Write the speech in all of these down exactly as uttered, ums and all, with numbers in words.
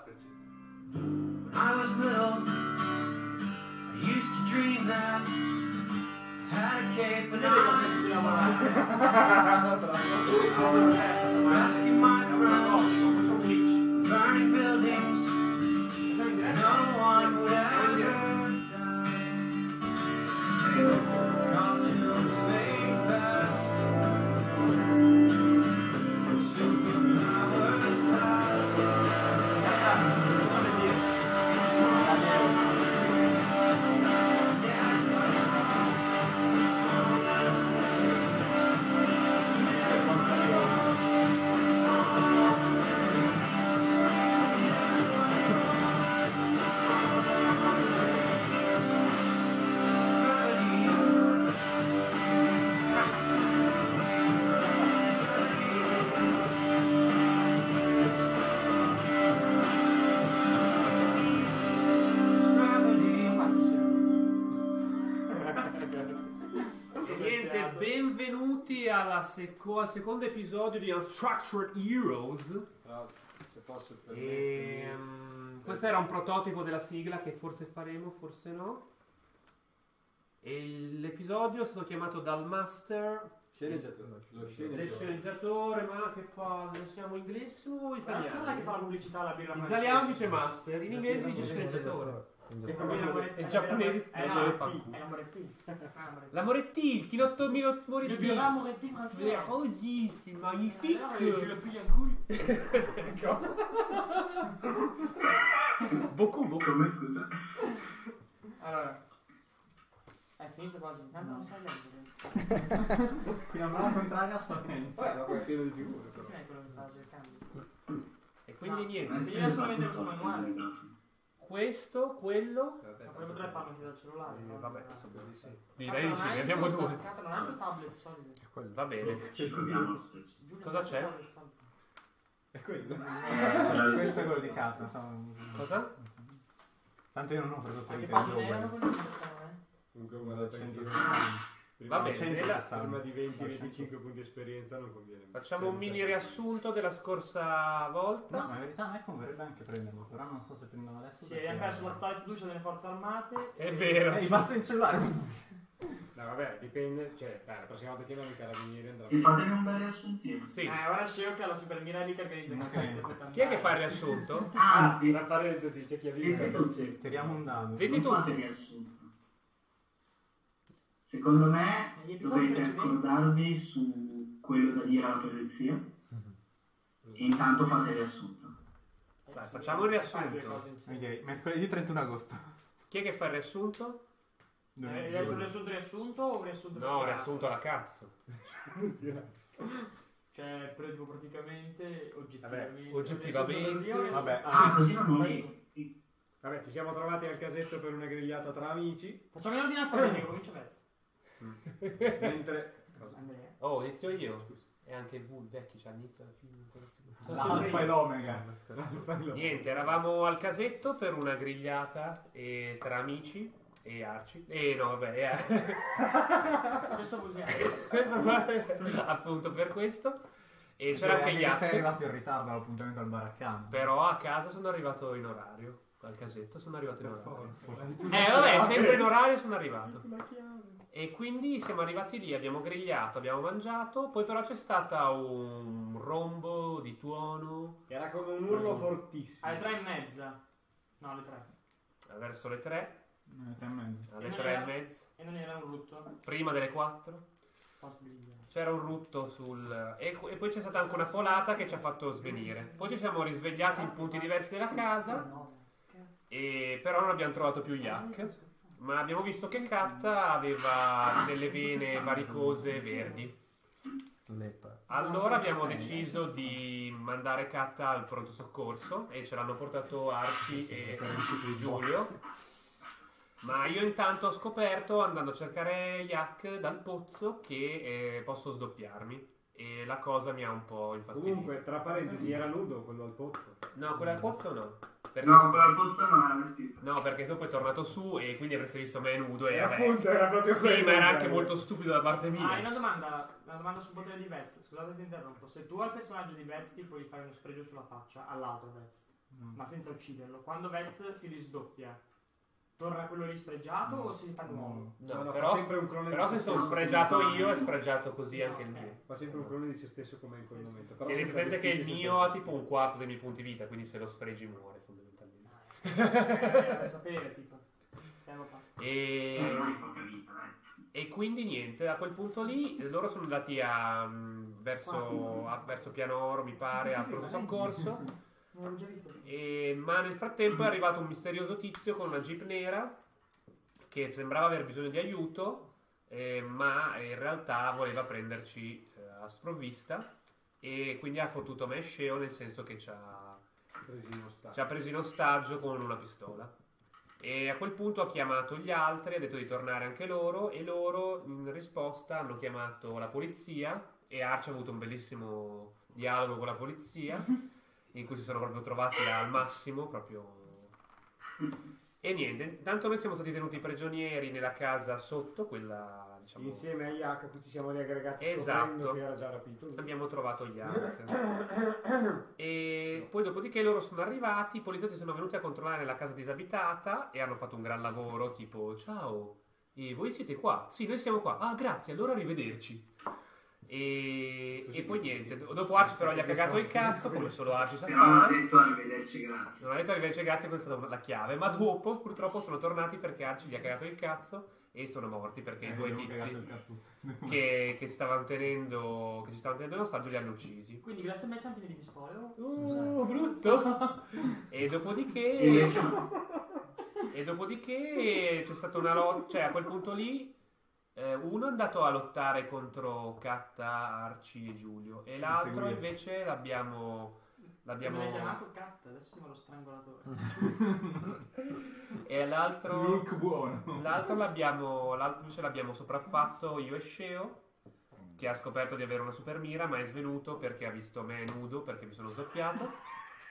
When I was little, I used to dream that I had a cape and I rescue my friends, burning buildings, no one would ever die. Costumes fade fast, soon hours pass. Benvenuti alla seco- al secondo episodio di Unstructured Heroes. No, se posso e, um, questo era un prototipo della sigla che forse faremo, forse no. E l'episodio è stato chiamato dal master sceneggiatore. Lo del sceneggiatore. sceneggiatore, ma che palle, siamo inglesi, siamo italiani. Non è che fa la pubblicità alla birra In francese. italiano dice master, in inglese dice sceneggiatore. In giapponese è dice la fa Moretti. È la Moretti. la Moretti, il chinotto Le Moretti. birra Moretti français. Oh sì, c'est magnifique. Je le plie un couille. Cosa? Beaucoup, beaucoup. Come scusa? Allora. È finito quasi. Tanto non sai leggere. Fino a prova contraria sta bene. Vabbè, ma poi è pieno di figure. Sì, però. sì, è quello che stavo cercando. E quindi No. niente. Quindi adesso vedete questo manuale. Questo, quello. Vabbè, Ma come potrei farlo anche dal cellulare? Eh, no? vabbè, insomma, di sì. Cazzo, Direi di sì, non ne hai abbiamo più- due. Cazzo, non hai più tablet solide. Va bene. Ci proviamo lo stesso. Giulio, Cosa non hai c'è? tablet solide. È quello. Eh, questo è quello di carta. stavo- Cosa? Tanto io non ho preso Ma per che il pagine erano gioco. quelle che stanno, eh? Comunque guarda, cento prima, Va bene, prima- nella- prima di venti venticinque punti di esperienza non conviene. Facciamo un Cioè, mini cioè, riassunto della scorsa volta. No, ma in verità a me converrebbe anche prenderlo, però non so se prenderlo adesso. Sì, perché- abbiamo perso la totale fiducia delle forze armate. È e- vero. Eh, basta in cellulare. No, vabbè, dipende. Cioè, dai, la prossima volta che chiamano i carabinieri andrà. Sì, fatemi un bel riassuntino. Sì. Eh, ora Sceo che ha la Super Mirelli che organizza i caffè. Chi è che fa il riassunto? Anzi, Tra parentesi, c'è chi ha zitti vinto. tutti. Tiriamo un dado. Zitti Non fate tutti. riassunto. Secondo me Negli episodi dovete precedenti- accordarvi su quello da dire alla polizia e intanto fate il riassunto. Dai, facciamo il riassunto. Ok, mercoledì trentuno agosto. Chi è che fa il riassunto? Eh, adesso un riassunto riassunto o un riassunto No, per riassunto alla cazzo. Cioè, però tipo praticamente oggettivamente. Vabbè, oggettivamente, riassunto così, o vabbè, riassunto- Ah, così non lo vedi. Vabbè, ci siamo trovati al casetto per una grigliata tra amici. Facciamo in ordine alfabetico, comincia Vez. Mentre. Cosa? Andrea. Oh, inizio io. E anche il V, il vecchio, c'ha l'inizio e la fine. Sono sempre L'alfa io. e l'omega. Niente, eravamo al casetto per una grigliata e tra amici e Arci. E no, vabbè, e- Spesso usiamo. questo fa- appunto per questo. E c'era anche Sei Yak. arrivato in ritardo all'appuntamento al bar accanto. Però a casa sono arrivato in orario. Al casetto sono arrivato in Per orario. forza. Eh vabbè, sempre in orario sono arrivato. E quindi siamo arrivati lì, abbiamo grigliato, abbiamo mangiato, poi però c'è stata un rombo di tuono Era come un urlo fortissimo. Alle tre e mezza. No, alle tre. verso le tre, No, tre e mezzo. alle E non tre e era- mezza, E non era un rutto. prima delle quattro. Posso brigliare. C'era un rutto sul... E, e poi c'è stata anche una folata che ci ha fatto svenire. Poi ci siamo risvegliati in punti diversi della casa, No. Cazzo. e però non abbiamo trovato più Yak. Ma abbiamo visto che Katta aveva delle vene varicose verdi. Allora abbiamo deciso di mandare Katta al pronto soccorso e ce l'hanno portato Arci e Giulio. Ma io intanto ho scoperto, andando a cercare Yak dal pozzo, che eh, posso sdoppiarmi. E la cosa mi ha un po' infastidito. Comunque, tra parentesi, era nudo quello al pozzo. No, quella al pozzo no. Perché No, quella pozza non era vestita. No, perché dopo è tornato su e quindi avreste visto me nudo e E vabbè. appunto era proprio Sì, quello, ma era cioè. anche molto stupido da parte Ah, mia. una domanda, una domanda sul potere di Vez. Scusate se interrompo. Se tu al personaggio di Vez ti puoi fare uno sfregio sulla faccia all'altro Vez. ma senza ucciderlo. Quando Vez si risdoppia, torna quello lì sfregiato No. o si fa nuovo? No, No, no, però, fa sempre un clone però di se se sono stesso. sfregiato io, è sfregiato così anche il Ok. mio. Fa sempre un clone di se stesso come in quel momento. Però Tieni senza presente che il vestiti, mio senza ha tipo un quarto dei miei punti vita, quindi se lo sfregi muore fondamentalmente. Eh, per sapere, tipo. Piano pa- Eh, E... ormai poca vita, dai. E quindi niente, a quel punto lì eh, loro sono andati a, mh, verso, a- verso Piano Oro, mi pare, al pronto soccorso. Non l'ho già visto. E- ma nel frattempo è arrivato un misterioso tizio con una jeep nera che sembrava aver bisogno di aiuto, eh, ma in realtà voleva prenderci eh, a sprovvista e quindi ha fottuto me e Sceo, nel senso che ci ha, presi in ostaggio. ci ha preso in ostaggio con una pistola. E a quel punto ha chiamato gli altri, ha detto di tornare anche loro e loro in risposta hanno chiamato la polizia e Arch ha avuto un bellissimo dialogo con la polizia in cui si sono proprio trovati al massimo proprio. E niente, intanto noi siamo stati tenuti prigionieri nella casa sotto, quella diciamo. Insieme a Yak a cui ci siamo riaggregati Esatto. scoprendo che era già rapito. Abbiamo trovato Yak. E poi dopodiché loro sono arrivati, i poliziotti sono venuti a controllare la casa disabitata e hanno fatto un gran lavoro, tipo ciao, e voi siete qua? Sì, noi siamo qua. Ah, grazie, allora arrivederci. E, Così e poi che niente, sì. dopo Arci però gli ha cagato il cazzo, come solo Arci sa Però non ha fare. detto arrivederci, grazie. Non ha detto arrivederci, grazie, questa è stata la chiave, ma dopo purtroppo sono tornati perché Arci gli ha cagato il cazzo e sono morti perché Eh, i due abbiamo cagato tizi il cazzo. che, che stavano tenendo che ci stavano tenendo in ostaggio li hanno uccisi. Quindi grazie a me siamo pieni di pistole. Oh. Uh, brutto. E E dopodiché invece no. e dopodiché c'è stata una lotta, cioè a quel punto lì eh, uno è andato a lottare contro Katta, Arci e Giulio e l'altro Seguire. invece l'abbiamo l'abbiamo Mi hai chiamato Cat, adesso mi fa lo strangolatore. e l'altro Look buono. l'altro l'abbiamo l'altro invece l'abbiamo sopraffatto io e Sceo, che ha scoperto di avere una super mira ma è svenuto perché ha visto me nudo perché mi sono sdoppiato.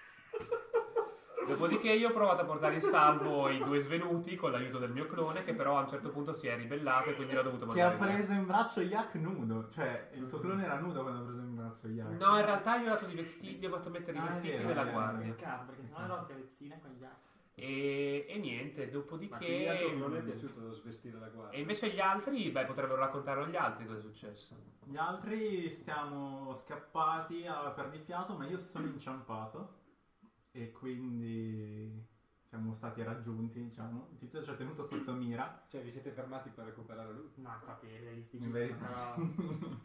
Dopodiché io ho provato a portare in salvo i due svenuti con l'aiuto del mio clone, che però a un certo punto si è ribellato e quindi l'ho dovuto Che ha mandare via. preso in braccio Yak nudo. Cioè, il tuo clone era nudo quando ha preso in braccio Yak. No, in realtà io ho dato i vestiti, gli ho fatto mettere i Ah, è vestiti vero, della è vero, guardia. Peccato, perché sennò ero cavezzina con gli altri. E, e niente, Ma quindi al tuo dopodiché... clone è piaciuto svestire la guardia. E invece gli altri, beh, potrebbero raccontarlo gli altri cosa è successo. Gli altri siamo scappati a perdifiato, ma io sono inciampato. E quindi siamo stati raggiunti, diciamo. Il tizio ci ha tenuto sotto mira. Cioè vi siete fermati per recuperare lui? No, infatti è realistico. In verità sì.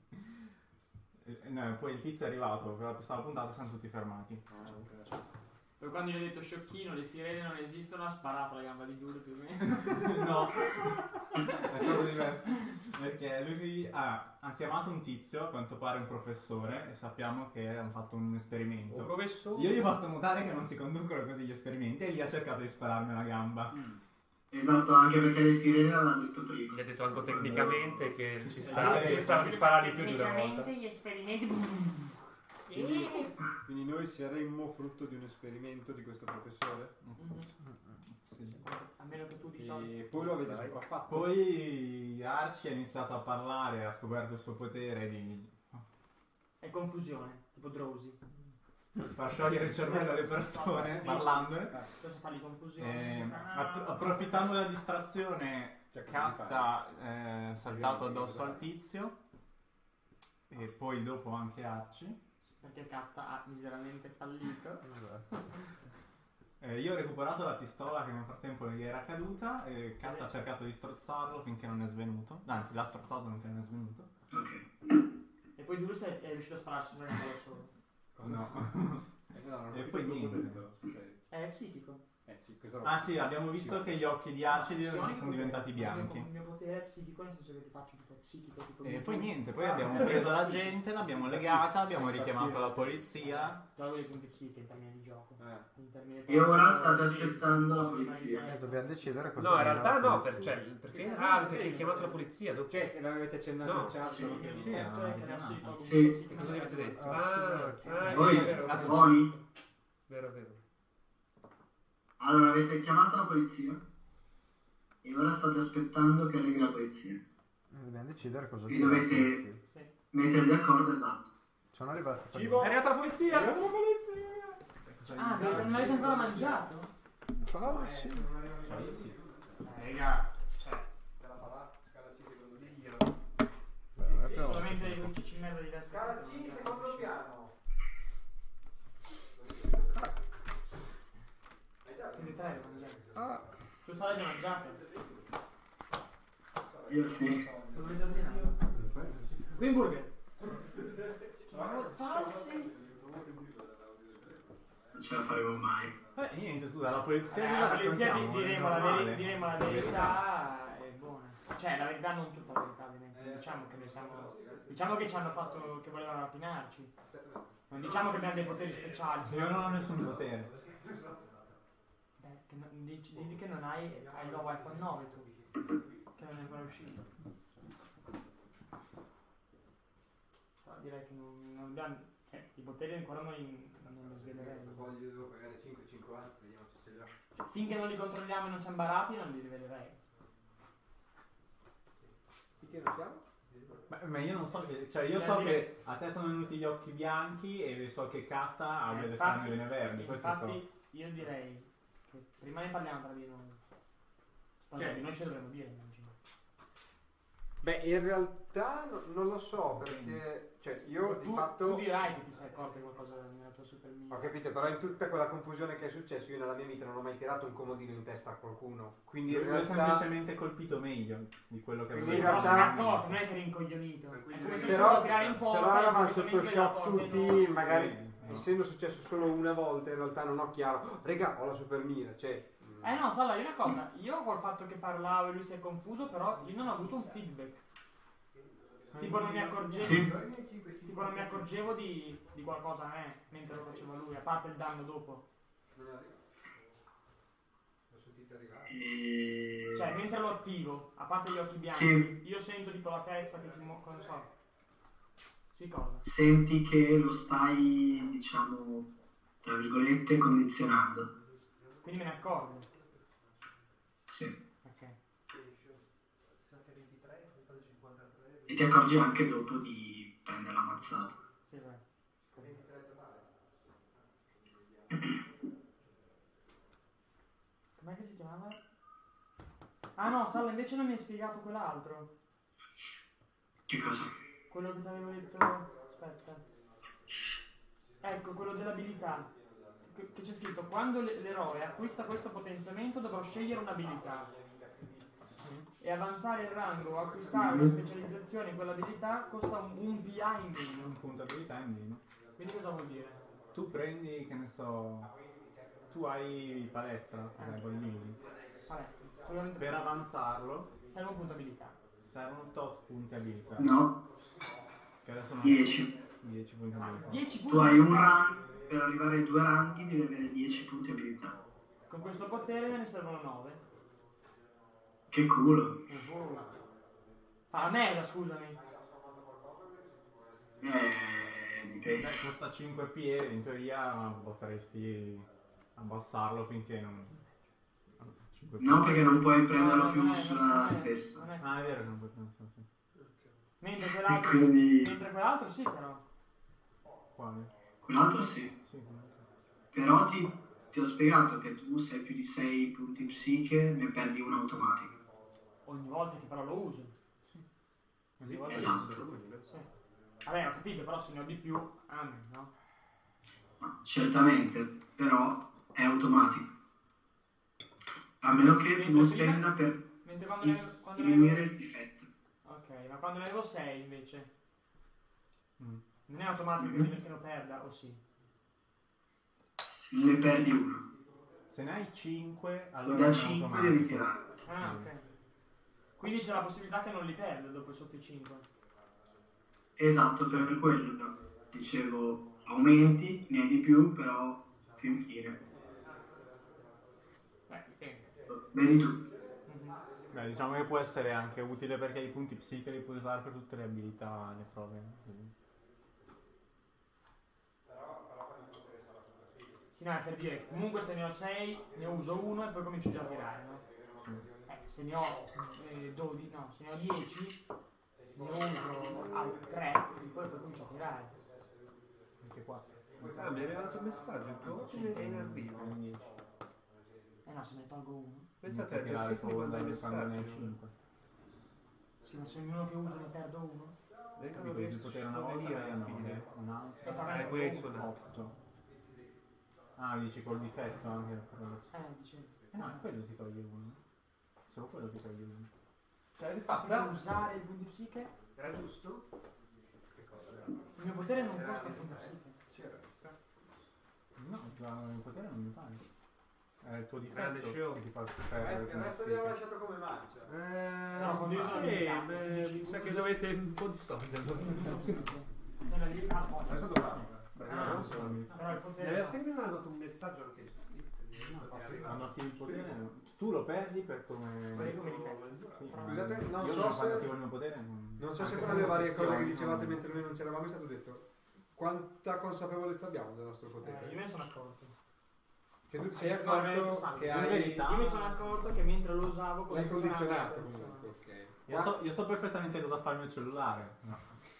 Eh, no, poi il tizio è arrivato, con la pistola puntata siamo tutti fermati. Poi quando gli ho detto sciocchino, le sirene non esistono, ha sparato la gamba di Giulio più o meno. No, è stato diverso. Perché lui ha, ha chiamato un tizio, a quanto pare un professore, e sappiamo che hanno fatto un Un esperimento. professore... Io gli ho fatto notare che non si conducono così gli esperimenti e lì ha cercato di spararmi alla gamba. Esatto, anche perché le sirene l'avevano detto prima. Gli ha detto anche tecnicamente che ci Eh, sta, ci stava di spararli più di una volta. gli esperimenti... Quindi, quindi noi saremmo frutto di un esperimento di questo professore? Sì. A meno che tu di solito... E poi lo avete Sai. sopraffatto? Poi Archie ha iniziato a parlare, ha scoperto il suo potere di È confusione, tipo Drowsy. far sciogliere il cervello alle persone parlandone. Posso fargli confusione? Eh, Ah. app- approfittando della distrazione, Cioè, Kat ha eh, saltato addosso al tizio e poi dopo anche Archie. Perché Cat ha miseramente fallito. Eh, io ho recuperato la pistola che nel frattempo gli era caduta e Kat ha cercato di strozzarlo finché non è svenuto. Anzi, l'ha strozzato finché non è svenuto. Ok. E poi Giulio è, è riuscito a spararsi una gamba da solo. No. Eh, no, non ho E capito poi il tuo niente. potere, però. Cioè, È psichico. eh sì, questo Ah sì, abbiamo visto che gli occhi di Archie Psionico, sono diventati il mio- bianchi. Il mio potere è psichico, nel senso che ti faccio tipo psichico. Tipo E mi- poi niente, poi abbiamo preso la gente, l'abbiamo legata, abbiamo richiamato la polizia. Tolgo dei punti psiche in termini di gioco. Eh. In termini E ora di- state sì, aspettando la prima di polizia. questo. Eh, dobbiamo decidere cosa No, in dire realtà alla no, polizia. per, cioè, perché... Ah, perché hai chiamato la polizia dopo. Cioè, se l'avete accennato No, in chat, Sì, solo il che mio Sì, punto ah, è che adesso gli tolgo sì. un po' di Cosa gli avete detto? Ah, Ah, sì, ah, è Voi, vero, è vero. cazzo, buoni? Vero, vero. Allora avete chiamato la polizia e ora state aspettando che arrivi la polizia. Eh, Dobbiamo decidere cosa Vi dire alla dovete- polizia. Sì. Mettere d'accordo, esatto. Sono arrivati. Cibo. È arrivata la polizia! la polizia! Cosa gli Ah, perché non l'avete ancora mangiato? Falsi. Cioè, io sì. Eh, raga, cioè, te la farà scala C secondo me io. Beh, Sì, però- solamente i cicci merda diversi. Scala C, secondo piano. Quindi tre le mangiate. Ah, Tu sai le mangiate? Io sì. Non volete ordinare? Qui in burger. Falsi. Non ce la faremo mai. Beh, niente, scusa, la polizia... Eh, cosa la polizia di- raccontiamo? È diremo, la normale. veri- diremo la verità è buona. Cioè, la verità non tutta la verità, ovviamente. Diciamo che noi siamo. Diciamo che ci hanno fatto. Che volevano rapinarci. Non diciamo che abbiamo dei poteri speciali. Se io non ho nessun potere. Eh, che non- dici, dici che non hai. Hai il nuovo iPhone nove tu. Che non è ancora uscito. Però direi che non, non abbiamo. Eh, i poteri ancora noi non li sveleremo. Poi io devo pagare cinque cinquanta, vediamo se ce l'ha. Finché non li controlliamo e non siamo barati non li rivelerei. Di che lo chiamo? Ma, ma io non so che... Cioè, io Beh, so dire- che a te sono venuti gli occhi bianchi e so che Katta ha Eh, delle infatti- stampine verdi. Questo so. Infatti io direi che prima ne parliamo tra di noi. Cioè, di noi ce lo dovremmo dire, immagino. Beh, in realtà no- non lo so perché, cioè, io di tu, fatto tu dirai che ti sei accorto di qualcosa nella tua super mia. ho capito, però in tutta quella confusione che è successo io nella mia vita non ho mai tirato un comodino in testa a qualcuno. Quindi in Lui ha realtà semplicemente colpito meglio di quello che Quindi Sì, in aveva però realtà- sei accorto, non è che eri incoglionito. È come se però, a tirare in porta. però eravamo e sotto improvvisamente la shock porta tutti, non- magari Eh, no. essendo successo solo una volta in realtà non ho chiaro. "Oh, regà, ho la super mira", cioè mm, Eh no, Salla, io una cosa, io col fatto che parlavo e lui si è confuso, però io non ho avuto un feedback. Tipo non mi accorgevo. Sì. Tipo non mi accorgevo di, di qualcosa a me mentre lo faceva lui, a parte il danno dopo. l'ho sentita arrivare. E... Cioè, mentre lo attivo, a parte gli occhi bianchi, Sì. io sento tipo la testa che si muove, non so. Sì, cosa? Senti che lo stai, diciamo, tra virgolette, condizionando. Quindi me ne accorgo. Sì. Ok. E ti accorgi anche dopo di prendere la mazzata. Sì, vai. Com'è che si chiamava? Ah no, Salla, invece non mi hai spiegato quell'altro. Che cosa? Quello che ti avevo detto. Aspetta. Ecco, quello dell'abilità. Che che c'è scritto: quando l- l'eroe acquista questo potenziamento dovrò scegliere un'abilità. E avanzare il rango o acquistare una specializzazione in quell'abilità costa un, un P I in meno. Un punto abilità in meno. Quindi cosa vuol dire? Tu prendi, che ne so... Tu hai palestra, Eh. eh, bodybuilding. Palestra. Solamente Per avanzarlo serve un punto abilità. servono tot punti abilità. No, Che adesso non dieci. dieci punti abilità. dieci punti Tu hai un abilità. rank, per arrivare ai due ranghi devi avere dieci punti abilità. Con questo potere me ne servono nove. Che culo. Fa la merda, scusami. Eh, dipende. Beh, costa cinque piedi, in teoria potresti abbassarlo finché non... cinque No, perché non puoi No, prenderlo no, più non è- sulla non è- stessa. non è- Ah, è vero che non puoi prendere sulla stessa. Mentre E quell'altro, quindi mentre quell'altro sì, però. Quale? quell'altro sì. Sì, Però ti, ti ho spiegato che tu se hai più di sei punti psiche ne perdi uno automatico. Ogni volta che però lo uso. Ogni volta Esatto. che uso. Sì. Vabbè, ho capito, però se ne ho di più, amen, no? Ma certamente, però è automatico. A meno che tu Mentre non prima- spenda per Mentre quando ne, quando ne diminuire avevo... il difetto. Ok, ma quando ne avevo sei invece, Mm. non è automatico che, mi- che lo perda, o sì? Ne perdi uno. Se ne hai cinque, Lo allora da è cinque automatico. devi tirare. Ah, ok. Quindi c'è la possibilità che non li perda dopo il sotto i cinque. Esatto, per quello dicevo aumenti, ne hai di più, però fin fine. Beh, dipende. Vedi tu. Mhm. Beh, diciamo che può essere anche utile perché i punti psiche li puoi usare per tutte le abilità, le prove. Sì, no, è per dire, comunque se ne ho sei, ne uso uno e poi comincio già a tirare, no? Eh, se ne ho eh, dodici, no, se ne ho dieci, ne uso al tre e poi, poi comincio a tirare. Anche quattro. Ah, mi aveva dato un messaggio, il tuo ordine è in arrivo. Eh no, se ne tolgo uno. Pensate, già scritto mi manda i messaggi. Sì, ma se ognuno che uso ne perdo uno. Vengono Capito, di potere una volta venire e alla nove, fine. un altro. E pagare Eh, poi hai uno. suonato. otto. Ah, dici col difetto anche il progresso. Eh, dicevo. Eh no, è quello ti toglie uno. Solo quello ti toglie uno. Ce l'avete Devo fatta? usare il punto psiche? Era giusto? Il mio potere non costa il punto psiche. No, già il potere non mi pare. È il tuo Grande difetto show. che ti fa Il scoprire. resto, il resto abbiamo lasciato come mancia. Eh, No, quando io sono sì, limitato, beh, dici, mi sa che uso- dovete un po' di soldi allora. Non è lì, ah, poi. Adesso dove Ah, non so, mi- però il Mi potere aveva no. sempre mandato un messaggio anche il gestito. Quando attivi il potere, tu lo perdi per come. Quelli come difetto. Sì, Scusate, non io so quando se- attivo il mio potere non. Non so se anche fra le varie posizioni cose che dicevate non- mentre noi non c'eravamo è stato detto quanta consapevolezza abbiamo del nostro Eh, potere. io me ne sono accorto. Che tu ti sei No, veramente accorto santo. che In hai... verità- Io mi sono accorto che mentre lo usavo L'hai condizionato la persona. comunque, ok. Io so, io so perfettamente cosa fa il mio cellulare. No.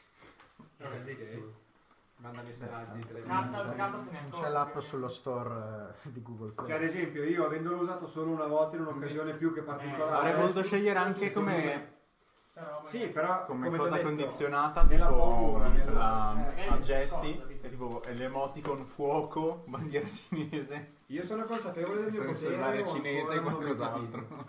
Bellissimo. Manda messaggi, Carta, telefoni. carta se ne Non accorge. c'è l'app sullo store eh, di Google Play. Cioè, ad esempio, io avendolo usato solo una volta in un'occasione più che particolare. Avrei voluto scegliere anche come, Però, Sì, però come come t'ho cosa detto, condizionata, nella tipo paura, nella- la- eh, a eh, gesti, ricordo. è tipo l'emoticon fuoco, bandiera cinese, Io sono consapevole del mio un potere. cellulare o cinese e ancora non ho qualcos'altro. capito.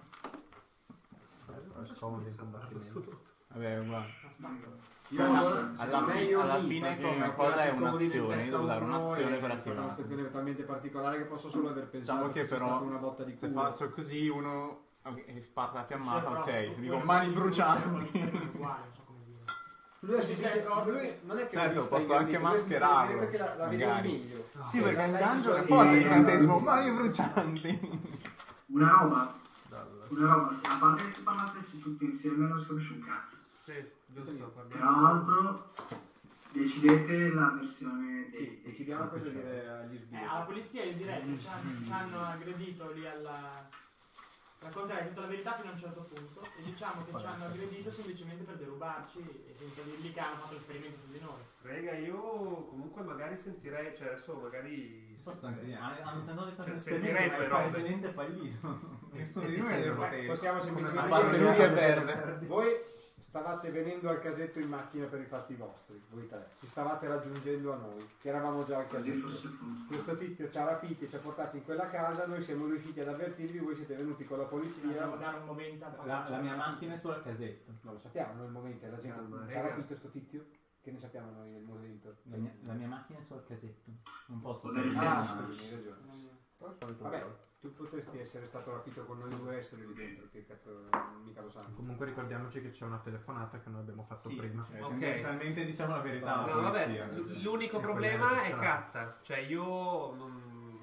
Però è scomodo in combattimento. Vabbè, guarda. Io Alla- allora, alla secondo me fi- io alla lì, fine perché come ho cosa tirato è i comodi in un'azione, testa io devo usare uno un'azione e per è stata attivarla. una situazione talmente particolare che posso solo aver pensato Diciamo che sia però stata una botta di se culo. faccio così uno ok, e spara la fiammata, Sì, però ok, su dico quello mani che brucianti. mi sembra uguale, non so come dire. Lui, Ci si sei dice- accorto lui che- non è che Certo, l'ha vista posso in anche grande, lui mascherarlo, dice che la, la vede magari. meglio. Sì, perché il L'hai gancio è visualizzato. forte il Eh, incantesimo, mani brucianti. Una roba, una roba, se a parte che se parlate tutti insieme non si capisce un cazzo. Sì, giusto. Tra l'altro, decidete la versione dei... Sì, e ci diamo cosa dire agli Eh, sbirri. alla polizia io direi che ci hanno, ci hanno aggredito lì alla... racconterei tutta la verità fino a un certo punto e diciamo che ci hanno aggredito semplicemente per derubarci e senza dirgli che hanno fatto l'esperimento su di noi. Rega, io comunque magari sentirei, cioè adesso magari... Hanno tentato di fare Cioè, un sentirei esperimento, ma due il robe. presidente è fallito. Nessuno E di ti noi ha dei chiedono, poteri. Possiamo Come semplicemente A mai parte dire lui che è che verde. voi stavate venendo al casetto in macchina per i fatti vostri, voi tre. Ci stavate raggiungendo a noi, che eravamo già al Così casetto. fosse funzionato. Questo tizio ci ha rapiti e ci ha portati in quella casa, noi siamo riusciti ad avvertirvi, voi siete venuti con la polizia. Dobbiamo dare un momento a La, la mia macchina è sul casetto. Non lo sappiamo noi il momento, la gente Calma, ci ha raga. rapito sto tizio, che ne sappiamo noi il momento. La mia, la mia macchina è sul casetto. Non posso Poteri sapere. Ah, senso. sì, hai ragione. Vabbè, tu potresti essere stato rapito con noi due essere lì dentro, che cazzo mica lo sanno. Comunque ricordiamoci che c'è una telefonata che noi abbiamo fatto Sì, prima. cioè, Ok. tendenzialmente diciamo la verità alla No, vabbè, polizia. l- l'unico E quella problema è registrata. Catta. Cioè io non...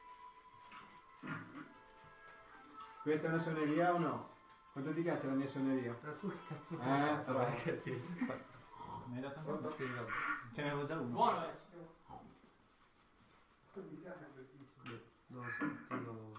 Questa è una suoneria o no? Quanto ti piace la mia suoneria? Ma tu che cazzo Eh, sei? però. Che ti- Mi hai dato Pronto? un sì, vabbè. Ce ne avevo già uno. Buono adesso. Non lo sentivo...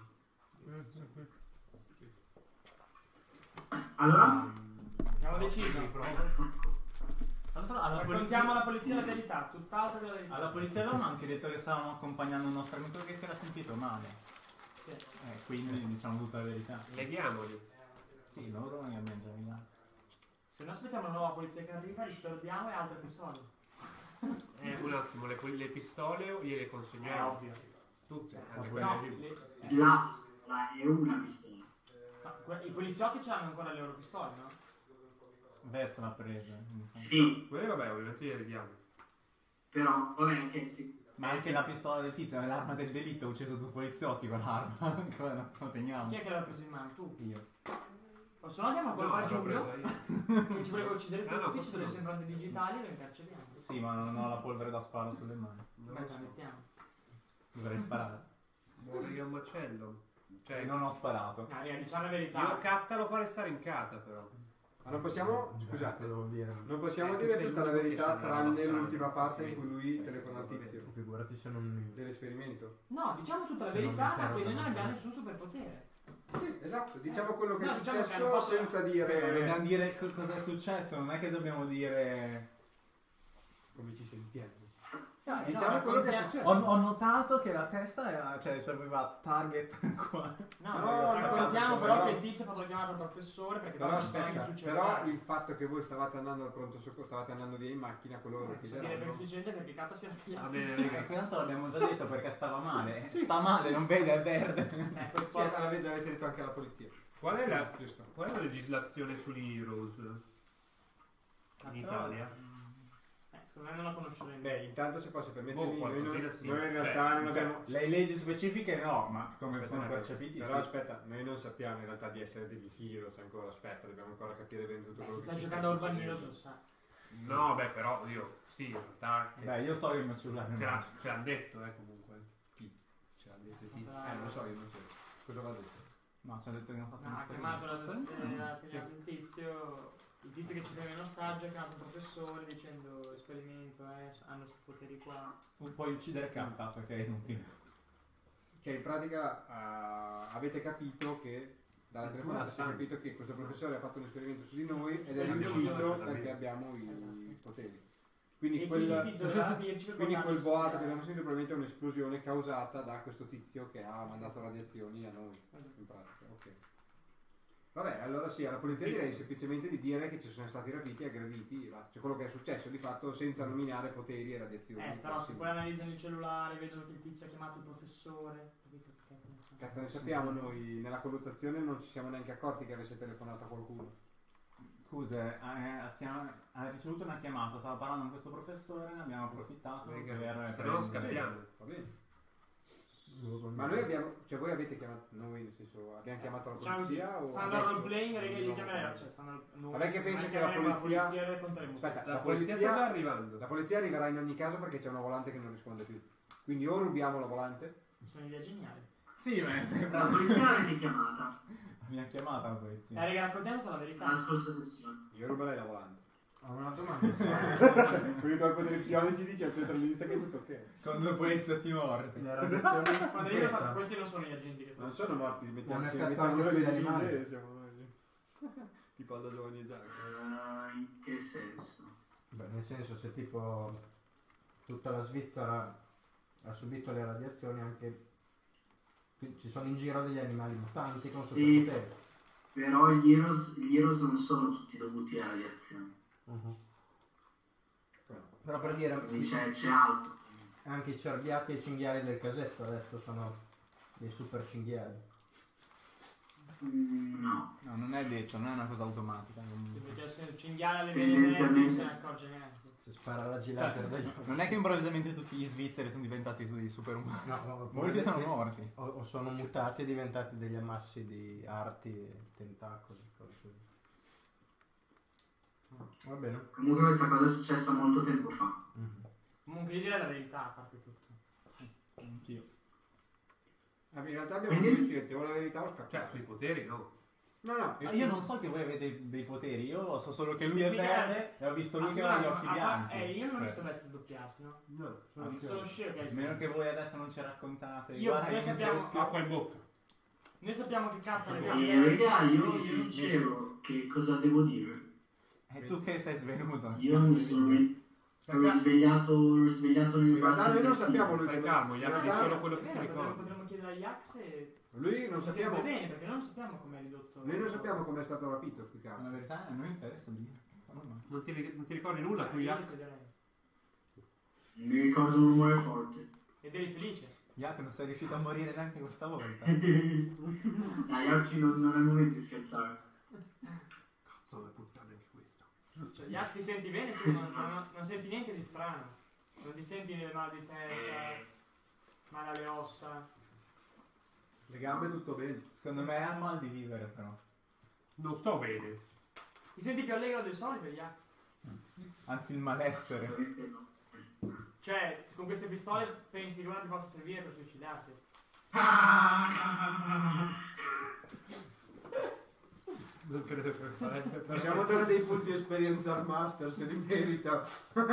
Allora? Abbiamo deciso. Tra l'altro alla Raccontiamo alla polizia, polizia la verità, tutt'altro che la verità. alla polizia avevamo anche detto che stavamo accompagnando un nostro amico che si era sentito male. Sì. Eh, quindi diciamo tutta la verità. Leghiamoli. Sì, loro ne abbiamo già inviato. Se noi aspettiamo una nuova polizia che arriva, disturbiamo e altre pistole. Eh, un attimo, le, le pistole gliele È consegniamo. ovvio. Tutte, Ma anche quelle No, quelle. lì. le- La pistola è una pistola. ma que- i poliziotti hanno ancora le loro pistole, no? Vez l'ha presa. Sì, Quelle vabbè, ovviamente gliele diamo. però, vabbè, anche se... Ma anche la pistola del tizio è l'arma del delitto, ha ucciso due poliziotti con l'arma. Cosa la la teniamo? Chi è che l'ha preso in mano? Tu? Io. O se no andiamo a No, colpa a l'ho Giulio, presa io. che ci voleva uccidere Ah, no, tutti, forse ci delle no. sembrante digitali e lo incarceriamo. Sì, ma non ho la polvere da sparo sulle mani. Non Beh, lo ce la so. mettiamo. Dovrei sparare. Muori a un macello. Cioè, E non ho sparato. No, raga, diciamo la verità. io Catta lo fa restare in casa però. Ma non possiamo, scusate, devo dire. non possiamo Eh, tu dire sei tutta la l'unico che verità sembra tranne abbastanza l'ultima parte sì. in cui lui telefona al tizio Figurati se non... dell'esperimento. No, diciamo tutta la Se non verità, mi ma che noi non interrogano. abbiamo nessun superpotere. Sì, esatto, diciamo quello che No, è diciamo che successo hanno fatto- senza Ma dire dobbiamo dire co- cosa è successo, non è che dobbiamo dire... come ci sentiamo. Ah, diciamo no, quello che è raccontiamo- successo. Ho, ho notato che la testa era, cioè, aveva target qua. No, No, no, raccontiamo no, però però- che il tizio ha fatto la chiamata al professore perché Però tanto sa che aspetta, succede. però il fatto che voi stavate andando al pronto soccorso, stavate andando via in macchina, quello lo Non so dire per chiederanno. sufficiente perché Katta si era Va figliata. bene, Eh, raga. tanto l'abbiamo già detto perché stava male. Sì. Sta male, non vede, è verde. Ecco, il Sì, posto- l'avete l'avete detto anche alla polizia. Qual è la, Giusto. qual è la legislazione sugli heroes in Italia? Eh, secondo me non la conosceremo. Beh, intanto se posso permettermi, Boh, noi, non- qualcosina sì. noi in realtà Cioè, non cioè, abbiamo... Le leggi specifiche no, ma come Aspetta, sono aspetta. percepiti Però sì. aspetta, noi non sappiamo in realtà di essere degli heroes ancora, aspetta, dobbiamo ancora capire bene tutto Eh, quello si che sta ci giocando a Urban succedendo. Heroes, lo sa. No, beh, però io, sì, in realtà... che- Beh, io so che il mio cellulare non Ce va. l'ha- ce l'hanno detto, eh, comunque. Chi? Ce l'hanno detto i tizi. Eh, non lo so, io non so. Cosa va detto? No, ci hanno detto che non ho fatto No, ha un chiamato la, esperimento. eh, ha chiamato il tizio, il tizio che ci prende in ostaggio, ha chiamato un professore dicendo esperimento, eh, hanno questi poteri qua. Tu puoi uccidere Katta perché è inutile. Cioè, in pratica ah, avete capito che dalla Il telefonata tuo si è sangue. capito che questo professore ha fatto un esperimento su di noi ed è Abbiamo riuscito usato perché la abbiamo i Esatto. poteri. Quindi E quel, quindi il tizio doveva capirci per quindi quel portarci boato sia- che abbiamo sentito probabilmente è un'esplosione causata da questo tizio che ha mandato radiazioni a noi. In pratica, ok. Vabbè, allora sì, alla polizia direi semplicemente di dire che ci sono stati rapiti e aggrediti, va. Cioè quello che è successo di fatto senza nominare poteri e radiazioni. Eh, però se possibili. poi analizzano il cellulare, vedono che il tizio ha chiamato il professore. Capito? Che cazzo ne so. Cazzo ne sappiamo noi, nella colluttazione non ci siamo neanche accorti che avesse telefonato a qualcuno. Scusa, eh, ha, chiam- ha ricevuto una chiamata, stava parlando con questo professore, ne abbiamo approfittato Raga, per... se no per- scappiamo. Va bene. Ma noi abbiamo, cioè voi avete chiamato, noi nel senso, abbiamo chiamato la Diciamo polizia che o stanno al adesso? roleplaying, raga, io No, chiamerei, no. cioè stanno noi, Vabbè che pensi noi che la chiameremo polizia- polizia e le conteremo. Aspetta, La la polizia polizia, sta arrivando. la polizia arriverà in ogni caso perché c'è una volante che non risponde più. Quindi o rubiamo la volante, Sono idea geniale. Sì, ma è La sembra... polizia l'avete chiamata Mi ha chiamata la Eh, polizia. raga, raccontiamo la verità. la scorsa sessione. io ruberei la volante. Ho una domanda. Quindi dopo delle psione ci dice al centralista che è tutto ok. Con due poliziotti morti. Le radiazioni Quando io l'ho fatto, questi non sono gli agenti che stanno. Non sono morti, li mettiamo, Un ci effetto mettiamo anche noi sugli le divise animali. e siamo noi. Tipo Aldo Giovanni e Giacomo. Eh, in che senso? Beh, nel senso, se tipo tutta la Svizzera ha subito le radiazioni, anche qui ci sono in giro degli animali mutanti con Sì. superpoteri. Però gli heroes, gli heroes non sono tutti dovuti alla radiazione. Mhm. Però per dire, Quindi c'è, c'è altro. anche i cerbiati e i cinghiali del casetto adesso sono dei super cinghiali. Mm, no. No, non è detto, non è una cosa automatica. non- Perché se il cinghiale alle vene non Tendenzialmente- se ne accorge neanche. Si spara la gilaser dagli occhi. Non è che improvvisamente tutti gli svizzeri sono diventati dei superumani. No, oppure Molti sono de- morti. O, o sono mutati e diventati degli ammassi di arti e tentacoli, cose così. Va bene. Comunque questa cosa è successa molto tempo fa. Mhm. Comunque io direi la verità, a parte tutto. Anch'io. Ah, in realtà abbiamo Quindi- due dirti, o la verità o Cioè, scappare. sui poteri no. No, no, Ah, io non so che voi avete dei poteri, io so solo che lui E è quindi- verde e ho visto lui Ah, che aveva gli scusate, occhi ma- bianchi. Eh, io non ho Cioè, visto Vezzi sdoppiarsi, no? No, Sono, sono scemo che è il Meno che voi adesso non ci raccontate. Io- Guarda noi che sappiamo- stai- acqua in bocca. Noi sappiamo che Katta le E gambe. raga, io, io non c'ero. Che cosa devo dire? E tu che sei svenuto? Io mi sono ri- ero risvegliato, ero risvegliato nel In realtà braccio noi non del sappiamo figlio. lui Stai che- calmo, gli in altri realtà solo quello È che ti vero, potremmo, ricordi. potremmo chiedere agli Axe e Lui non si sappiamo, sente bene perché noi non sappiamo come è ridotto. noi non sappiamo come è stato rapito più che La altro. verità a noi interessa dire. Ma no. Non ti, ri- non ti ricordi nulla, Eh, tu gli io altri? ti chiederei. Mi ricordo un rumore forte. Ed eri felice. Jacopo non sei riuscito a morire neanche questa volta. Dai, oggi non, non è il momento di scherzare. Cazzo, è puttana anche questo. Cioè, gli altri ti senti bene, tu non, non- non senti niente di strano. Non ti senti mal di testa, male alle ossa. Le gambe tutto bene. Secondo me ha mal di vivere però. Non sto bene. Ti senti più allegro del solito, gli altri. Anzi il malessere. Assolutamente no. Cioè, con queste pistole pensi che una ti possa servire per suicidarti. Non credo che farebbe. Possiamo dare dei punti esperienza al master se li merita.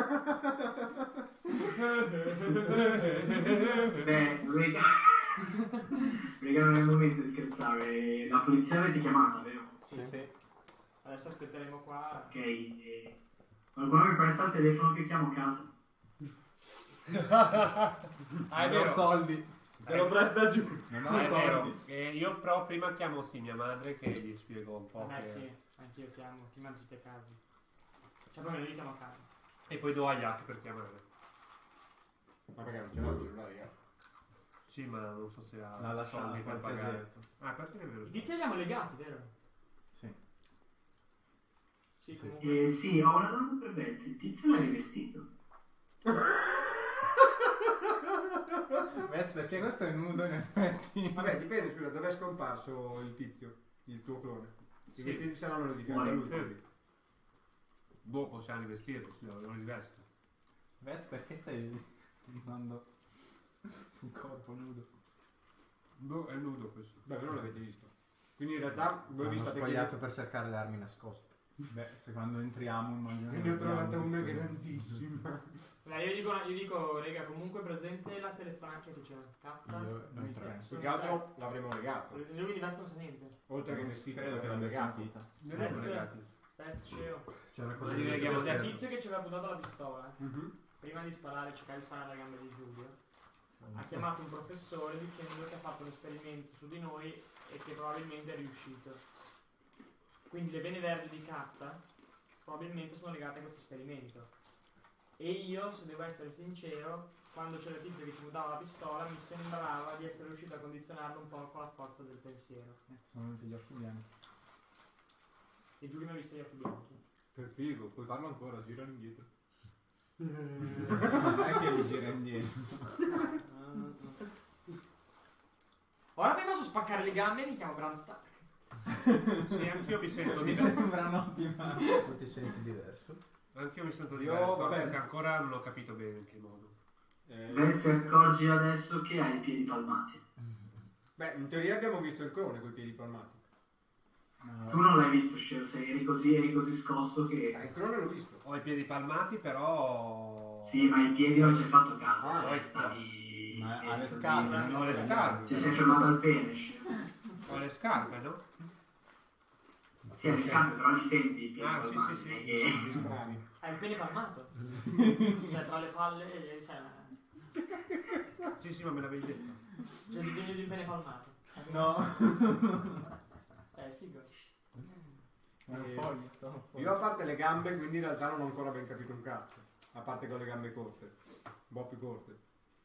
Beh, raga. Raga, non è il momento di scherzare. La polizia l'avete chiamata, vero? Sì, sì. Adesso aspetteremo qua. Ok. e- Qualcuno mi presta il telefono che chiamo a casa? Ah, è Non ho vero. soldi. Te lo presta giù. Non ho Ah, è vero. soldi. Eh, io però prima chiamo sì mia madre che gli spiego un po'. A me che- sì, anch'io chiamo, chiamiamo tutti a casa. Cioè poi me li chiamo a casa. E poi do a Yak per chiamare. Ma perché non ce l'ho il cellulare, io? Sì, ma non so se ha L'ha lasciato soldi per al pagare. casetto. Ah, perché è vero? I tizi li abbiamo legati, vero? Sì. Sì, comunque. Eh, sì, ho una domanda per Vez. Il tizio l'ha rivestito? Vez, perché questo è nudo in effetti. Vabbè, dipende, scusa, dove è scomparso il tizio, il tuo clone? I Sì. vestiti saranno modificati Fuori. a lui. Sì. quindi. Boh, possiamo rivestirlo, sì, lo rivesto. Vez, perché stai andando sul corpo nudo? Boh, è nudo questo. Beh, voi non l'avete visto. Quindi in realtà voi vi Hanno state sbagliato chiedendo... per cercare le armi nascoste. Beh, se quando entriamo immagino. Quindi ho che abbiamo trovato una tutti- grandissima. Dai, io dico, io dico, raga, comunque presente la telefonata che c'era. Catta. Io- noi tre. Più che altro l'avremo legato. Lui di Vez non sa niente. Oltre che vestito, Credo che l'avremo l'abbia legato. sentita. Ne abbiamo Vez, legati. Vez, scemo. C'era Cosa cosa dire di che abbiamo Il detto? tizio che ci aveva puntato la pistola, Mhm. prima di sparare, cercare di sparare alla gamba di Giulio, ha chiamato un professore dicendo che ha fatto un esperimento su di noi e che probabilmente è riuscito. Quindi le vene verdi di Katta probabilmente sono legate a questo esperimento. E io, se devo essere sincero, quando c'era il tizio che ci puntava la pistola, mi sembrava di essere riuscito a condizionarlo un po' con la forza del pensiero. Eh, sono venuti gli occhi bianchi. E Giulio mi ha visto gli occhi bianchi. Per figo, puoi farlo ancora, girano indietro. Non è che li gira indietro. Ora mi posso spaccare le gambe e mi chiamo Bran Stark. Sì, anch'io mi sento Mi diverso. sembra un'ottima. Tu ti senti diverso? Anch'io mi sento Io, diverso, vabbè. perché ancora non ho capito bene in che modo. Eh, Vez, ti accorgi adesso che hai i piedi palmati. beh, in teoria abbiamo visto il clone con i piedi palmati. No, Tu non l'hai visto, Sceo, sei eri così, eri così scosso Eh, che... il clone l'ho visto. Ho i piedi palmati, però... Sì, ma i piedi non ci hai fatto caso, Ah, cioè ecco. stavi... Ma stavi alle così. scarpe, Non ho le scarpe. Ci sei fermato al pene, Sceo. Ho le scarpe, no? Sì, alle scarpe, però li senti i piedi Ah, sì, palmati, sì, sì. non è che- Gli strani. Hai il pene palmato? Cioè tra le palle e cioè, Sì, sì, ma me l'avevi detto. c'è il disegno di un pene palmato. no. Eh, figo. È un foglio, sto foglio. Io a parte le gambe, quindi in realtà non ho ancora ben capito un cazzo. A parte con le gambe corte. Un po' più corte.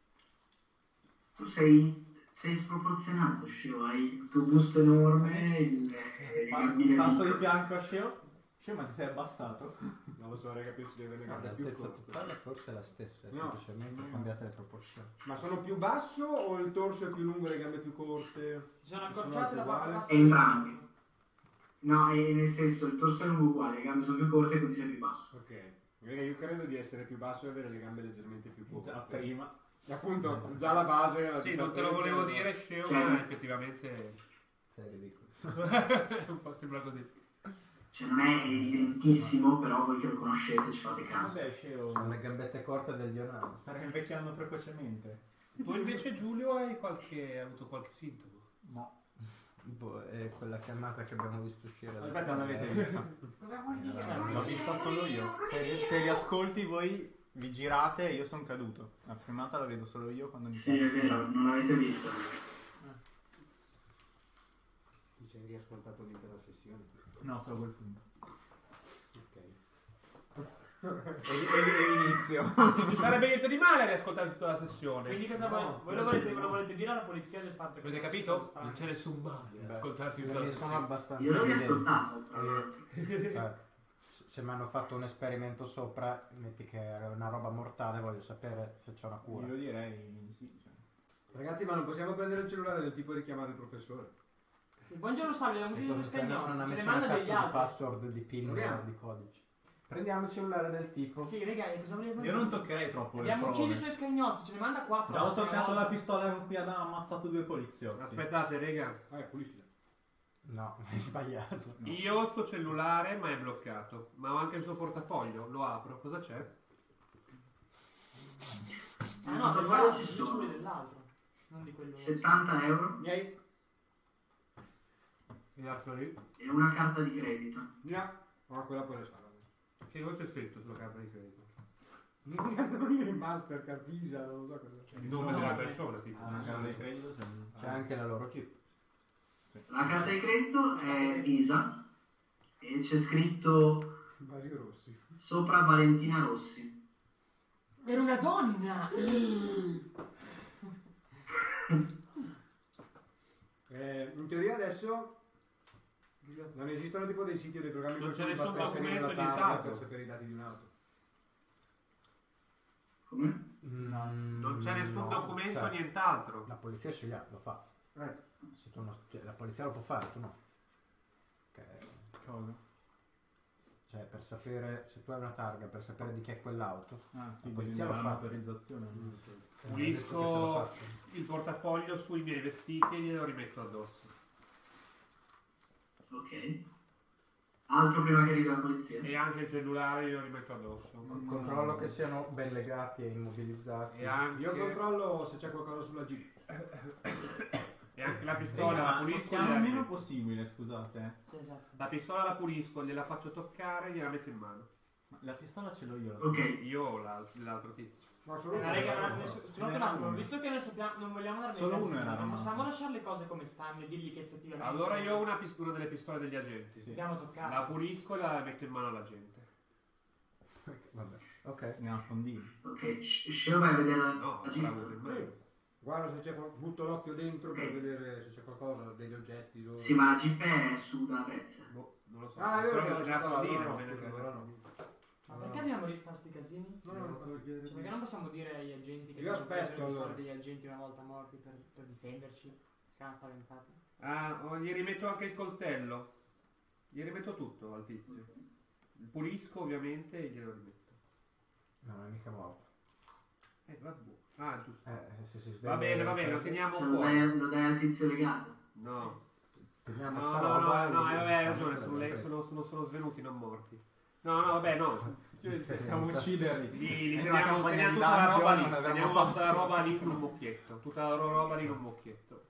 Tu sei, sei sproporzionato, Sceo, hai il tuo busto enorme, il, le Pa- gambine Passo di piccole. fianco a Sceo. Sceo, ma ti sei abbassato? Non lo so, raga, penso di avere le No, gambe più l'altezza corte. totale forse è la stessa, No. semplicemente cambiate le proporzioni. Ma sono più basso o il torso è più lungo e le gambe più corte? Si sono Sono accorciate la uguali? parte Entrambi. No, e nel senso, il torso è lungo uguale, le gambe sono più corte, quindi sei più basso. Ok. Raga, io credo di essere più basso e avere le gambe leggermente più corte. Già prima. E appunto, già la base... La Sì, non te lo volevo dire, Sceo, Cioè- ma effettivamente... Sei ridicolo. un po' sembra così. Cioè non è evidentissimo, però voi che lo conoscete ci fate caso. Vabbè, Sceo. Sono le gambette corte del Dionano. Starei invecchiando precocemente. Tu invece, Giulio, hai, qualche... hai avuto qualche sintomo? No. Boh, è quella chiamata che abbiamo visto uscire. da- Aspetta, non l'avete vista. Cosa vuol dire? L'ho vista solo io. Se, se riascolti voi vi girate e io sono caduto. La filmata la vedo solo io quando mi Sì, è vero, non l'avete visto. Ti sei riascoltato l'intera sessione? No, solo quel punto. Ok. E, e- e inizio. Non ci sarebbe niente di male a riascoltare tutta la sessione. Quindi cosa No, vuoi? Voi lo volete, lo volete dire alla polizia del fatto che... Avete capito? Non c'è nessun male Beh, a ascoltarsi tutta io la mi sono sessione. abbastanza Io l'ho evidente. riascoltato, tra l'altro. Eh, se mi hanno fatto un esperimento sopra, metti che è una roba mortale, voglio sapere se c'è una cura. Io direi sì. Cioè. Ragazzi, ma non possiamo prendere il cellulare del tipo e richiamare il professore? Il buongiorno Salvi, la musica Secondo su te non Scagnozzi, ha ce ne messo una manda cazzo degli di altri. password, di pin, Proviamo. di codici. Prendiamo il cellulare del tipo. Sì, raga, e cosa volete? Io non toccherei troppo le Abbiamo prove. ucciso i suoi Scagnozzi, ce ne manda quattro. Già ho la prossima toccato la volta. pistola con cui ha ammazzato due poliziotti. Aspettate, rega. Vabbè, puliscila. No, hai sbagliato. Io ho il suo cellulare, ma è bloccato. Ma ho anche il suo portafoglio. Lo apro. Cosa c'è? Ah Nel no, portafoglio dell'altro, ci invece sono quelli dell'altro. Non di quello. settanta euro Miei? E l'altro lì? e una carta di credito. No. Ma quella puoi lasciare. Che cosa c'è scritto sulla carta di credito? Il Mastercard, Visa, non lo so cosa. Il nome della persona, tipo. Ah, la carta di credito c'è. C'è anche la loro chip. La carta di credito è Visa e c'è scritto Mario Rossi. sopra Valentina Rossi. Era una donna! Eh, in teoria adesso non esistono tipo dei siti o dei programmi Non per c'è cui nessun basta inserire documento, la targa nient'altro. per sapere i dati di un'auto. Come? Mm, Non c'è nessun no, documento, cioè, nient'altro. La polizia sceglie, lo fa. Eh, Se tu non- cioè, la polizia lo può fare, tu no. Che- Cosa? cioè, per sapere se tu hai una targa, per sapere di chi è quell'auto. Ah, sì, La devi polizia dare lo fa. un'autorizzazione. Eh, detto che te lo Pulisco faccio. il portafoglio sui miei vestiti e glielo rimetto addosso. Ok. Altro prima che arrivi la polizia. E anche il cellulare glielo rimetto addosso. Controllo che siano ben legati e immobilizzati. E anche, io controllo se c'è qualcosa sulla Jeep. e anche la pistola la pulisco. Siamo gliela il meno metto- possibile, scusate. Sì, esatto. La pistola la pulisco, gliela faccio toccare e gliela metto in mano. Ma la pistola ce l'ho io. Ok. Io o l'al- l'altro tizio. No, Eh, solo ma raga, ma uno. nessu- Ce scusate un n'era attimo, uno. visto che noi sappiamo, non vogliamo darne Solo casino, uno era non armato. possiamo lasciare le cose come stanno e dirgli che effettivamente Allora io ho una, pist- una delle pistole degli agenti. Sì. dobbiamo toccare. La pulisco e la metto in mano alla gente. Vabbè, ok. Ne ha fondini. Ok. Sc- Scemo vai a vedere la, No, la l'ho avuto in Jeep. mano. Guarda se c'è qual- butto l'occhio dentro Ok. per vedere se c'è qualcosa, degli oggetti. Dove... Sì, ma la Jeep è su da Vezza. Boh, non lo so. Ah, è vero Solo che che l'ho nella lasciato là, fondina, no, non no, viene scusa, nella allora no. fondina. Ma perché dobbiamo rifare sti casini? No, no, no, togliere- Cioè, perché non possiamo dire agli agenti che Io abbiamo preso aspetto, le pistole allora. degli agenti una volta morti per, per difenderci? Che hanno spaventato. Ah, oh, gli rimetto anche il coltello. Gli rimetto tutto al tizio. Il pulisco ovviamente e glielo rimetto. No, non è mica morto. Eh, vabbè. Ah, giusto. Eh, se si sveglia... Va bene, va bene, lo teniamo Cioè, lo, fuori. dai, lo dai al tizio legato. No. Teniamo No, sta no, no, roba no, e- eh, vabbè, hai ragione, sono, le- sono, sono, sono svenuti, non morti. No, no, vabbè, no. Possiamo ucciderli. Li, li È una teniamo, campagna teniamo di tutta la roba dungeon, lì, non avremmo teniamo fatto. tutta la roba lì in un mucchietto. Tutta la loro roba lì in un mucchietto.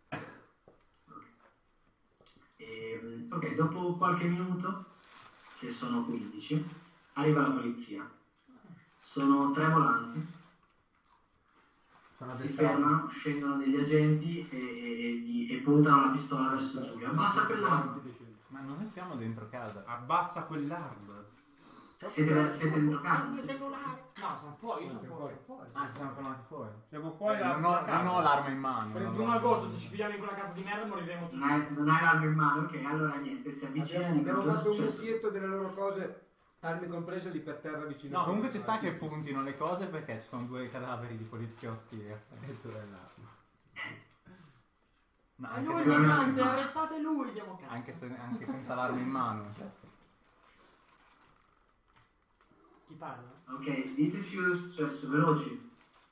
E, ok, dopo qualche minuto, che sono quindici, arriva la polizia. Sono tre volanti, Sono si addestrati. fermano, scendono degli agenti e, e- e- e puntano la pistola verso Giulio. Abbassa quell'arma! Ma noi siamo dentro casa. Abbassa quell'arma. Siete, siete dentro casa? No, sono fuori, io sono fuori, sono fuori. Ah, siamo fermati fuori. Siamo fuori da non, ho, non ho l'arma in mano. Per il non primo ho- agosto, se ci pigliamo in quella casa di merda, moriremo tutti. Non hai, non hai l'arma in mano? Ok, allora niente, si avvicina Abbiamo, di abbiamo cosa è fatto un successo? mucchietto delle loro cose, armi comprese lì per terra vicino. No, comunque ci sta che puntino le cose perché ci sono due cadaveri di poliziotti dentro dell'arma. No, È anche, lui il se- gigante, arrestate lui, diamo cazzo. anche, se- anche senza l'arma in mano. Cioè. Chi parla? Ok, diteci cosa è successo, veloci.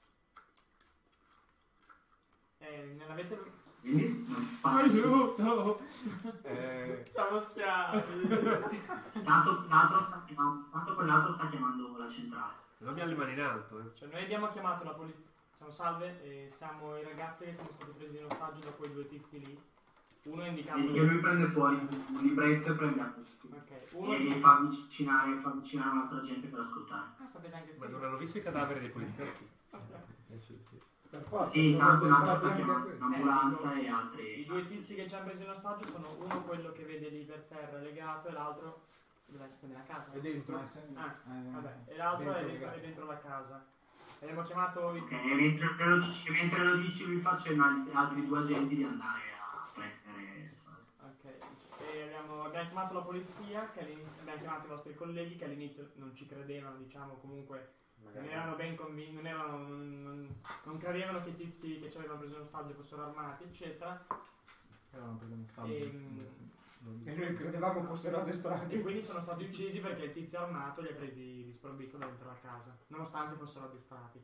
Eh, non avete... Quindi, non fate- Aiuto! Eh, Siamo schiavi. Tanto, l'altro sta chiamando, tanto quell'altro sta chiamando la centrale. Non abbiamo le mani in alto, eh. Cioè, noi abbiamo chiamato la polizia. Siamo salve, e siamo i ragazzi che siamo stati presi in ostaggio da quei due tizi lì. Uno è indicato... Vedi che lui prende fuori un libretto e prende appunti. Ok, uno... E fa avvicinare, fa avvicinare un'altra gente per ascoltare. Ah, sapete anche Ma scrivere. non hanno visto i cadaveri dei poliziotti? Per forza, Sì, sono tanto l'altro addestrati sta anche chiamando per l'ambulanza e I altri. due tizi che ci hanno preso in ostaggio sono uno quello che vede lì per terra legato e l'altro... Dove si nella casa? questo. E dentro. ma se- Ah, eh, vabbè. E l'altro Dentro è dentro, legato. è dentro la casa. Abbiamo chiamato i... Ok, e mentre lo dici, mentre lo dici lui fa cenno agli altri due agenti di andare a prendere. Ok, e abbiamo, abbiamo chiamato la polizia, che all'inizio- abbiamo chiamato i nostri colleghi che all'inizio non ci credevano, diciamo, comunque non erano ben convinti, non, erano, non, non- non credevano che i tizi che ci avevano preso in ostaggio fossero armati, eccetera. avevano preso un stampo. E, E noi credevamo fossero addestrati. e quindi sono stati uccisi perché il tizio armato li ha presi di sprovvista dentro la casa, nonostante fossero addestrati.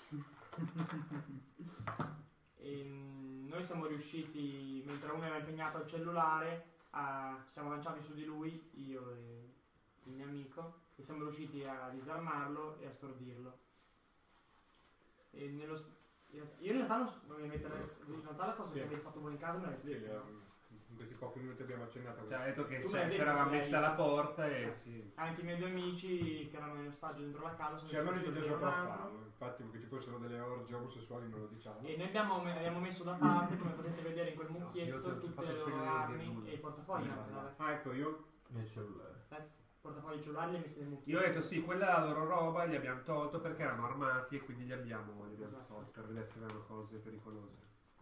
E, mm, noi siamo riusciti, mentre uno era impegnato al cellulare, a- siamo lanciati su di lui, io e il mio amico, e siamo riusciti a disarmarlo e a stordirlo. E nello, s- io in realtà non so, voglio mettere, in realtà la cosa che avete fatto voi in casa me l'avete Sì, detto, no? un questi pochi minuti abbiamo accennato a Cioè, ha detto che Tu ci mi hai detto eravamo che messi hai- alla porta e sì. Anche i miei due amici che erano in ostaggio dentro la casa sono Ci hanno riusciti deciso a a un altro. farlo, infatti che ci fossero delle orge omosessuali non lo diciamo. E noi abbiamo, abbiamo messo da parte, come potete vedere in quel io ti mucchietto, ho- ti ho tutte fatto le loro scegliere armi nulla. e i portafogli. Ah, anche, ragazzi. Ah, ecco, io Nel cellulare. Ragazzi, portafogli e cellulari li hai messi nel Io mucchietto. ho detto sì, quella è la loro roba, li abbiamo tolto perché erano armati e quindi li abbiamo, li abbiamo Esatto. tolti per vedere se avevano cose pericolose.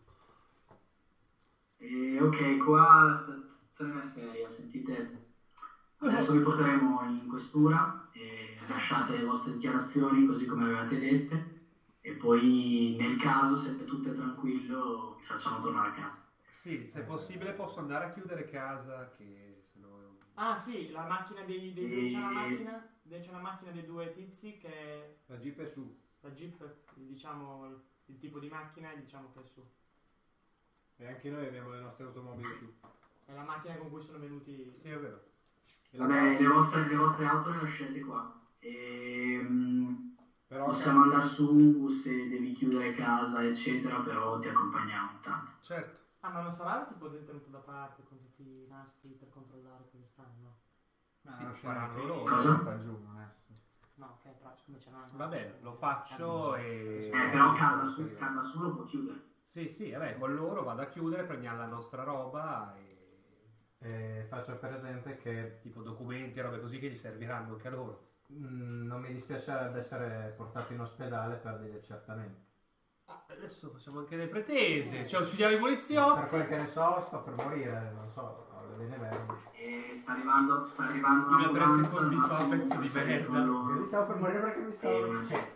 E, ok, qua la situazione è seria, sentite. Adesso vi porteremo in questura e lasciate le vostre dichiarazioni così come avevate dette e poi nel caso, se tutto è tranquillo, vi facciamo tornare a casa. Sì, se possibile posso andare a chiudere casa che se no... Ah sì, la macchina dei, dei E- c'è una macchina, c'è una macchina dei due tizi che è la Jeep è su. la Jeep, diciamo il tipo di macchina, diciamo che è su. E anche noi abbiamo le nostre automobili su. È la macchina con cui sono venuti. Sì, è vero. E la- Vabbè, le vostre, le vostre auto le lasciate qua. E, mm, Però possiamo andare su se devi chiudere casa, eccetera, però ti accompagniamo intanto. Certo. Ah, ma non sarà tipo tenuto da parte con tutti i nastri per controllare come stanno, no? Ma Sì, lo faranno scenario loro. Cosa? qua giù adesso. No, ok, però siccome c'è una... Vabbè, lo faccio e... Eh, però casa su, casa su lo può chiudere. Sì, sì, vabbè, con loro vado a chiudere, prendiamo la nostra roba e... E faccio presente che tipo documenti e robe così che gli serviranno anche a loro. mh, non mi dispiacerebbe essere portato in ospedale per degli accertamenti. Ah, adesso facciamo anche le pretese, cioè uccidiamo i Per poliziotti. quel che ne so, sto per morire, non so, ho le vene verdi. E sta arrivando, sta arrivando Fino a tre un'ambulanza, secondi al fa, massimo pezzo di sarete con merda. loro. Io stavo per morire perché mi E stavo... una c'è.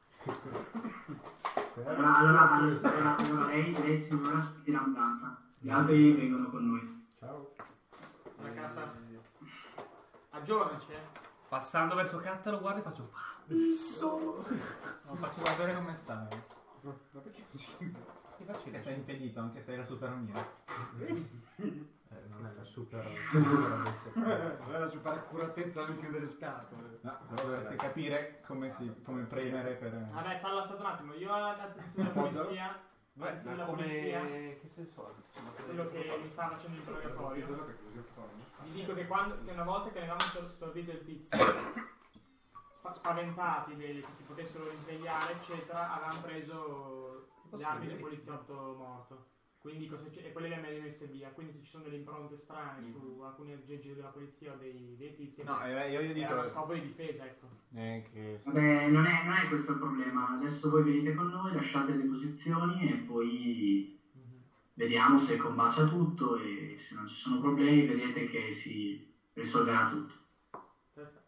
Allora, allora, allora, allora lei, lei signora aspetti l'ambulanza, gli altri vengono con noi. Ciao. La carta... Aggiornaci, eh. Passando verso Catta lo guardo e faccio falso. No, faccio vedere come stai. Ma perché così? Sì, faccio Che sei impedito anche se hai la super mira. Eh, non è la super... Non è la super accuratezza nel chiudere scatole. No, però dovresti capire come, si, come premere per... Vabbè, Salvo, aspetta un attimo, io all'attenzione della polizia, Beh, all'attenzione ma della come... polizia, che senso ha? quello che mi sta facendo l'interrogatorio, Perché così fanno? gli dico che, quando, che una volta che avevamo sor- stordito il tizio, fa- spaventati de- che si potessero risvegliare, eccetera, avevamo preso le armi del poliziotto morto. Quindi cosa c'è- e quelle le abbiamo messe via. Quindi se ci sono delle impronte strane su alcuni aggeggi della polizia o dei, dei tizi, No, eh, io, io era uno dico scopo di difesa, ecco. eh, che... Vabbè, non è, non è questo il problema. Adesso voi venite con noi, lasciate le posizioni e poi vediamo se combacia tutto e se non ci sono problemi vedete che si risolverà tutto. Perfetto.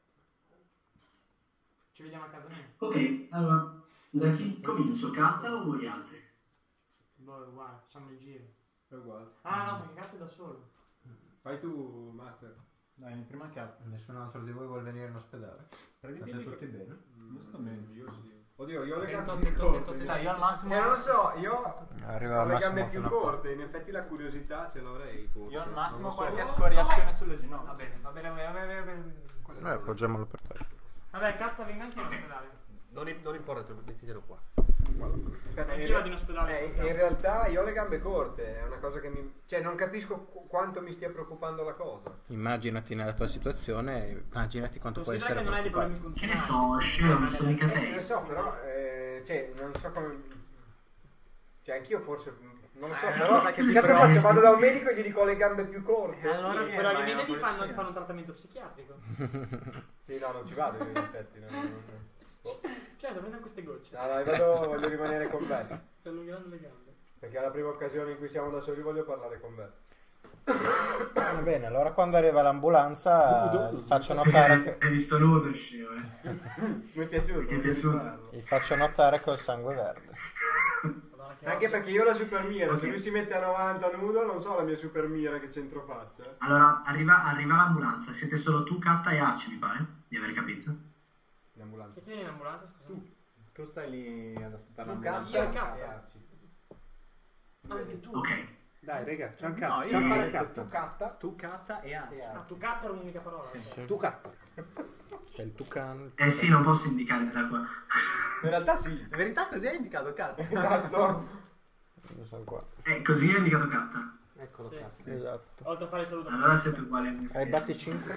Ci vediamo a casa mia. Ok, allora, da chi comincio? Catta o voi altri? Boh, guarda, facciamo il giro. È uguale. Ah no, perché Gatto è da solo. Fai tu, Master. Dai, prima che altro. Nessun altro di voi vuole venire in ospedale? Prenditi State il tutti bene? Io sto bene. Io sì. Oddio, io ho le Attento, gambe più attento, corte. attento, Cioè, io al massimo... Eh, non lo so, io Arriva ho le gambe massimo più fino a qua. corte, in effetti la curiosità ce l'avrei forse. Io al Non massimo lo so. qualche scoriazione sulle ginocchia. Va bene, va bene, va bene, va bene, va bene. Noi appoggiamolo per terra. Vabbè, Catta, venga anche in ospedale. Non, non importa, mettitelo qua. Aspetta, Anch'io in- vado in ospedale. eh, in realtà io ho le gambe corte, è una cosa che mi... Cioè, non capisco qu- quanto mi stia preoccupando la cosa. Immaginati nella tua situazione, immaginati quanto puoi Considera essere che non hai dei problemi preoccupato. Che ne funzionali. so, scemo, non sono mica Eh, te. lo so, però, eh, cioè, non so come... Cioè, anch'io forse... Non lo so, Eh, però... cosa che Che mi cosa frega? faccio? Vado da un medico e gli dico ho le gambe più corte. Eh, allora sì. vieni, Però vai i miei alla medici fanno, polizia. fanno un trattamento psichiatrico. Sì, no, non ci vado io, in effetti. non- non- boh. Certo, prendono queste gocce. No, no, vado, voglio rimanere con Beth. Per allungare le gambe. Perché è la prima occasione in cui siamo da soli, voglio parlare con Beth. Va bene, allora quando arriva l'ambulanza gli faccio notare che, Hai visto nudo, scemo, eh? Mi è piaciuto. Ti è voglio piaciuto? rifarlo. gli faccio notare col sangue verde. Anche perché io ho la super mira, se lui si mette a novanta nudo, non so la mia super mira che c'entro faccia. Allora, arriva, arriva l'ambulanza, siete solo tu, Catta e Arci, mi pare, di aver capito. L'ambulanza. Chi viene in ambulanza, scusa? Tu. Tu stai lì ad aspettare Tu l'ambulanza. Io Catta Catta. e Arci. Anche tu. Ok. Dai, raga, c'è un No, cazzo. io C'è un ho fare detto cazzo. Tu Catta Tu Catta e Arci. e Ah, Arci. tu Catta era un'unica parola. Sì. Tu cappa. C'è il tucano. Eh sì, non posso indicare da qua. In realtà sì. In verità così hai indicato Catta. Esatto. Io sono qua. Eh, così ho indicato Catta. Eccolo, Sì. cazzo. Esatto. Oltre a fare il saluto. Allora siete uguali a me Hai stesso. batti cinque?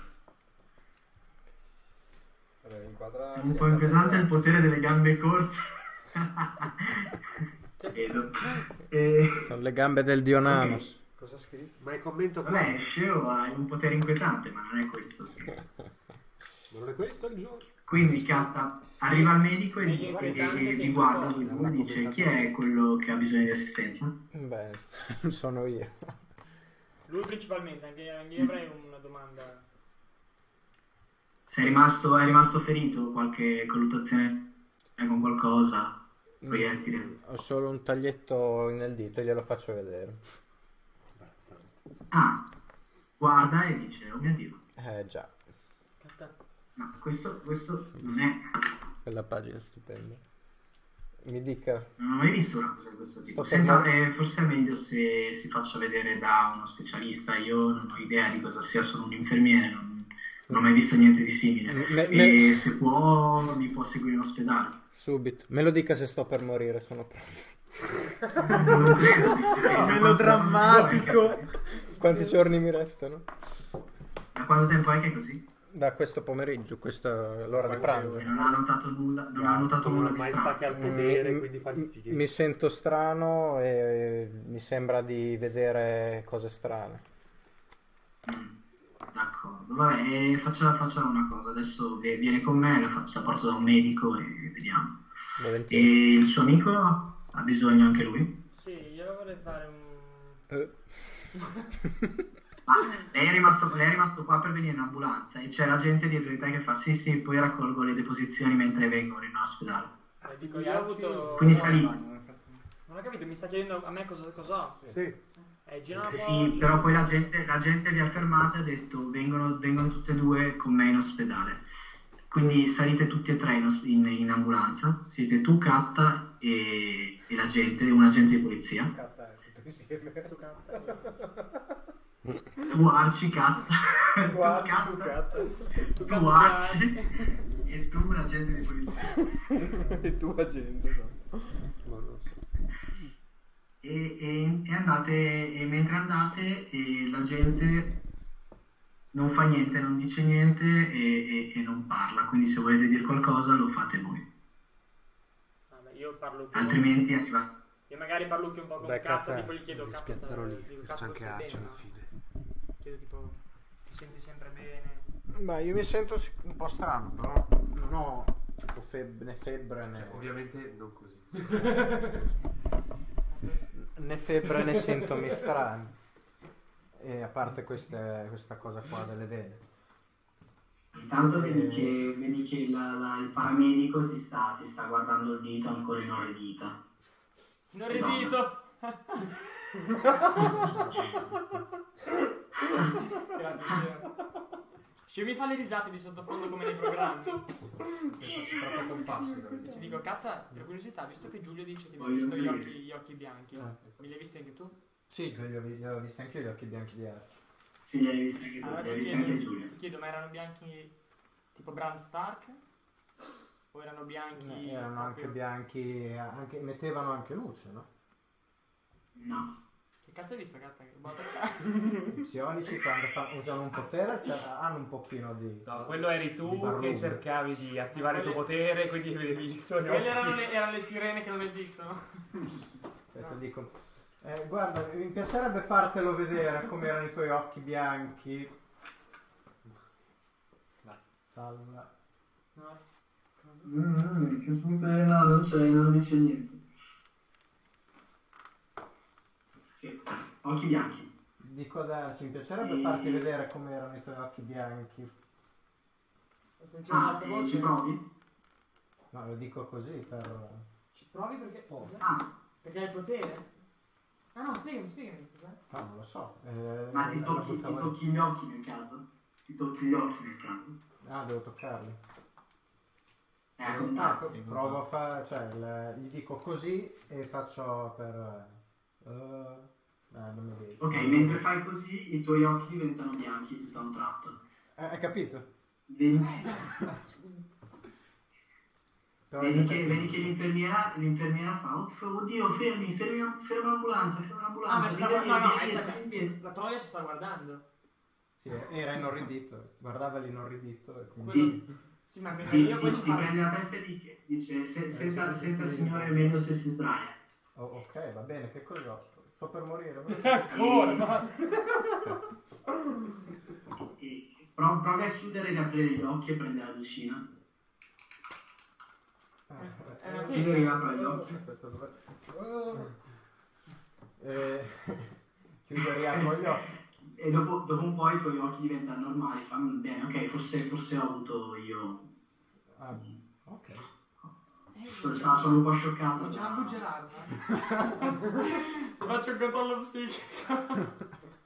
Allora, inquadra... Un po' inquietante il potere delle gambe corte. Vedo. E... Sono le gambe del dio Nanos. Cosa ha scritto? Ma il commento qua? Vabbè, Sceo ha un potere inquietante, ma non è questo. Ma non è questo il gioco? Quindi Katta arriva il medico e, e, e, e vi guarda voi due e dice: chi è quello che ha bisogno di assistenza? Beh, sono io. Lui principalmente, anche, anche io avrei una domanda. Sei rimasto, è rimasto ferito? Qualche colluttazione con qualcosa? Proiettile? Ho solo un taglietto nel dito, glielo faccio vedere. Ah, guarda e dice: oh mio Dio, Eh già, ma questo, questo non è... quella pagina è stupenda. Mi dica. Non ho mai visto una cosa di questo tipo. Sto Senta, parlando- eh, forse è meglio se si faccia vedere da uno specialista. Io non ho idea di cosa sia, sono un infermiere, non, non ho mai visto niente di simile. Me- E me- se può, mi può seguire in ospedale. Subito. Me lo dica se sto per morire, sono pronto. Non credo di sì. Melodrammatico. Quanti giorni mi restano? Da quanto tempo è che è così? Da questo pomeriggio, questa è l'ora di pranzo. E non ha notato nulla, non ha notato nulla di Ormai sa strano. che ha il potere, Mi- quindi fa il mi, fighetto. mi sento strano e mi sembra di vedere cose strane. Mm, D'accordo, vabbè, e facciamo, facciamo una cosa. Adesso vi- viene con me, la, faccio, la porto da un medico e vediamo. Volentieri. E il suo amico ha bisogno anche lui? Sì, io vorrei fare un... Eh, Ah, lei è, rimasto, lei è rimasto qua per venire in ambulanza e c'è la gente dietro di te che fa sì sì, poi raccolgo le deposizioni mentre vengono in ospedale. Eh, dico, io ho avuto... Quindi salì. Non ho capito, mi sta chiedendo a me cosa, cosa ho. Sì. Eh, gira un po'... Sì, però poi la gente, la gente vi ha fermato e ha detto vengono, vengono tutte e due con me in ospedale. Quindi salite tutti e tre in, os- in- in ambulanza, siete tu, Katta e, e la gente, un agente di polizia. Catta, tutto insieme. Tu catta, io. Tu Arci, Katta, tu Guarda, tu Katta, catta. Tu tu catta, Arci e tu un agente di polizia. E tu agente, no? Ma non so. E, e- e andate, e mentre andate e la gente non fa niente, non dice niente e, e- e non parla, quindi se volete dire qualcosa lo fate voi, Vabbè, io parlo più... altrimenti arriva. Io magari parlo più un po' con Beh, Katta, Katta, tipo gli chiedo li Katta, spiazzerò lì, dico, c'è Katta, anche stai Arci bene, alla no? fine. Chiedo tipo, ti senti sempre bene? Ma io mi sento sic- un po' strano, però non ho tipo feb- né febbre né, Cioè, ovviamente non così. né febbre né sintomi strani. E a parte queste- questa cosa qua delle vene. Intanto vedi che, vedi che la- la- il paramedico ti sta, ti sta guardando il dito ancora inorridita. Inorridito! Grazie. Ci mi fa le risate di sottofondo come nei programmi. Troppo compasso. Ti dico, Katta, per curiosità, visto che Giulio dice che mi ha Voglio visto gli vedere. occhi, gli occhi bianchi, Ah. me li hai visti anche tu? Sì, li ho, li ho visti anche io gli occhi bianchi di Arci. Sì, li hai visti anche tu, Allora li hai ti visti chiedo, anche Giulia. ti chiedo, ma erano bianchi tipo Bran Stark? O erano bianchi... Eh, Erano anche proprio- bianchi, anche, mettevano anche luce, no? No. Che cazzo hai visto, Katta? Che botta c'ha? I psionici quando fa- usano un potere cioè, hanno un pochino di... No, quello eri di tu barlume. che cercavi di attivare il tuo potere, quindi vedevi i tuoi Quelle occhi. erano le, erano le sirene che non esistono. Aspetta, dico. Eh, guarda, mi piacerebbe fartelo vedere come erano i tuoi occhi bianchi. Salva. No. Mm, che super, no, non c'è, non dice niente. Sì, occhi bianchi. Dico ad Arci, mi piacerebbe farti vedere come erano i tuoi occhi bianchi. Lo stai dicendo Ah, un'altra e volta? ci provi? No, lo dico così per... Ci provi perché... Ah, Perché hai il potere? Ah no, spiegami, spiegami. cos'è? No, non lo so. Eh, ma ti la tocchi, ti buttavo- tocchi gli occhi nel caso? Ti tocchi gli occhi nel caso? Ah, devo toccarli. È a Ah, contatto. provo a fare, cioè, il- gli dico così e faccio per... eh, eh, non mi vedi. Ok, mentre fai così i tuoi occhi diventano bianchi tutto a un tratto. Eh, hai capito? Vedi? Però Vedi in che, effetti- vedi che l'infermiera, l'infermiera fa, "Uff, oddio, fermi, fermi, fermi l'ambulanza, fermi Ah, l'ambulanza, ma ci sta vieni, guardando. No, no, vieni, aspetta, vieni, vieni." la Troia ci sta guardando. Sì, era inorridito, guardava l'inorridito e quindi... Quello... Sì, ma perché Ti, io ti- poi ci ti parlo. prende la testa e ti dice, "Se- Eh, senta, sì, senta sì, sì, signore, è sì. meglio se si sdraia." Oh, ok, va bene, che cosa ho? Sto per morire. Ancora, basta. E prov- provi a chiudere e riaprire gli occhi e prendere la lucina. È una Chiudere e tecnica. riapre gli occhi. Aspetta, dov'è? Eh, chiudo e riapro gli occhi. E dopo, dopo un po' i tuoi occhi diventano normali, fanno bene, ok, forse, forse ho avuto io. Ah, ok. So- so- sono un po' scioccato. Non c'è una ma- buggerata. Faccio un controllo psichico.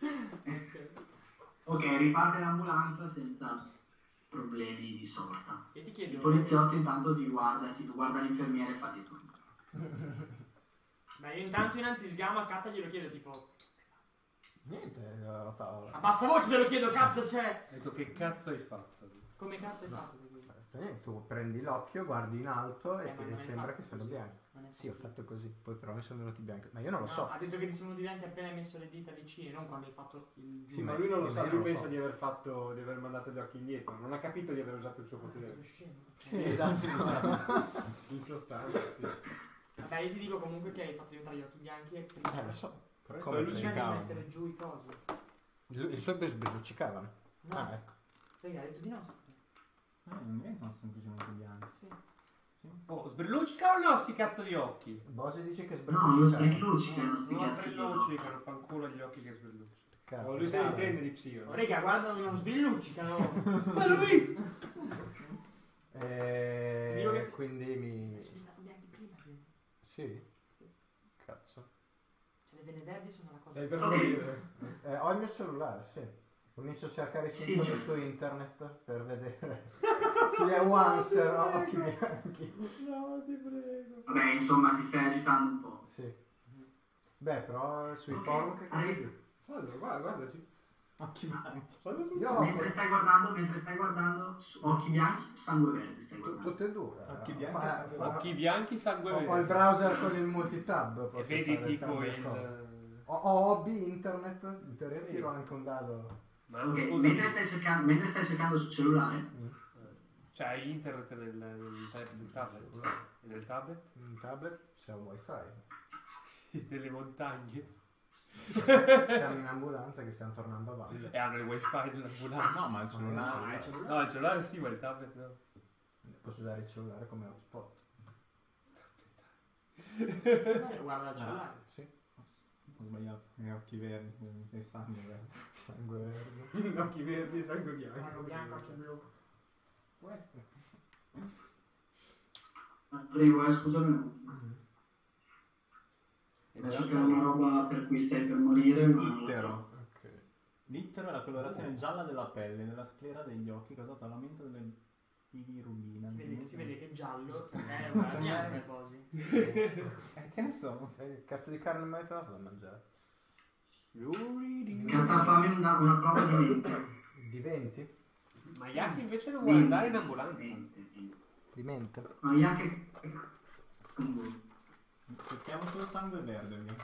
Ok, riparte l'ambulanza senza problemi di sorta. E ti Il chiedo. poliziotto intanto ti guarda, ti guarda l'infermiere e fa di tutto. Ma io intanto in antisgama a Katta glielo chiedo tipo. Niente, lo fa... A bassa voce te lo chiedo, Katta c'è! Ho detto che cazzo hai fatto? Come cazzo hai fatto? Niente, tu prendi l'occhio, guardi in alto e Eh, ma ti non hai sembra fatto che sono così. bianchi. Non è Sì, ho fatto. fatto così, poi però mi sono venuti bianchi. Ma io non lo No, so. ha detto che ti sono venuti bianchi appena hai messo le dita vicine, non quando hai fatto il. Sì, ma lui non lo Io sa, non lui lo pensa so. di aver fatto, di aver mandato gli occhi indietro, non ha capito di aver usato il suo potere. Sì, esatto. In sostanza, sì. Vabbè, io ti dico comunque che hai fatto diventare gli occhi bianchi e prima. Eh, lo so. Però Come sto Prima di luccicando. mettere giù i cosi. Il- I suoi sbrilluccicavano. No, Ah, ecco. perché ha detto di no. Eh, non diventano semplicemente bianchi. Sì. Sì. Oh, sbrilluccica o no sti cazzo di occhi? Bosi dice che No, non sbrilluccicavano. sbrilluccicano sti Non cazzi di occhi. sbrilluccicano, fanno gli occhi che sbrilluccicano. Cazzo, Oh, lui se ne dai. intende di psico. Oh, raga, guardano, non sbrilluccicano. Ma l'ho visto! E Dico che sì. quindi mi... Sono diventati bianchi prima. Cioè, Sì? Cazzo. le vene verdi sono la cosa. Stai per Ok. morire. Eh, ho il mio cellulare, sì. Comincio a cercare Sì, sintomi certo. su internet per vedere. Sugli Awanser ho occhi bianchi. No, ti prego. Vabbè, insomma, ti stai agitando un po'. Sì. Beh, però sui Ok, forum che arri- cazzo. Allora, guarda, guardaci. Occhi bianchi. Guarda su. Io ho Mentre stai guardando, mentre stai guardando, su- occhi bianchi o sangue verde stai tu- guardando? tutte e due. Occhi Eh, bianchi fa- e sangue fa- Occhi bianchi, sangue ho, verde. ho il browser con il multitab. E posso vedi fare tipo entrambe le il... cose. Ho, ho hobby internet, in teoria Sì. tiro anche un dado. Ma Ok, scusa, mentre stai cercando, mentre stai cercando sul cellulare, c'è internet nel, nel, nel tablet? E nel tablet? Un tablet c'è un wifi. Nelle montagne? Siamo in ambulanza che stiamo tornando a valle. E hanno il wifi nell'ambulanza? No, ma il cellulare. No, il cellulare sì, ma il tablet no. Posso usare il cellulare come hotspot. Eh, guarda il cellulare. Sì. Ho sbagliato. E occhi verdi. quindi Che sangue verde. Sangue verde. Occhi verdi e sangue bianco. Guarda bianco, occhi blu. Può essere. prego, eh, scusami un attimo. Devo cercare una roba per cui stai per morire, ma... Ittero. Ok. L'ittero è la colorazione gialla della pelle, della sclera degli occhi, causato dall'aumento delle bilirubina. Si vede, si vede che giallo è una Sì. bianca poi. Eh, che ne so? E che cazzo di carne mai dato da mangiare? Catta, fammi un da- una prova di mente. Di venti? Ma Yaki invece non vuole andare in Mente, ambulanza. mente, mente. Di mente? Ma Iache... Mm. Cerchiamo solo sangue verde. via.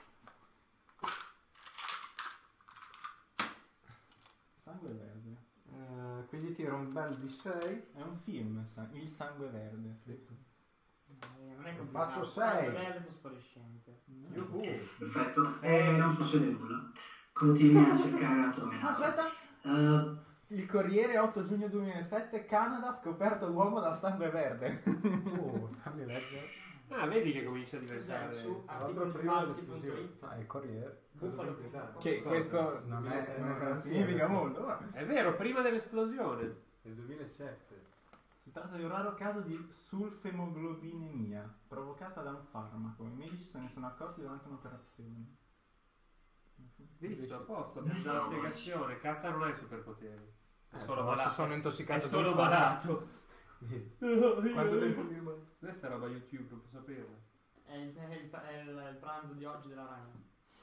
Sangue verde. Eh, quindi tiro un bel D sei. È un film, sa- Il sangue verde. Eh, Non è complicato. Faccio sei. Sangue verde fosforescente. Yuhu. Perfetto, e non succede nulla. Continui a cercare la tua menata. Aspetta! Eh, Il Corriere otto giugno duemilasette, Canada, scoperto l'uomo dal sangue verde. Uh, fammi leggere. Ah, vedi che comincia a Cos'è? diventare... Su L'altro prima articolifalsi punto it. Ah, il Corriere. Buffalo. Che questo Non è una garanzia. significa molto. ma È vero, prima dell'esplosione. Nel duemilasette. Si tratta di un raro caso di sulfemoglobinemia provocata da un farmaco. I medici se ne sono accorti durante un'operazione. Visto, a posto, abbiamo dato la spiegazione. Katta non ha i superpoteri. È Eh, solo però malato. se sono È intossicato solo dal farmaco. malato. Quanto tempo mi rimane? Questa è roba YouTube, non posso saperlo. È il, è il- è il- il pranzo di oggi della Rai.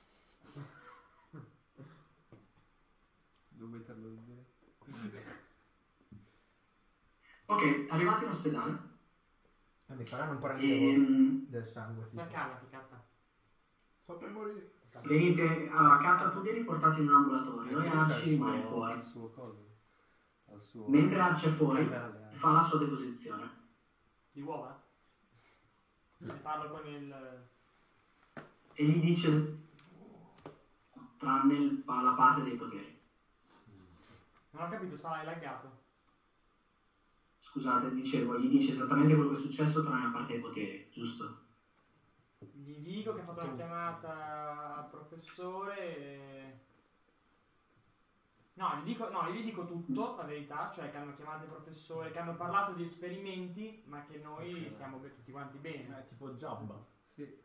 Devo metterlo in diretta. ok, arrivati in ospedale. E mi faranno un po' rilievo Ehm, del sangue. Sta tipo. calmati, Catta. Sto per morire. venite, allora, Katta, tu vieni portato in un ambulatorio e Anche Arci al rimane suo- fuori. al suo coso. Al suo Mentre Arci è fuori, canale, eh. fa la sua deposizione. Di uova? Ne parlo con il... E gli dice, tranne il- la parte dei poteri. Non ho capito, sarà laggato. Scusate, dicevo, gli dice esattamente quello che è successo tranne la parte dei poteri, giusto? Gli dico che ha fatto una chiamata al professore e... No, gli dico, no, io gli dico tutto, la verità, cioè che hanno chiamato il professore, che hanno parlato di esperimenti, ma che noi stiamo be- tutti quanti bene. È tipo Jabba, Sì.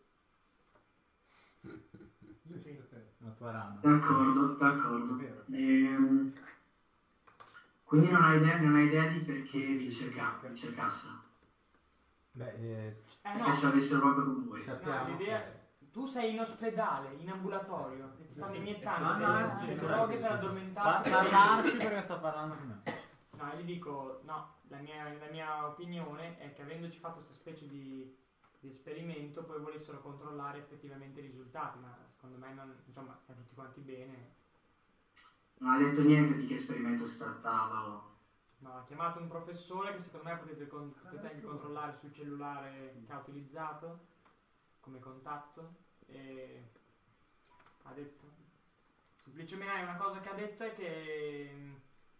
Sì. la tua rana. D'accordo, d'accordo. È vero. Ehm, quindi non hai idea, non hai idea di perché vi, cerca, vi cercassero? Beh, eh, Eh Perché ce no, l'avessero proprio con voi. sappiamo. no, l'idea... Tu sei in ospedale, in ambulatorio, e ti stanno iniettando Ah, delle, no, delle no, droghe sì, per sì. addormentarti. Pa- parlarci perché sta parlando con me. No, io gli dico, no, la mia, la mia opinione è che avendoci fatto questa specie di, di esperimento poi volessero controllare effettivamente i risultati, ma secondo me non, insomma, stiamo tutti quanti bene. Non ha detto niente di che esperimento si trattava. o- No, ha chiamato un professore che secondo me potete, con- potete anche controllare sul cellulare che ha utilizzato come contatto e ha detto semplicemente una cosa che ha detto è che mh,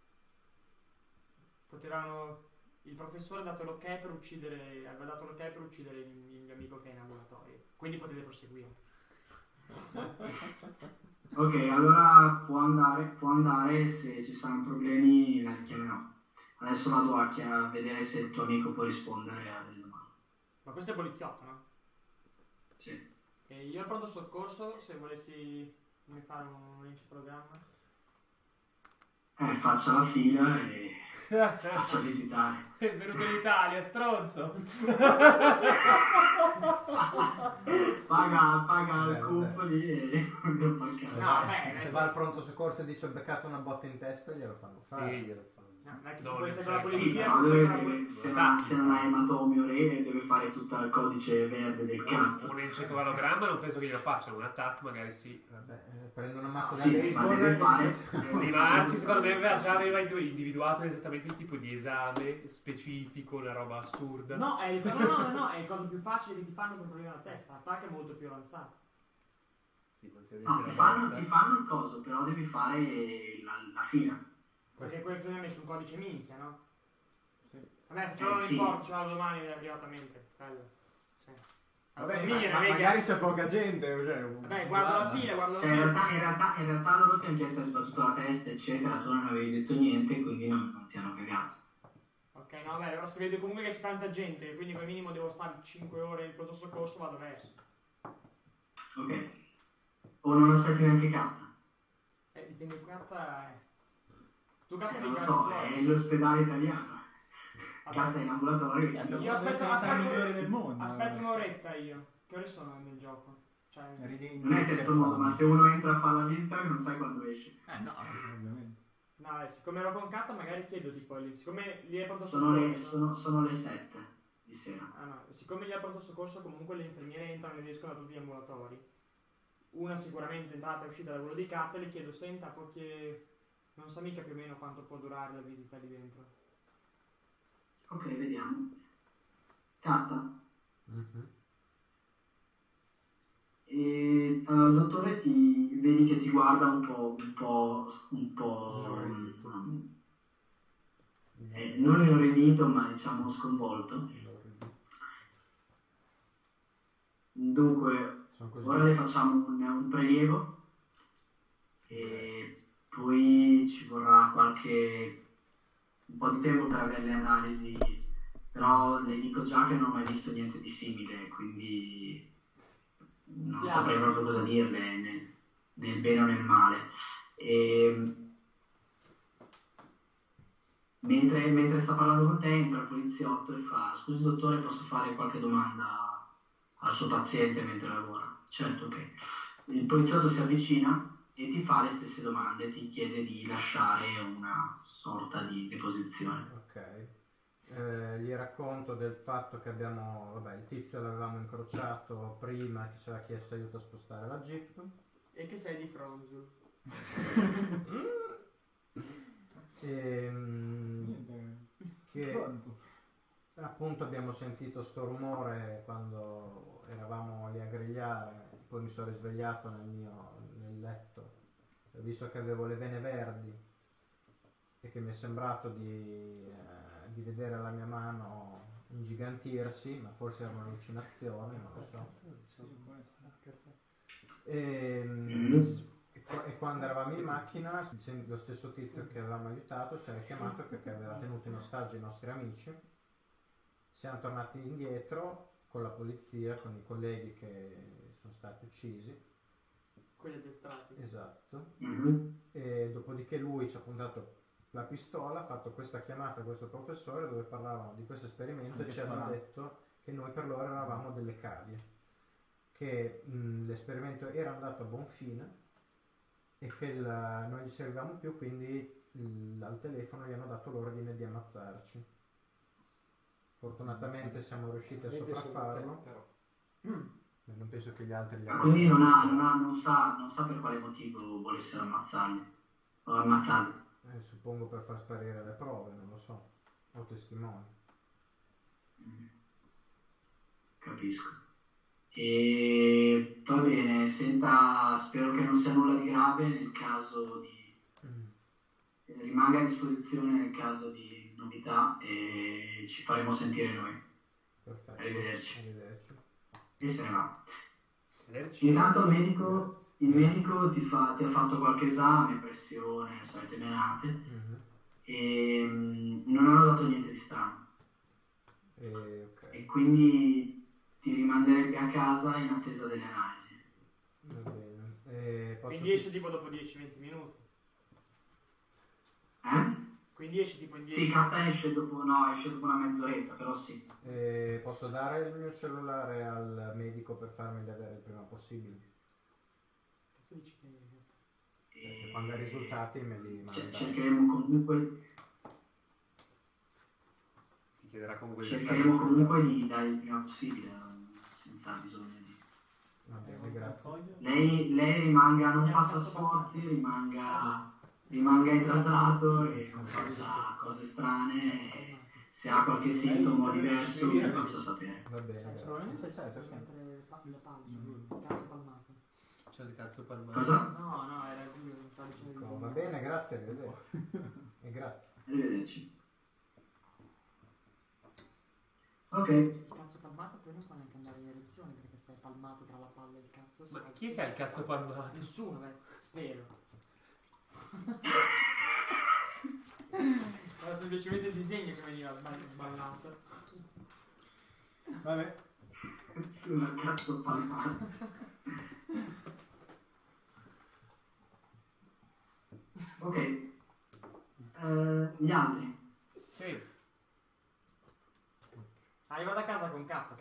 potevano il professore ha dato l'ok per uccidere aveva dato l'ok per uccidere il, il mio amico che è in ambulatorio, quindi potete proseguire. Ok, allora può andare, può andare, se ci saranno problemi la richiamerò. Adesso vado a, chi- a vedere se il tuo amico può rispondere a delle domande. Ma questo è poliziotto, no? Sì. E io al pronto soccorso, se volessi mi fare un encefalogramma. Eh, faccia la fila e si faccia visitare. È venuto in Italia, stronzo. Paga, paga il Beh, cupo lì e non fa il Se, cazzo. No, va, beh, se eh. va al pronto soccorso e dice ho beccato una botta in testa, glielo fanno fare. Sì, glielo fanno. No, non è che No, si può in essere con la effetti. Sì, polizia, però si deve, può essere con la deve- polizia. se, non ha, se non ha ematomi o re deve fare tutto il codice verde del cazzo. Un encefalogramma non penso che glielo facciano, un attack magari sì. Vabbè, eh, prendo una mazza da Sì, ma baseball deve e- fare... Sì, ma Arci secondo me aveva già aveva individuato esattamente il tipo di esame specifico, una roba assurda. No, è il, no, no, no, no, è il coso più facile che ti fanno con problemi alla testa. L'attacco è molto più avanzato. Sì, ma deve No, essere ti una fanno, volta. ti fanno il coso, però devi fare la, la fila. Perché quello che bisogna messo un codice minchia, no? Sì. Vabbè, facciamo Eh, non sì. importa, ce l'ho domani privatamente. Bello. Sì. Vabbè, Allora, ma- venire, ma venga. magari c'è poca gente. Cioè, Vabbè, guarda la fila, guarda la Cioè, in fila. realtà, in, realtà, in realtà loro ti hanno chiesto, hai sbattuto la testa, eccetera, tu non avevi detto niente, quindi non, non ti hanno cagato. Ok, no, vabbè, allora si vede comunque che c'è tanta gente, quindi come minimo devo stare cinque ore in pronto soccorso, vado verso. Ok. O non aspetti neanche Katta. Eh, dipende Catta è... Tu Catta Eh, mi non lo cazzo so, fuori. è l'ospedale italiano. Vabbè. Katta è in ambulatorio. Eh, chi- lo Io aspetto, Siamo i migliori aspetto, del mondo. aspetto un'oretta io. Che ore sono nel gioco? Cioè... Ridi in Non è terzo mondo, ma se uno entra a fare la visita non sai quando esce. Eh no, ovviamente. No, eh, siccome ero con Catta magari chiedo tipo lì. Siccome lì è pronto Sono le, soccorso. sono, sono le sette di sera. Ah no, siccome lì è pronto soccorso comunque le infermiere entrano ed escono da tutti gli ambulatori. Una sicuramente entrata e uscita da quello di Catta e le chiedo, senta, perché non sa mica più o meno quanto può durare la visita lì dentro. Ok, vediamo. Katta. Mhm. E allora, il dottore ti vedi che ti guarda un po', un po', un po', mm, eh, non inorridito, ma diciamo sconvolto. Dunque, Sono così. ora le facciamo un, un prelievo e poi ci vorrà qualche un po' di tempo per avere le analisi, però le dico già che non ho mai visto niente di simile, quindi non Sì, saprei anche. proprio cosa dirle nel, nel bene o nel male. E, mentre, mentre sta parlando con te entra il poliziotto e fa: scusi dottore, posso fare qualche domanda al suo paziente mentre lavora? Certo, ok. Il poliziotto si avvicina e ti fa le stesse domande, ti chiede di lasciare una sorta di deposizione. Ok. eh, gli racconto del fatto che abbiamo, vabbè, il tizio l'avevamo incrociato prima che ci aveva chiesto aiuto a spostare la jeep. E che sei di Fronzul. E, mm, Niente. che Stronzo. appunto abbiamo sentito sto rumore quando eravamo lì a grigliare, poi mi sono risvegliato nel mio nel letto, ho visto che avevo le vene verdi e che mi è sembrato di, eh, di vedere la mia mano ingigantirsi, ma forse era un'allucinazione, non lo so. Sì, può essere. E, mm, e qua- e quando eravamo in macchina, lo stesso tizio che avevamo aiutato ci aveva chiamato perché aveva tenuto in ostaggio i nostri amici. Siamo tornati indietro con la polizia, con i colleghi che sono stati uccisi. Quelli addestrati. Esatto. Mhm. E dopodiché lui ci ha puntato la pistola, ha fatto questa chiamata a questo professore dove parlavano di questo esperimento e Anche ci hanno sparato. detto che noi per loro eravamo delle cavie, che mh, l'esperimento era andato a buon fine e che il- non gli servivamo più, quindi il- al telefono gli hanno dato l'ordine di ammazzarci. Fortunatamente siamo riusciti a Mette solo sopraffarlo, te, però. ma non penso che gli altri gli Ma abbiano. quindi non, ha, non, ha, non, sa, non sa per quale motivo volessero ammazzarli. O ammazzarli. Eh, suppongo per far sparire le prove, non lo so, o testimoni. Mm. Capisco. E va bene, senta, spero che non sia nulla di grave nel caso di... rimanga a disposizione nel caso di novità e ci faremo sentire noi. Perfetto. Arrivederci. Arrivederci. E se ne va. Vederci. Intanto il medico, il medico ti, fa, ti ha fatto qualche esame, pressione, solite menate, Mhm. e mm, non hanno dato niente di strano. E, ok, E quindi ti rimanderebbe a casa in attesa delle analisi. va bene. E posso Quindi esce tipo dopo dieci venti minuti. Eh? Quindi esce tipo in dieci Sì, carta esce dopo, no, esce dopo una mezz'oretta, però sì. e posso dare il mio cellulare al medico per farmeli avere il prima possibile? Cazzo dici che... Perché E... quando ha i risultati me li ce- manda. cercheremo comunque, Ti chiederà comunque di cercheremo comunque di dare il prima possibile, senza bisogno di... Va bene, grazie. Lei, lei rimanga, non faccia sforzi, rimanga, rimanga idratato e non faccia cose strane. E se ha qualche sintomo diverso vi faccio sapere. Va bene, grazie. Probabilmente c'è, perché? Sempre pa- la pausa, cazzo palmato. C'è il cazzo palmato. Cosa? No, no, era Giulio che mi stava dicendo di Ecco, sì. va bene, grazie, arrivederci. E grazie. Arrivederci. Ok. Il cazzo palmato poi non può neanche andare in erezione perché se è palmato tra la palla e il cazzo. si Ma fa- chi è che ha il cazzo palmato? Nessuno, eh, spero. Era semplicemente il disegno che veniva sball- sballato. Vabbè. Nessuno cazzo palmato. Ok. Eh, gli altri. Sì. Ah, io vado a casa con K.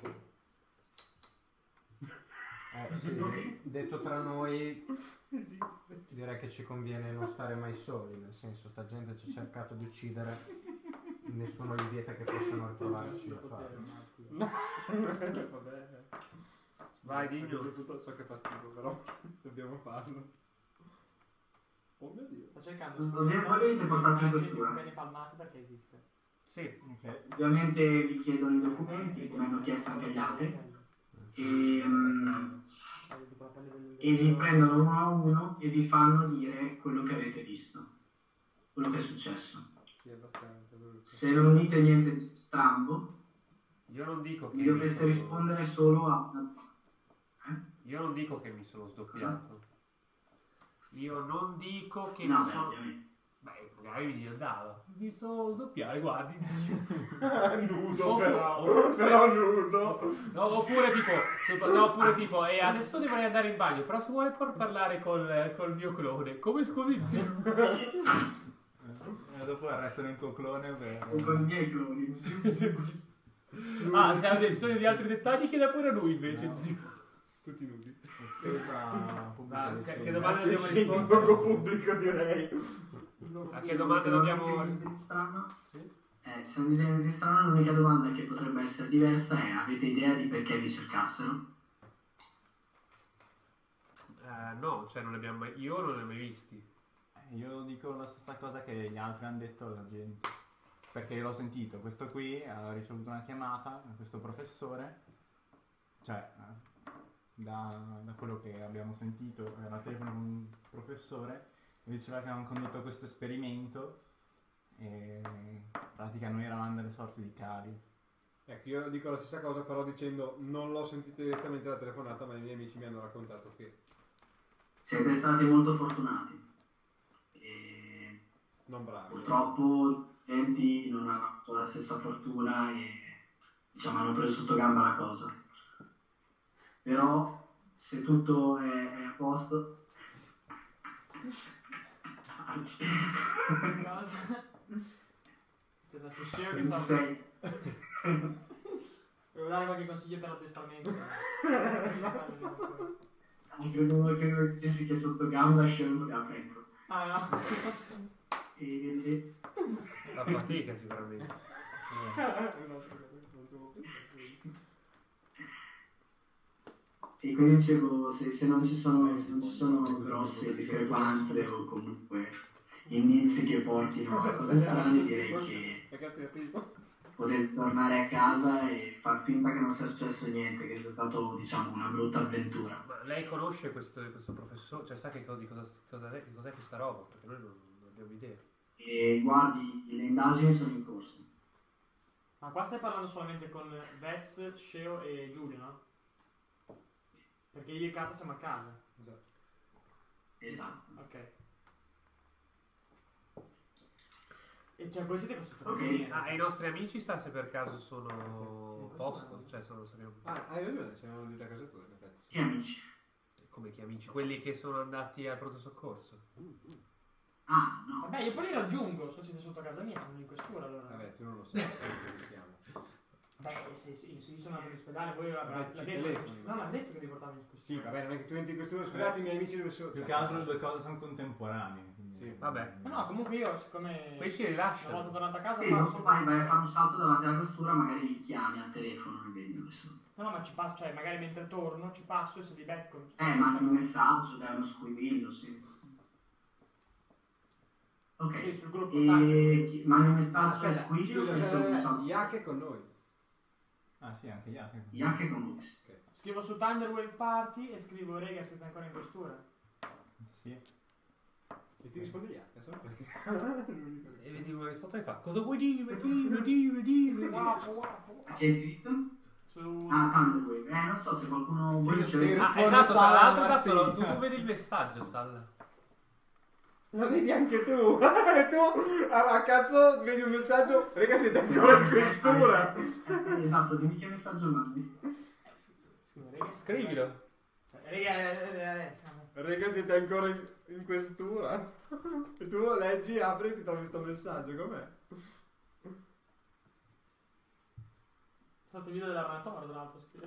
Eh, sì, detto tra noi, direi che ci conviene non stare mai soli, nel senso, sta gente ci ha cercato di uccidere, nessuno gli vieta che possano riprovarci a farlo. Vabbè. Vai, Digno. Tutto so che fa schifo, però dobbiamo farlo. Oh mio Dio. Sto cercando Non vi- voi venite portati in questura. bene palmato perché esiste. Sì. Ok. Ovviamente vi chiedono i documenti, come hanno chiesto anche gli altri, e, mm, e vi prendono uno a uno e vi fanno dire quello che avete visto, quello che è successo. Sì, abbastanza. brutto. Se non dite niente di strambo, Io non dico che mi mi dovreste sono... rispondere solo a... Eh? Io non dico che mi sono sdoppiato. Io non dico che No, mi beh, sono... ovviamente. Beh, magari mi dico, dai, mi sono sdoppiato, guardi. Nudo, però. Però nudo. No, oppure tipo, tipo- no, oppure tipo, e adesso dovrei andare in bagno, però se vuole por parlare col, col mio clone, come scusi zio? E dopo arrestano il tuo clone per... O con i miei cloni. Ah, se ha bisogno di altri dettagli chieda pure a lui invece, No. zio. Tutti nudi. Offesa pubblica Ah, di che, scena. che domanda dobbiamo Un rispondere? luogo pubblico, direi. A che domanda Se non dobbiamo... dite niente di strano, Sì? Eh, se non dite niente di strano, l'unica domanda che potrebbe essere diversa è: avete idea di perché vi cercassero? Eh, no, cioè non li abbiamo mai... Io non li ho mai visti. Eh, Io dico la stessa cosa che gli altri hanno detto alla gente. Perché l'ho sentito, questo qui ha ricevuto una chiamata da questo professore, cioè eh, da, da quello che abbiamo sentito era al telefono con un professore e diceva che avevano condotto questo esperimento e in pratica noi eravamo delle sorti di cavi. Ecco, io dico la stessa cosa, però dicendo non l'ho sentito direttamente dalla telefonata, ma i miei amici mi hanno raccontato che Siete stati molto fortunati. E non bravi. purtroppo genti non hanno avuto la stessa fortuna e diciamo hanno preso sotto gamba la cosa. Però se tutto è, è a posto, anzi, Cosa? C'è da Sceo che non ci sta... sei. Devo dare qualche consiglio per l'addestramento. Ah, credo, credo che dicessi che sotto gamba Sceo non poteva prendere. Ah no. E, La fatica sicuramente. e quindi dicevo, se, se non ci sono, se non ci sono grosse discrepanze o comunque indizi che portino a cose strane, direi che Ragazzi, è tipo. potete tornare a casa e far finta che non sia successo niente, che sia stato, diciamo, una brutta avventura. Ma lei conosce questo, questo professore? Cioè sa che cosa, di cosa, cosa è, cos'è questa roba? Perché noi non, non abbiamo idea. E guardi, le indagini sono in corso. Ma qua stai parlando solamente con Vez, Sceo e Giulio, no? Perché io e Kata siamo a casa. Esatto. Ok. E cioè voi siete costretti a Ok. venire. Ah, e i nostri amici sa se per caso sono Sì, a questo posto? no. Cioè sono, sappiamo Ah, hai ragione, siamo venuti a casa tua, in effetti. Che amici? come che amici? Quelli che sono andati al pronto soccorso. Ah, no. Vabbè, io poi li raggiungo, se siete sotto casa mia, sono in questura allora. Vabbè, tu non lo sai, come si chiama. Beh, se, se, se io sono andato all'ospedale, voi Vabbè, l'ha ci detto, telefoni, no, ma- l'ha detto che mi portavano in questura. Sì, vabbè, non è che tu entri in questura, scusate i miei amici dove sono. Più che altro le due cose sono contemporanee. quindi- Sì, vabbè. Ma no, comunque io, siccome Poi ci una rilasciano. volta tornato a casa Sì, passo... dopo vai, vai a fare un salto davanti alla questura, magari li chiami al telefono e vedi dove sono. No, no, ma ci passo, cioè magari mentre torno ci passo e se vi becco... Eh, mandi un messaggio, dai uno squillo, sì. Ok. Sì, sul gruppo E tanto. chi- mandi un messaggio al Aspetta, squillo scusa, e su un eh, salto. Yak è con noi. Ah sì, anche gli altri. Yak è con lui. Scrivo su Thunderwave Party e scrivo rega siete ancora in questura. Sì. E ti risponde Yak, solo perché. E vedi una risposta che fa: cosa vuoi dire? Dire, dire, dire. Guapo, guapo. Chi hai scritto? Su... Ah, Thunderwave. Eh, non so se qualcuno vuole ricevere. Ah, Risponde esatto, tra Salla, l'altro, ma esatto, sì. tu, tu vedi il messaggio, Salla. Lo vedi anche tu. E tu, a, a cazzo, vedi un messaggio. Raga, siete ancora in questura. Esatto, dimmi che messaggio mandi. Scrivo rega... Scrivilo. Rega... eh, eh, eh, Raga, siete ancora in, in questura. E tu leggi, apri e ti trovi sto messaggio, com'è? sotto il video dell'armatore, tra l'altro scrivo.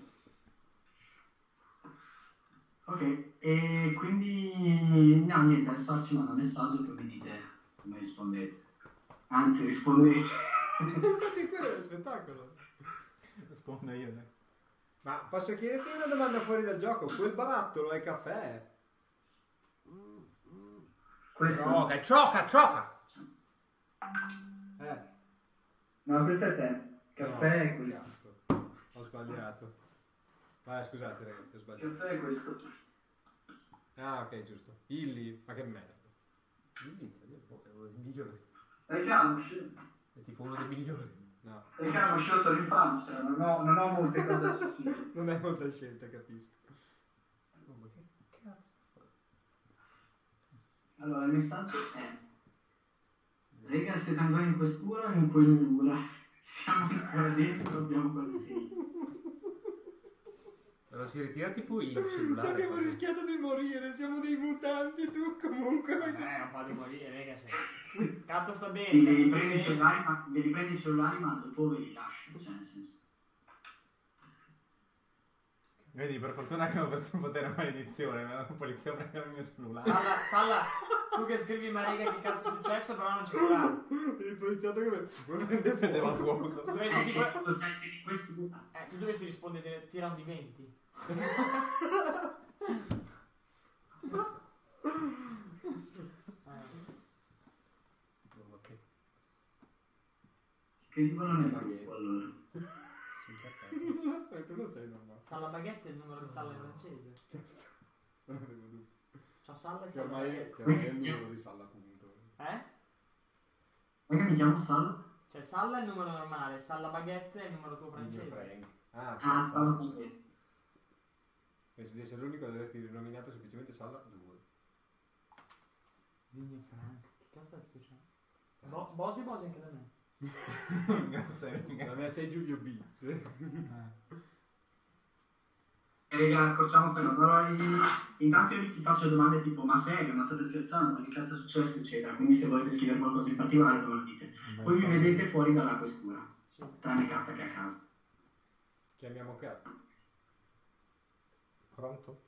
Ok, e quindi no, niente, adesso ci manda un messaggio e poi mi dite come rispondete. Anzi, rispondete. Infatti quello è lo spettacolo. Rispondo io, dai. Ma posso chiederti una domanda fuori dal gioco? Quel barattolo è caffè? Questo? Gioca, gioca, gioca. Eh. No, questo è te. Caffè No, è questo. cazzo. Ho sbagliato. Ah, scusate ragazzi, ho sbagliato. Caffè è questo. Ah, ok, giusto. Illy, ma che merda. Inizia, è uno dei migliori. Stai calmo, Scio. È tipo uno dei migliori. No, Stai calmo, Scio, sono in Francia, cioè non ho, non ho molte cose accessibili. non è molta scelta, capisco. Oh, ma che cazzo fa? Allora, il messaggio è: Rega, siete ancora in questura o in quell'ura? Siamo ancora dentro, abbiamo quasi finito. Ma non si ritira tipo il Ci cellulare? abbiamo così? rischiato di morire, siamo dei mutanti, tu comunque vai Eh, un po' di morire, rega, se... Cazzo sta bene. Sì, sta ve li bene. prendi i cellulari, ma, ve li prendi i cellulari, ma dopo ve li lascio, cioè nel senso. Vedi, per fortuna che ho preso un potere maledizione, la polizia prende il mio cellulare. Salla, Salla, tu che scrivi Marega che cazzo è successo, però non ci sarà. Il poliziotto che Prendeva fuoco. Dovresti, di que- Questo sensi di questo. eh, tu dovresti rispondere tira un di venti. Scrivilo nel gruppo allora. Tu lo sai normale. Salla Baguette è il numero di Salla in francese. Non avevo dubbi. Ciao Salla e Che Salla ormai, Baguette. che ormai è il numero di Salla appunto. Eh? Perché mi chiamo Sal? Cioè Salla è il numero normale, Salla Baguette è il numero tuo Digno francese. Frank. Ah, Ah, Sal Salla. Baguette. Penso di essere l'unico ad averti rinominato semplicemente Salla due. Digno Frank, che cazzo è sto cioè? Bo- Bosi Bosi anche da me. Grazie. Da me sei Giulio B. Sì. E raga, accorciamo sta cosa. Allora, i- intanto io ti faccio domande tipo, ma serio, ma state scherzando, ma che cazzo è successo, eccetera. Quindi se volete scrivere qualcosa in particolare, me lo dite. Poi vi vedete fuori dalla questura, Sì. tranne Katta che è a casa. Chiamiamo Kat. Pronto?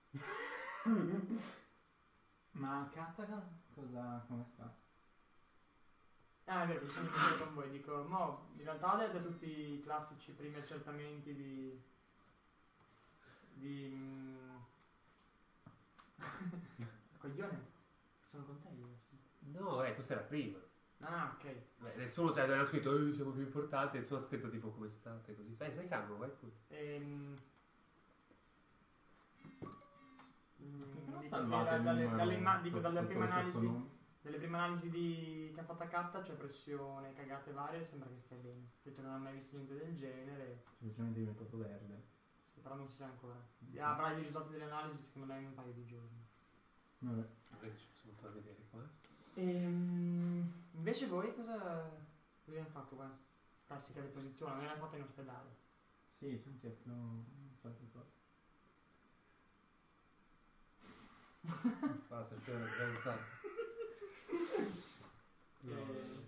Ma Katta cosa, come sta? Ah, è vero, mi sono sentito con voi, dico, mo, in realtà avete tutti i classici primi accertamenti di... di... mm, coglione, sono con te io adesso. No, eh, questa era prima. Ah, ok. Beh, nessuno cioè, aveva scritto, eh, siamo più importanti, nessuno ha scritto tipo come state, così. Dai, stai calmo, vai pure. Ehm... mm, Non dico salvate che il dalle, numero dalle, imma- dico, dalle sotto prime lo stesso analisi, nome? delle prime analisi di... che ha fatto a Katta c'è pressione, cagate varie, sembra che stai bene. Detto che non ha mai visto niente del genere, Semplicemente è diventato verde. sì, però non si sa ancora. Avrà i risultati delle analisi secondo me in un paio di giorni. Vabbè. Vabbè, ci sono molto da vedere qua. Ehm, invece voi cosa, cosa abbiamo fatto qua? Classica deposizione, non l'abbiamo fatta in ospedale. Sì, ci hanno chiesto un sacco di cose. Basta, c'è una realtà. Eh,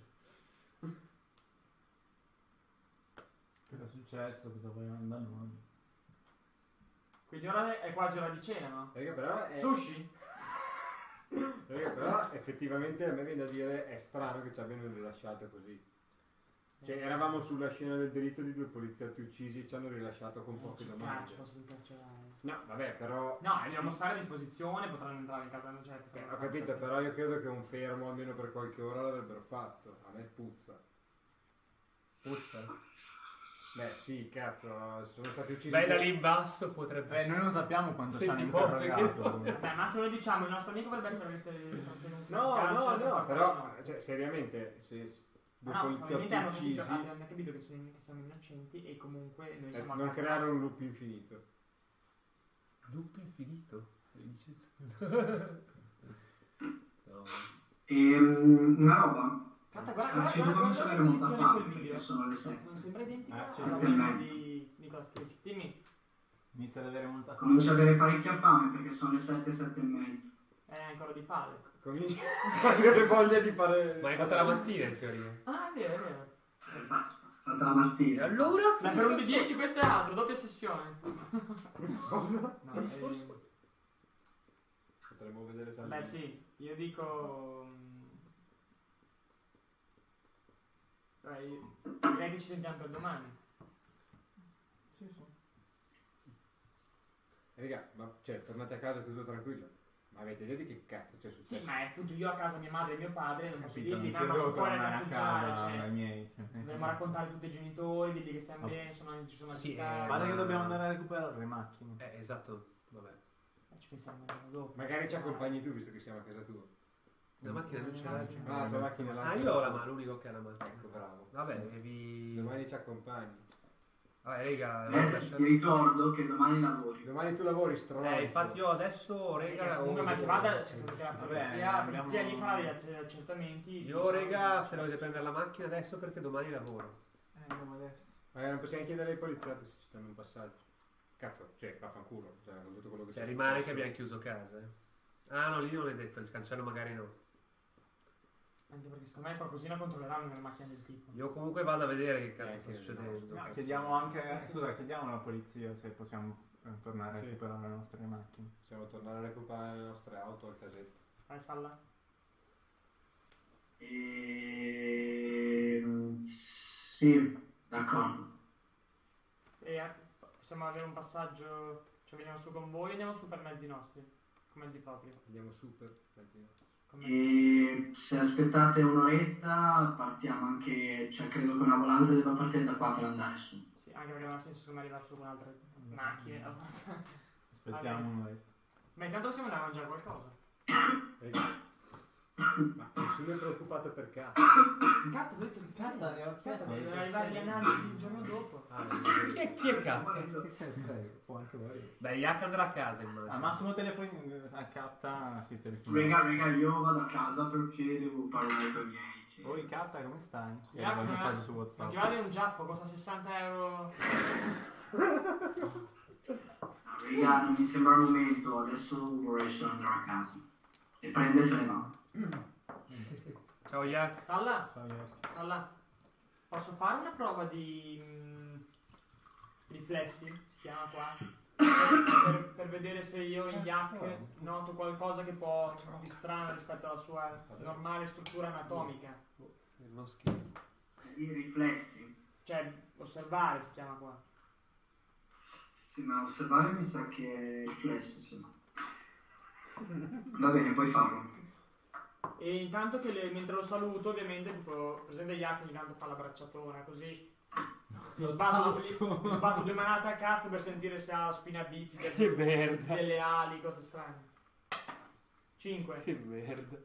Cosa è successo? Cosa vogliono da noi? quindi ora è quasi ora di cena, no? Raga, però è... Sushi? Raga, però effettivamente a me viene da dire è strano che ci abbiano rilasciato così. Cioè eravamo sulla scena del delitto di due poliziotti uccisi e ci hanno rilasciato con poche Ah, ci domande. posso incarcerare. No, vabbè, però... No, dobbiamo stare a disposizione, potranno entrare in casa, non c'è. Eh, ho capito, però io credo che un fermo almeno per qualche ora l'avrebbero fatto. A me puzza. Puzza. Beh, sì, cazzo, sono stati uccisi... Beh, da due- lì in basso potrebbe... Beh, noi non sappiamo quanto ci hanno Senti, forse interrogato. Beh, ma se lo diciamo, il nostro amico potrebbe essere trattenuto in No, no, carcere, no, per però, favore, cioè, seriamente, se s- due no, poliziotti probabilmente hanno uccisi... capito, hanno capito che, sono, che siamo innocenti e comunque noi eh, siamo a non casa creare nostra. un loop infinito. Loop infinito, stai dicendo? No. Ehm, una roba. Guarda, guarda, Ah, guarda, ci guarda, dobbiamo guarda sapere la molto a posizione fare di quel perché video. sono le sette. Non sembra identica Ah, alla sette e quella mezzo. di Nicolas Cage. Dimmi, Inizia ad avere molta Comincio ad avere parecchia fame perché sono le sette, sette e mezzo. è ancora di palle. Cominci a avere voglia di fare... Ma hai fatto la mattina in teoria. Ah, è vero, è vero. Fatta la E mattina. allora? Ma per un di dieci questo è altro, doppia sessione. Cosa? No, eh, Potremmo vedere se... beh sì, io dico... mm, Beh, io- direi che ci sentiamo per domani. Sì, sì. Raga, ma cioè, tornate a casa tutto tranquillo. Ma avete idea di che cazzo c'è successo? Sì, ma è appunto io a casa mia madre e mio padre, non posso Capito, dirgli, non mamma, devo sono fuori a tornare a cazzeggiare, casa cioè... dai miei. Dobbiamo raccontare a tutti i genitori, dirgli che stiamo Oh. bene, sono, ci sono Sì, agitati. eh, Guarda che ma- dobbiamo andare a recuperare le macchine. Eh, esatto, vabbè. Eh, Ci pensiamo un giorno dopo. Magari ci accompagni tu visto che siamo a casa tua. La macchina non ce l'hai. Ah, la tua macchina là. Ah, io ho la mano, l'unico che ha la macchina. Ecco, bravo. Vabbè, e vi... Domani ci accompagni. Vabbè, raga, Eh, lasciate- ti ricordo che domani lavori. Domani tu lavori, stronzo. Eh, infatti io adesso, rega... Comunque, ho- ma che vada, c'è che la Vabbè, polizia, la polizia andiamo- lì farà degli acc- accertamenti. Io, diciamo, rega, se dovete prendere la macchina adesso perché domani lavoro. Eh, andiamo adesso. Eh, non possiamo chiedere ai poliziotti se ci danno un passaggio. Cazzo, cioè, vaffanculo. Cioè, con tutto quello che Cioè, sia rimane che successo. abbiamo chiuso casa, eh. Ah, no, lì non è detto, il cancello magari no. Anche perché secondo me qualcosina controlleranno nella macchina del tipo. Io comunque vado a vedere che cazzo Eh, sta sì, succedendo. No, chiediamo anche, scusa, chiediamo alla polizia se possiamo Per tornare a Sì. recuperare le nostre macchine. Possiamo tornare a recuperare le nostre auto al casetto. Vai, Salla. Ehm, sì, d'accordo. E eh, possiamo avere un passaggio, cioè veniamo su con voi e andiamo su per mezzi nostri, con mezzi propri. Andiamo su per mezzi. Con mezzi- E se aspettate un'oretta partiamo anche, cioè credo che una volante debba partire da qua per andare su. Sì, anche perché non ha senso secondo me arrivare su con altre macchine. Aspettiamo noi. Ma intanto possiamo andare a mangiare qualcosa. Ma nessuno è preoccupato per cazzo. Cazzo, ho detto che Catta, ne ho chiesto. Cazzo, devono arrivare le analisi il giorno dopo. Ah, Chi è, chi è Catta? Che se ne frega, può anche morire. Beh, Yak andrà a casa, immagino. Al massimo telefoni a Catta si telefona. Raga, raga, io vado a casa perché devo parlare con i miei. che- Poi Catta come stai? Ti Yak, arriva il non messaggio ha- su non WhatsApp. ti vale un giappo, costa sessanta euro. No, raga, non mi sembra il momento, adesso vorrei solo andare a casa. E prende e se ne va. Ciao Yak. Salla, Ciao, Yak. Salla, posso fare una prova di mm, riflessi, si chiama qua, per, per vedere se io in Yak noto qualcosa che può di strano rispetto alla sua normale struttura anatomica. Non schifo. I riflessi. Cioè, osservare si chiama qua. Sì, ma osservare mi sa che è riflesso, sì. Va bene, puoi farlo. E intanto che le- mentre lo saluto, ovviamente, tipo, presente Yak ogni tanto fa la bracciatona, così. Gli sbatto, gli, gli sbatto due manate a cazzo per sentire se ha la spina bifida, Che merda. delle ali, cose strane. cinque. Che merda.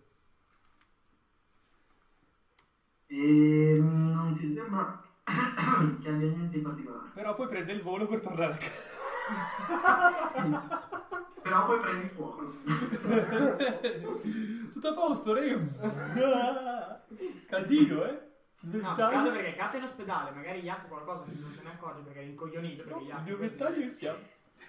E non ti sembra che abbia niente in particolare. Però poi prende il volo per tornare a casa. Però poi prendi fuoco. Tutto a posto, Reo. Caldino, eh? No, peccato perché Kat è in ospedale, magari Yak qualcosa che non se ne accorge perché è incoglionito, perché Yak Il è mio così. ventaglio è in fiamme.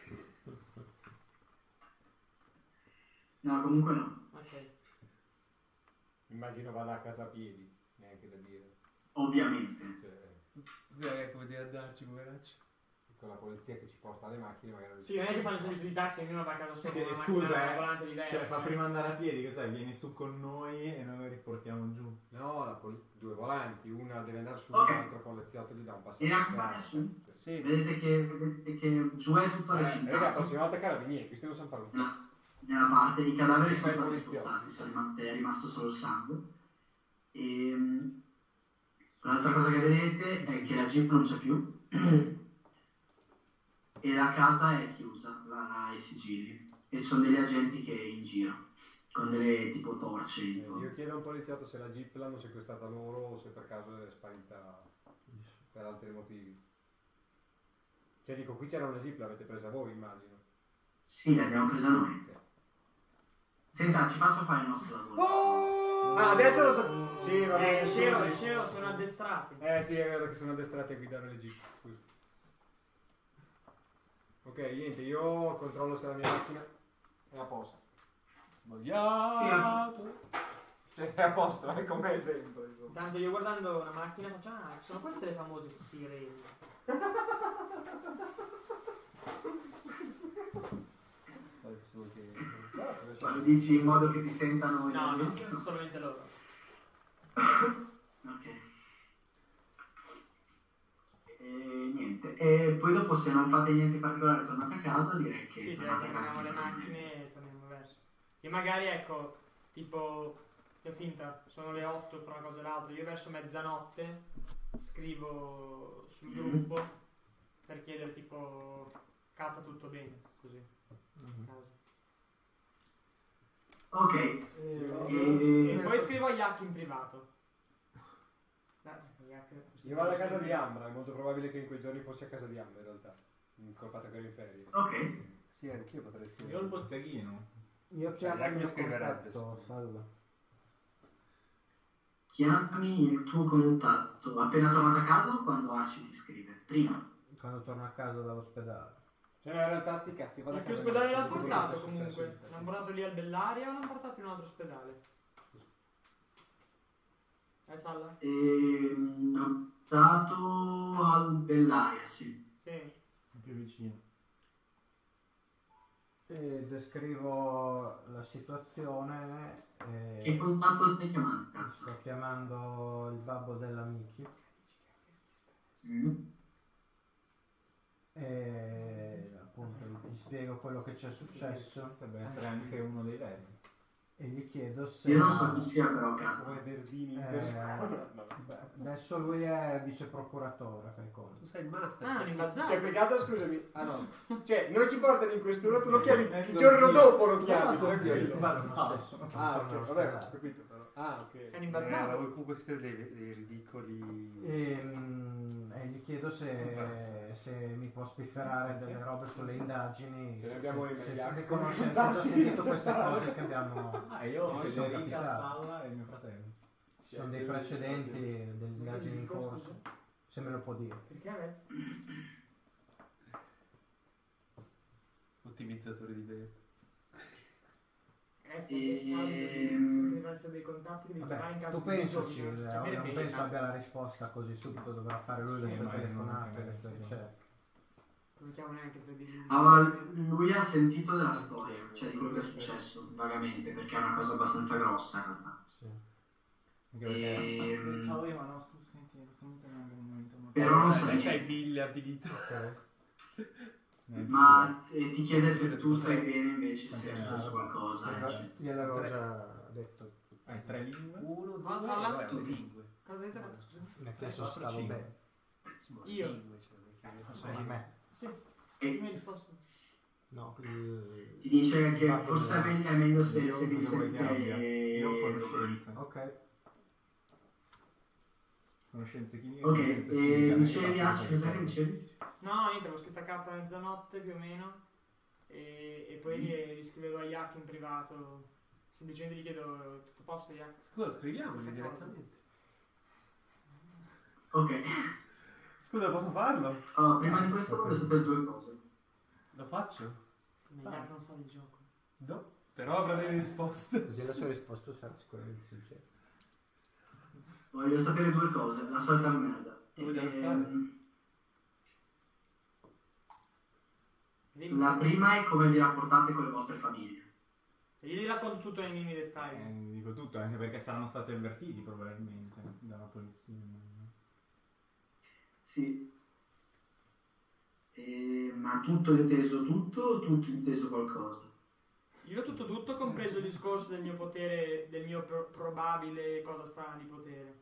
No, comunque no. Ok. Immagino vada a casa a piedi, neanche da dire. Ovviamente. Cioè, Vedrai come deve andarci, poveraccio. con la polizia che ci porta le macchine magari. Sì, non è che fanno il servizio di taxi e ognuno va a casa solo Sì, con una scusa, macchina eh. volante diversa. Cioè, fa prima andare a piedi, che sai, vieni su con noi e noi lo riportiamo giù. No, la poli- due volanti, una deve andare su, Ok. l'altro poliziotto gli dà un passaggio. E accompagna su. Sì. Vedete che, vedete che giù è tutto Eh, raga, la recintato. prossima volta carabinieri, questi non sanno fare un cazzo. Nella parte i cadaveri sono Fai stati poliziotti. spostati, sono rimaste- è rimasto solo il sangue. E l'altra cosa che vedete è che la jeep non c'è più e la casa è chiusa, la, i sigilli, e ci sono degli agenti che in giro con delle tipo torce. Eh, tipo. io chiedo a un poliziotto se la jeep l'hanno sequestrata loro o se per caso è sparita per altri motivi. Cioè dico, qui c'era una jeep, l'avete presa voi immagino. Sì, l'abbiamo presa noi. Senta, ci faccio fare il nostro lavoro. Ah, adesso lo so. Sì, va bene, Eh, Sceo, scusi. Sceo, sono addestrati. Eh sì, è vero che sono addestrati a guidare le jeep, scusa. Ok, niente, io controllo se la mia macchina è a posto. Sbagliato. Cioè, è a posto, è come sempre. insomma. Intanto io guardando una macchina faccio, ah, sono queste le famose sirene. Ma lo dici in modo che ti sentano gli No, no, agenti? solamente loro. Ok. E niente. E poi dopo se non fate niente in particolare tornate a casa, direi che Sì, direi tornate che a casa. prendiamo le macchine e torniamo verso. Io magari, ecco, tipo, che finta, sono le otto tra una cosa e l'altra, io verso mezzanotte scrivo sul gruppo per chiedere tipo, catta tutto bene, così, a caso. Ok. E E... poi scrivo a Yak in privato. Dai, Yak- Io vado a casa di Ambra, è molto probabile che in quei giorni fossi a casa di Ambra in realtà. Col fatto che ero in ferie. Ok. Sì, anch'io potrei Io ho il scrivere. botteghino. Io chiamo Yak il mi mio scriverebbe, contatto, Salla. Chiami il tuo contatto appena tornato a casa o quando Arci ti scrive? Prima. Quando torno a casa dall'ospedale. Cioè, no, in realtà sti cazzi, vado a In che casa ospedale di l'hanno Ambra, portato cosa è successo comunque? in L'hanno portato lì al Bellaria o l'hanno portato in un altro ospedale? Eh, Salla? E... ho stato al Bellaria, sì. Sì. Più vicino. E descrivo la situazione. Che E contatto stai chiamando? Cazzo? sto chiamando il babbo dell'amici. Mm. E appunto gli spiego quello che c'è successo. Potrebbe essere anche uno dei verdi. E gli chiedo se. Io non so chi sia però, cazzo. Come Verdini in Eh, persona. No. beh, adesso lui è vice procuratore, fai conto. Tu sei il master. Ah, sai un chi- imbazzato. Cioè, peccato, scusami. Ah no. Cioè, noi ci portano in questura, tu lo chiami Eh, il lo giorno zio. dopo lo chiami. No, tranquillo. sì. Il giorno stesso, Ah, torno ok, vabbè, ho all'ospedale. capito però. Ah, ok. È un Eh, imbazzato. voi comunque siete dei, dei ridicoli. E, mm, e gli chiedo se, se mi può spifferare delle robe sulle indagini. Ce ne abbiamo se, i se, megliacchi. se conoscenze, ho già sentito queste cose che abbiamo. Ah, io No, ho sono Federica, capitato. Salla e mio fratello. Ci sono dei precedenti, delle indagini in corso. Se me lo può dire. Perché Rez? Ottimizzatore di bene. Rez, Ehm. devono essere dei contatti che devi chiamare in Vabbè, caso tu di pensaci, bisogno. Leo, Sapere non bene. penso abbia la risposta così subito, dovrà fare lui le Sì, sue ma io non telefonate, lo le sue so. ricerche. Non chiamo neanche per dirgli. Allora, lui ha sentito della storia, cioè di quello che è successo, vagamente, perché è una cosa abbastanza grossa in realtà. Sì. Anche perché Ehm. ciao Eva, no, scusa, senti, in questo momento non è un momento molto... Però non Eh, sa lei c'ha i niente. bill abilita. Ok. Ma eh, ti chiede se tu stai bene invece, se è Sì, successo ah, qualcosa. sì, eccetera. Gliel'avevo già detto. Hai tre lingue? Uno, due, Cosa alla- vabbè, le lingue. Cosa hai detto? Rez, scusa? Mi ha chiesto se quattro, stavo cinque. bene. Insomma, Io. le lingue, cioè, non è che faccio Di male. me. Sì. E Tu mi hai risposto. No, il- ti dice che Babbo forse è della- meglio, è meglio se, Io se vi cosa vuoi che abbia? Io ho sentite... conoscenze. Ok. Conoscenze chimiche. Ok, conoscenze e fisiche, dicevi, basta, Arci, cos'è che cosa. dicevi? No, niente, avevo scritto a K a mezzanotte più o meno. E, e poi gli, gli scrivevo a Yak in privato. Semplicemente gli chiedo: tutto a posto, Yak? Scusa, scriviamoli Stessa direttamente. Ok, Scusa, posso farlo? allora, prima di questo voglio sapere due cose. Lo faccio? Sì, ma Yak non sa di gioco. No. Però avrà delle risposte. Così la sua risposta sarà sicuramente sincera. Voglio sapere due cose, la solita merda. Che vogliamo Ehm, Dimmi La se- prima è come vi rapportate con le vostre famiglie. Io gli racconto tutto nei minimi dettagli. Eh, dico tutto, anche perché saranno stati avvertiti probabilmente dalla polizia. Sì. E- ma tutto inteso tutto o tutto inteso qualcosa? Io tutto tutto, compreso il discorso del mio potere, del mio pro- probabile cosa strana di potere.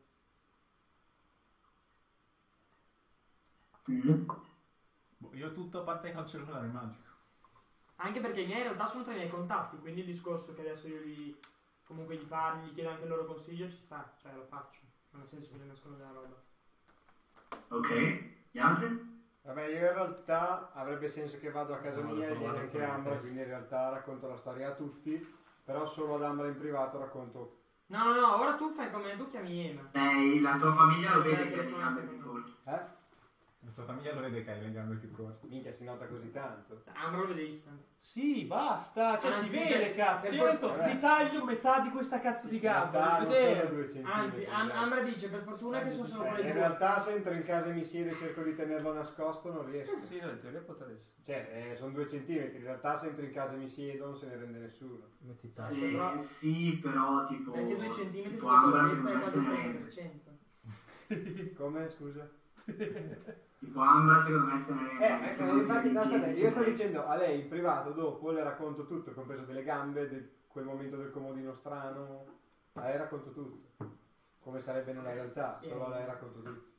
Mm. Boh, io tutto a parte che ho il cellulare magico. Anche perché i miei in realtà sono tra i miei contatti, quindi il discorso che adesso io gli comunque gli parli, gli chiedo anche il loro consiglio, ci sta, cioè lo faccio. Non ha senso che gli nascondo della roba. Ok, gli altri? Vabbè, io in realtà avrebbe senso che vado a casa No, mia e lo viene provato anche con il Ambra, test. quindi in realtà racconto la storia a tutti, però solo ad Ambra in privato racconto. No, no, no, ora tu fai come tu chiami Ema. Beh, la tua famiglia lo Eh, vede che che hai le non- gambe più corte. Eh? La tua famiglia lo vede che hai le gambe più corte. Minchia, si nota così tanto. Ambra lo vede instant. Sì, basta. Cioè, Anzi, si vede, cioè, cazzo. per Io adesso forza, ti taglio metà di questa cazzo di In gamba. realtà voglio non sono vedere. due centimetri. Anzi, Am- Ambra dice per fortuna che sono solo Eh, quelle in due. realtà se entro in casa e mi siedo e cerco di tenerlo nascosto non riesco. Sì, no, in teoria potresti. Cioè, eh, sono due centimetri, in realtà se entro in casa e mi siedo non se ne rende nessuno. Metti taccia. Sì, però- sì, però tipo, Perché due centimetri tipo sulla Ambra altezza secondo è me se ne quasi il rende. per cento. Come, scusa? Tipo Ambra secondo me se ne rende. Eh, anche eh, se non infatti, ti no, aspetta, chiedi io sto se- dicendo a lei in privato, dopo le racconto tutto, compreso delle gambe, del, quel momento del comodino strano, a lei racconto tutto, come sarebbe nella realtà, solo a lei racconto tutto.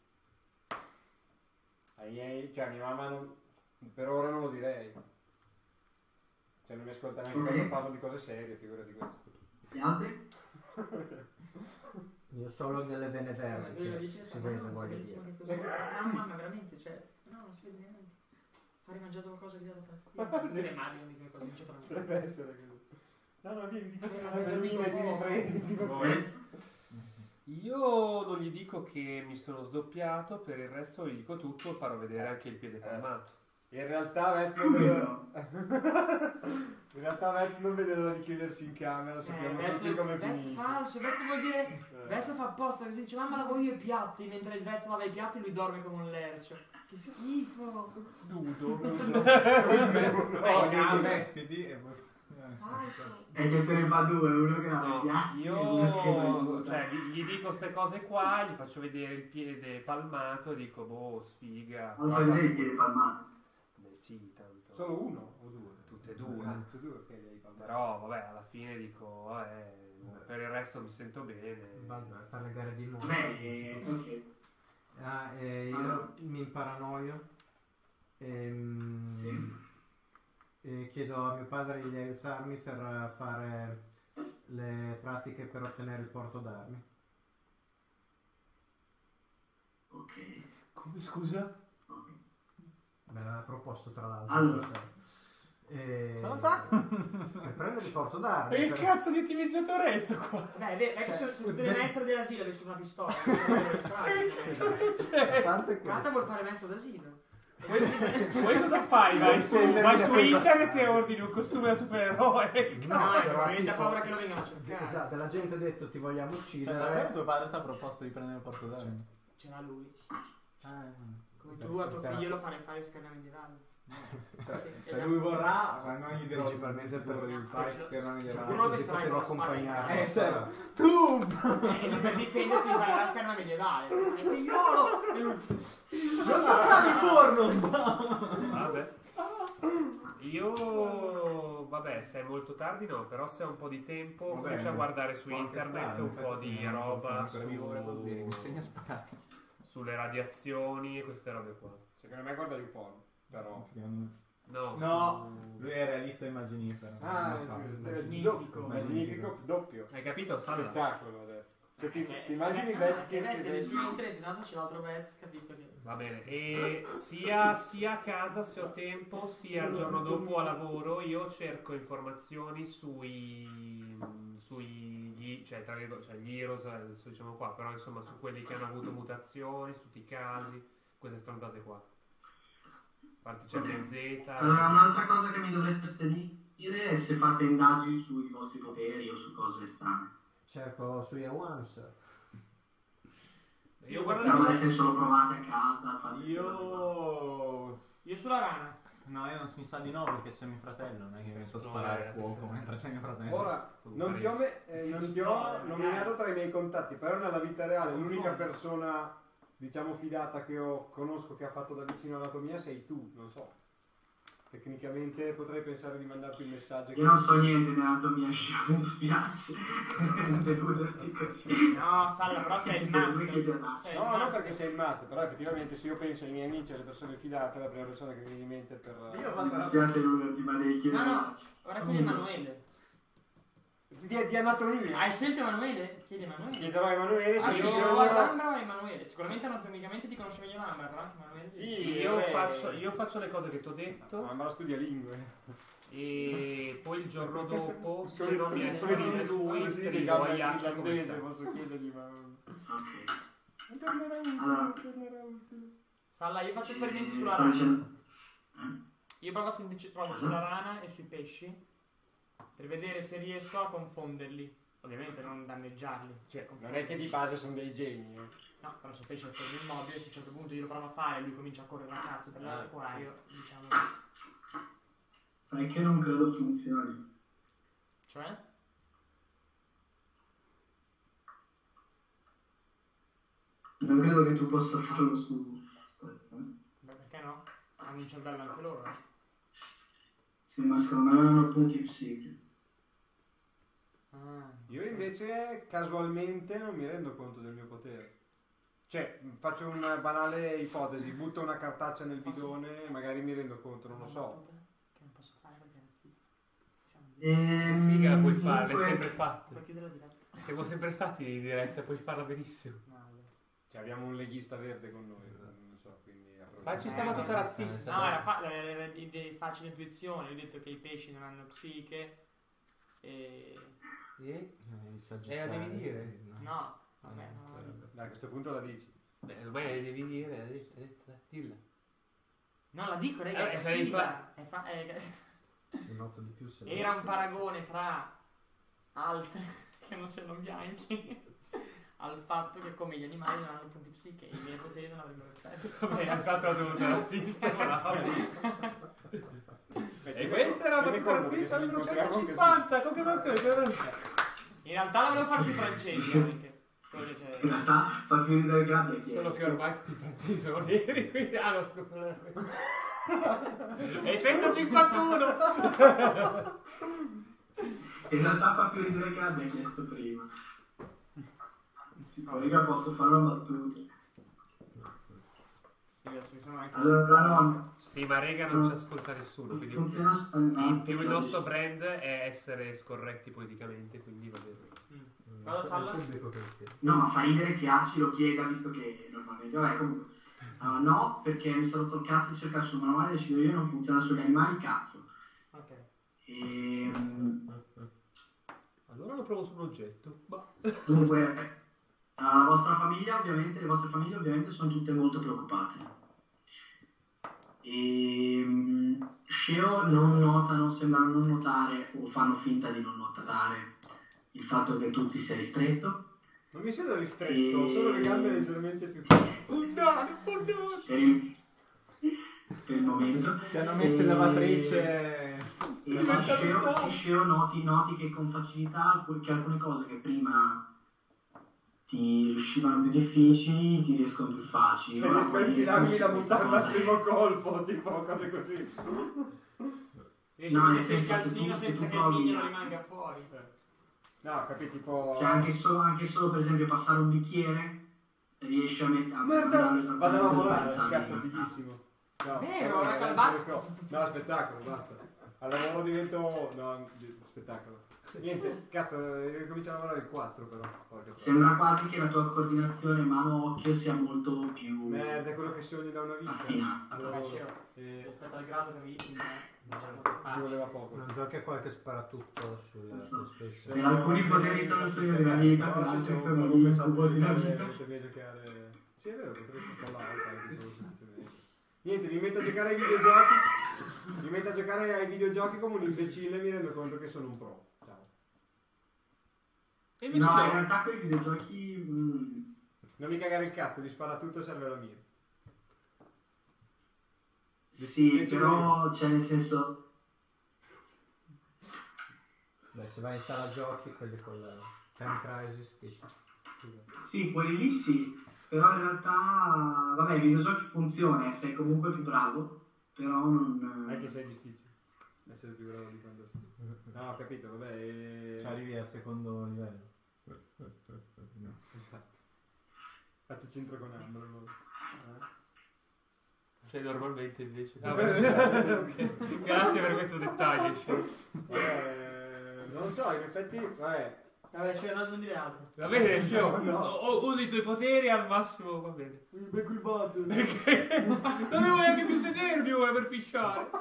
Ai miei, cioè a mia mamma non, per ora non lo direi, cioè non mi ascolta neanche Ok. quando parlo di cose serie, figurati questo. Gli altri? Io solo delle vene verdi Lui lo che dice, si ma vede, no, voglio si dire. vede che cosa- No, mamma, veramente, cioè, no, non si vede niente. Ha rimangiato qualcosa che gli ha dato fastidio. Si vede male, non dico le cose, non c'è problema. Potrebbe essere così. No, no, vieni, ti faccio Eh, una ma casamina e ti no. riprendi, ti fa Eh? Io non gli dico che mi sono sdoppiato, per il resto gli dico tutto, farò vedere anche il piede palmato. In realtà Vez non me lo... Subito. In realtà Vez non vede l'ora di chiudersi in camera, sappiamo Eh, tutti Vez, come Vez finisce. falso, Vez vuol dire... Eh. Vez fa apposta, così dice mamma lavo io i piatti, mentre il Vez lava i piatti lui dorme come un lercio. Che schifo! Nudo. Eh, no, vestiti e poi... Falso! E che se ne fa due, uno che lava i No, piatti e uno che io aiuta. cioè, gli, gli dico queste cose qua, gli faccio vedere il piede palmato e dico boh, sfiga. Non fai vedere il piede palmato. Beh sì, tanto. Solo uno o due? Tutte e due. Ah, tutte e due, ok, li hai parlato. Però vabbè, alla fine dico, vabbè, per il resto mi sento bene. Balza, fare le gare di moto. Vabbè, eh, ok. Ah, e io Allora. mi paranoio e, mm, Sì. e chiedo a mio padre di aiutarmi per fare le pratiche per ottenere il porto d'armi. Ok. Come scusa? Ok. Me l'aveva proposto tra l'altro. Allora. stasera. E... Cosa? Per prendere il porto d'armi. E che per- cazzo di ottimizzatore è sto qua? Dai, vedi, è che Cioè, sono, sono tutte le per- maestre dell'asilo che sono una pistola. A parte Cata questo. vuol fare maestro d'asilo. Poi cosa fai? Vai su, vai su internet e ordini un costume da supereroe. Che No, cazzo? eh, però, probabilmente ha tipo- paura che lo vengano a cercare. Esatto, la gente ha detto ti vogliamo Cioè, uccidere. davvero tuo padre ti ha proposto di prendere il porto d'armi? Ce l'ha lui. Ah, Come tu a tuo Per- figlio lo farei fare scanner medievale. se lui vorrà, ma non gli dirò Principalmente per- di fare schermi di Sicuro radio. Così che starai potevo con la accompagnare. Eh, spada certo. Tu! E lui per difendersi imparerà a scanner medievale. E figliolo! E lui- Non toccare il forno! Vabbè. Io, vabbè, se è molto tardi no, però se ho un po' di tempo Vabbè, comincio a guardare su può anche internet stare, un po' infatti, di se non roba posso ancora vivere così, mi insegna a su, sparare. sulle radiazioni e queste robe qua. Secondo me guarda un po', però. Secondo me. No, No, su- lui è realista immaginifero. Ah, Non fa. eh, Magnifico. do- magnifico doppio. Hai capito? Sala? Spettacolo adesso. Cioè, ti, Eh, ti immagini eh, Vez eh, che, Vez che è sei- su internet, intanto c'è l'altro Vez, capito che... Va bene, e sia, sia a casa se ho tempo, sia il giorno dopo a lavoro, io cerco informazioni sui, sui gli, cioè, tra virgolette, cioè gli heroes, adesso diciamo qua, però insomma su quelli che hanno avuto mutazioni, su tutti i casi, queste stronzate qua. Particelle Z. Allora, un'altra cosa che mi dovreste dire è se fate indagini sui vostri poteri o su cose strane. Cerco su Yawans. Io Guarda, guardo ma se solo provate a casa, fate queste cose qua. Io... Io sulla rana. No, io non mi sa di no perché c'è mio fratello, non è che mi so No, sparare a eh, fuoco sì. mentre c'è mio fratello. Ora, non ti ho, me- eh, non ti ho nominato tra i miei contatti, però nella vita reale l'unica persona, diciamo, fidata che ho, conosco che ha fatto da vicino anatomia sei tu, non so. Tecnicamente potrei pensare di mandarti un messaggio. Io non so niente di anatomia, mi dispiace deluderti così. No, Salla, però sei il Lui chiede master. a Sei il No, no, master. perché sei il master, però effettivamente se io penso ai miei amici e alle persone fidate, la prima persona che mi viene in mente per... Io ho Mi fatto dispiace deluderti, ma devi chiedere No, no. a Ora chiedi Emanuele. Di, di anatomia. Hai scelto Emanuele? Chiedi Emanuele. Chiederò a Emanuele Ah, se sì, io o sono... a Lambra o a Emanuele? Sicuramente anatomicamente ti conosce meglio Lambra, però anche Emanuele. Sì, Io vabbè. faccio, io faccio le cose che ti ho detto Ma la studia lingue. e poi il giorno dopo, se Come- non mi come si esprime dice- lui, come si dice scrivo gamba agli altri come irlandese, sta. posso chiedergli, ma... Ok. Mi tornerà utile, Allora. mi tornerà utile. Salla, io faccio esperimenti Eh, sulla sto rana. dicendo- Io provo, a semplice- provo sulla rana e sui pesci per vedere se riesco a confonderli. Ovviamente non danneggiarli. Cioè, Non è che di base sono dei geni, eh. No, però se il pesce è fermo immobile, se a un certo punto io lo provo a fare e lui comincia a correre a cazzo per Ah, l'acquario, diciamo... Sai che non credo funzioni. Cioè? Non credo che tu possa farlo su... Aspetta. eh. Beh, perché no? Hanno il cervello anche loro, eh? Sì, ma secondo me non hanno punti psichi. Ah, Io sì. invece casualmente non mi rendo conto del mio potere. Cioè, faccio una banale ipotesi, butto una cartaccia nel bidone e magari mi rendo conto, non lo so. Che non posso fare perché è razzista. Siamo Ehm, Sì, che la puoi fare, l'hai dunque- sempre fatta. Puoi chiudere la diretta? Siamo sempre stati in diretta, puoi farla benissimo. No, vabbè. Cioè, abbiamo un leghista verde con noi, non so, quindi... Facci sta Eh, battuta no, razzista. No, era fa- era di, di facile intuizione. Ho detto che i pesci non hanno psiche. E... Eh? il Eh, Sagittario. la devi dire. No, vabbè, no, no, no. Dai, a questo punto la dici. Beh, ormai la devi dire, l'hai detta, l'hai detta, dai, dilla. No, la dico, raga, Eh, è se devi cattiva. È fa- è- Un otto di più se lo- Era un paragone tra altre che non siano bianchi al fatto che come gli animali non hanno punti psiche e i miei poteri non avrebbero effetto. Vabbè, hai fatto la tenuta razzista, bravo. E questa era la battuta razzista numero centocinquanta, conclusione. In realtà la volevo fare sui francesi anche. Quello che c'è. In realtà fa più ridere che l'abbia chiesto. Solo che ormai tutti i francesi sono neri, quindi... Ah, no, scusa. E centocinquantuno! In realtà fa più ridere che l'abbia chiesto prima. Collega, posso fare una battuta? Sì, adesso che sono anche... Allora, no. Sì, ma Rega non ci ascolta nessuno, quindi... Funziona spagnolo. In più il nostro brand è essere scorretti politicamente, quindi va bene. Mm, Cosa, Salla? il pubblico che lo chiede. No, ma fa ridere che Arci lo chieda, visto che normalmente... Vabbè, comunque... Uh, no, perché mi sono rotto il cazzo di cercare sul manuale, decido io, non funziona sugli animali, cazzo. Ok. Ehm... Allora lo provo su un oggetto. Bah. Dunque, uh, la vostra famiglia, ovviamente, le vostre famiglie ovviamente sono tutte molto preoccupate. E Sceo non notano, sembrano non notare o fanno finta di non notare il fatto che tu ti sei ristretto. Non mi sento ristretto, E- ho solo le gambe leggermente più... Oh no, oh no! Per il, per il momento. Ti hanno messo in lavatrice. E sì, Sceo, sì, Sceo noti, noti che con facilità alcun- che alcune cose che prima ti riuscivano più difficili ti riescono più facili. Ora Per vuoi dire infilarmi come la se questa mutanda al cosa primo è- colpo, tipo cose così. Riesci No, a nel mettere il senso, se calzino tu- se senza tu che il provi mignolo a- rimanga fuori. No, capito, tipo... Cioè anche solo, anche solo per esempio passare un bicchiere riesci a mettere a Merda, mandarlo vado a esattamente dove lavorare, pensavi. cazzo, fighissimo. No, Vero, no, la no, calbazza. no, spettacolo, basta. Al lavoro divento... no, di- spettacolo. Niente, cazzo, ricomincio a lavorare il quattro però. Porca troia. Sembra quasi che la tua coordinazione mano-occhio sia molto più Merda, è quello che sogni da una vita. affinata. Allora, Sceo, eh, rispetto al grado che avevi prima, diciamo che ci faccio. voleva poco. Non giochi a qualche sparatutto sulla PlayStation. Per alcuni poteri sono il sogno della vita, per altri sono l'incubo di una vita. Potevi giocare... Sì, è vero, potrei giocare anche solo semplicemente. Niente, mi metto a giocare ai videogiochi. Mi metto a giocare ai videogiochi come un imbecille e mi rendo conto che sono un pro. Ciao. E invece No, in no. realtà quei videogiochi... mm, Non mi cagare il cazzo, di spara tutto serve la mia. sì, Decidi però, cioè nel senso... Beh, se vai in sala giochi, quelli con la Time Crisis, tipo. Sì, quelli lì sì, però in realtà... Vabbè, i videogiochi funziona, sei comunque più bravo, però non... Anche se è difficile essere più bravo di quando sei. No, ho capito, vabbè. E... Cioè arrivi al secondo livello. No. Esatto. Faccio centro con Ambro. allora. Eh? Sei normalmente invece. Ah, Ah, beh. ok. Grazie per questo dettaglio. Sceo. Vabbè, non lo so, in effetti, vabbè. Vabbè, cioè, non, non dire altro. Va bene, Sceo. No, no. O- usi i tuoi poteri al massimo, va bene. Becco il botto. Perché? Non devo neanche più sedermi ora per pisciare.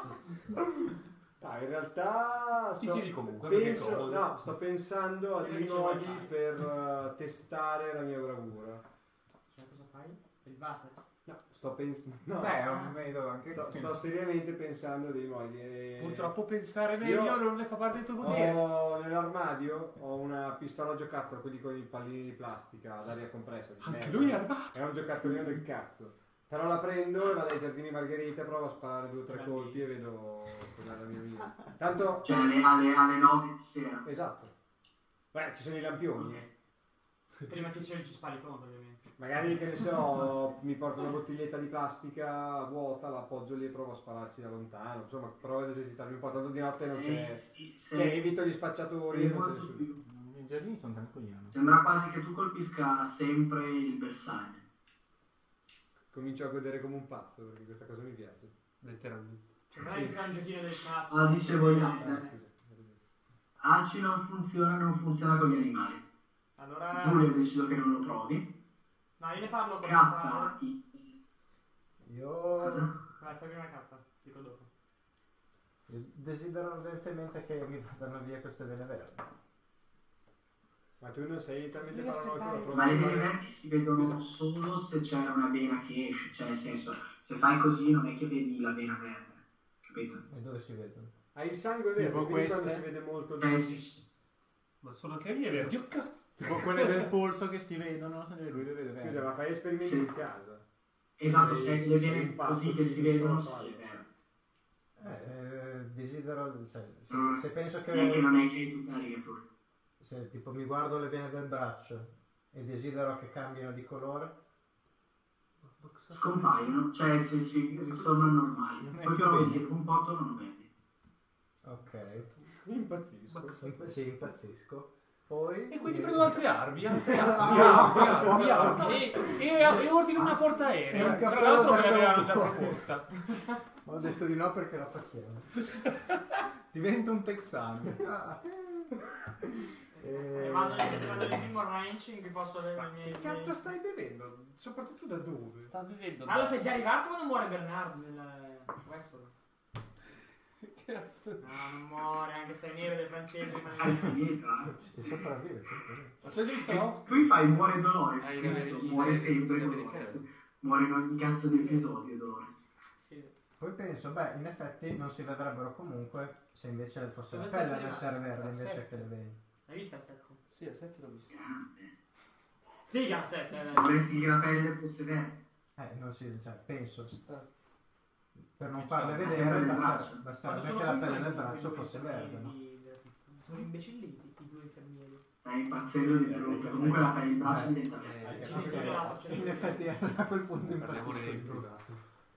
Dai, in realtà Ti sto, siedi comunque, perché è penso, comodo. no, sto pensando a Perché dei ci vuoi modi fare? per uh, testare la mia bravura. Cioè, cosa fai? Il water? No, sto pensando. No, Beh, è un metodo anche sto, sto seriamente pensando a dei modi. e- Purtroppo pensare meglio Io- non ne fa parte del tuo potere. Ho nell'armadio ho una pistola giocattolo, quelli con i pallini di plastica ad aria compressa. di Anche merda. lui è armato. È un giocattolino del cazzo. Però la prendo e vado ai giardini Margherita, provo a sparare due o tre colpi e vedo cos'è la mia vita. Tanto. Cioè alle, alle, alle nove di sera. Esatto. Beh, ci sono i lampioni. eh. Prima che ci ci spari contro, ovviamente. Magari, che ne so, mi porto una bottiglietta di plastica vuota, la appoggio lì e provo a spararci da lontano. Insomma, provo ad esercitarmi un po'. Tanto di notte non Sei, c'è. sì, Cioè, sei, evito gli spacciatori sei e non c'è molto nessuno. più... I giardini sono tranquilli. Sembra quasi che tu colpisca sempre il bersaglio. Comincio a godere come un pazzo perché questa cosa mi piace. Letteralmente. Cioè, non è che sia un giochino del cazzo. Ah, dicevo io. Ah, eh. scusa. Arci non funziona, non funziona con gli animali. Allora... Giulio ha deciso che non lo provi. No, io ne parlo con Catta, il i... Io, Cosa? Vai, fai prima Catta, dico dopo. io desidero ardentemente che mi vadano via queste vene verdi. Ma tu non sei talmente Devi paranoico da aspettare. provare Ma le a vene fare- verdi si vedono solo se c'è una vena che esce. Cioè, nel senso, se fai così non è che vedi la vena verde. Capito? E dove si vedono? Hai il sangue verde, Tipo quindi quando queste? si vede molto Eh, di... sì, sì. Ma sono anche le mie verdi. Oh, cazzo. Tipo quelle del polso che si vedono, se lui le vede bene. Scusa, ma fai esperimenti Sì. in casa? Esatto, Sì, se sì, le sì, viene un passo così che di si vedono, controllo. sì, è vero. Eh, desidero, cioè, se, Mm. se penso che, Non è che non è che è tutta riga pure. se tipo mi guardo le vene del braccio e desidero che cambino di colore, Ma cosa Scompaiono, cioè si, si ritornano normali. Non è Poi che però vedi. vedi che un po' non lo vedi. ok, Impazzisco. Imp- sì, impazzisco. Poi E quindi eh, prendo altre armi, altre armi, armi, armi, armi, e, e, e ordino una portaereo. Era il Tra cappello l'altro me da l'avevano già cowboy. proposta. ho detto di no perché la pacchiamo. Diventa un texano. Eh, vado nel vado nel primo range in cui posso avere le mie... Che cazzo stai bevendo? Soprattutto da dove? Sta bevendo. Allora sei già arrivato quando muore Bernardo nel Westworld? Cazzo. No, non muore, anche se è nero dei francesi, ma Hai finito, anzi. Si sopravvive. Ma tu hai visto? Poi fai muore Dolores, Hai questo, i- i- muore i- sempre i- Dolores. Muore in ogni cazzo di episodio Dolores. sì. Poi penso, beh, in effetti non si vedrebbero comunque se invece fosse la Dove pelle sei ad essere verde A invece sette. che le vene. Hai visto il secco? Sì, a sette l'ho visto. Grande. Figa, sette, eh. Vorresti che la pelle fosse verde. Eh, non si, cioè, penso. Sta- Per non farle sempre vedere nel basta- braccio. basterebbe Quando che sono la pelle del contenti, braccio i due fosse verde, no? infermieri della pizza. Sono imbecilliti i due infermieri. Stai impazzendo di brutto. Comunque la pelle il braccio Eh. diventa Eh, verde. Ci mi sono dorato, ce l'ho In effetti era a quel punto Parliamo impazzito. dell'impiegato.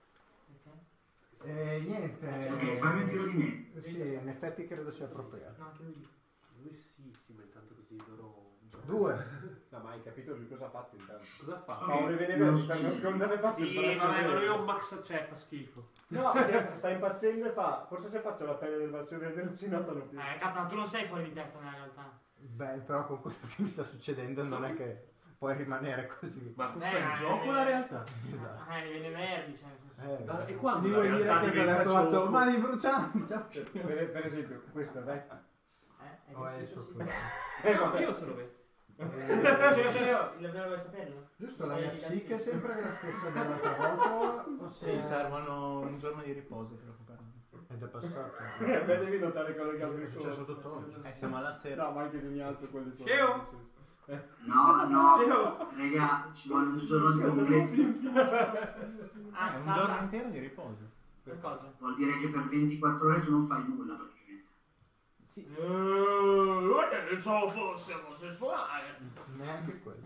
E niente. Ok, fammi un tiro di me. Sì, in effetti credo sia appropriato. No, anche lui. Lui sì, sì, ma intanto così loro... Due. No, ma hai capito lui cosa ha fatto intanto? Cosa fa? Ok, Oh, le vene non verdi per succede. nascondere fatto il Sì, braccio vabbè, ma verde. lui è un Max, cioè fa schifo. No, cioè, sta impazzendo e fa. Forse se faccio la pelle del braccio verde non si notano più. Eh, Captain, tu non sei fuori di testa nella realtà. Beh, però con quello che mi sta succedendo non è che puoi rimanere così. Ma questo Eh, è il ma- gioco o la realtà? Esatto. Eh, mi viene verdi, cioè. nel senso- Eh, Ah, e quando Mi la vuoi dire realtà che se diventa adesso faccio gioco? mani brucianti? Ciao. Cioè, per, per esempio, questo è Vezzi. Eh, è oh, è il questo suo sì. culo. Eh, No, vabbè. io sono Vezzi. Ce l'ho, Eh, ce l'ho, il vuoi saperlo? Giusto, la mia psiche è sempre la stessa dell'altra volta? O Sì, se- servono un giorno di riposo per recuperarlo. Ed è passato. Eh, beh, devi notare quello che ha È preso. successo tutto oggi. Eh, siamo alla sera. No, ma anche se mi alzo quelle sono. Sceo! No, no, raga, ci vuole un giorno di completo. Ah, È un salta. giorno intero di riposo. Per cosa? Vuol dire che per ventiquattro ore tu non fai nulla praticamente. Sì. Eh, pensavo fosse omosessuale. Neanche quello.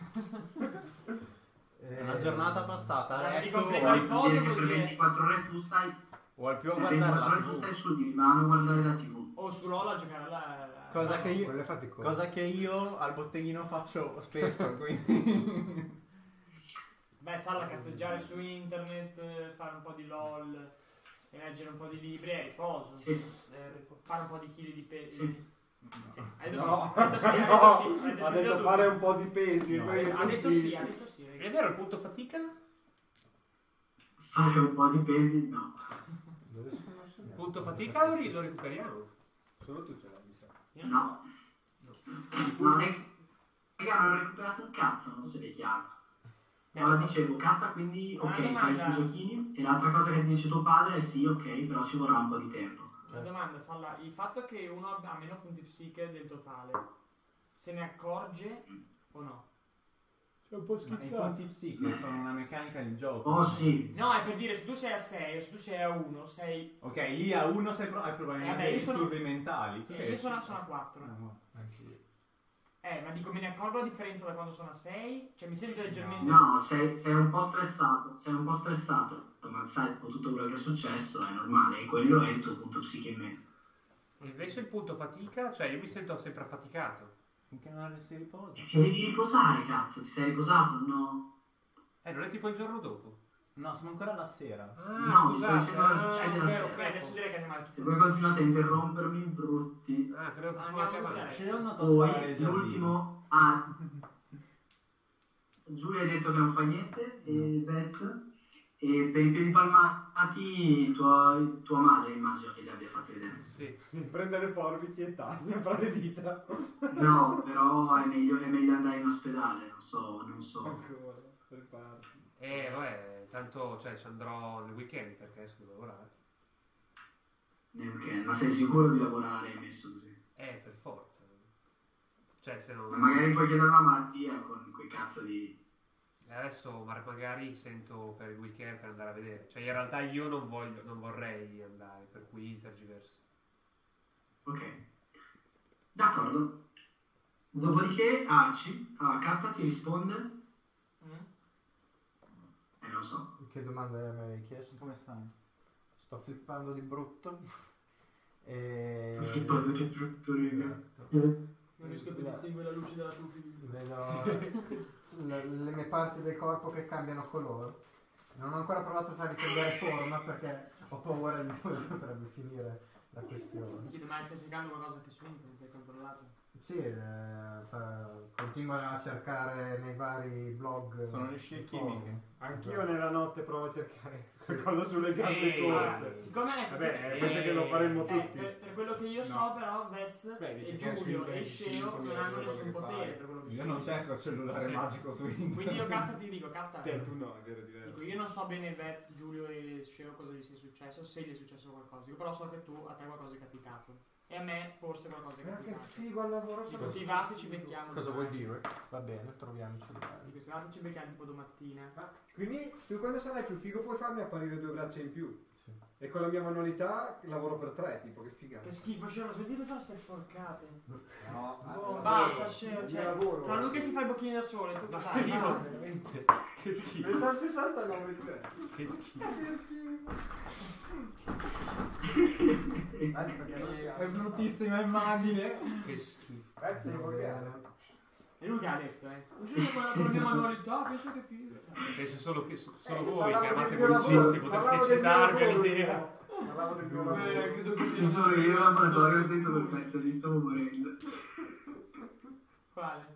È una giornata passata a Cioè, letto ricompleto o il al, Vuol dire Cosa che vuol per dire? ventiquattro ore tu stai. o al più a Per guardare ventiquattro la ore tu stai tivù. sul divano a guardare la tivù. O su LOL a giocare alla... Cosa che io, Quello è faticoso. cosa che io al botteghino faccio spesso, quindi... Beh, Salla cazzeggiare su internet, eh, fare un po' di LOL, e leggere un po' di libri, è riposo. Sì. Eh, ripo- fare un po' di chili di peso. Sì. Hai detto No, sì, ha detto sì, ha detto no, sì, ha detto ha sì, detto ha fare detto un po' di pesi. e No. tu hai sì. detto Ha detto sì. sì, ha detto sì. È vero il punto fatica? Fare un po' di pesi, no. Dove sono Il segnato? punto fatica lo, ri- lo recuperiamo. Solo tu ce l'hai, mi sa. No. No, raga, non ho recuperato un cazzo, non so se vi è chiaro. E allora dicevo, Katta, quindi ok, Una fai domanda. i suoi giochini. E l'altra cosa che ti dice tuo padre è sì, ok, però ci vorrà un po' di tempo. Una domanda, Salla, il fatto che uno ha meno punti psiche del totale, se ne accorge o no? C'è un po' Ma i punti psiche sono una meccanica di gioco. Oh sì. No, è per dire, se tu sei a sei o se tu sei a uno, sei... Ok, lì a uno sei pro- hai probabilmente Eh, vabbè, io sono- disturbi mentali. Tu Eh, sei- io sono, sono a quattro. Ah, no. Anch'io. Eh, ma dico, me ne accorgo la differenza da quando sono a sei? Cioè, mi sento leggermente... No, sei, sei un po' stressato, sei un po' stressato, ma sai un po' tutto quello che è successo, è normale, e quello è il tuo punto psiche in meno. E invece il punto fatica, cioè io mi sento sempre affaticato. Finché non si riposa. Ti devi riposare, cazzo, ti sei riposato? No. Eh, non è tipo il giorno dopo. No, siamo ancora alla sera. Ah, No, scusate. sto dicendo cosa Ah, succede ok, la ok. Beh, adesso direi che andiamo Se tutti. voi continuate a interrompermi, brutti. Ah, credo che fossimo Andiamo anche a avanti. buttare. Ce l'ho andato a sparare Poi ai giardini. l'ultimo, ah, Giulia ha detto che non fa niente, e Beth, e per i piedi palmati tua, tua madre immagino che li abbia fatti vedere. Sì. Prende le forbici e taglia fra le dita. No, però è meglio, è meglio andare in ospedale, non so, non so. Ancora, preparati. Eh, vabbè, tanto cioè, ci andrò nel weekend perché adesso devo lavorare. nel weekend. Ma sei sicuro di lavorare messo così? Eh, per forza. Cioè, se non... Ma magari puoi chiedere a Mattia con quei cazzo di... Adesso ma- magari sento per il weekend per andare a vedere. Cioè, in realtà io non voglio, non vorrei andare, per cui tergiverso. Ok. D'accordo. Dopodiché Arci, ah, K ti risponde? Mm? Eh, non so. Che domanda mi avevi chiesto? Come stai? Sto flippando di brutto. E... Sto flippando di brutto, raga. Esatto. Non riesco più a distinguere la luce dalla pupilla. Vedo le, le mie parti del corpo che cambiano colore. Non ho ancora provato a farli cambiare forma perché ho paura di come potrebbe finire la questione. Ti chiedo, ma stai cercando qualcosa che su internet hai controllato? Sì, eh, fa- continuo a cercare nei vari blog. Sono le scie e forum. chimiche. Anch'io nella notte provo a cercare qualcosa sulle gambe Ehi, corte. Siccome ecco, Vabbè, eh, penso che lo faremmo eh, tutti. per, per quello che io No. so, però, Vez Beh, dici e che su Giulio internet e i Sceo sintomi non è hanno una cosa nessun che potere fai. per quello che Io so. non cerco il cellulare Sì. magico su internet. Quindi io Catta ti dico, Catta, Te, tu no, è vero, è diverso. dico, io non so bene Vez, Giulio e Sceo cosa gli sia successo, se gli è successo qualcosa. Io però so che tu, a te qualcosa è capitato. E a me forse qualcosa è Ma che capitato. figo al lavoro. Dico, ti va se ci becchiamo. Cosa domani. vuol dire? Va bene, troviamoci domani. Dico, se va se ci becchiamo tipo domattina. Ah, quindi tu quando sarai più figo puoi farmi apparire due braccia in più. Sì. E con la mia manualità lavoro per tre, tipo, che figata. Che schifo, Sceo, se ti pensavo stai porcate. No, Oh, eh, basta, lavoro. Sceo, Il cioè, mio lavoro. tra lui che si fa i bocchini da sole e tu che fai? Io, Basta. veramente. Che schifo. Ne sono sessantanove di te. Che schifo. Anche perché non siamo. È bruttissima immagine. Che schifo. Pezzi di Va volgare. bene. E lui che ha detto, eh? Uscite con la, con la mia manualità, penso che figo. Penso solo, che, solo Eh, voi parlavo che del amate mio voi lavoro, stessi parlavo potreste del mio citarvi lavoro, l'idea. io. Parlavo del mio lavoro. Eh, credo che Ti sia. giuro che io in laboratorio ho sentito quel pezzo lì, stavo morendo. Quale?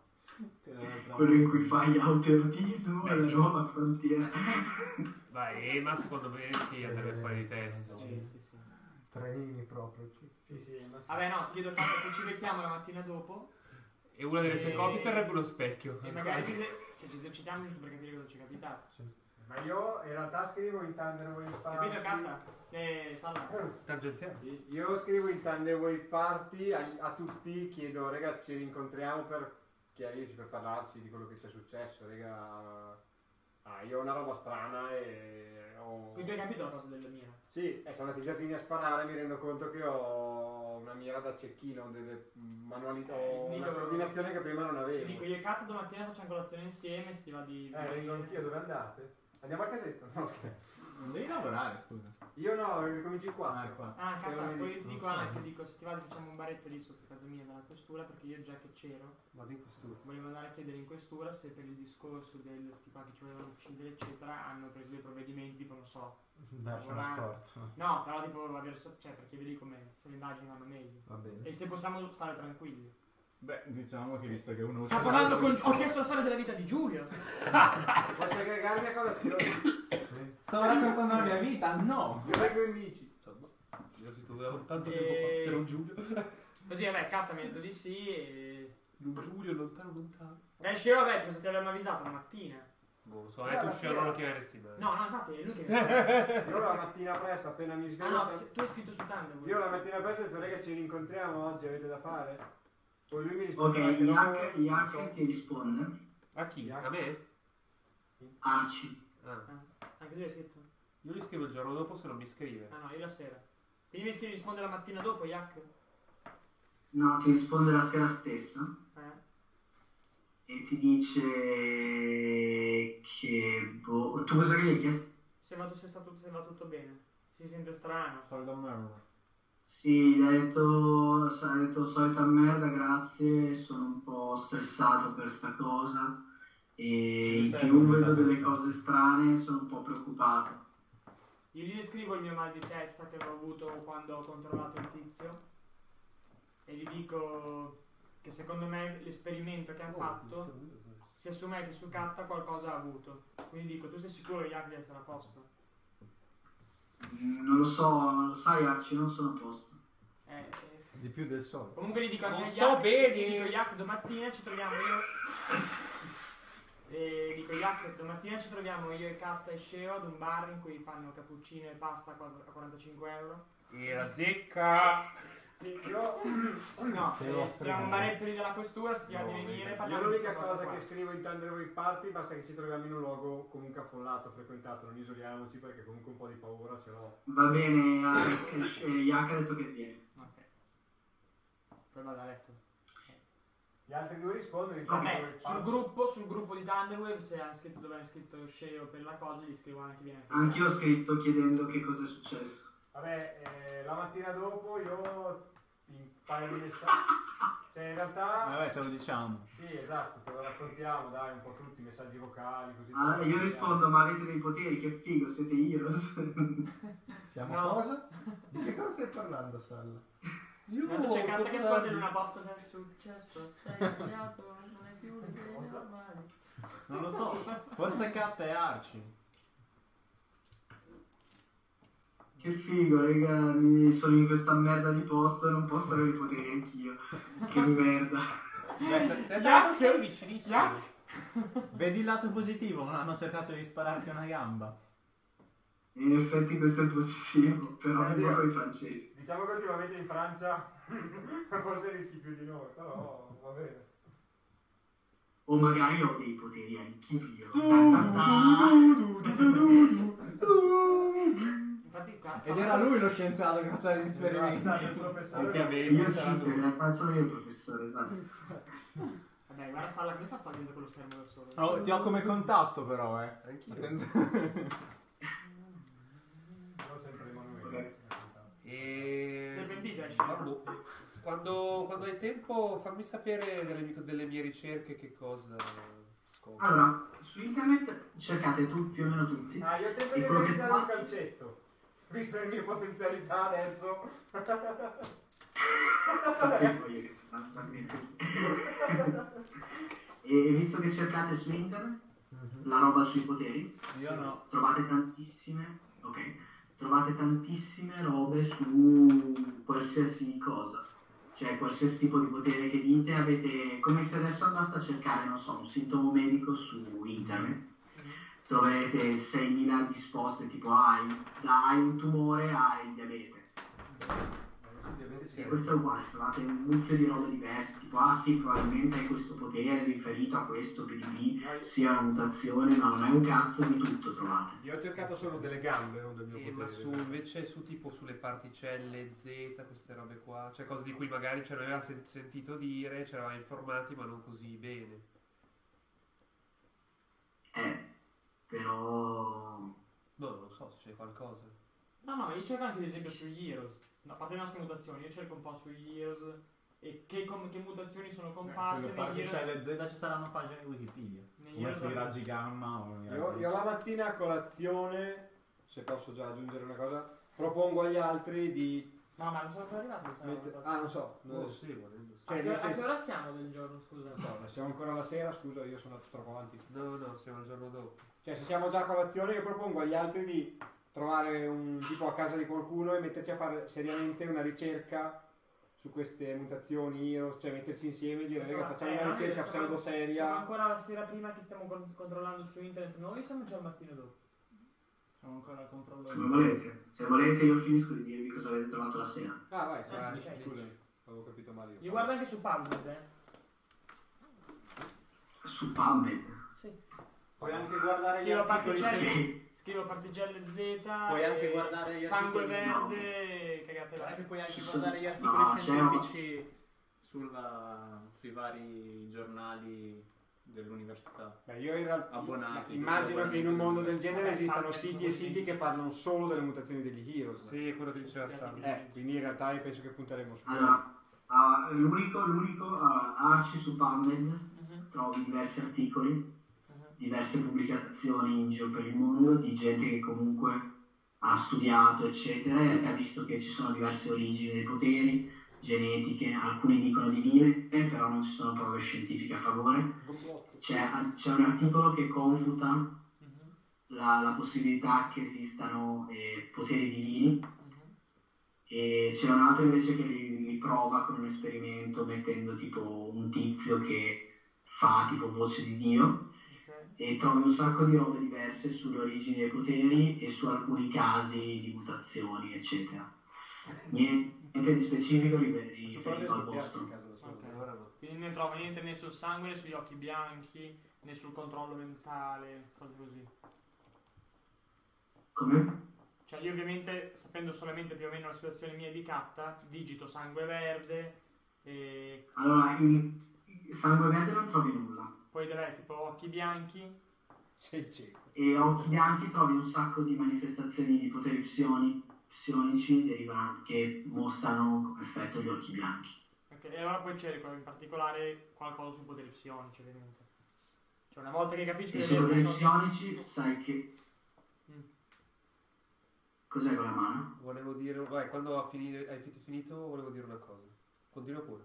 Quello in cui fai autoerotismo Beh, alla tipo- nuova frontiera. Vai, Ema secondo me sì, andrebbe fuori di testa. Sì, sì, sì. Trenini proprio. Sì. Sì, sì, ma sì. Vabbè, no, ti chiedo Catta se ci becchiamo la mattina dopo E una delle sue E- copie terrebbe uno specchio. e magari ci, se- cioè, ci esercitiamo giusto per capire cosa ci è capitato. Ma io in realtà scrivo in Thunder Wave Party. Capito, Catta? Eh, Salla. Tangenziale. Io scrivo in Thunder Wave Party a, a tutti, chiedo, raga, ci rincontriamo per chiarirci, per parlarci di quello che ci è successo, raga. Ah, io ho una roba strana e ho... Quindi tu hai capito la cosa della mira? Sì, e sono andati i giardini a sparare, mi rendo conto che ho una mira da cecchino, delle manualità, Eh, ti una dico- coordinazione che prima non Ti avevo. dico, io e Catta domattina facciamo colazione insieme, se ti va di... Eh, vengo anch'io, dove andate? Andiamo a casetta? No, scherzo. Non devi lavorare, scusa. Io no, ricominci Ah, quattro. qua. Ah, Che Catta, non poi mi- ti non dico so. anche, dico, se ti va facciamo un baretto lì sotto casa mia dalla questura, perché io già che c'ero, Vado in questura. volevo andare a chiedere in questura se per il discorso del sti qua che ci volevano uccidere, eccetera, hanno preso dei provvedimenti, tipo, non so. Darci una scorta. No, però tipo, aver, cioè, per chiedergli come, se le indagini vanno meglio. Va bene. E se possiamo stare tranquilli. Beh, diciamo che visto che uno... Sta parlando con... Ho chiesto la storia della vita di Giulio. Posso aggregarmi a colazione? Sì. Stavo raccontando la mia vita, no! Io vengo in bici. Insomma, io si tu tanto E- tempo fa. C'era un Giulio. Così, vabbè, Catta mi ha detto di sì e... Un Giulio lontano lontano. Dai, Sceo, vabbè, cosa ti avevamo avvisato la mattina? Boh, non so, eh, tu Sceo non lo chiameresti mai. No, no, infatti è lui che mi ha Io la mattina presto, appena mi Ah sveglio... no, c- tu hai scritto su Thunder. Io la mattina presto ho detto, raga, ci rincontriamo oggi, avete da fare? Poi lui mi Ok, risponde che no, Yak, non Yak so. ti risponde. A chi? A me? Arci. Ah. Ah, anche tu hai scritto? Io gli scrivo il giorno dopo se non mi scrive. Ah no, io la sera. Quindi mi scrivi risponde la mattina dopo, Yak? No, ti risponde la sera stessa Eh? e ti dice che... Boh, tu cosa gli hai chiesto? Se va, se sta tutto, se va tutto bene. Si sente strano. Soldo merda. Sì, gli ha detto, ha detto solita merda, grazie, sono un po' stressato per sta cosa e in più vedo delle cose strane, sono un po' preoccupato. Io gli descrivo il mio mal di testa che avevo avuto quando ho controllato il tizio e gli dico che secondo me l'esperimento che hanno fatto si assume che su Catta qualcosa ha avuto. Quindi dico, tu sei sicuro che Yak deve essere a posto? Mm, Non lo so, lo sai Arci, non sono a posto. Eh, eh. Di più del solito. Comunque gli dico anche Non a sto Yak, bene. gli dico Yak domattina ci troviamo io e dico Yak domattina ci troviamo io e Catta e Sceo ad un bar in cui fanno cappuccino e pasta a quarantacinque euro E la zecca. Sì, io, No, Devo eh, stiamo un baretto lì della questura, si chiama No, di venire, io io parliamo di l'unica questa cosa qua. che scrivo in Thunderwave Party basta che ci troviamo in un luogo comunque affollato, frequentato, non isoliamoci perché comunque un po' di paura ce l'ho. Va bene, Ark, eh, Yak ha detto che viene. Ok. Poi vado a letto. Gli altri due rispondono in Vabbè, Thunderwave sul Party. gruppo, sul gruppo di Thunderwave, se ha scritto dove ha scritto Sceo per la cosa, gli scrivo anche viene. Anch'io ho scritto chiedendo che cosa è successo. Vabbè, eh, la mattina dopo io un paio di messaggi. Cioè in realtà. Vabbè, te lo diciamo. Sì, esatto, te lo raccontiamo, dai, un po' tutti, messaggi vocali, così. Ah, io rispondo, ma avete dei poteri, che figo, siete heroes. Siamo No. cosa? Di che cosa stai parlando, Salla? Guarda, c'è carta che scorre in una botta senza successo, sei cambiato, non è più le tue normali. Non lo so, forse Cat e Arci. Che figo, raga, mi sono in questa merda di posto e non posso avere i poteri anch'io. Che merda. Beh, te sei vicinissimo. Vedi il lato positivo, non hanno cercato di spararti una gamba. In effetti questo è positivo, però non Oddio. so i francesi. Diciamo che ultimamente in Francia forse rischi più di noi, però va bene. O magari ho dei poteri anch'io. Infatti qua Ed era lui lo scienziato che faceva gli esperimenti. Esatto, il professore. Ovviamente. Io cito, in realtà sono io il professore, esatto. Vabbè, guarda Salla, come fa sta vedendo quello schermo da solo? Oh, ti ho come contatto però, eh. Anch'io. Attenzione. Però sempre Emanuele. E... Sei pentito, esci? Vabbè. Quando, quando hai tempo fammi sapere delle, mie- delle mie ricerche che cosa scopri. Allora, su internet cercate tu, più o meno tutti. Ah, io tento E di quello che organizzare fa- un calcetto. Visto le mie potenzialità adesso. Sapevo io che sta andando bene così. E visto che cercate su internet la roba sui poteri, Io no. trovate tantissime, ok, trovate tantissime robe su qualsiasi cosa. Cioè qualsiasi tipo di potere che dite, avete come se adesso andaste a cercare, non so, un sintomo medico su internet. Troverete seimila risposte tipo ah, hai, hai un tumore, hai il diabete. E questo è uguale, trovate un mucchio di robe diverse, tipo ah sì, probabilmente hai questo potere riferito a questo, B D B, sia una mutazione, ma non è un cazzo di tutto trovate. Io ho cercato solo delle gambe, non del mio Eh, potere. ma su invece su tipo sulle particelle Z, queste robe qua, cioè cose di cui magari ci aveva sen- sentito dire, ci eravamo informati, ma non così bene. Eh, però... No, non lo so se c'è qualcosa. No, no, ma io cerco anche ad esempio sugli Heroes. A parte le nostre mutazioni, io cerco un po' sugli Heroes e che, com- che mutazioni sono comparse Sulle negli Heroes. particelle Z ci saranno pagine Wikipedia. Negli Come Heroes sui abbiamo- raggi gamma o i Io, raggi- io la mattina a colazione, se posso già aggiungere una cosa, propongo agli altri di No, ma non sono ancora arrivati, sai? mettere... Ah, non so. Oh, non- sì, volendo. A Cioè, che, nel a senso- che ora siamo del giorno, scusa? non so, siamo ancora la sera, scusa, io sono andato troppo avanti. No, no, siamo il giorno dopo. Cioè, se siamo già a colazione, io propongo agli altri di trovare un tipo a casa di qualcuno e metterci a fare seriamente una ricerca su queste mutazioni, Heroes, cioè metterci insieme e dire, Insomma, raga, facciamo eh, una no, ricerca siamo- pseudo Siamo seria. ancora la sera prima che stiamo con- controllando su internet noi, siamo già al mattino dopo. Siamo ancora al controllo. Come volete. Se volete io finisco di dirvi cosa avete trovato la sera. Ah, vai, Eh, vai, ok. scusami, avevo capito male io. Io guardo anche su PubMed, eh. Su PubMed. Sì. Puoi anche guardare gli Scrivo articoli particelle, scientifici. scrivo partigelle Z. Puoi anche e guardare gli sangue articoli- verde, cagate Guarda che là. puoi anche Ci guardare gli sono- articoli no, c'è- scientifici sulla- sui vari giornali dell'università. Beh, io in realtà Abbonati, immagino tutti che in un mondo del abbonati. genere esistano Vabbè, siti e siti che parlano solo delle mutazioni degli Heroes. Sì, è quello che diceva Sam. Eh, quindi in realtà io penso che punteremo su Allora, ah, l'unico, l'unico ah, Arci su PubMed Mhm, trovi diversi articoli, mhm. diverse pubblicazioni in giro per il mondo di gente che comunque ha studiato eccetera e ha visto che ci sono diverse origini dei poteri, genetiche, alcuni dicono di vivere, però non ci sono prove scientifiche a favore. C'è, c'è un articolo che confuta Mhm, la, la possibilità che esistano eh, poteri divini mhm. e c'è un altro invece che li, li prova con un esperimento mettendo tipo un tizio che fa tipo voce di Dio Ok. e trovi un sacco di robe diverse sulle origini dei poteri e su alcuni casi di mutazioni eccetera. Niente di specifico rive- Tu però riferito al devi vostro. in casa da solo. Ok. Allora no. Quindi non trovo niente né sul sangue né sugli occhi bianchi né sul controllo mentale, cose così. Come? Cioè io ovviamente, sapendo solamente più o meno la situazione mia di Katta, digito sangue verde e Allora, il sangue verde non trovi nulla. poi deve tipo occhi bianchi. Sei cieco. E a occhi bianchi trovi un sacco di manifestazioni di poteri psioni- psionici derivanti che mostrano come effetto gli occhi bianchi. Ok, e allora poi cerco in particolare qualcosa sui poteri psionici, ovviamente. Cioè una volta che capisco E che sui devo poteri fare psionici sai che... Mm. Cos'è con la mano? Volevo dire, vai, quando ha finito, hai fi- finito volevo dire una cosa. Continua pure.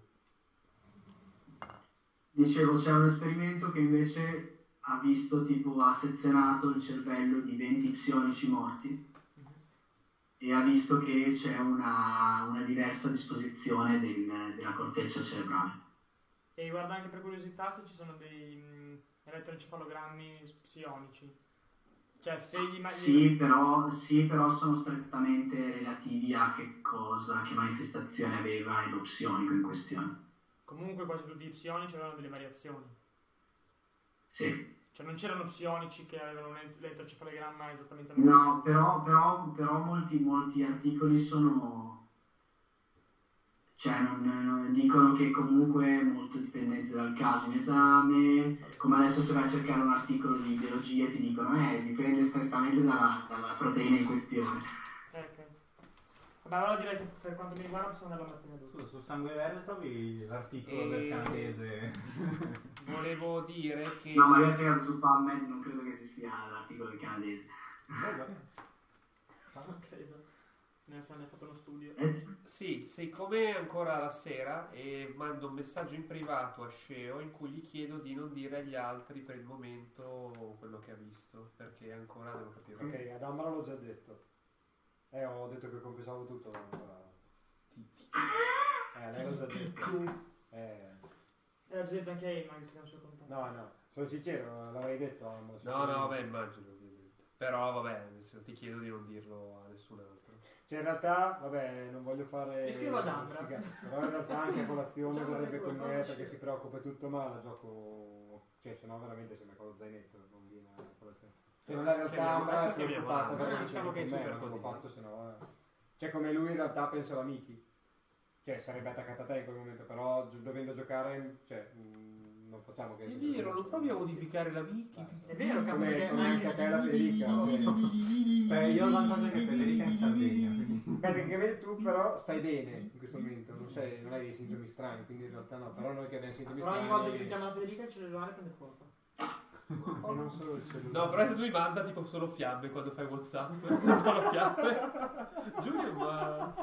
Dicevo, c'è un esperimento che invece ha visto, tipo, ha sezionato il cervello di venti psionici morti e ha visto che c'è una, una diversa disposizione del- della corteccia cerebrale. E guardo anche per curiosità se ci sono dei mm, elettroencefalogrammi psionici. Cioè se gli ma- Sì, però, sì, però sono strettamente relativi a che cosa, che manifestazione aveva lo psionico in questione. Comunque quasi tutti i psionici avevano delle variazioni. Sì. Cioè non c'erano psionici che avevano un ent- elettroencefalogramma esattamente No, però, però, però molti, molti articoli sono... Cioè, non, non- dicono che comunque molto dipendente dal caso in esame, come adesso se vai a cercare un articolo di biologia ti dicono eh, dipende strettamente dalla, dalla proteina in questione. Eh, ok. Vabbè, allora direi che per quanto mi riguarda possiamo andare alla mattina dopo. Scusa, sul sangue verde trovi l'articolo E- del canadese. Volevo dire che... No, magari sei andato su PubMed, non credo che ci sia l'articolo del canadese. Non credo. Ne ha, ne ha fatto uno studio. Eh, Sì, siccome è ancora la sera e mando un messaggio in privato a Sceo in cui gli chiedo di non dire agli altri per il momento quello che ha visto, perché ancora devo capire. Ok, ad Ambra l'ho già detto. Eh, ho detto che confessavo tutto. Allora. Eh, lei l'ho già detto. Eh, E l'ha già detto anche a Emma, visto che è un suo contatto. no, no, sono sincero, l'avrei detto. a Ambra, No, no, vabbè, immagino ovviamente. Però vabbè, nel senso, ti chiedo di non dirlo a nessun altro. Cioè, in realtà, vabbè, non voglio fare... Mi scrivo ad Ambra. sfiga- Però in realtà anche a colazione Diciamo vorrebbe che con qualcosa me c'è. perché si preoccupa e tutto, ma la gioco... Cioè, se no veramente sembra con lo zainetto, non viene a colazione. Cioè, non è in realtà Chiamiamo- Ambra è chiamiamo preoccupata Ambra. perché Eh, diciamo diciamo che che è con me, super non l'ho così. fatto, se no... eh. Cioè, come lui in realtà penso alla Miki. Cioè, sarebbe attaccata a te in quel momento, però gi- dovendo giocare, cioè, mh, non facciamo che... È vero, non provi a modificare la wiki. È vero, capo, Come, perché come anche a te la Federica. cioè. Beh, io ho il vantaggio che Federica è in Sardegna, quindi... Beh, tecnicamente tu però stai bene in questo momento, non, sei, non hai dei sintomi strani, quindi in realtà no, però noi che abbiamo sintomi Però ogni strani... volta che chiama la Federica il cellulare prende fuoco. E non solo il cellulare. No, però lui manda tipo solo fiamme quando fai WhatsApp. Senza le fiamme. Giulio, ma...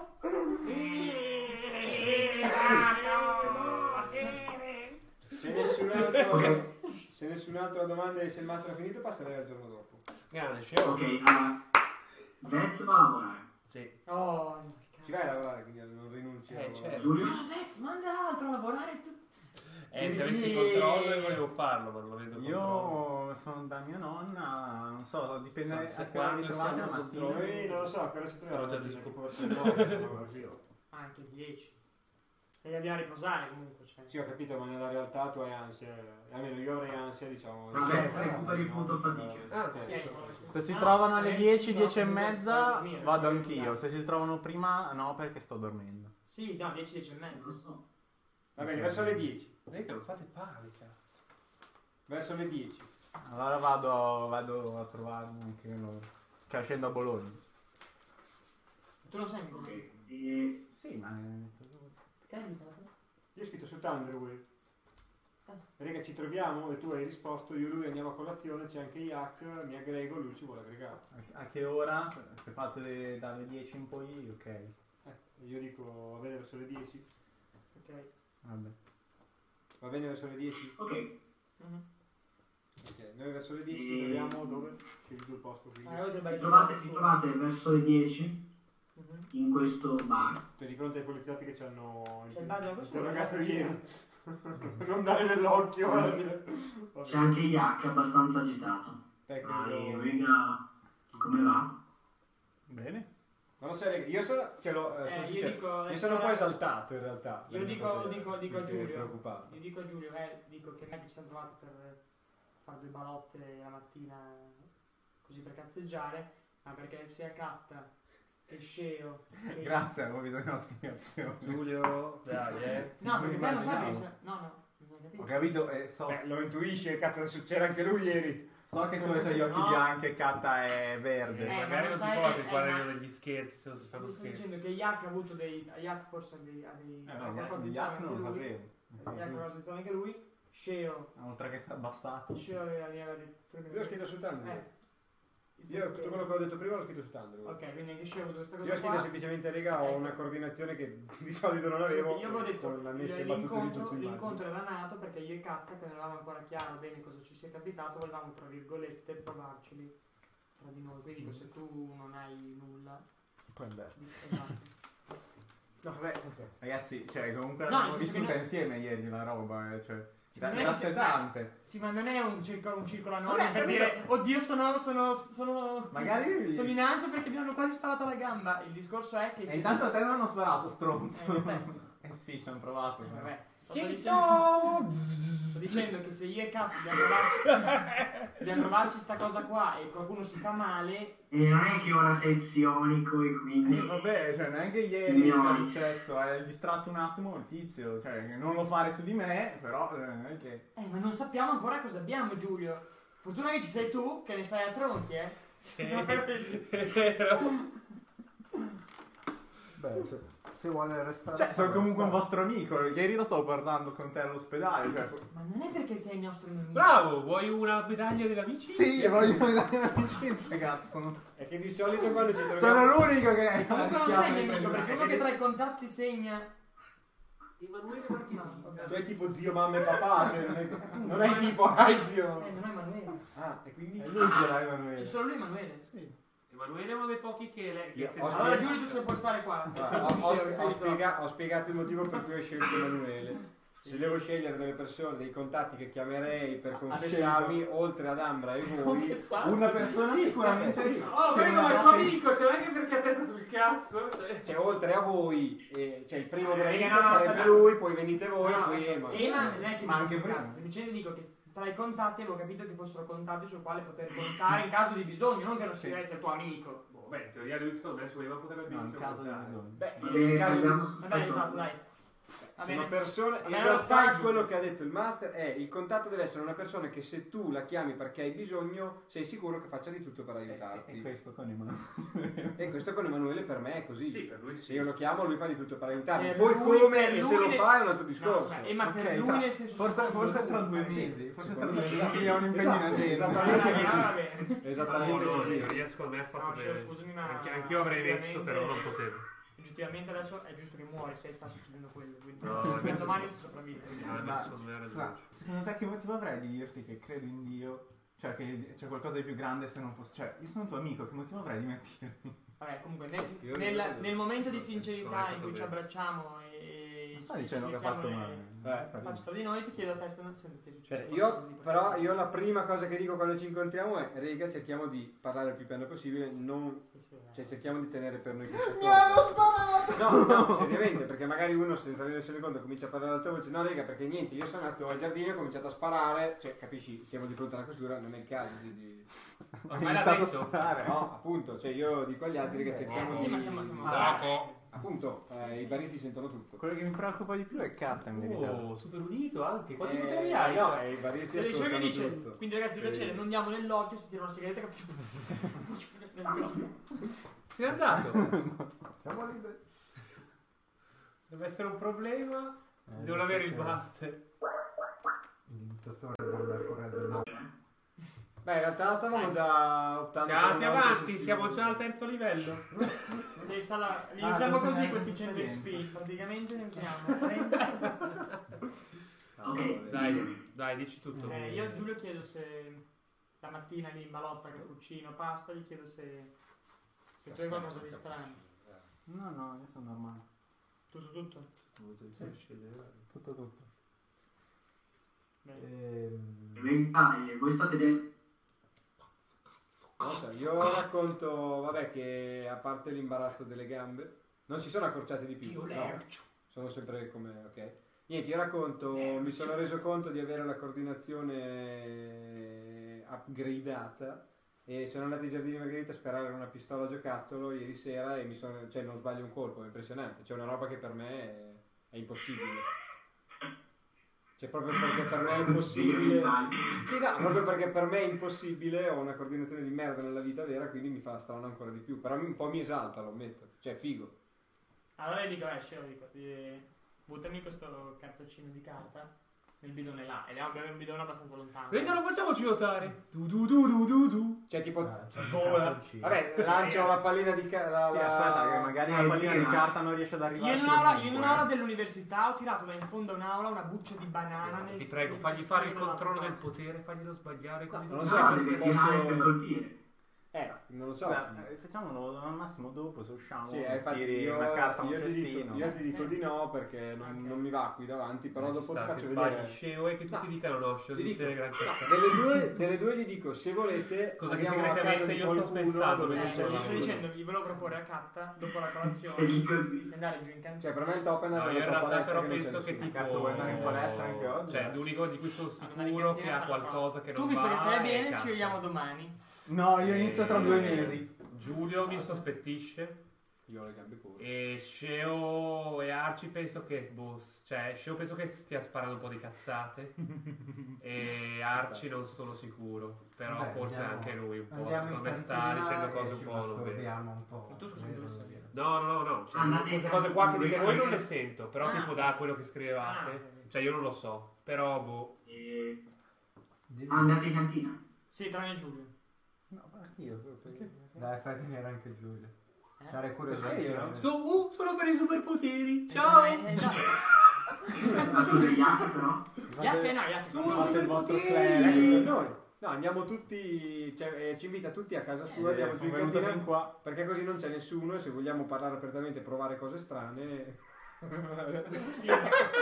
Se nessun altro, se nessun altro ha domande e se il matto è finito passerei al giorno dopo. Grande, Sceo. Ok, allora, Vez va a lavorare. Sì. Oh, Ci vai a lavorare, quindi non rinunci a Eh, lavorare. certo. Giulio? Vez, manda altro a lavorare tu. Eh, se avessi controllo io volevo farlo, ma non avendo controllo. Io sono da mia nonna, non so, dipende Sì, se a che ora vi quando trovate la siamo mattina. controllo- Noi non lo so, ancora ci troviamo. Sono già oggi, dispo- tipo tre nove, Anche dieci. Devi andare a riposare comunque. Cioè. Sì, ho capito, ma nella realtà tu hai ansia. Almeno io avrei ansia, diciamo. Vabbè, di- recuperi il punto fatica. Ah, Ok. Se si Ah, trovano alle eh, dieci, no, dieci e comunque mezza, fai dormire, vado fai anch'io. dormire. Se si trovano prima, no, perché sto dormendo. Sì, no, dieci, dieci e Non lo mezzo. so. Va bene, verso le dieci. Lei che non fate pane, cazzo. Verso le dieci. Allora vado, vado a trovarmi anche loro. Cioè scendo a Bologna. Tu lo sai in Ok, come? e Sì, ma... Perché hai invitato? Io ho scritto su Thunderwave. Ah. Raga, ci troviamo e tu hai risposto, io e lui andiamo a colazione, c'è anche Yak, mi aggrego, lui ci vuole aggregare. A che ora? Se fate le- dalle dieci in poi, ok. Eh, io dico, va bene verso le dieci? Ok. Vabbè. Va bene verso le dieci? ok, Mhm. Ok, noi verso le dieci ci E- troviamo dove? Scegli tu il posto qui. Ah, io devo vi trovate, vi trovate verso le dieci Mhm. in questo bar. Cioè di fronte ai poliziotti che ci hanno C'è il bagno, questo interrogato è- ieri. Non dare nell'occhio, guarda. C'è anche Yak abbastanza agitato. Te Vai, credo... Rega, come va? Bene. Ma non sei, io sono, cioè, lo, eh, Eh, sono io sincero, dico, io eh, sono un po' allora- esaltato in realtà. Io La mia dico, cosa è- dico, dico a è Giulio, preoccupato. io dico a Giulio, eh, dico che me che ci siamo trovati per fare due balotte la mattina così per cazzeggiare, ma perché sia Catta e Sceo e- Grazie, avevo bisogno di una spiegazione. Giulio, dai, eh. No, perché te non sai Immaginavo. perché- no, no, non hai capito. Ho capito, e so, Beh, lo intuisci, cazzo, c'era anche lui ieri. so che tu hai gli occhi No. bianchi e Catta è verde. Eh, ma magari lo non ti sai porti che- qua eh, ma- negli scherzi se non si Ti fanno sto dicendo scherzi. che Yak ha avuto dei. Yak forse ha dei. Ha dei Eh, ha no, qualcosa di gli strano hack anche non lo lui. sapevo. Yak ha qualcosa di strano anche lui. Sceo. Oltre che si è abbassato. Sceo aveva aveva detto. Io ho scritto su Thunder. Eh. Io tutto quello che ho detto prima l'ho scritto su Thunder. Ok, quindi anche Sceo ha avuto questa cosa Io ho scritto qua. semplicemente riga, ho Ecco. una coordinazione che di solito non avevo. Io avevo detto con annesse battute di l'incontro, tutto, immagino. l'incontro era nato perché io e Katta, che non avevamo ancora chiaro bene cosa ci sia capitato, volevamo tra virgolette provarceli tra di noi. Quindi dico, se tu non hai nulla, Puoi andare. esatto. No, vabbè, non so. Ragazzi, cioè comunque No, l'abbiamo nel senso vissuta che no- insieme ieri la roba, eh, cioè. Sì, Da, ma non è da che se- setante. Sì, ma non è un circolo, un circolo anonimo Vabbè, per capito. dire, oddio, sono, sono, sono, Magari. sono in ansia perché mi hanno quasi sparato alla gamba. Il discorso è che E se intanto a te non hanno sparato, stronzo. Eh, beh. Eh sì, ci hanno provato. Eh, però. vabbè. Sto dicendo, sto dicendo che se io e Cap dobbiamo provarci, dobbiamo provarci sta cosa qua e qualcuno si fa male, E non è che ora sei psionico e quindi... Eh, vabbè, cioè neanche ieri No. è successo, hai distratto un attimo il tizio, cioè non lo fare su di me, però eh, non è che... eh, ma non sappiamo ancora cosa abbiamo, Giulio. Fortuna che ci sei tu, che ne sai a tronchi, eh. Sì, è vero. Beh, se, se vuole restare... Cioè, sono può comunque un restare. vostro amico, ieri lo stavo portando con te all'ospedale, cioè... so- Ma non è perché sei il nostro nemico. Bravo, vuoi una medaglia dell'amicizia? Sì, voglio vedere l'amicizia, cazzo. È che di solito quando ci troviamo... Sono l'unico che... E comunque non schiaffo sei di nemico, prendere. perché uno che tra i contatti segna. Emanuele No, Marchesini. vabbè. Tu hai tipo zio, mamma e papà, cioè non, è... non hai tipo, hai zio... Eh, non è Emanuele. Ah, e quindi... E lui ce l'ha C'è Emanuele. solo lui Emanuele. Sì. Emanuele è uno dei pochi che... Le, che Io si- ho Allora Giulio tu sei puoi stare qua. Guarda, ho, ho- ho spiega- ho spiegato il motivo per cui ho scelto Emanuele. Se devo scegliere delle persone, dei contatti che chiamerei per confessarmi, oltre ad Ambra e voi, Confessato. Una persona sicuramente... sì. Oh, che prima non è ha suo te- amico, cioè non è che perché a te sta sul cazzo. Cioè. cioè oltre a voi, eh, cioè il primo Eh, della no, lista no, sarebbe aspetta. lui, poi venite voi, No, poi no, Ema. Ema non è che Ma mi anche sul prima. cazzo, semplicemente dico che tra i contatti avevo capito che fossero contatti sul quale poter contare in caso di bisogno, non che non si deve essere tuo amico. Boh, beh, in teoria lui secondo me su Ema potrebbe No, in benissimo caso di contare. bisogno. Beh, Va in bene, caso di... andiamo su Vabbè, sta esatto, cosa. dai. Va Sono bene. persone, Va in bene, allora realtà stai, quello Giulio. che ha detto il master è il contatto deve essere una persona che se tu la chiami perché hai bisogno sei sicuro che faccia di tutto per E, aiutarti. e questo con Emanuele. E questo con Emanuele per me è così. Sì, per lui sì. Se io lo chiamo lui fa di tutto per aiutarmi. Per Poi lui- come per e se lui lo ne- fa è un altro No, discorso. aspetta, eh, ma per Ok, lui tra- nel senso forse, secondo forse lui. tra due Eh, sì, mesi, forse tra secondo due me. mesi è un impegno Esatto, in agenda. esattamente Ah, così. va bene. Esattamente No, no, così. in teoria secondo me ha fatto No, bene. cioè, scusami, ma Anche, anch'io avrei messo, oggettivamente- però non potevo. Oggettivamente adesso è giusto che muori se sta succedendo quello, quindi No, per invece domani sì. si sopravvive. Ah, Ma, adesso non era sa- giusto. secondo te che motivo avrei di dirti che credo in Dio? Cioè che c'è qualcosa di più grande se non fosse... Cioè, io sono tuo amico, che motivo avrei di mentirmi? Vabbè, comunque nel, Io nel- ricordo- nel momento di Sì, sincerità hai in fatto cui ci bene. abbracciamo e Non sto dicendo che ha fatto male. Eh. faccio tra di noi, ti chiedo a te se non se ti è successo Cioè, qualcosa io, di però particolare. io la prima cosa che dico quando ci incontriamo è rega cerchiamo di parlare il più piano possibile, non, Sì, sì, eh. cioè cerchiamo di tenere per noi Mi questa hanno cosa. sparato! No, no, seriamente, perché magari uno senza rendersene conto comincia a parlare alta voce, no rega perché niente, io sono andato al giardino e ho cominciato a sparare, cioè capisci, siamo di fronte alla questura, non è il caso di... di... Ho Ma l'ha iniziato a detto? sparare. No, appunto, cioè io dico agli altri che cerchiamo Sì, di... ma siamo- siamo- Poco. Appunto, eh, i baristi sentono tutto. Quello che mi preoccupa di più è Katta in verità. Oh, super unito anche. Quanti Eh, poteri hai? No, Cioè? eh, i baristi E dice che ascoltano dice, tutto. quindi ragazzi di piacere, Eh. non diamo nell'occhio, si tira una sigaretta che Se n'è andato. Siamo liberi. Deve essere un problema. Eh, Devono avere il perché master. Il dittatore della Corea del Nord. Beh, in realtà stavamo già ottanta. Siamo andati avanti, siamo già al terzo livello. Se sala, li Ah, usiamo adesso così ne- questi cento X P, praticamente ne usiamo trenta. Ok, Dai, ditemi. dai, dici tutto. Eh, io a Giulio chiedo se la mattina lì in balotta, cappuccino, pasta, gli chiedo se, se tu hai qualcosa di strano. No, no, io sono normale. Tutto, tutto? Tutto, tutto. Bene. In Ehm, verità, eh, voi state dentro Non so, io racconto, vabbè, che a parte l'imbarazzo delle gambe, non si sono accorciate di più. No, sono sempre come, ok. Niente, io racconto, mi sono reso conto di avere la coordinazione upgradata e sono andato ai Giardini Margherita a sparare una pistola a giocattolo ieri sera e mi sono, cioè non sbaglio un colpo, è impressionante. C'è una roba che per me è, è impossibile. Cioè proprio perché per me è impossibile. Sì, no, proprio perché per me è impossibile, ho una coordinazione di merda nella vita vera, quindi mi fa strano ancora di più. Però un po' mi esalta, lo ammetto. Cioè, figo. Allora io dico, eh, scemo, dico, eh, buttami questo cartoncino di carta nel bidone là. Ed è un bidone abbastanza lontano. Venga, lo facciamoci nuotare. Du du du du du du. Cioè, tipo. Ah, c'è il vola. cartoncino. Vabbè, lancio la pallina di carta. Sì, aspetta, che magari la pallina di carta non riesce ad Io arrivare. in un'aula, io in un'aula dell'università ho tirato da in fondo a un'aula una buccia di banana nel, Ti prego, nel fagli fare il cestino controllo della del potere, faglielo sbagliare così No, tu non sai so, No, cosa- deve posso- tirare per colpire. Eh, non lo so. Beh, facciamolo al massimo dopo se usciamo. Sì, eh, infatti tiri io, una carta a un io ti dico, cestino. io ti dico di no perché non, Ok. non mi va qui davanti, però Eh, ci dopo ti sta, faccio che sbagli vedere. scemo e che tutti No. dicano no, scemo Ti dice dico, le gran no, cazzate. delle, due, delle due gli dico, se volete, Cosa che andiamo a casa segretamente di io sto qualcuno pensando, dove Eh, non perché c'è io sto nessuno. dicendo, vi volevo proporre a Catta, dopo la Sei colazione, così. di andare giù in cantina. Cioè, per me il top è No, andare io in alla realtà palestra però che non c'è penso che nessuno. tipo... Cazzo, vuoi andare in palestra anche oggi? Cioè, l'unico di cui sono Andare in sicuro cantina che ha a fare qualcosa che Tu, non visto va che stai è bene, Cazzo. ci vediamo domani. No, io inizio tra due Eh, mesi. Giulio mi sospettisce Io ho le gambe corte. e Sceo e Arci penso che boh, cioè Sceo penso che stia sparando un po' di cazzate e Arci non sono sicuro, però Beh, forse andiamo- anche lui un po', andiamo in secondo me sta cantina dicendo e cose un ci po' non vere. masturbiamo un po'. Ma tu scusa, Eh, dove devo sei? dire. No, no, no, no, cioè, Andate queste in cose qua che cantina, dite voi non ragazzi. le sento, però Ah. tipo da quello che scrivevate, Ah. cioè io non lo so, però boh. E... Dimmi. Andate in cantina. Sì, tranne Giulio. No, ma io perché? Dai, fai venire anche Giulio. Eh? Sarei curioso. Perché io? anche- So, uh, sono per i superpoteri, ciao! Eh, eh, esatto. Ma scusa, Iac però? Iac, no, Iac. Su, Fate il vostro Eh, cleric. noi. No, andiamo tutti, cioè, eh, ci invita tutti a casa sua, andiamo Eh, giù in sono venuto cantina, fin qua. perché così non c'è nessuno e se vogliamo parlare apertamente e provare cose strane... Sì.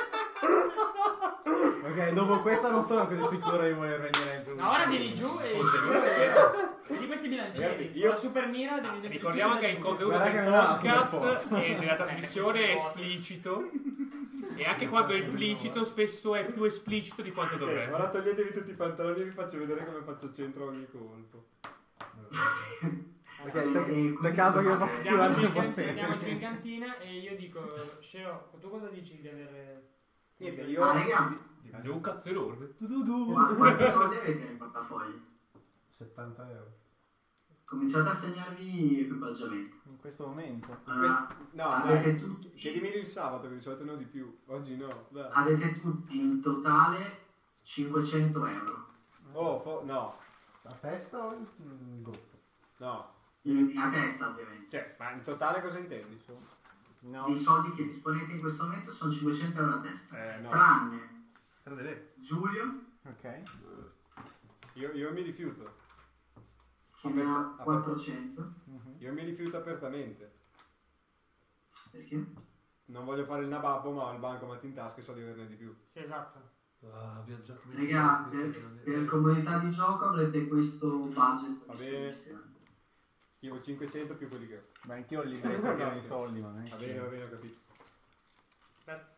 Ok, dopo questa non sono così sicuro di voler venire giù. Ma ora vieni giù e Contenuto. vedi questi bilancieri. Ragazzi, io- Con la super mira devi devi- Ricordiamo devi- che il contenuto Guarda del che non ha la podcast super e della trasmissione è esplicito e anche quando è implicito spesso è più esplicito di quanto Ok, dovrebbe. ora toglietevi tutti i pantaloni e vi faccio vedere come faccio centro a ogni colpo. Ok, c'è, c'è caso che io possa Andiamo giù, in attivare un cantina, andiamo giù in po'. cantina e io dico, Sceo, tu cosa dici di avere... Niente, io... Ah, raga, È un cazzo enorme. ma quanti soldi avete nel portafoglio? settanta euro. Cominciate a segnarvi equipaggiamento. In questo momento. Allora, No, avete dai, tutti, chiedimeli il sabato che di solito ne ho di più, oggi no, dai. avete tutti in totale cinquecento euro. Oh, fo- no, A testa o in gruppo? no. In- a testa ovviamente. Cioè, ma in totale cosa intendi? No. I soldi che disponete in questo momento sono cinquecento euro a testa. Eh, no. Tranne Tranne me. Giulio Ok. Io, io mi rifiuto. che ne ha Aperta- quattrocento. Mhm. Io mi rifiuto apertamente. Perché? Non voglio fare il nababbo, ma ho il bancomat in tasca e so di averne di più. Sì, esatto. Ah, abbiamo già come Raga, per, per comodità di gioco avrete questo budget. Va bene. Scrivo cinquecento più quelli che ho. Beh, anch'io ho il libretto che ho i soldi, ma non è Va che- bene, va bene, ho capito. Grazie.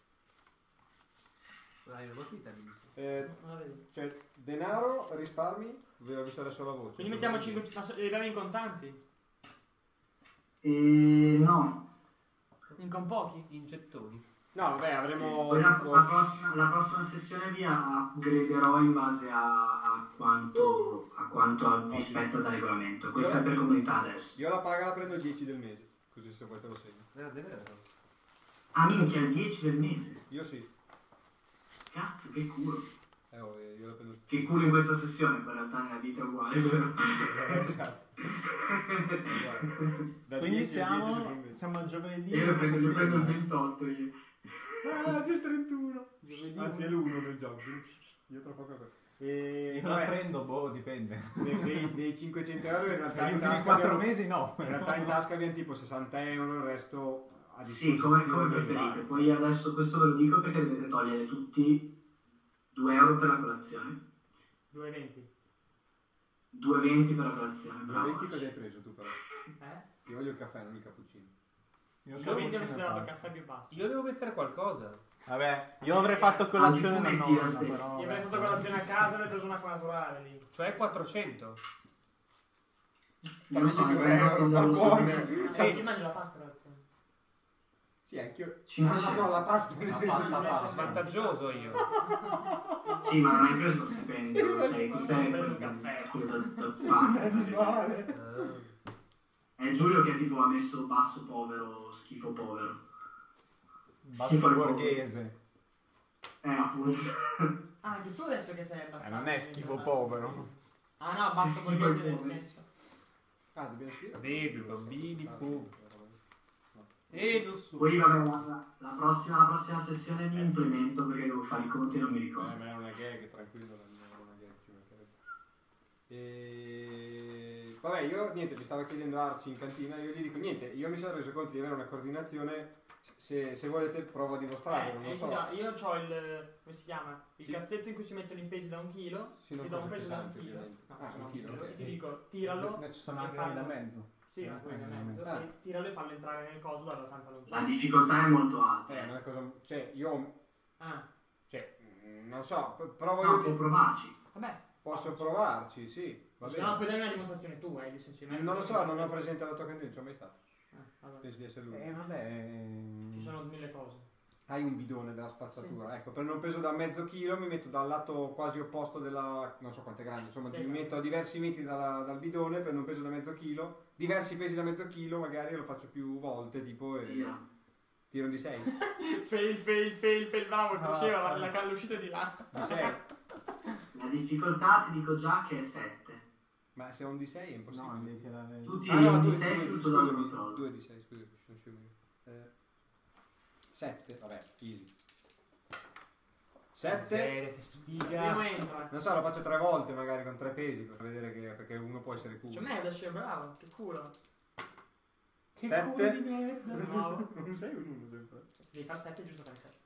Dai, ma qui te mi Eh, Non la vedi. cioè, denaro, risparmi, ve l'ho vista adesso la voce. Quindi mettiamo cinque... Ma so- li abbiamo in contanti? E no. In con pochi? in gettoni. No, vabbè, avremo... Poi la, la prossima, la prossima sessione vi upgraderò in base a, a quanto, a quanto vi spetta da regolamento. Questo è per comunità adesso. Io la paga la prendo il dieci del mese, così se vuoi te lo segno. Eh, davvero? Ah minchia, il dieci del mese. Io sì. Cazzo, che culo. Eh, oh, io la prendo... Che culo in questa sessione, poi in realtà nella vita è uguale, però. Esatto. Da Quindi dieci a dieci siamo, secondo me. siamo a giovedì. Io lo prendo, lo prendo il ventotto io. Ah, c'è il trentuno. Giovedì Anzi, è l'uno del gioco. Io tra poco... E... Io la vabbè, prendo, boh, dipende. dei, dei, dei cinquecento euro in realtà Negli in ultimi tasca quattro abbiamo, mesi no. in realtà in tasca abbiamo tipo sessanta euro, il resto a Sì, disposizione. come, come preferite. Poi adesso questo ve lo dico perché dovete togliere tutti due euro per la colazione. due e venti. due venti per la colazione, due bravo. venti cosa hai preso tu però? Eh? Io voglio il caffè, non il cappuccino. Io Io venti ho cappuccino e considerato basta. caffè più basso. Io devo mettere qualcosa. Vabbè, io avrei fatto colazione da Ah, nonna, sì. però... Io avrei fatto colazione a casa e avrei preso un'acqua naturale lì. Cioè quattrocento. Non so, Tanti avrei fatto un ma dallo buone. subito. Sì, io mangio la pasta a colazione. Sì, anch'io. cinquecento. Ah, no, la pasta La nel senso pasta, di- pasta. Svantaggioso io. Sì, ma non hai preso lo stipendio, Sì, sei, ma- questo è preso quel- un caffè. quello da, da Sì, fare. un animale. Ah. È Giulio che tipo ha messo basso povero, schifo povero. Basso Schifo al borghese. Eh, appunto. Ah, anche tu adesso che sei abbassato. Eh, non è schifo povero. Ah no, basso Schifo borghese al nel povero. senso. Ah, dobbiamo scrivere? Vedo i bambini Ah, poveri. no. E lo so. Poi vabbè, la, la prossima, la prossima sessione mi implemento perché devo fare i conti e non mi Eh, ricordo. ma è una gag, tranquillo, non è una gag, ci mancherebbe. E... Vabbè, io niente, mi stava chiedendo Arci in cantina, io gli dico niente, io mi sono reso conto di avere una coordinazione, se, se volete provo a dimostrarlo, non Eh, lo eh, so. scusa, io ho il. Come si chiama? Il Sì. cazzetto in cui si mettono i pesi da un chilo. Sì, non ti do un cose peso da un pesanti, chilo. ovviamente. No, Ah, sono un chilo, ok. Ti dico, tiralo. Ci sono e anche quelli da fallo- mezzo. Sì, Eh, ma quelli da eh, mezzo. ah. E tiralo e fallo entrare nel coso da abbastanza La lontano. difficoltà è molto alta. Eh, è una cosa, cioè, io, Ah, cioè, mm, non so, p- provo No, io, può di- provarci. vabbè. posso provarci, sì, va Se no, puoi bene. darmi una dimostrazione tu, eh, di senso di Non lo so, non ho presente la tua cantina, non sono mai stato, Ah, vabbè. penso di essere lui. Eh, vabbè... Ci sono mille cose. Hai un bidone della spazzatura, ecco, per un peso da mezzo chilo mi metto dal lato quasi opposto della, non so quanto è grande, insomma, Sì, mi ma- metto a diversi metri dalla- dal bidone per un peso da mezzo chilo, diversi pesi da mezzo chilo, magari lo faccio più volte, tipo, e Via. tiro di sei, Fail, fail, fail, fail, bravo, Ah, cresceva la, sì. la calla uscita di là. di sei, La difficoltà ti dico già che è sette. ma se ho un di sei è No, impossibile. devi tirare... Tu Ah tiri no, un di due, sei due, tutto dal scusami, controllo. due di sei, scusa, sono scemo io. Eh, sette, vabbè, easy. sette, Miseria, che Primo sfiga. entra. non so, lo faccio tre volte magari con tre pesi per vedere che, perché uno può essere culo. Cioè, me adesso è bravo, che culo. Che Sette. culo di merda! Bravo. Non sei un uno sempre. Devi fare sette giusto per sette.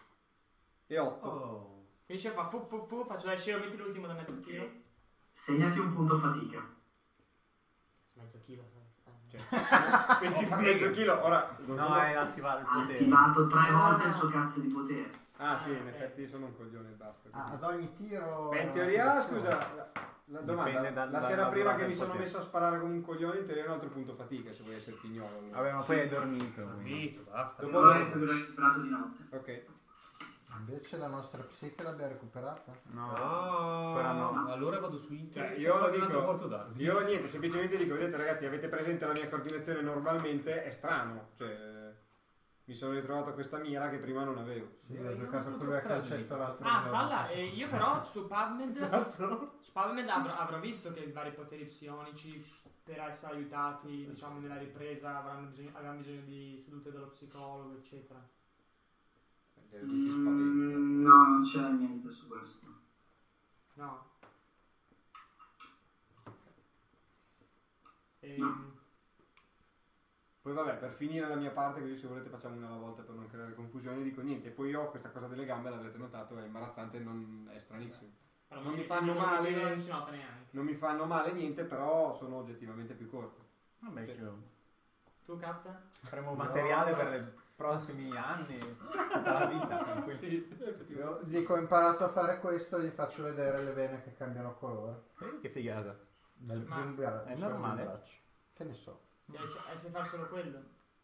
E otto. Oh. Quindi fa fu fu fu, faccio dai scemo, metti l'ultimo da mezzo chilo. Segnati un punto fatica. Mezzo chilo, sai. Questi fa mezzo chilo, ora non No, sono- è attivato il Ha potere. attivato tre Ah. volte il suo cazzo di potere. Ah sì, in ok. effetti sono un coglione e basta. Ah, quindi. ad ogni tiro... Beh, in teoria, scusa, la, la domanda, Dipende da- la da- sera da- prima da- che mi del sono potere. messo a sparare come un coglione, in teoria è un altro punto fatica se vuoi essere pignolo. allora. Vabbè, ma poi hai dormito. Dormito, basta. Dopo- Allora hai recuperato di notte. Ok. Invece la nostra psiche l'abbiamo recuperata. No. No, Ancora no. allora vado su internet. Cioè, io e lo faccio un altro dico, porto d'armi. io niente, semplicemente dico, vedete ragazzi, avete presente la mia coordinazione normalmente, è strano, cioè mi sono ritrovato questa mira che prima non avevo. Sì, ho giocato con lui a calcetto l'altro Ah, giorno. Salla, e io però su PubMed, Esatto. su PubMed avrò, avrò visto che i vari poteri psionici per essere aiutati, diciamo, nella ripresa avranno bisogno, avranno bisogno di sedute dello psicologo, eccetera. Lui ti spaventa. Mm, no, non c'è niente su questo. No. E, No. Poi vabbè, per finire la mia parte, così se volete facciamo una alla volta per non creare confusione, dico niente, poi io ho questa cosa delle gambe, l'avrete notato, è imbarazzante, non, è stranissimo. però non si- mi fanno non- male. Non si nota neanche. Non mi fanno male niente, però sono oggettivamente più corti. Vabbè, Sì. che Tu, Catta? faremo materiale per i prossimi anni, tutta la vita. per cui- Io dico ho imparato a fare questo e gli faccio vedere le vene che cambiano colore. Eh, che figata. Nel Ma- primo bra- è cioè, normale? nel braccio. Che ne so. E se, e se far solo quello?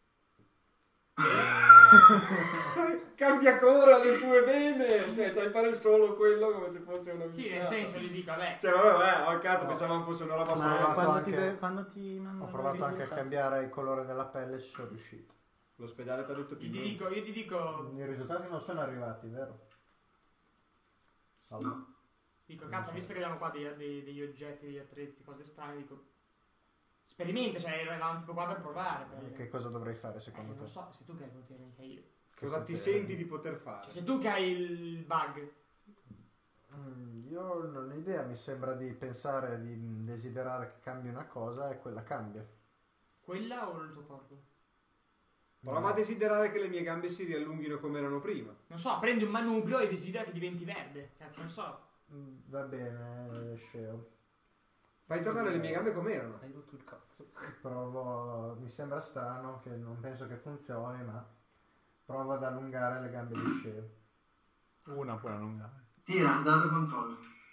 Cambia colore alle sue vene, cioè sai fare solo quello come se fosse una Sì, nel minchiata. senso, gli dico, vabbè. Cioè vabbè, vabbè, al caso No. pensavamo fosse una roba Ma- sola. provato quando, anche- ti de- quando ti mandano Ho provato i anche a risultati. cambiare il colore della pelle e ci sono riuscito. L'ospedale ti ha detto Io più ti dico, io ti dico, I risultati non sono arrivati, vero? Salvo. dico, Catta, visto che abbiamo qua dei- dei- degli oggetti, degli attrezzi, cose strane, dico, sperimenta, cioè eravamo tipo qua per provare. Per... Che cosa dovrei fare Eh, secondo non te? so, sei tu che hai il potere, mica io. Cosa ti potere? senti di poter fare? Cioè, sei tu che hai il bug. Mm, io non ho idea, mi sembra di pensare, di desiderare che cambi una cosa e quella cambia. Quella o il tuo corpo? Prova a desiderare che le mie gambe si riallunghino come erano prima. Non so, prendi un manubrio e desidera che diventi verde. Cazzo, non so. Mm, Va bene, Sceo. Fai tornare le mie gambe come erano. Hai rotto il cazzo. Provo, mi sembra strano che non penso che funzioni, ma provo ad allungare le gambe di Sceo. Una puoi allungare. Tira, dato controllo.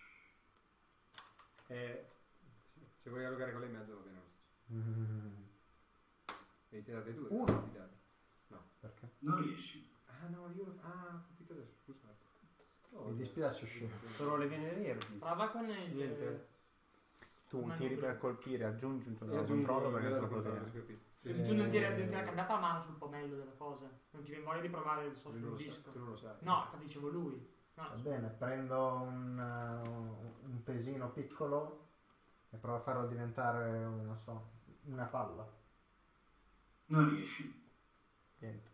Eh, se vuoi allungare con le in mezzo va bene. Mm, Devi tirare due. Uno. devi tirare. No. perché? Non riesci. Ah no, io... Ah, ho capito adesso, scusate. Mi dispiace Sceo. Sono le vene verdi. Prova con il... Niente. Tu Ma tiri non- per colpire, aggiungi un tuo E dato aggiungi controllo il perché dato te lo controllo, potere. ho capito. Se tu non ti non ti era cambiata la mano sul pomello della cosa, non ti viene voglia di provare so, Tu non sul lo sai, disco. tu non lo sai. No, infatti dicevo lui. No, Va bene, prendo un, uh, un pesino piccolo e provo a farlo diventare, un- non so, una palla. Non riesci. Niente.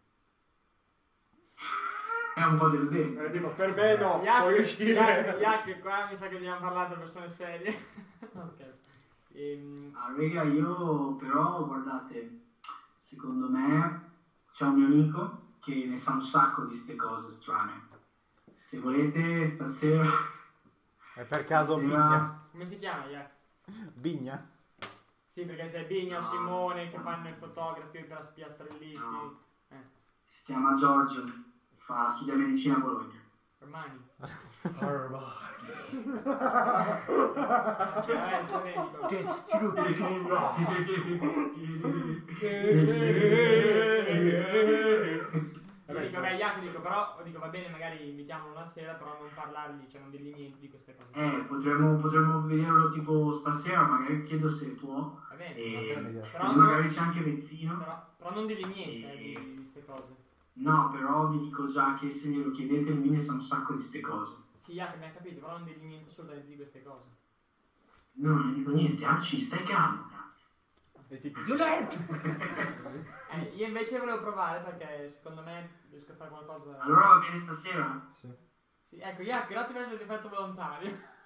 È un po' deludente. Eh, tipo, per me no, puoi Yak, uscire. Yak, Yak, qua mi sa che dobbiamo parlare di persone serie. No, scherzo. Ehm, Ah, raga, io però, guardate, secondo me c'è un mio amico che ne sa un sacco di ste cose strane. Se volete, stasera... È per caso stasera- Bigna? come si chiama Yak? Bigna? Sì, perché c'è Bigna, No, Simone si che chiama- fanno i fotografi per la piastrellisti. No. Eh, Si chiama Giorgio, fa studia medicina a Bologna. Armani. Ormai. Eh, già vedi. Che struttura! Vabbè, dico, vabbè, Yak, dico, però, dico, va bene, magari invitiamolo una sera, però non parlargli, cioè non dirgli niente di queste cose. Eh, potremmo, potremmo vederlo tipo stasera, magari chiedo se può. Va bene, E bene, però, così non- magari c'è anche Vezzino. però, però non dirgli niente eh, di, di queste cose. No, però vi dico già che se glielo chiedete lui ne sa un sacco di ste cose. Sì, Yak, abbiamo capito, però non dirgli niente assolutamente di queste cose. No, non ne dico niente, anzi, stai calmo, cazzo. E tipo, Eh, io invece volevo provare perché secondo me riesco a fare qualcosa. Allora va bene stasera? Sì. Sì, ecco, Yak, grazie per essere fatto volontario.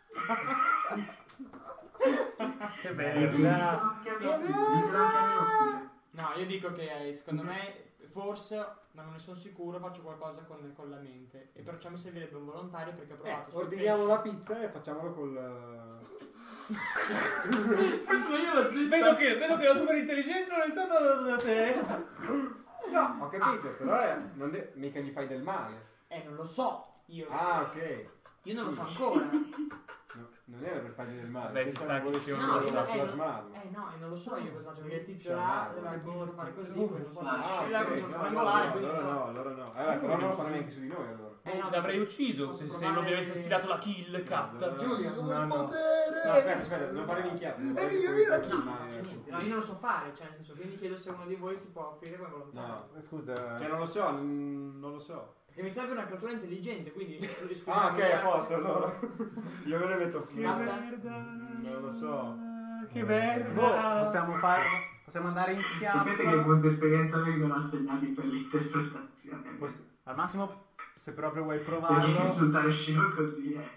Che Ditelo merda! anche a me, ditelo anche a me, oppure. No, io dico che eh, secondo me, forse, ma non ne sono sicuro, faccio qualcosa con, con la mente. E perciò mi servirebbe un volontario perché ho eh, provato sul ordiniamo la pesce. pizza e facciamolo col... Sono io la zitto. Vedo che, vedo che la superintelligenza non è stata da te. No, ho capito, però è, non de- mica gli fai del male. Eh, non lo so, io. Ah, ok. Io non lo so ancora. No, non era per fargli del male. Beh, ci questo sta non vuole che ci solo No, vuole io, eh, plasmarlo. eh no, e non lo so io cosa faccio, perché il tizio Cioè, là no, doveva no. fare così, No, poi non so. Ah, E là ok, comincia a no, strangolare, no, quindi allora non so. no, allora no. Eh, però non lo farà neanche su di noi allora. Eh, no, L'avrei devo- ucciso se, se non mi avesse stilato la kill, cat. Giulio, No, Dove il no. potere? No, aspetta, aspetta, non fare minchiate. non È vorrei mio, che mio la poi kill. faccia faccio male. niente. No, io non lo so fare, cioè, nel senso, quindi chiedo se uno di voi si può offrire come volontario. No, Scusa, cioè non lo so, n- non lo so. Perché mi serve una creatura intelligente, quindi... riesco Ah, a- ok, a posto allora. Io me ne metto Che Gatta? merda! Non lo so. Che boh, merda! possiamo fare, possiamo andare in Sapete che piazza. punti esperienza vengono assegnati per l'interpretazione? Poss- al massimo, se proprio vuoi Perché provarlo, insultare Scino così è...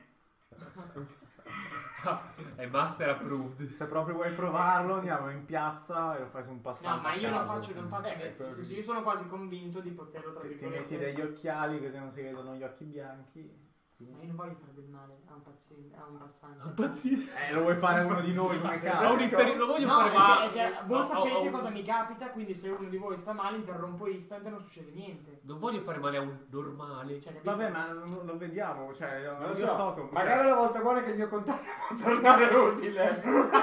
È master approved. se proprio vuoi provarlo, andiamo in piazza e lo fai su un passaggio. No, ma a io non caso. faccio, non faccio Eh, nel quello senso, che- io sono quasi convinto di poterlo, tra Ti, ti virgolette... metti degli occhiali così non si vedono gli occhi bianchi. Ma io non voglio fare del male a un paziente, a un passante. Un pazzino. Eh, lo vuoi fare uno di noi come No, cazzo? un inferi- lo voglio No, fare, è ma. che, è che voi no, sapete ho- ho un- cosa mi capita, quindi se uno di voi sta male interrompo instant e non succede niente. Non voglio fare male a un normale. Cioè, capito? Vabbè, ma lo, lo vediamo. Cioè, io, Non lo io so, so che un- magari la volta buona che il mio contatto può tornare utile.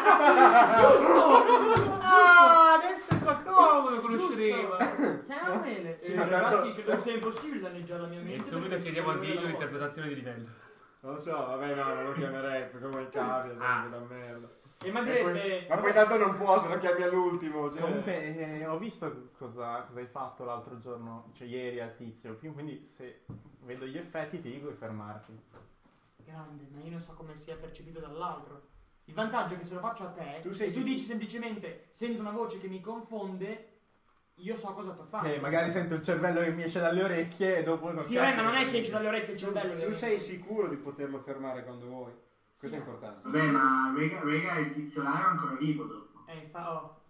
Ah, adesso è qua comodo conosceremo. Chiama Mele. Sì, Eh, ma ragazzi, tanto- credo sia impossibile danneggiare la mia mente. E subito perché chiediamo a ci Dio vuole la un'interpretazione di livello. Non lo so, vabbè no, non lo chiamerei perché come cavia, Ah. sarebbe da merda. cosa. E ma E direbbe... poi- ma poi tanto non può se lo chiami all'ultimo. Cioè. Comunque, eh, ho visto cosa, cosa hai fatto l'altro giorno, cioè ieri al tizio. Quindi, se vedo gli effetti, ti dico di fermarti. Grande, ma io non so come sia percepito dall'altro. Il vantaggio è che se lo faccio a te, Tu sei e tu sicuro? dici semplicemente sento una voce che mi confonde, io so cosa ti ho fatto. Eh, magari sento il cervello che mi esce dalle orecchie e dopo... non Sì, cazzo vabbè, ma non è mi- che esce dalle orecchie il cervello. Tu ovviamente. sei sicuro di poterlo fermare quando vuoi? Questo Sì, è importante. sì. Vabbè, ma Rega, Rega il tizio là era ancora vivo dopo. Eh, fa... oh.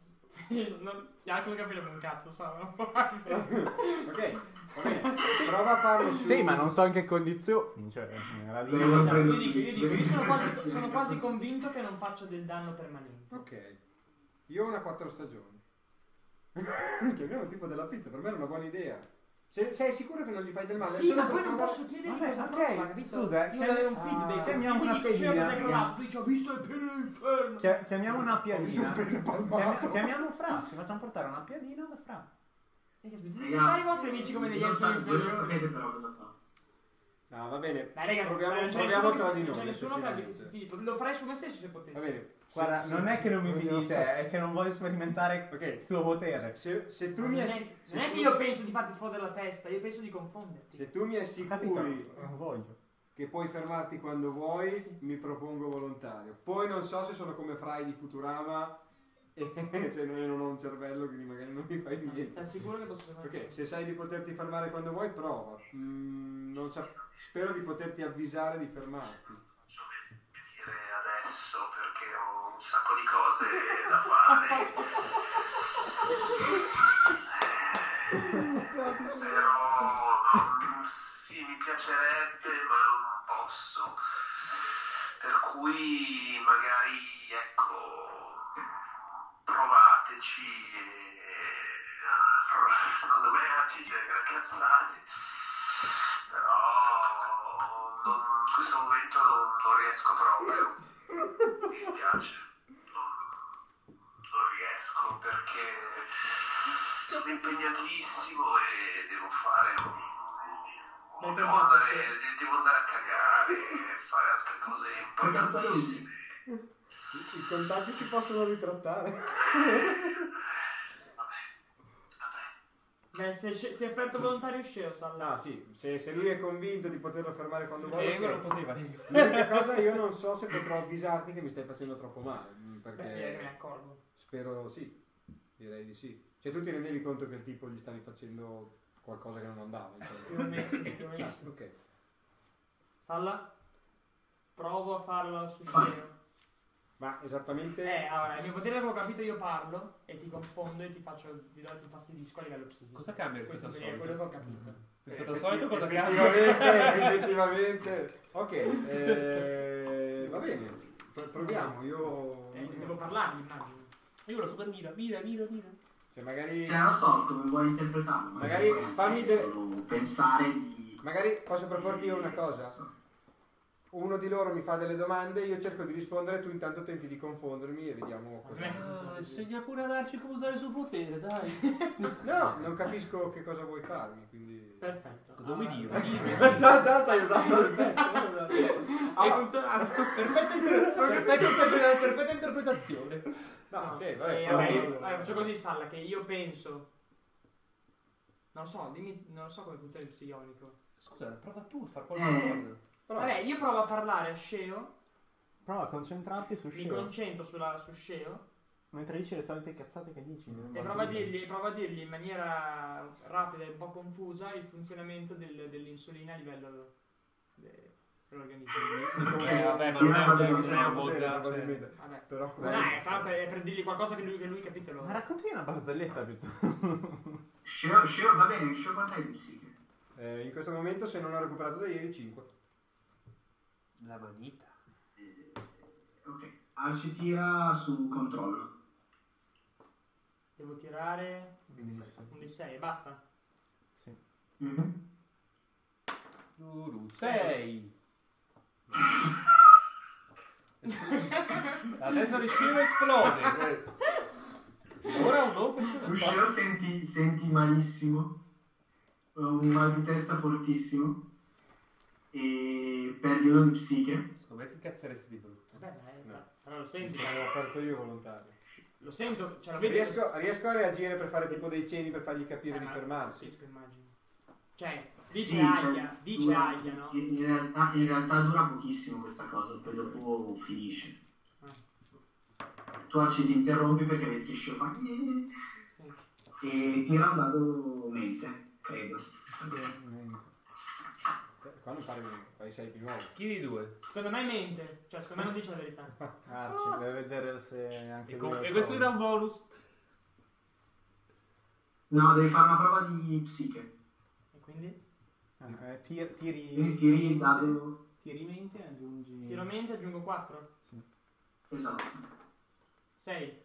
non, gli altri non capiremo un cazzo, sanno. Ok, va bene. Prova a farlo su... Sì, ma non so in che condizioni. Cioè, la Beh, linea- non prendo Io dico, io dico, io sono quasi, tutti. sono quasi convinto che non faccia del danno permanente. Ok. Io ho una quattro stagioni. Chiamiamo tipo della pizza, per me era una buona idea. Se, sei sicuro che non gli fai del male? Sì, Solo ma per poi non provare- posso chiedergli Vabbè, cosa ok, prova, capito? scusa, io chiami- darei un Ah, feedback. chiamiamo Quindi una dicevo pedina. cos'è crollato, lui ci ho visto le pene dell'inferno. Chia- chiamiamo una Ho visto piadina. un pene palmato. Chiami- chiamiamo Fra, ci facciamo portare una piadina da Fra. E che smettete di diventare i vostri amici come degli non esseri sa- voi non inferiori. sapete però cosa fa. No, va bene. Dai, raga, proviamo, non c'è proviamo nessuno tra che di si- noi. non c'è nessuno che abbia che si effettivamente. fidi. Lo farei su me stesso se potessi. Va bene. Guarda, Se- non se- è che non mi vogliamo fidi di te, è che non voglio sperimentare Ok. il tuo potere. Se, se tu Non mi è, assi- non è se che tu- io penso di farti esplodere la testa, io penso di confonderti. Se tu mi Capito? assicuri Non voglio. che puoi fermarti quando vuoi, mi propongo volontario. Poi non so se sono come Fry di Futurama e se no io non ho un cervello, quindi magari non mi fai Ti niente. assicuro che posso fare. Ok, se sai di poterti fermare quando vuoi, prova. Mm, non sa- spero di poterti avvisare di fermarti. Faccio vedere adesso perché ho un sacco di cose da fare. Però non- sì, mi piacerebbe, ma non posso. Per cui magari, ecco, provateci. E, ah, secondo me ci siete cazzate. Però non- in questo momento non, non riesco proprio. Mi dispiace. Non, non riesco perché sono impegnatissimo e devo fare un... Dai, Devo fermate, andare, sì. de- devo andare a cagare e fare altre cose importantissime. I contatti si possono ritrattare. Vabbè, vabbè. Beh, se, se è offerto volontario sceo, Salla. Ah sì, se, se lui è convinto di poterlo fermare quando vuole, Diego ok. non poteva. L'unica cosa io non so se potrò avvisarti che mi stai facendo troppo male, mm, Beh, direi che me ne perché accorgo. spero sì, direi di sì. Cioè tu ti rendevi conto che il tipo gli stavi facendo qualcosa che non andava, Più o insomma. meno, sì, più o meno. Ah, ok. Salla? Provo a farlo su Vai. sceo. Ma esattamente... Eh, allora, il mio potere avevo capito, io parlo e ti confondo e ti faccio, ti, do, ti fastidisco a livello psichico. Cosa cambia rispetto Questo al è quello che solito? ho capito. Rispetto al solito cosa cambia? Effettivamente, effettivamente. Ok, eh, va bene, Pro- proviamo, io... Eh, devo parlargli, immagino. Io lo super mira, mira, mira, mira. Cioè magari... Cioè, non so come vuoi interpretarlo. Magari vorrei fammi de- solo pensare di... Magari posso proporti io una cosa? non so. Uno di loro mi fa delle domande, io cerco di rispondere, tu intanto tenti di confondermi e vediamo cosa... Ah, insegna pure a darci come usare il suo potere, dai. No, non capisco che cosa vuoi farmi, quindi... Perfetto. Cosa vuoi Allora, dire? già, già stai usando il Hai funzionato. Perfetta, inter- perfetta, interpreta- perfetta interpretazione. No, ok, Eh, vabbè. vabbè, però- io- allora, faccio così, Salla, che io penso... Non lo so, dimmi, non lo so come funziona il psionico. Scusa, prova tu a fare qualcosa. però- Vabbè, io provo a parlare a Sceo, Prova a concentrarti su mi Sceo. concentro sulla, su Sceo Mentre dici le solite cazzate che dici. e provo a, dirgli, provo a dirgli in maniera rapida e un po' confusa il funzionamento del- dell'insulina a livello de- dell'organismo. Eh, vabbè, ma non è un- non è un potere, mod, cioè. probabilmente. Vabbè. Però... Ma dai, però per, per dirgli qualcosa che lui, che lui capito lo... Ma racconti una barzelletta piuttosto. Sceo, Sceo, va bene, Sceo quanto hai di psiche? Eh, in questo momento, se non ho recuperato da ieri, cinque. La manita. Eh, ok. Arci tira su controllo. Devo tirare Quindi un D sei, basta. sì. Mhm. sei. La testa di Sciro esplode. Ora un no Tu Sceo senti, senti malissimo, un mal di testa fortissimo e perdi uno di psiche. Secondo me ti incazzeresti di brutto. Vabbè, dai, No. però lo senti. Mi sono offerto io volontario. Lo sento, ce la vedi? Riesco, riesco a reagire per fare tipo dei cenni per fargli capire Eh, di ma fermarsi. capisco, immagino. Cioè, dice Sì, aglia, cioè, dice dura- aglia, no? In, in realtà, in realtà dura pochissimo questa cosa, poi dopo finisce. Ah, Tu Arci ti interrompi perché vedi che Sceo fa sì. e tira un dado mente, credo. Eh, Qua non fare niente, fai sei di nuovo. Chi di due? Secondo me mente, cioè secondo me non dice la verità. Arci, deve vedere se anche E, lui com- lo e questo gli dà trova. un bonus. No, devi fare una prova di psiche. E quindi? Eh, tir- tiri, Quindi tiri il dado. tiri mente e aggiungi... Tiro mente, aggiungo quattro. Esatto. sei.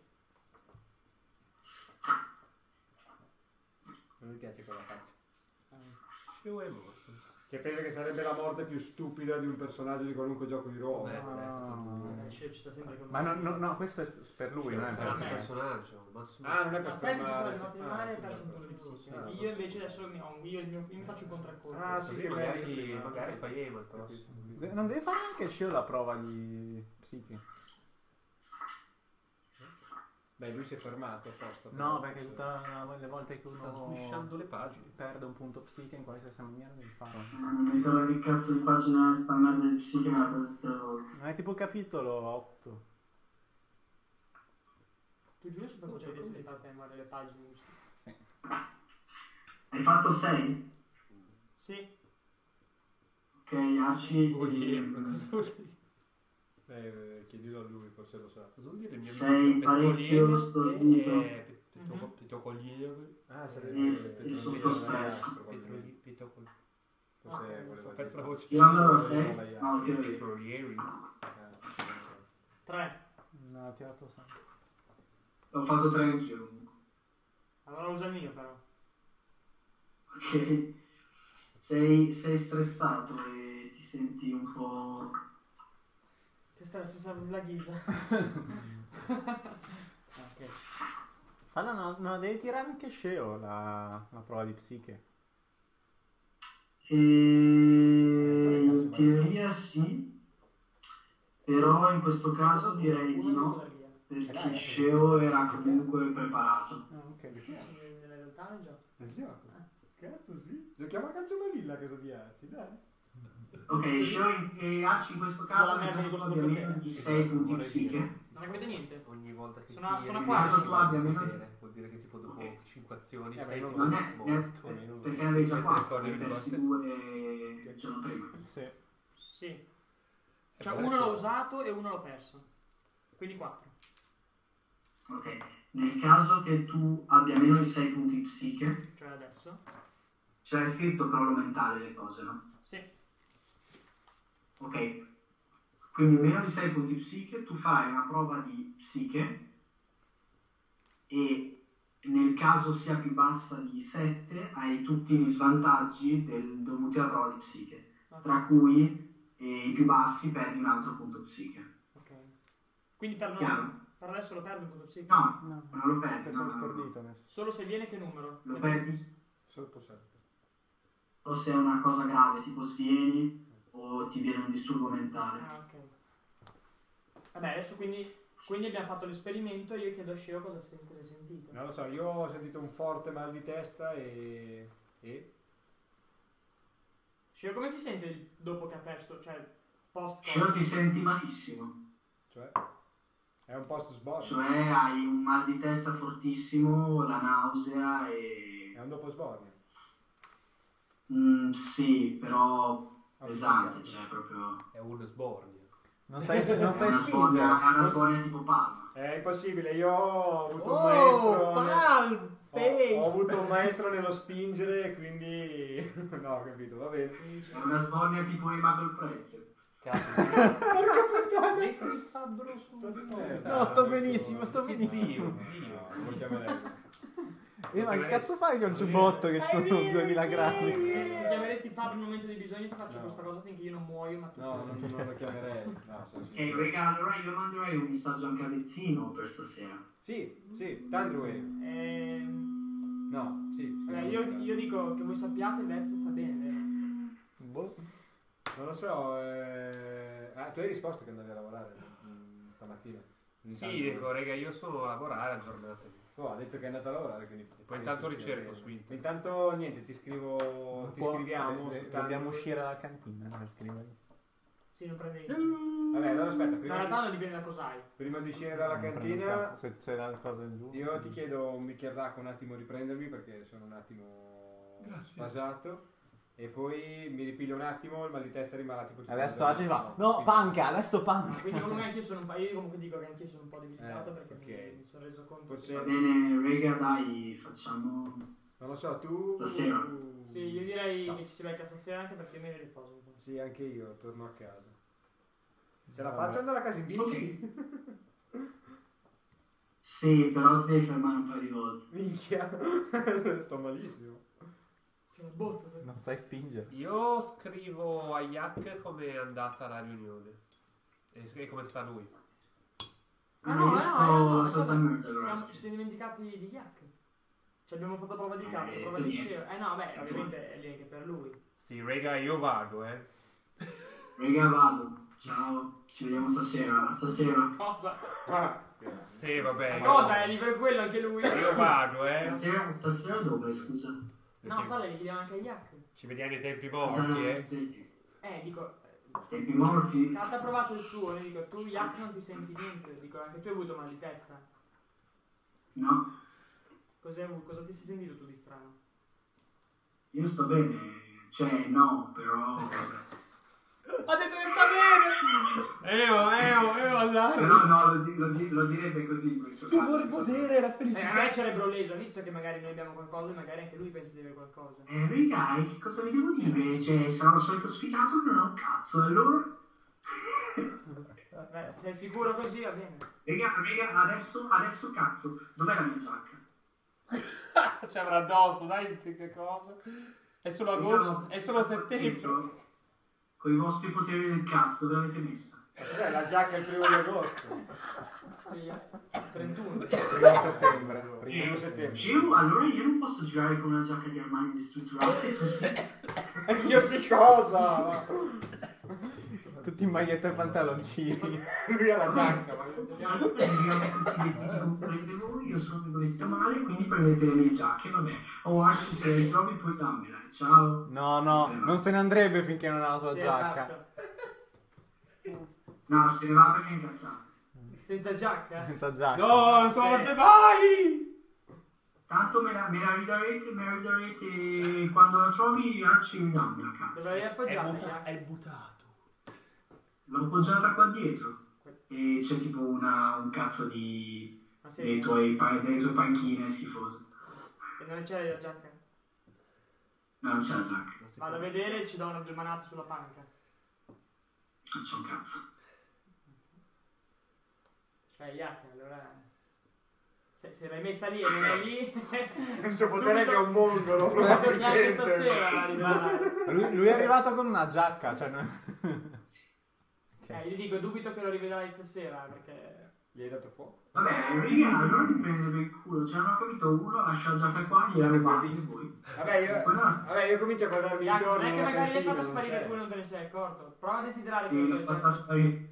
Non mi piace quella faccia. Più è morto. Che pensa che sarebbe la morte più stupida di un personaggio di qualunque gioco di ruolo. Beh, non è fatto nulla. Eh, ci sta sempre con Ma no, no, no, questo è per lui, non è È per un me. personaggio. Massimo. Ah, non è per A te che ci sono fermare. arrivato in Ah, mare e hai scusa. perso un punto di psiche. Ah, Io invece adesso mi, ho un- io, il mio, io mi faccio il contraccolpo. Ah, sì, Così che magari, bello. magari fai Ema il prossimo. De- Non deve fare anche Shio la prova di psiche? Beh, lui si è fermato apposta. No, perché tutte le volte che Sta uno squisciando le pagine. perde un punto psiche in qualsiasi maniera devi farlo. Non mi ricordo che cazzo di pagina è sta merda di psiche, me l'ha preso tutte le volte. Non è tipo capitolo otto. Tu Giulio super potevi di fare memoria le pagine. Sì. Hai fatto sei? Sì. Ok, Arci. Cosa vuol dire? Eh, chiedilo a lui, forse lo sa. Cosa vuol dire il mio Sei parecchio stordito. Pitocoglino. Ah, E, sarebbe e sotto stress. Pitocoglino. Forse Ok. voleva Ho perso la dire- voce. Tirandolo da sei? No, tiro io. Petrolieri. tre. No, ho tirato sempre. Ho fatto tre anch'io. Allora usa il mio però. Ok. Sei, sei stressato e ti senti un po'... Che sta senza la ghisa. Ok. Falla, no, no, devi tirare anche Sheo la, la prova di psiche. E... in teoria sì, però in questo caso direi di no, perché Sceo era comunque preparato. Ah, ok. Nella realtà è già. Nel gioco? Cazzo sì. Giochiamo a calcio vanilla cosa di Arci, dai. Ok, Sceo in- e Arci in questo caso nel caso tu abbia meno di sei punti psiche. Non ne capite niente? Ogni volta che Sono- tiri, sono a devi quattro. dire Tu abbia meno- potere. Vuol dire che tipo dopo Ok. cinque azioni Eh, sei ma io Non è, morto. è- è- perché ne avevi già quattro, ne hai persi due il giorno prima. Sì. Sì. Cioè per uno adesso- l'ho usato e uno l'ho perso. Quindi quattro. Ok, nel caso che tu abbia meno di sei punti psiche, Cioè adesso. c'è scritto crollo mentale le cose, no? Sì. Ok, quindi meno di sei punti psiche, tu fai una prova di psiche e nel caso sia più bassa di sette hai tutti gli svantaggi del, dovuti alla prova di psiche, Ok. tra cui eh, i più bassi perdi un altro punto psiche. Ok. Quindi per, Chiaro? non, per adesso lo perdo un punto psichico. No, No. non lo perdi, Sei no, solo no, no. stordito adesso. Solo se viene che numero? Lo perdi Sotto sette. o se è una cosa grave, tipo svieni o ti viene un disturbo mentale. Ah, ok. Vabbè, adesso quindi, quindi abbiamo fatto l'esperimento e io chiedo a Sceo cosa, sen- cosa hai sentito. Non lo so, io ho sentito un forte mal di testa e... e... Sceo come si sente dopo che ha perso, cioè post Sceo ti senti malissimo, cioè... È un post sbornia. cioè hai un mal di testa fortissimo, la nausea e... È un dopo sbornia. Mm, sì, però Ah, pesante, mi cioè proprio... È uno sbornio. Non sai, non È sai una sbornia, è spingere. una sbornia tipo palma. È impossibile, io ho avuto un Oh, maestro... palm Ho, face! ho avuto un maestro nello spingere, quindi... no, ho capito, va bene. È una sbornia tipo Ema col Preggio. Cazzo, Porca puttana! metti il fabbro su. Sto di merda. No, sto benissimo, sto Zio, benissimo. zio. No, lo chiamerei. Eh, ma che cazzo fai con il giubbotto che sono duemila gradi? Se chiameresti Fabio nel momento di bisogno ti faccio No. questa cosa finché io non muoio, ma tu No, non, non lo chiamerei. No, sono Ok, sincero. raga, allora io manderei un messaggio anche a Bezzino per stasera. Sì, sì, Tandreway. Ehm, No, sì. vabbè, io, io dico che voi sappiate Vez sta bene, vero? Boh. Non lo so, eh... ah, tu hai risposto che andavi a lavorare mm, stamattina. Sì, Intanto- dico, raga, io sono a lavorare a giornate. Oh, ha detto che è andato a lavorare, quindi... poi intanto ricerco su internet. Intanto niente, ti scrivo, ti Può- scriviamo de- su de- Tandreway. Dobbiamo uscire dalla cantina per scrivere. Sì, non prende niente. Vabbè, allora aspetta, Ma in prima realtà di, non dipende da cos'hai. prima di uscire dalla Non prendo un cantina, cazzo, Se c'è la cosa in giù. io ti chiedo un bicchier d'acqua un attimo riprendermi perché sono un attimo Grazie. sfasato. E poi mi ripiglio un attimo, il mal di testa rimarrà tipo... tutto Adesso il la ci giorno. fa. No, Quindi- panca, adesso No, panca. quindi comunque anch'io sono un po'. Io comunque dico che anch'io sono un po' debilitato Eh, perché ok. mi, mi sono reso conto. Forse- Va bene, raga, dai, facciamo... Non lo so, tu... Stasera. Sì, io direi Ciao. che ci si becca stasera anche perché me ne riposo un po'. Sì, anche io, torno a casa. Ce la faccio andare a casa in bici? Sì, però ti devi fermare un paio di volte. Minchia, sto malissimo. C'è una botta. sai? Non sai spingere. Io scrivo a Yak come è andata la riunione. E scrivo come sta lui. Ah no, Io eh, sto no, eh, no, la sua guarda, merda, siamo, ci grazie. siamo dimenticati di Yak. Ci abbiamo fatto prova di capo, Eh, prova tu di niente. scena. Eh no, beh, ovviamente è lì anche per lui. Sì, raga, io vado, eh. Raga, vado. Ciao, ci vediamo stasera. A stasera. Cosa? Ah, Sì, vabbè. Ma io- cosa? È lì per quello anche lui? Io vado, eh. Stasera, stasera dove, scusa? No, Sale, li chiediamo anche a Yak. Ci vediamo ai tempi Cosa- morti, eh. sì, Eh, dico... tempi morti? Kat ha provato il suo, io dico, tu Yak non ti senti niente. Dico, anche tu hai avuto mal di testa. No, Cos'hai avuto? Cosa ti sei sentito tu di strano? io sto bene. Cioè, no, però... Ha detto che sta bene! Eo, eo, eo, all'aria. Però no, lo, di- lo di- lo direbbe così in questo caso. la Eh, a me cerebro leso, visto che magari noi abbiamo qualcosa, magari anche lui pensa di avere qualcosa. Eh, raga, che cosa vi devo dire? Cioè, sarò il solito sfigato che non ho un cazzo, allora... Beh, se sei sicuro così va bene. Raga, raga, adesso, adesso cazzo, dov'è la mia giacca? Ci avrà addosso, dai, che cosa? È solo agosto, è solo settembre. Con i vostri poteri del cazzo, dove l'avete messa? cos'è la giacca il primo di agosto? Sì, eh. trentuno. Primo settembre. Primo settembre. Io, allora io non posso girare con una giacca di Armani destrutturate così. Io che cosa? Tutti in maglietta e pantaloncini. Lui ha la giacca, ma... Io prendete voi, io sono vestito male, quindi prendete le mie giacche, vabbè. O Arci, se le ritrovi poi dammela. Ciao. No, no, non se ne andrebbe finché non ha la sua Sì, giacca. esatto. No, se ne va perché è incazzato. Senza giacca? Senza giacca. No, non sorte mai! Tanto me la, me la ridarete, me la ridarete quando la trovi, Arci, mi dammela, cazzo. Dove l'hai È, appoggiata? buta- Yak? è buttato. L'ho appoggiata qua dietro. E c'è tipo una, un cazzo di... Ma sì, dei tuoi, pa- delle tue panchine schifose. e non c'è la giacca? No, non c'è la giacca. Vado a vedere e ci do una due manate sulla panca. Non c'è un cazzo. Cioè, Yak, allora... Se, se l'hai messa lì e non è lì... Il suo potere che è un mongolo. Neanche probabilmente. stasera arriverà. Lui, lui è arrivato con una giacca, cioè... non- Eh, gli dico, dubito che lo rivedrai stasera, perché... Gli hai dato fuoco? Vabbè, raga, allora mi prendete per il culo. Cioè, non ho capito, uno lascia la giacca qua, gliela rubate voi. Vabbè, io, Poi no. vabbè, io comincio a guardarmi Yak, intorno. non è che nella magari l'hai cantina, fatto non sparire c'è. tu e non te ne sei accorto. Prova a desiderare Sì, quello l'ho che fatta c'è. sparire.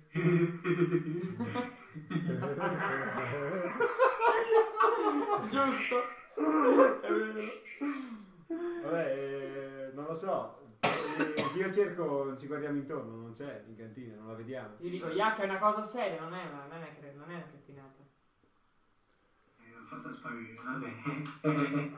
Giusto. È vero. Vabbè, eh, non lo so. Eh, Io cerco, ci guardiamo intorno, non c'è in cantina, non la vediamo. Io dico, Yak è una cosa seria, non è una, non è una, non è una crettinata. Eh, L'ho fatta sparire, vabbè.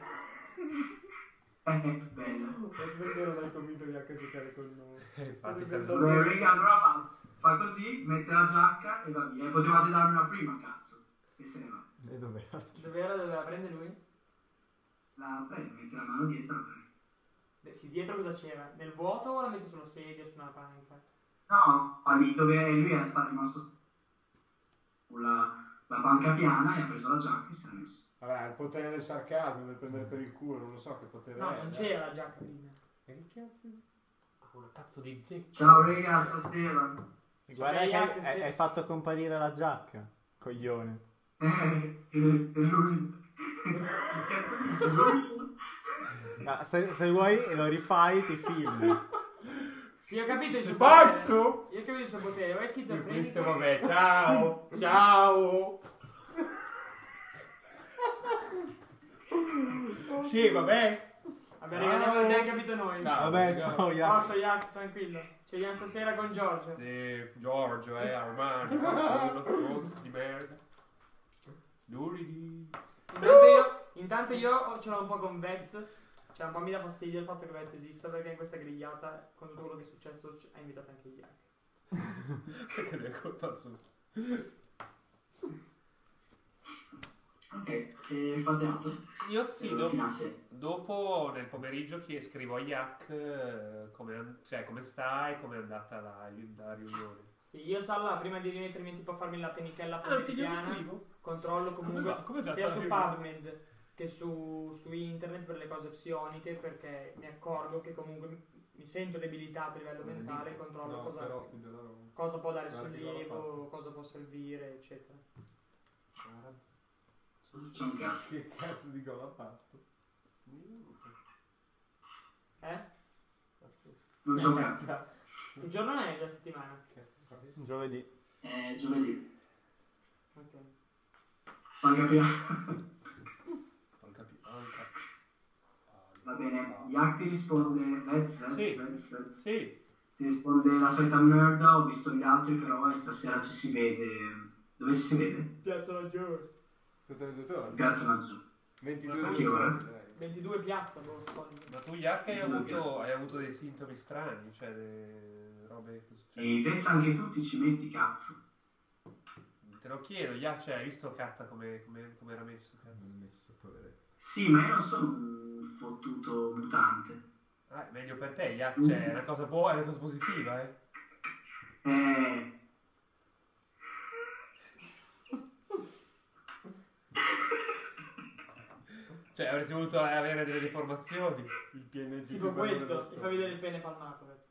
Eh, bello. Perché non hai convinto gli a giocare con noi? Infatti, Sarebbe sta- Vabbè, raga, allora va, fa così, mette la giacca e va via. E potevate darmi una prima, cazzo. E se ne va. E dov'è? Dov'era, dove la prende lui? La prende, mette la mano dietro e la prende. Beh, sì, dietro cosa c'era? Nel vuoto o la metti sulla sedia, su una panca? No, lì dove lui è stato rimasto sulla la panca piana e ha preso la giacca e si è messo. Vabbè, il potere del sarcasmo, del prendere per il culo, non lo so che potere No, è. non dai. c'era la giacca prima. E che cazzo? una cazzo di zecca. Ciao raga, stasera. Guarda Vabbè, che Yak, hai, hai- hai fatto comparire la giacca, coglione. Eh, è lui. È lui. Ma se, se vuoi lo rifai ti filmi. Sì, ho capito il suo Pazzo! potere. Io ho capito il suo potere, o è schizofrenico. Questo, vabbè, ciao! Ciao! Sì, vabbè. Vabbè, raga, abbiamo abbiamo capito noi. Ciao. Vabbè, ciao Yak. Posto, Yak, tranquillo. Ci vediamo stasera con Giorgio. Sì, Giorgio, eh, Armani, faccio uno stronzo di merda. Duridi. Intanto io, intanto io ce l'ho un po' con Vez. Cioè, un po' mi dà fastidio il fatto che Vez esista, perché in questa grigliata, con tutto quello che è successo, c- ha invitato anche Yak. Perché ne è colpa sua. Ok, e fate altro? Io sì, Eh, dopo, fino a sei. dopo nel pomeriggio che scrivo a Yak eh, come, an- cioè, come stai, come è andata la, la riunione. Sì, io Salla, prima di rimettermi tipo a farmi la penichella Anzi, glielo pomeridiana, scrivo. controllo Come comunque va? Come è andata sia la su riunione? PubMed che su, su internet per le cose psioniche, perché mi accorgo che comunque mi- mi sento debilitato a livello mentale, controllo No, cosa, però ti do la roba. cosa può dare Guarda che l'ho sollievo, cosa può servire, eccetera. C'è un cazzo. Che cazzo di gol ha fatto? Eh? Non c'è un cazzo. Che giorno è la settimana? Giovedì. È giovedì. Ok. Fammi capire. Non capisco. Non capisco. Va bene, Yak ti risponde, Vez, Vez, Sì. Vez, Vez. Sì, Ti risponde la solita merda, ho visto gli altri però e stasera ci si vede. Dove ci si vede? Piazza Maggiore. Tutte le due torni. Piazza Maggiore. ventidue A che ora? dai. ventidue piazza, boh, soldi. ma tu Yak hai Sì, avuto, hai avuto dei sintomi strani, cioè delle robe che succedono. E Vez anche tu ti ci metti, cazzo. Te lo chiedo, Yak, cioè, hai visto Katta come, come, come era messo, cazzo? Sì, ma io non sono un fottuto mutante. Ah, è meglio per te, Yak, cioè, è una cosa buona, è una cosa positiva, eh. Eh... Cioè, avresti voluto avere delle deformazioni. Il P N G Tipo più bello della questo, ti storia. fa vedere il pene palmato, Vez.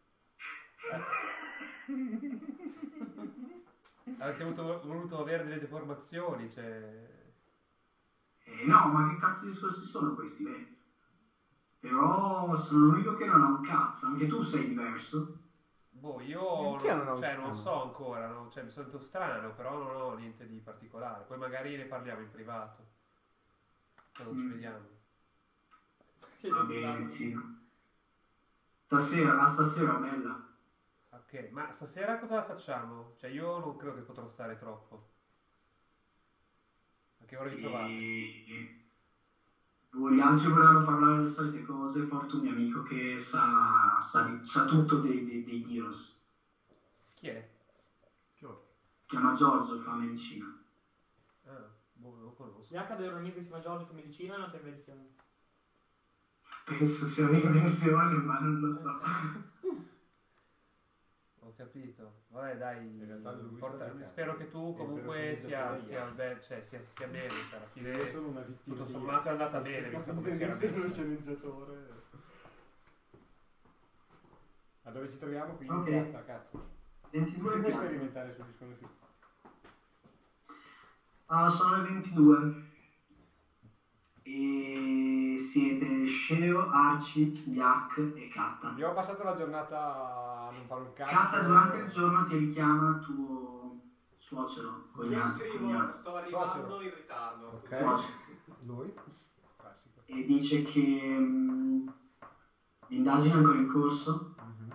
Avresti voluto, voluto avere delle deformazioni, cioè... eh, no, ma che cazzo di discorsi sono questi, Vez? Però sono l'unico che non ha un cazzo, anche tu sei diverso. Boh, io Anch'io non, non ho- cioè, non ah. so ancora, no? Cioè, mi sento strano, però non ho niente di particolare. Poi magari ne parliamo in privato, quando ci Mm. vediamo. Sì, Va bene, sì. Stasera, ma stasera bella. Ok, ma stasera cosa facciamo? Cioè, io non credo che potrò stare troppo. A che ora vi trovate? E... boh, gli altri volevano parlare delle solite cose, porto un mio amico che sa, sa, di- sa tutto dei, dei, dei virus. Chi è? Si chiama Giorgio, fa medicina. Ah, boh, non lo conosco. Yak aveva un amico che si chiama Giorgio, fa medicina, è una tua invenzione. Penso sia un'invenzione, ma non lo so. Ho capito. Vabbè, dai, In realtà lui sta porta- giocando. spero che tu È comunque vero che sia, sia stia, be- cioè, stia, stia bene, cioè, alla Io fine sono una vittima tutto di- sommato è andata bene, visto come si era essere un messa. sceneggiatore. A dove ci troviamo qui? Ok. In piazza, cazzo. ventidue Puoi piazze. sperimentare sugli sconosciuti. Ah, sono le ventidue. E siete Sceo, Arci, Yak e Katta. Abbiamo passato la giornata a non fare un cazzo. Katta durante il giorno ti richiama tuo suocero, Io cognato, scrivo, cognato, sto arrivando in ritardo. Ok. suocero. Lui? Classico. E dice che mh, l'indagine è ancora in corso Mhm.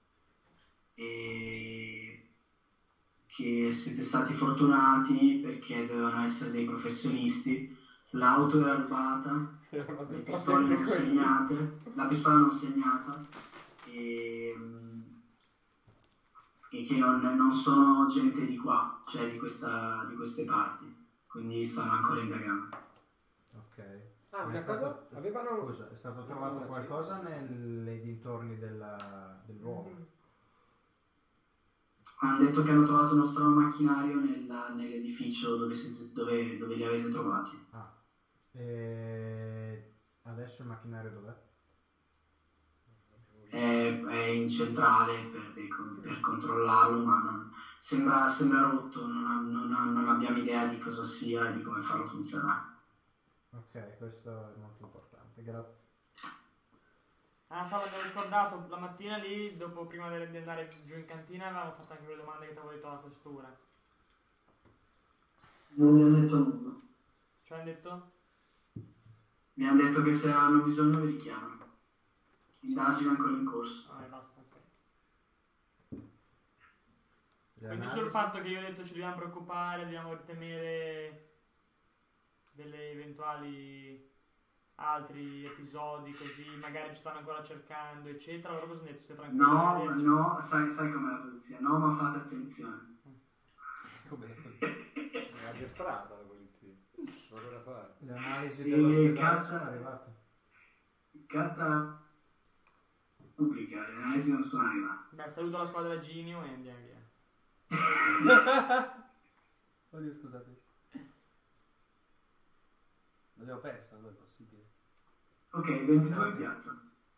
e che siete stati fortunati perché dovevano essere dei professionisti. L'auto era rubata, Erano le distratti pistole anche non quelli. segnate, la pistola non segnata e, mm, e che non, non sono gente di qua, cioè di, questa, di queste parti, quindi stanno ancora indagando. Ok. Ah, Ma una è cosa? stato- Avevano... Scusa, è stato trovato Una qualcosa nei dintorni della, del luogo? Hanno detto che hanno trovato uno strano macchinario nella- nell'edificio dove, siete, dove, dove li avete trovati. Ah. E adesso il macchinario dov'è? È, è in centrale per, dei- per controllarlo, ma non- sembra, sembra rotto, non, ha- non ha- non abbiamo idea di cosa sia e di come farlo funzionare. Ok, questo è molto importante, grazie. Ah, Sala, mi avevo scordato, la mattina lì, dopo, prima di di andare giù in cantina, avevamo fatto anche quelle domande che ti avevo detto alla questura. Non mi hanno detto nulla. Cioè, hanno detto? Mi hanno detto che se hanno bisogno vi richiamano. L'indagine è ancora in corso. Ah, basta, ok. Le Quindi analisi? sul fatto che io ho detto ci dobbiamo preoccupare, dobbiamo temere delle eventuali altri episodi così, magari ci stanno ancora cercando, eccetera. Loro cosa hanno detto? Stai tranquillo? No, riesci? no, sai, sai com'è la polizia? No, ma fate attenzione. Come la polizia? È addestrata la polizia. Cosa da fare? Le analisi E dell'ospedale carta- sono arrivate. Carta pubblica, le analisi non sono arrivate. Beh, saluto la squadra Genio e andiamo via. Oddio, scusate. L'abbiamo perso, non è possibile. Ok, ventidue in piazza.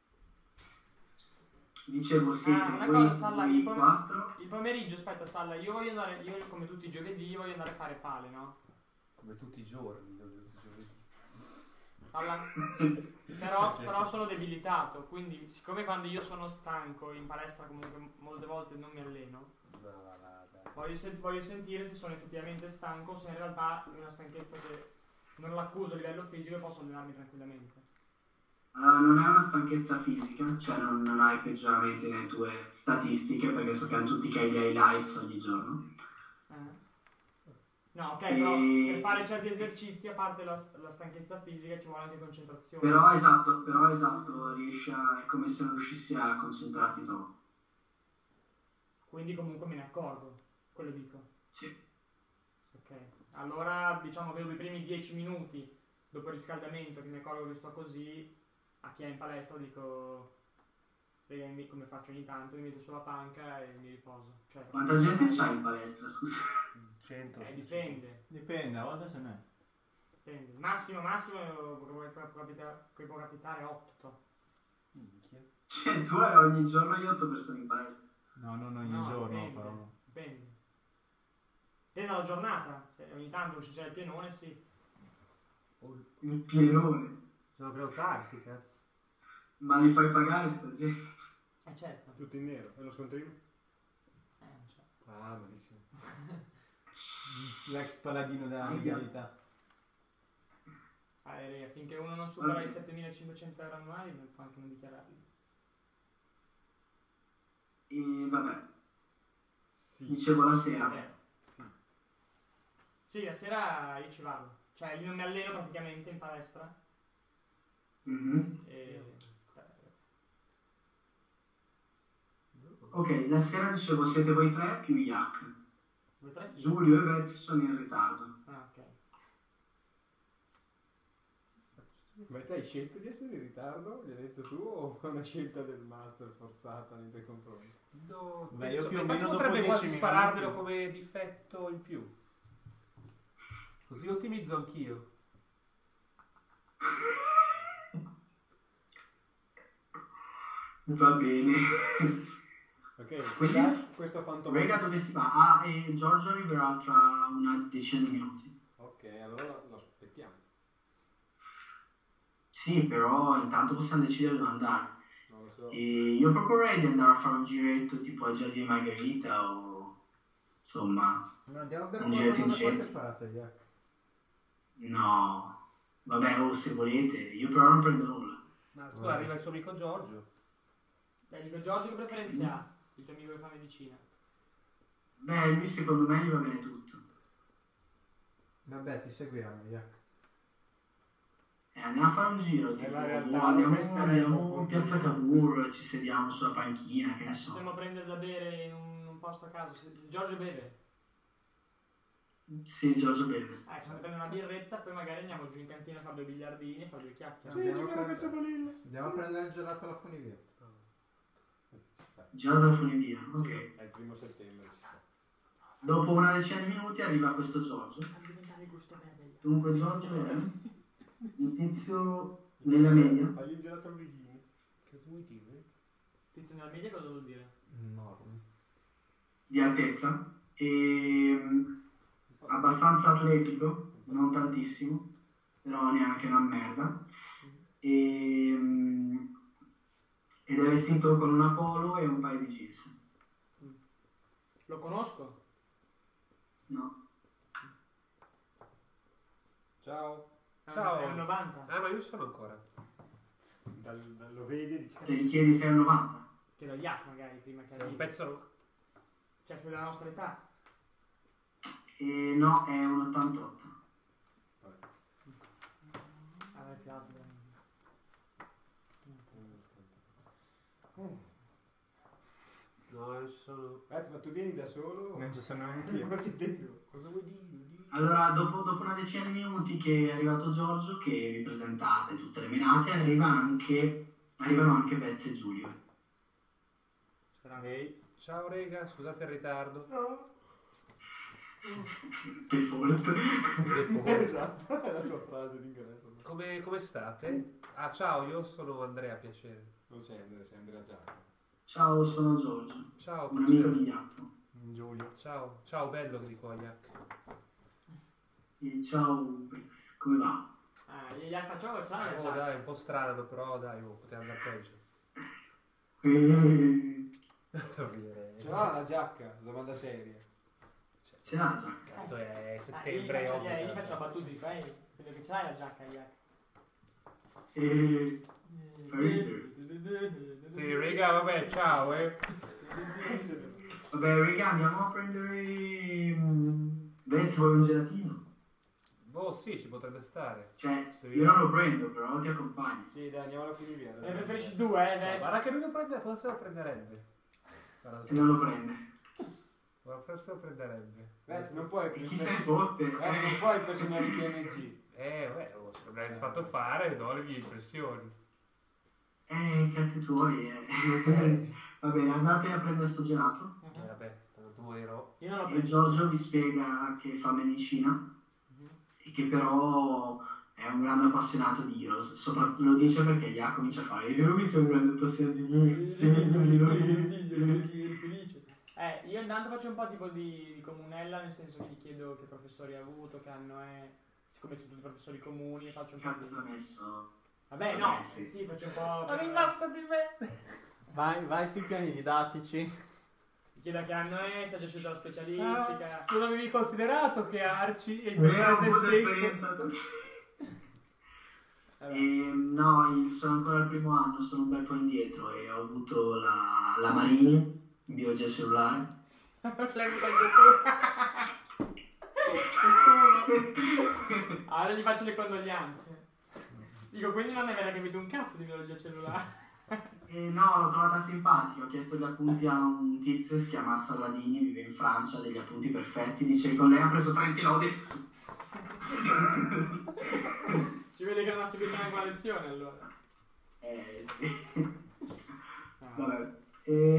Dicevo, siete Ah, una voi, cosa, Salla, voi il, pom- quattro. il pomeriggio, aspetta Salla, io voglio andare, io come tutti i giovedì voglio andare a fare pale, no? Come tutti i giorni, non tutti i giorni. Salla, però, però sono debilitato, quindi siccome quando io sono stanco in palestra comunque molte volte non mi alleno, No, va, va, dai. voglio, sen- voglio sentire se sono effettivamente stanco o se in realtà è una stanchezza che non l'accuso a livello fisico e posso allenarmi tranquillamente. Uh, non è una stanchezza fisica, cioè non, non hai peggioramenti nelle tue statistiche, perché sappiamo tutti che hai gli highlights ogni giorno. Eh. No, ok, E- però per fare certi esercizi, a parte la, la stanchezza fisica, ci vuole anche concentrazione. Però esatto, però esatto, riesci a, è come se non riuscissi a concentrarti troppo. Quindi comunque me ne accorgo, quello dico. Sì. Ok, allora diciamo che dopo i primi dieci minuti, dopo il riscaldamento, che mi accorgo che sto così, a chi è in palestra dico, "Raga, mi- come faccio ogni tanto, mi metto sulla panca e mi riposo. Cioè, Quanta gente c'hai in palestra, scusa? cento. Eh, dipende, Dipende, a volte ce n'è. dipende. Massimo, massimo, che può, può capitare, che può capitare otto. Minchia. Cioè, tu hai ogni giorno io otto persone in palestra. No, non ogni No, giorno, dipende, però. dipende. Dipende dalla giornata, cioè, ogni tanto se c'è il pienone sì. Il pienone. Bisogna prenotarsi, cazzo. Ma li fai pagare sta gente? Eh certo, Tutto in nero. E lo scontrino? eh, non c'è. Ah, malissimo. L'ex paladino della Aia. legalità. Ah, eh, raga, finché uno non supera Vabbè. i settemilacinquecento euro annuali non può anche non dichiararli. E vabbè, Sì. dicevo la sera. Eh. Sì, la sera io ci vado. Cioè io non mi alleno praticamente in palestra. Mhm. E... Ok, la sera dicevo siete voi tre più Yak. Due, tre chi? Giulio e Beth sono in ritardo. Ah, ok. Ma hai scelto di essere in ritardo? L'hai detto tu o è una scelta del master forzata nei tuoi confronti? No, Beh, io penso- più o infatti meno dopo potrebbe quasi dieci spararmelo minuti. come difetto in più. Così ottimizzo anch'io. Va bene. Ok, Quindi- questo, questo fantomatico. Rega dove si va? Ah, e Giorgio arriverà tra una decina di minuti. Ok, allora lo aspettiamo. Sì, però intanto possiamo decidere dove andare. Non lo so. E io proporrei di andare a fare un giretto tipo al Giardino Margherita o insomma, No, andiamo a bere Un giretto qualcosa da in qualche centro. parte, Jack. no. Vabbè, o se volete, io però non prendo nulla. Ma scusa, arriva il suo amico Giorgio. Beh, dico Giorgio che preferenze ha? Il tuo amico che fa medicina. Beh, lui secondo me gli va bene tutto. Vabbè, ti seguiamo, Jack. Eh, andiamo a fare un giro, tipo, ma in realtà boh, andiamo, questa è andiamo un po' in piazza Cavour, ci sediamo sulla panchina, che ne Ci so. possiamo prendere da bere in un, un posto a caso. Se- Giorgio beve. Sì, Giorgio bene. Eh, ci prendere una birretta, poi magari andiamo giù in cantina a fare due biliardini e fare due chiacchiere. Andiamo, a prendere... andiamo a prendere il gelato alla funivia. Già dalla funivia, ok. È il primo settembre, ci sta. Dopo una decina di minuti arriva questo Giorgio. Fa diventare il gusto verde. Dunque Giorgio è un tizio nella media, Fagli il gelato al bikini. Che vuoi dire? Tizio nella media cosa vuol dire? Enorme. di altezza, e mm, abbastanza atletico, non tantissimo, però neanche una merda. E, mm, ed è vestito con una polo e un paio di jeans. Lo conosco? No. Ciao. È un- Ciao. È un novanta. Ah, ma io sono ancora. Dal, dal- lo vedi e dici Te gli chiedi se è un novanta? Che da Yak magari prima che Sei un arrivi. pezzo. Cioè sei della nostra età. E no, è un ottantotto. A me piace. No, non ci sono. Ragazzi, ma tu vieni da solo? Non ci sono neanch'io. Ma ci dentro. Cosa vuoi dire? Allora, dopo, dopo una decina di minuti che è arrivato Giorgio, che vi presentate tutte le menate, arrivano anche, arrivano anche Beth e Giulio. Ehi, Ciao rega, scusate il ritardo. Default. Esatto, è la tua frase d'ingresso. Come, come state? Ah, ciao, io sono Andrea, piacere. Non sei Andrea, sei Andrea Giacomo. Ciao, sono Giorgio, Ciao, un amico piacere. di Jacopo. Giulio. Ciao, ciao, bello che dico a Jack. E ciao, Brix, come va? Ah, gli facciamo ciao, Oh, ciao. dai, un po' strano, però dai, oh, poteva andare peggio. Eh, Ce l'ha la giacca, domanda seria. Ce l'ha la giacca? Cazzo, è Ah, settembre, io, è faccio, ovvio. io che- faccio la battuta di paese. Quello che c'hai la giacca, Jack. E... Sì, raga, vabbè, ciao, eh. Vabbè, raga, andiamo a prendere... mm, Beth, vuoi un gelatino? Boh, sì, ci potrebbe stare. Cioè, Sì. io non lo prendo, però ti accompagno. Sì, dai, andiamo alla fine via. Ne preferisci due, eh, Ma adesso? guarda che lui lo prende, forse lo prenderebbe. Guarda, Se non lo prende. ma forse lo prenderebbe. Ragazzi, non puoi... E chi se ne fotte? Ragazzi, non puoi impersonare il P N G. Eh, beh, oh, se l'hai fatto fare, do le mie impressioni. Eh, cazzi tuoi, eh. Va bene, andate a prendere sto gelato. Eh, vabbè, tanto morirò. Io non lo E prendo. Giorgio vi spiega che fa medicina e che però è un grande appassionato di Heroes. Sopra- lo dice perché Ia comincia a fare io mi sono un grande appassionato di Heroes. Sì, diglielo, diglielo. felice. Eh, io intanto faccio un po' tipo di, di comunella, nel senso che gli chiedo che professori ha avuto, che anno è, siccome sono tutti professori comuni, faccio un po' Cazzo di... l'ha messo. Vabbè, no, Vabbè, sì. sì, faccio un po'... Ma per- rimasta di me! Vai, vai sui piani didattici. Gli chiedo che anno è, se ha già scelto la specialistica. Non avevi considerato che Arci è Vero, impegnare un se po' di stesso. esperienza. Vabbè. E, no, io sono ancora al primo anno, sono un bel po' indietro e ho avuto la, la Marini in biologia cellulare. L'hai Allora gli faccio le condoglianze. Dico, quindi non ne avete capito un cazzo di biologia cellulare. E no, l'ho trovata simpatica, ho chiesto gli appunti a un tizio, si chiama Salvadini, vive in Francia, degli appunti perfetti, dice che con lei ha preso trenta lodi. Si vede che non ha seguito neanche la lezione allora. Eh sì, Ah. vabbè. E...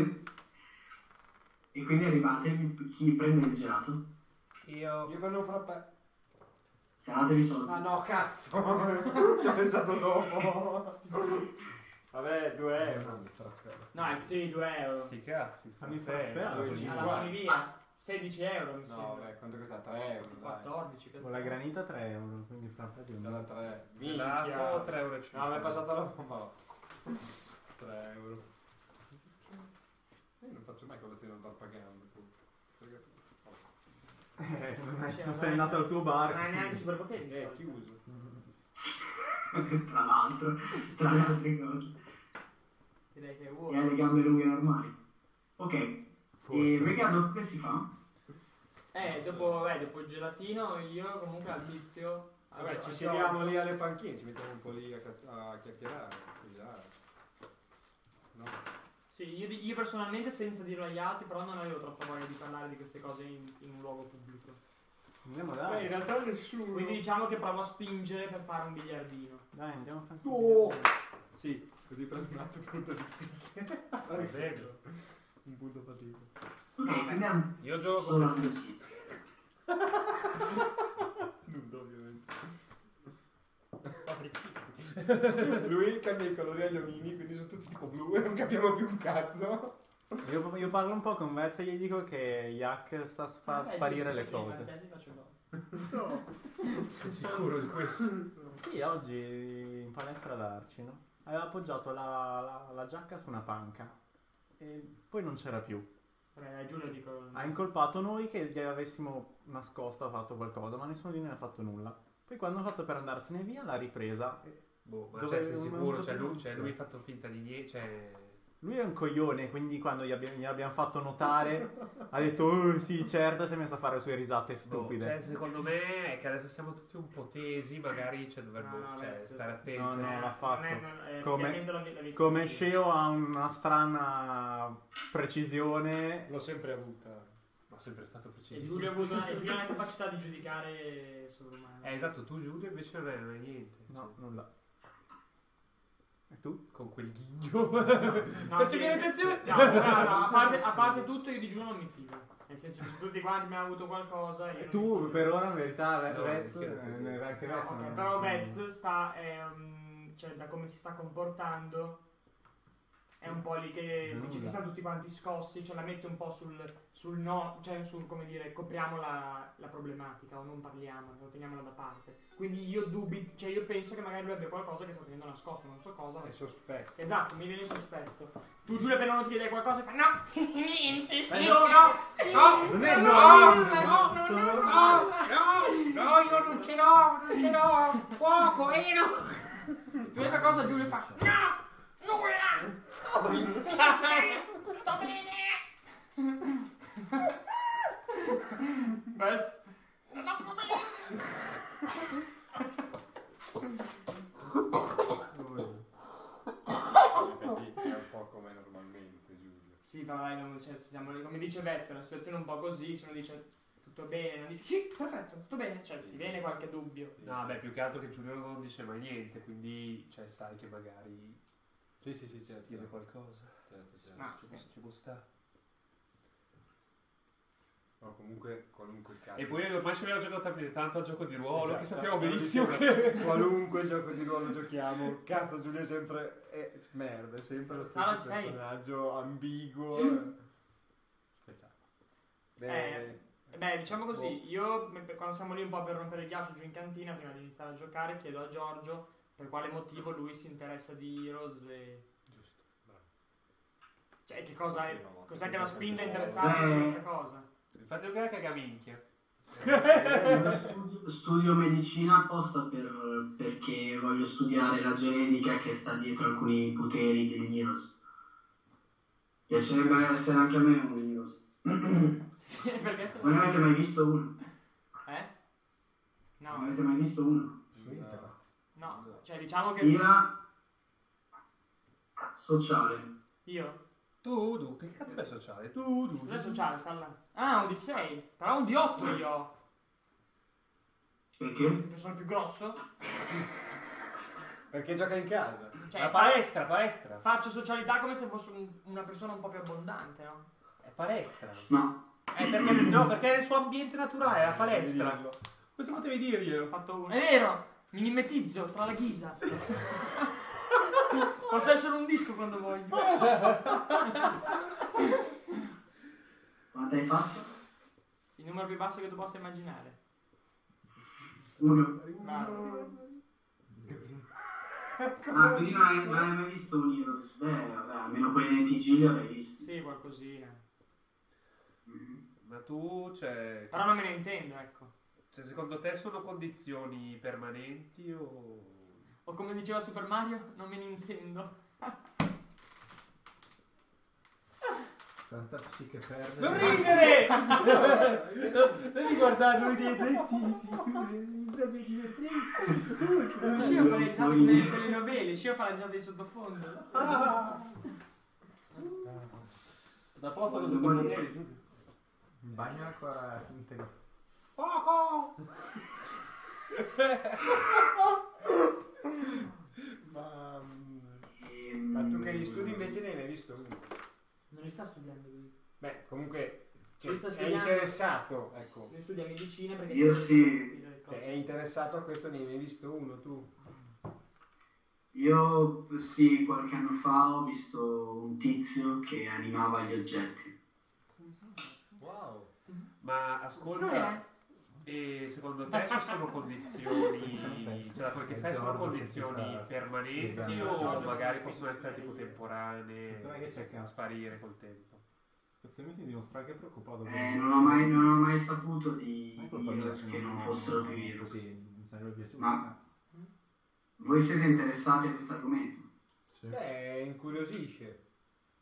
e quindi arrivate, chi prende il gelato? Io... Io prendo un frappè. Scalatevi i soldi. Ah no, cazzo! Ci ho pensato dopo. Vabbè, due euro. No, sì, due euro. Sti cazzi, Fammi frappè, frappè, alla due fine. giri. Alla via sedici euro mi No, sembra. vabbè, quanto costa? tre euro, dai. quattordici. Con la granita tre euro, quindi fra di Sarà un tre. Gelato, tre euro e No, cinquanta. mi è passata la bomba. tre euro. Io non faccio mai colazione non pagando. Eh, non, è- Cioè, non non sei è- nato al tuo bar. Non hai neanche superpoteri. di È solito. chiuso. Tra l'altro, tra le altre cose. Direi che è E ha buono. le gambe lunghe normali. Ok, e Forse. raga, dopo che si fa? Eh, dopo, eh, dopo il gelatino io comunque al tizio... Vabbè, a- ci a sediamo Giorgio- lì alle panchine, ci mettiamo un po' lì a, cazz- a chiacchierare, a cazzeggiare. No? Sì, io, di- io personalmente senza dirlo agli altri, però non avevo troppa voglia di parlare di queste cose in, in un luogo pubblico. Andiamo Beh, dai. in realtà nessuno. Quindi diciamo che provo a spingere per fare un biliardino. Dai, andiamo a fare Oh! Sì, così prendi un altro punto di psiche. Va bene. Un punto fatica. Ok, quindi hanno Io gioco solo come se... amici. Nudo, ovviamente. Fabrizio. Lui cambia i colori agli omini, quindi sono tutti tipo blu e non capiamo più un cazzo. Io, io parlo un po' con Vez e gli dico che Yak sta fa Vabbè, sparire le giusto, sì, cose. ma te ti faccio no. Sei sicuro di questo? Sì, oggi in palestra da Arci, no? Aveva appoggiato la, la- la giacca su una panca e poi non c'era più. Vabbè, dai, Giulio dico... Ha incolpato noi che gli avessimo nascosto, ha fatto qualcosa, ma nessuno di noi ha fatto nulla. Poi quando ha fatto per andarsene via l'ha ripresa. e- Boh, ma Dove- cioè, sei non- sicuro? non Cioè, sapevo- lui, cioè, lui ha fatto finta di niente, cioè... Lui è un coglione, quindi quando gli abbiamo, gli abbiamo fatto notare ha detto oh, sì, certo, si è messo a fare le sue risate Boh, stupide. cioè, secondo me è che adesso siamo tutti un po' tesi, magari cioè, dovremmo No, no, cioè, Vez. stare attenti. No, cioè. no, l'ha fatto. Non è- non è- Come- effettivamente l'ho- l'ho visto Come io. Sceo ha una strana precisione. L'ho sempre avuta. Ma sempre stato E preciso. Giulio ha avuto una, e Giulio ha una capacità di giudicare sovrumana. Eh, esatto, tu Giulio invece non è, non è niente. No, nulla. E tu? Con quel ghigno. No, Faccio sì, bene attenzione. No, no, no, a, parte, a parte tutto io di Giulio non mi fido. Nel senso che se tutti quanti mi hanno avuto qualcosa. Io E non tu, mi fido. per ora, in verità, Ve- No, Vez, perché eh, tu- ne- anche No, Vez. ok, non- però Vez sta, ehm, cioè da come si sta comportando, è un po' lì che Nulla. dice che stanno tutti quanti scossi, cioè la mette un po' sul, sul no, cioè sul come dire, copriamo la, la problematica o non parliamo, o teniamola da parte. Quindi io dubito, cioè io penso che magari lui abbia qualcosa che sta tenendo nascosto, non so cosa. ma- È sospetto. Esatto, mi viene il sospetto. Tu Giulia appena non ti chiede qualcosa e fa no, niente, Eh, no, no, no, Non è no, no, no, no, no, no, no, no, io non ce l'ho, non ce l'ho, fuoco, e no. Tu hai qualcosa Giulia fa no, nulla, sto bene. Beh, Infatti è un po' come normalmente, Giulio. sì, però dai, non, cioè, siamo lì, come dice Vez, è una situazione un po' così, se uno dice tutto bene, non dice sì, perfetto, tutto bene, cioè ti viene qualche dubbio. No, beh, più che altro che Giulio non dice mai niente, quindi cioè, sai che magari Sì, sì, sì, si certo. tiene qualcosa. Certo, certo. Ah, Ci sì. può- ci può stare. No, comunque, qualunque caso. E poi ormai ci abbiamo giocato talmente tanto al gioco di ruolo Esatto, che sappiamo stavo benissimo dicendo, che... qualunque gioco di ruolo giochiamo, cazzo Giulio è sempre è, merda, è sempre lo stesso Ah, sei. personaggio ambiguo. Aspetta. Eh, Beh, diciamo così, io me- quando siamo lì un po' per rompere il ghiaccio giù in cantina, prima di iniziare a giocare, chiedo a Giorgio per quale motivo lui si interessa di Heroes e... Giusto, bravo. Cioè, che cosa è... No, Cos'è che la questo spinta a è interessarsi Eh. su questa cosa? Fate giocare a cagaminchia. Io studio, studio medicina apposta per, perché voglio studiare la genetica che sta dietro alcuni poteri degli Heroes. Piacerebbe essere anche a me un Heroes. Perché se... Voi ne avete mai visto uno? Eh? Non No, avete mai visto uno? Su internet. no, cioè diciamo che Ira sociale. io... Tu, tu, che cazzo è sociale? Tu, tu, Cos'è tu. sociale, Salla? Ah, un D sei, però un D otto io ho. Perché? Che sono più grosso. Perché gioca in casa. Cioè, La fa- palestra, palestra. faccio socialità come se fossi un- una persona un po' più abbondante, no? È palestra. No. Eh, perché, no, perché è il suo ambiente naturale, è la palestra. Devi dirlo. Cosa potevi dirglielo? Ho fatto uno. È vero! Mi mimetizzo tra la ghisa. Posso essere un disco quando voglio. Quanto hai fatto? Il numero più basso che tu possa immaginare. Uno. Bravo. Ah, quindi non hai, non hai mai visto un Heroes? Beh, vabbè, almeno quelli nei T G li avrei visti. Sì, qualcosina. Mhm. Ma tu, cioè, Però non me ne intendo, ecco. cioè, secondo te sono condizioni permanenti o... O come diceva Super Mario, non me ne intendo. Tanta psiche perde. Non ridere! Devi guardarlo dietro, eh sì, sì, tu proprio divertente. Scio fa le risate come quelle novelle, Scio fa la risata di sottofondo. Da posto con superpoteri, Giulio. Il bagno è ancora integro. Fuoco! Ma, mm, Ehm, ma tu che gli studi invece ne hai mai visto uno? Non li sta studiando lui. Beh, comunque cioè, Lui sta è studiando. interessato, ecco. Lui studia medicina perché... Io sì. Cioè, è interessato a questo, ne hai mai visto uno tu? Io sì, qualche anno fa ho visto un tizio che animava gli oggetti. Wow. Ma Lui ascolta, è? e secondo te ci sono condizioni, cioè perché sai sono condizioni permanenti o magari possono essere tipo temporanee, Non è che c'è caso. sparire col tempo? Cazzo, mi si dimostra anche preoccupato. Eh, non, ho mai, non ho mai saputo di Non è colpa mia virus se che non ho fossero più i virus. poteri, mi sarebbe piaciuto. Ma- Voi siete interessati a questo argomento? Sì. Beh, incuriosisce.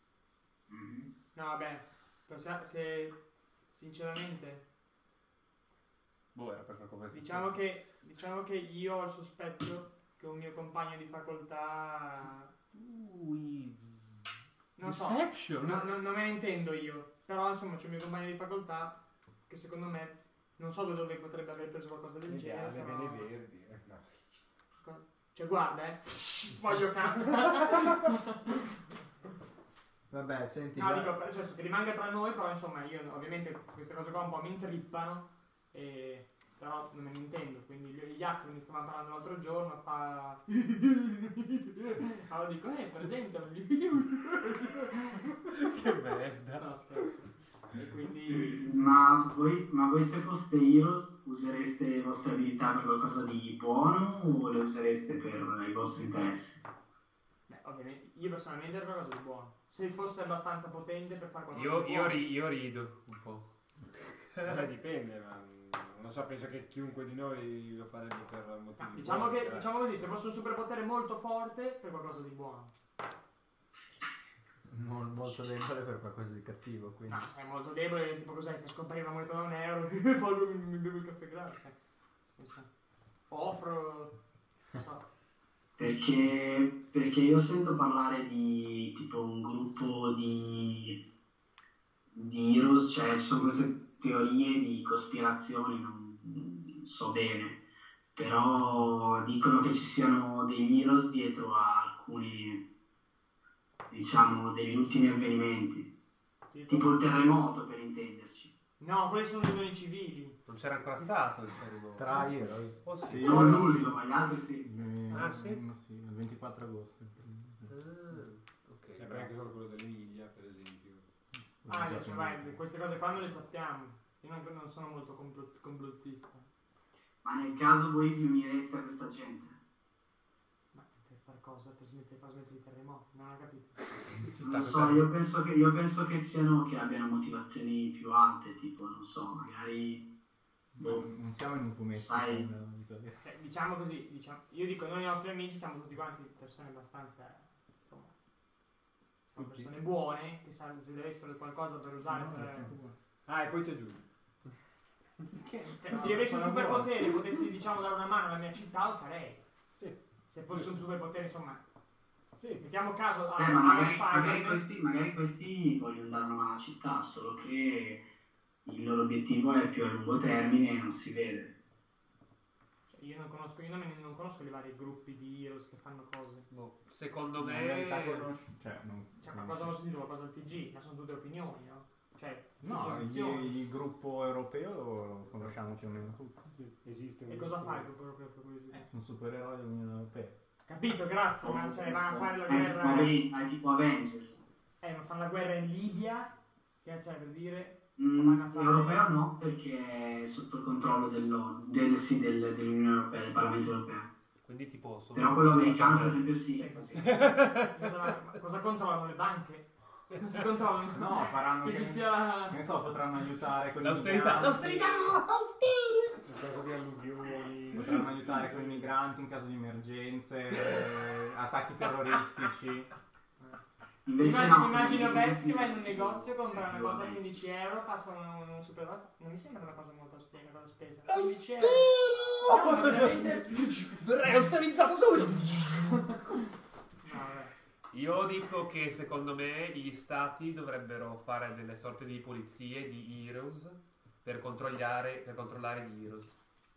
Mhm. No, vabbè, se, se sinceramente Boh, era per far conversazione. diciamo che, diciamo che io ho il sospetto che un mio compagno di facoltà, Ui. non so, Deception. no- no- non me ne intendo io, però insomma c'è un mio compagno di facoltà che secondo me, non so da dove potrebbe aver preso qualcosa del genere, Le però... vene verdi. eh, no. Co- Cioè guarda, eh, sfoglio cazzo. Vabbè, senti, No, va- dico, cioè, se ti rimanga tra noi, però insomma io ovviamente queste cose qua un po' mi intrippano, e, però non me ne intendo, quindi gli, gli hacker mi stavano parlando l'altro giorno, fa... Allora dico, eh, presenta. Che merda. No, scherzo. E quindi... Ma voi, ma voi se foste Heroes usereste le vostre abilità per qualcosa di buono o le usereste per i vostri interessi? Beh, ovviamente, io personalmente ero qualcosa di buono. Se fosse abbastanza potente per fare qualcosa Io, di io, buono. ri- io rido un po'. Beh, dipende, ma non so, penso che chiunque di noi lo farebbe per motivi Ah, diciamo, buoni, che, eh. diciamo così, se fosse un superpotere molto forte, per qualcosa di buono. Mol- molto debole per qualcosa di cattivo, quindi... No, sei molto debole, tipo cos'è, fai scomparire una moneta da un euro e poi mi, mi bevo il caffè gratis. Senza- Offro... Non so. Perché, perché io sento parlare di tipo un gruppo di, di heroes, cioè ci sono queste teorie di cospirazioni, non, non so bene, però dicono che ci siano degli heroes dietro a alcuni, diciamo, degli ultimi avvenimenti, Tipo- tipo il terremoto per intenderci. No, quelli sono dei doni civili. Non c'era ancora stato il terremoto. Tra Heroes. Oh sì. Sì. Non l'ultimo, ma gli altri sì. Eh, Ah, sì? no, sì, il ventiquattro agosto. Ah, ok. E avrei anche solo quello dell'Emilia, per esempio. Ah, cioè, vai, queste cose qua non le sappiamo. Io non, non sono molto complot- complottista. Ma nel caso voi vi unireste a questa gente? Ma per far cosa? Per smettere, far smettere i terremoti? Non ho capito. Ci Non sta so, io penso che, io penso che siano, che abbiano motivazioni più alte, tipo, non so, magari... boh, Non siamo in un fumetto. Sai. siamo nella vita vera. Eh, diciamo così, diciamo, io dico, noi i nostri amici siamo tutti quanti persone abbastanza, insomma, siamo Tutti? persone buone, che sanno se deve essere qualcosa per usare No, per... no, Ah, e poi c'è Giulio. Cioè, No, se io avessi un sono superpotere e potessi, diciamo, dare una mano alla mia città, lo farei. Sì. Se fosse un superpotere, insomma, Sì. mettiamo caso a, Eh, ma alla magari, magari, Spider-Man. questi, magari questi vogliono dare una mano alla città, solo che il loro obiettivo è più a lungo termine e non si vede. Cioè, io non conosco, io non, me- non conosco i vari gruppi di heroes che fanno cose. Boh, secondo In realtà me... conosci- cioè, non, Cioè, qualcosa ho sentito, qualcosa al T G, ma sono tutte opinioni, no? Cioè, No, il, supposizioni. il gruppo europeo lo conosciamo più o meno tutti. Sì, esiste un E cosa gruppo- fai proprio per curiosità? Eh, sono supereroi dell'Unione Europea. Capito, grazie, ma cioè, vanno a fare la È tipo, guerra. Aven- è tipo Avengers. Eh, ma fanno la guerra in Libia, che cioè per dire. Mm, vanno a fare- europeo no, perché è sotto il controllo dell'ONU, del, sì, del- dell'Unione Europea, del Parlamento Europeo. Quindi tipo... Sono Però quello sono americano, per già- esempio, sì. Sì, così. cosa, ma cosa controllano le banche? Cosa controllano? No, faranno che che- ci sia. Che ne so, potranno aiutare con L'austerità, i migranti. l'austerità! In caso di alluvioni. Potranno aiutare con i migranti in caso di emergenze, eh, attacchi terroristici. Invece Immagino, no, immagino perché- Vez che va in un negozio, compra una più cosa a Avengers. quindici euro, passa un, un super. Non mi sembra una cosa molto spesa, una cosa spesa. quindici euro. No, ma veramente. Verrei austerizzato subito! No, vabbè. Io dico che secondo me gli stati dovrebbero fare delle sorte di polizie, di heroes, per controllare, per controllare gli heroes.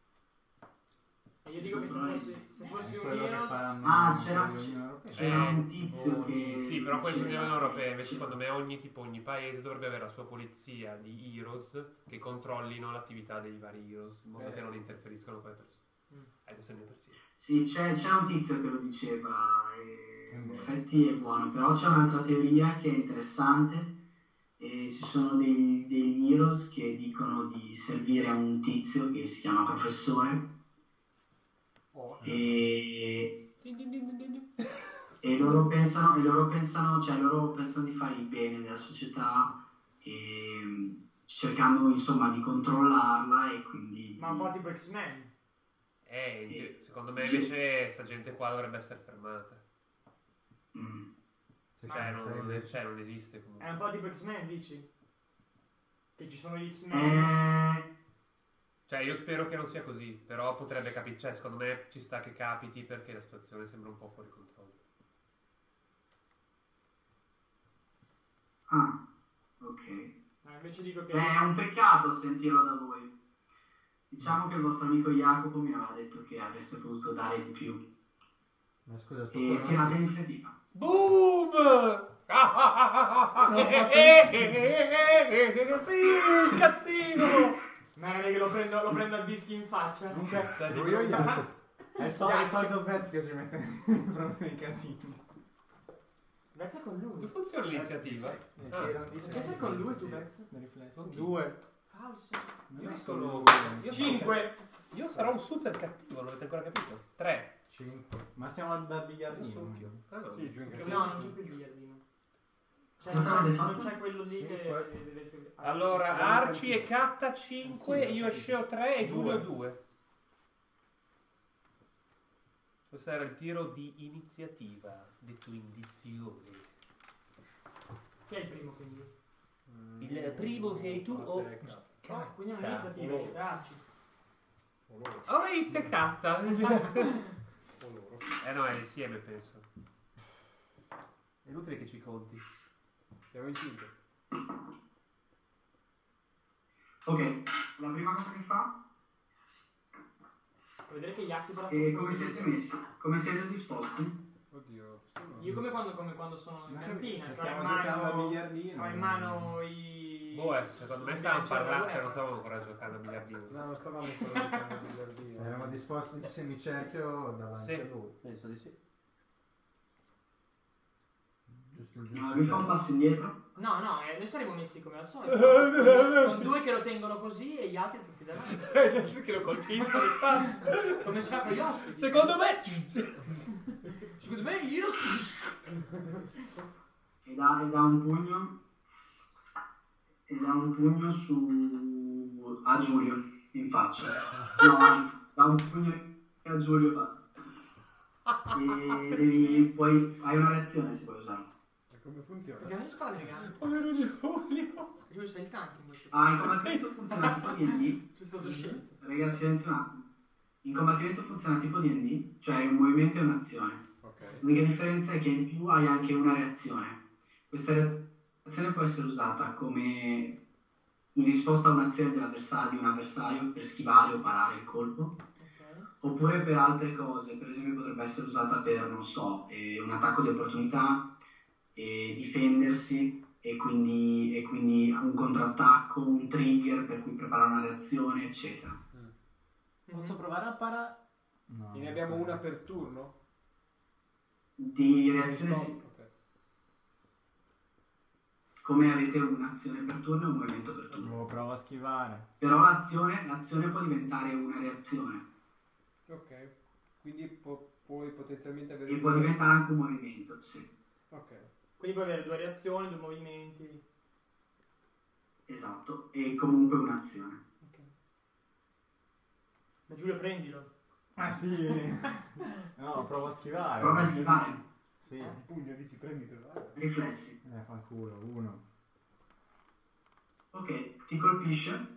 E io dico che se fossi, se fossi È un quello che heroes. faranno Ah, c'era- l'Unione Europea. c'era Eh, un tizio che... Sì, però questo è diceva l'Unione Europea, che- invece secondo me ogni tipo, ogni paese dovrebbe avere la sua polizia di heroes che controllino l'attività dei vari heroes, in modo Eh. che non interferiscono con le persone. Mm. Eh, questo è il mio pensiero. Sì, c'è, c'è un tizio che lo diceva, e in effetti è buono, però c'è un'altra teoria che è interessante, e ci sono dei- degli heroes che dicono di servire a un tizio che si chiama professore, Oh, e, Din din din din din. e loro pensano, e loro pensano, cioè loro pensano di fare il bene della società, e cercando insomma di controllarla e quindi... Ma un po' tipo X-Men. Eh, in ge- secondo me invece sta gente qua dovrebbe essere fermata. Mm. Cioè, non, non, cioè, non esiste È comunque. un po' tipo X-Men, dici? Che ci sono gli X-Men. Eh, Cioè, io spero che non sia così, però potrebbe capitare. Cioè, secondo me ci sta che capiti perché la situazione sembra un po' fuori controllo. ah, ok. No, invece dico che... Beh, è un peccato sentirlo da voi. Diciamo che il vostro amico Jacopo mi aveva detto che avreste potuto dare di più. Ma scusa, tu E tirate conosci... iniziativa. Boom! Ah, ah, ah, ah, ah, eh, eh, eh, eh, eh, eh, sì, cattivo! Ma non è che lo prendo, lo prendo a dischi in faccia. Lui o Jacopo? È il solito, il solito pezzo che ci mette proprio nei casini. Vezza con lui. Come funziona l'iniziativa? Ah, Perché sei con lui tu, Vezza? Due. Falso. io sono... Io sono cinque. Io sarò un super cattivo, non avete ancora capito? tre. cinque. Ma siamo al da biliardino. Succhio. Ah, no, Sì, giù in succhio. No, non c'è più il biliardino. Cioè, Quanto non c'è, avete non fatto? c'è quello lì che... Cinque. che deve- Allora, Arci e Catta cinque, io e Sceo tre e Giulio due. Questo era il tiro di iniziativa, detto indizione. Chi è il primo quindi? Il primo sei tu o... Ah, quindi non è iniziativa, loro. è Arci. O loro. Ora inizia Catta. O loro. Eh no, è insieme penso. È inutile che ci conti. Siamo in cinque. Ok, la prima cosa che fa Puoi vedere che gli atti però... è come siete messi, come siete disposti. Oddio, questo non... Io come quando, come quando sono in cantina, Se che ho stiamo in giocando a mano... biliardino. Ho in mano i... Boh, eh, secondo me i stavamo bilancieri da parlando, cioè non guerra. stavamo ancora giocando a biliardino. No, non stavamo ancora giocando a biliardino. Eravamo disposti in semicerchio davanti Sì. a lui. Penso di sì. Giusto il No, lui fa un passo indietro. No, no, eh, noi saremo messi come al solito. Con, con due che lo tengono così e gli altri tutti davanti. Perché lo colpiscono in faccia. Come si fa con gli ospiti? Secondo me... Secondo me io... E dà, e dà un pugno. E dà un pugno su. A Giulio in faccia. No, anzi, dà un pugno a Giulio e basta. E devi. Poi hai una reazione se vuoi usarlo. E come funziona? Perché non gli spara delle gambe. Povero Giulio. Giulio sei il tank in questo Ah, in combattimento funziona tipo D and D. C'è stato scelto. Ragazzi, silenzio un attimo. In combattimento funziona tipo D and D, cioè hai un movimento e un'azione. Ok. L'unica differenza è che in più hai anche una reazione. Questa reazione può essere usata come in risposta a un'azione dell'avversario, di un avversario per schivare o parare il colpo, Ok. oppure per altre cose. Per esempio potrebbe essere usata per, non so, eh, un attacco di opportunità, eh, difendersi e quindi, e quindi un contrattacco, un trigger per cui preparare una reazione, eccetera. Posso provare a parare? No. E ne abbiamo una per turno? Di reazione sì. Ok. Come avete un'azione per turno e un movimento per turno. Boh, provo a schivare. Però l'azione, l'azione può diventare una reazione Ok. Quindi pu- puoi potenzialmente avere... e può diventare anche un movimento, sì. Ok. Quindi puoi avere due reazioni, due movimenti. Esatto, e comunque un'azione. Ok. Ma Giulio prendilo. Ah sì! No, provo a schivare. Prova a schivare. Sì. Il pugno dici prenditelo. eh. Riflessi. Eh, fa culo, uno. Ok, ti colpisce.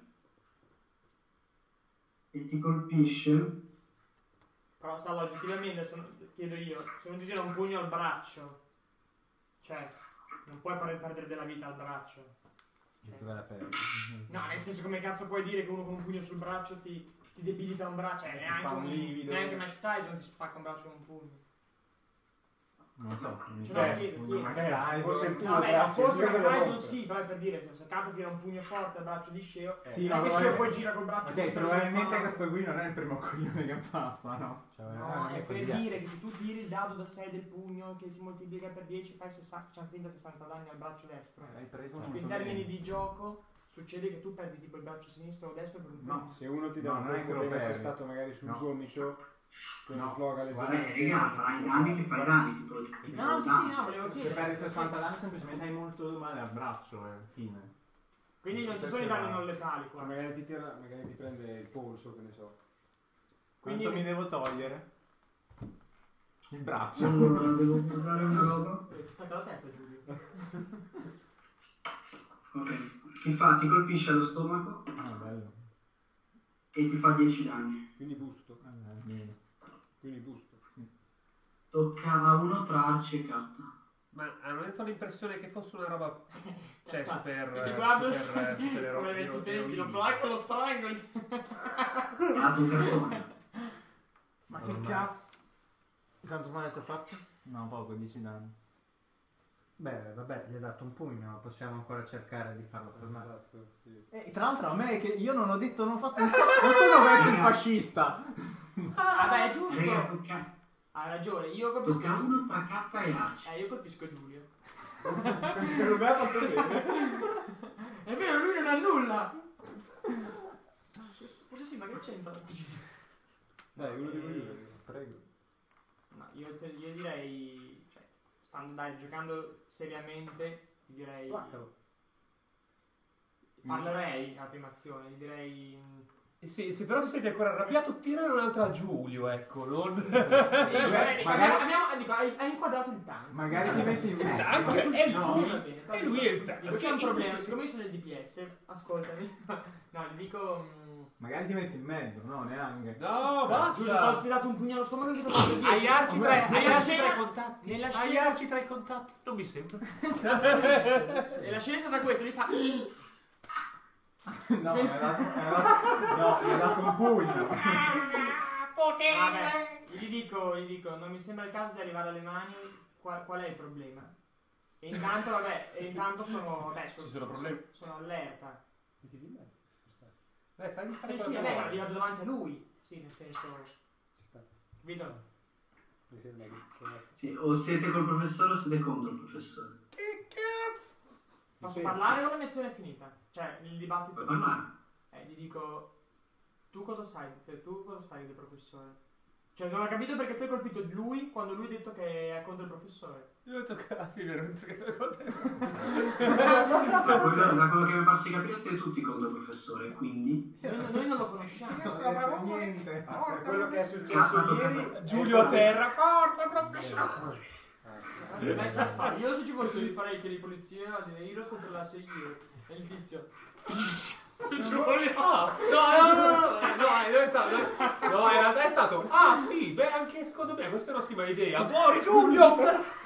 E ti colpisce. Però Salla, oggettivamente, adesso chiedo io, se non ti tira un pugno al braccio, cioè, non puoi per- perdere della vita al braccio. Dove la perdi? No, nel senso, come cazzo puoi dire che uno con un pugno sul braccio ti, ti debilita un braccio? Cioè, Ti neanche fa un, un livido. neanche Mike Tyson ti spacca un braccio con un pugno. Non so, se mi Ce fa l'ho, chiedo, chiedo. magari Forse il tuo No, beh, braccio, forse io Mike ve lo Tyson compro. sì, però è per dire, se se Capo tira un pugno forte al braccio di Sceo, Sì, non ma è che Sceo probabilmente- poi gira col braccio Ok, contro probabilmente il questo qui non è il primo coglione che passa, no? Cioè, No, ah, è ecco, per via. dire che se tu tiri il dado da sei del pugno che si moltiplica per dieci fai sessanta, cioè finta sessanta danni al braccio destro. L'hai preso Ecco, molto in termini bene. di gioco succede che tu perdi tipo il braccio sinistro o destro per un No. pugno. Se uno ti dà No, un non è che colpo lo deve essere perdi. stato magari sul No. gomito, con No. il slogan Guarda, Eh, raga, farai i danni che fai danni, tipo... tipo No, no, sì, danni. sì, no, volevo Se chiedere. perdi sessanta danni semplicemente hai molto male al braccio, e fine. Quindi non ci sono i danni non letali qua. Magari ti, tira, magari ti prende il polso, che ne so. Quindi- Quanto mi devo togliere? Il braccio. Allora, devo comprare una roba. Eh, Spacca la testa, Giulio. Ok. Ti fa, ti colpisce allo stomaco Ah, bello. e ti fa dieci danni. Quindi busto. Ah, almeno. Quindi busto. Tocca a uno tra Arci e K. Ma hanno detto l'impressione che fosse una roba. Cioè, Ah, super. ti guardo super, super ero- come ai ero- vecchi tempi, lo eroini. placco, lo strangoli. Ha dato un cartone. Ma che Ormai. cazzo? Quanto male ti ha fatto? No, poco, dieci danni. Beh, vabbè, gli hai dato un pugno, possiamo ancora cercare di farlo fermare. Esatto, sì. E tra l'altro a me che io non ho detto, non ho fatto un non sono verso il fascista. Ah, beh, è Raga, giusto. tocca, Hai ragione, io colpisco tocca a Giulio. uno tra K e Arci. Eh, io colpisco Giulio. Per me ha fatto bene. È vero, lui non ha nulla. Forse sì, ma che c'entra? Dai, uno di voi Eh, due. Prego. No, io, te- io direi, cioè, stando, dai, giocando seriamente, direi, Placcalo. parlerei alla prima azione, gli direi, mm, Eh Sì, sì, però se siete ancora arrabbiato, tirare un'altra a Giulio, ecco, non. sì, vabbè, dico, magari- abbiamo, abbiamo- dico, hai, hai inquadrato il tank. Magari ti metti in mezzo. Tank è No, lui. va bene, però E lui è il tank. dico, c'è un problema, siccome io sono il D P S, ascoltami, no, gli dico, mm, Magari ti metti in mezzo, no, neanche. No, Giulio, basta. ti ho dato un pugno allo stomaco e ti ho fatto dieci. Hai arci tra, hai Nella arci tra scena- i contatti. nella Hai scena- arci tra i contatti. Non mi sembra. E la scena è stata questa, mi fa, No, mi ha dato, mi ha dato- no, mi ha dato un pugno. vabbè, gli dico, gli dico, non mi sembra il caso di arrivare alle mani, qual, qual è il problema? E intanto, vabbè, e intanto sono, adesso, Ci sono problemi? sono allerta. Mettiti in mezzo. Ci sta. Dai, fagli fare Sì, quella sì, tua vabbè, ma roba. arrivato davanti a lui, sì, nel senso, Ci sta. capito? Mi sembra che... Sì, o siete col professore o siete contro il professore. Che cazzo? Posso parlare o la lezione è finita? Cioè, il dibattito... Puoi parlare. Eh, gli dico, tu cosa sai? Cioè, tu cosa sai del professore? Cioè, non ho capito perché tu hai colpito lui quando lui ha detto che è contro il professore. Io ho detto cazzo, mi ero detto che sono contento. Ma poi, da quello che mi pare di capire siete tutti contro il professore, quindi... Noi, noi non lo conosciamo. Non ho detto niente. Ah, per quello che è Cazzo, successo tocca- ieri... Giulio a terra, forza professore. Beh, da fare. Io se ci fosse farei che di polizia a dire Heroes contro la sei io e il tizio. Giulio, no, no, no, no, no, no, dove è stato? No, in realtà è stato. Ah, sì, beh, anche secondo me questa è un'ottima idea. Fuori Giulio!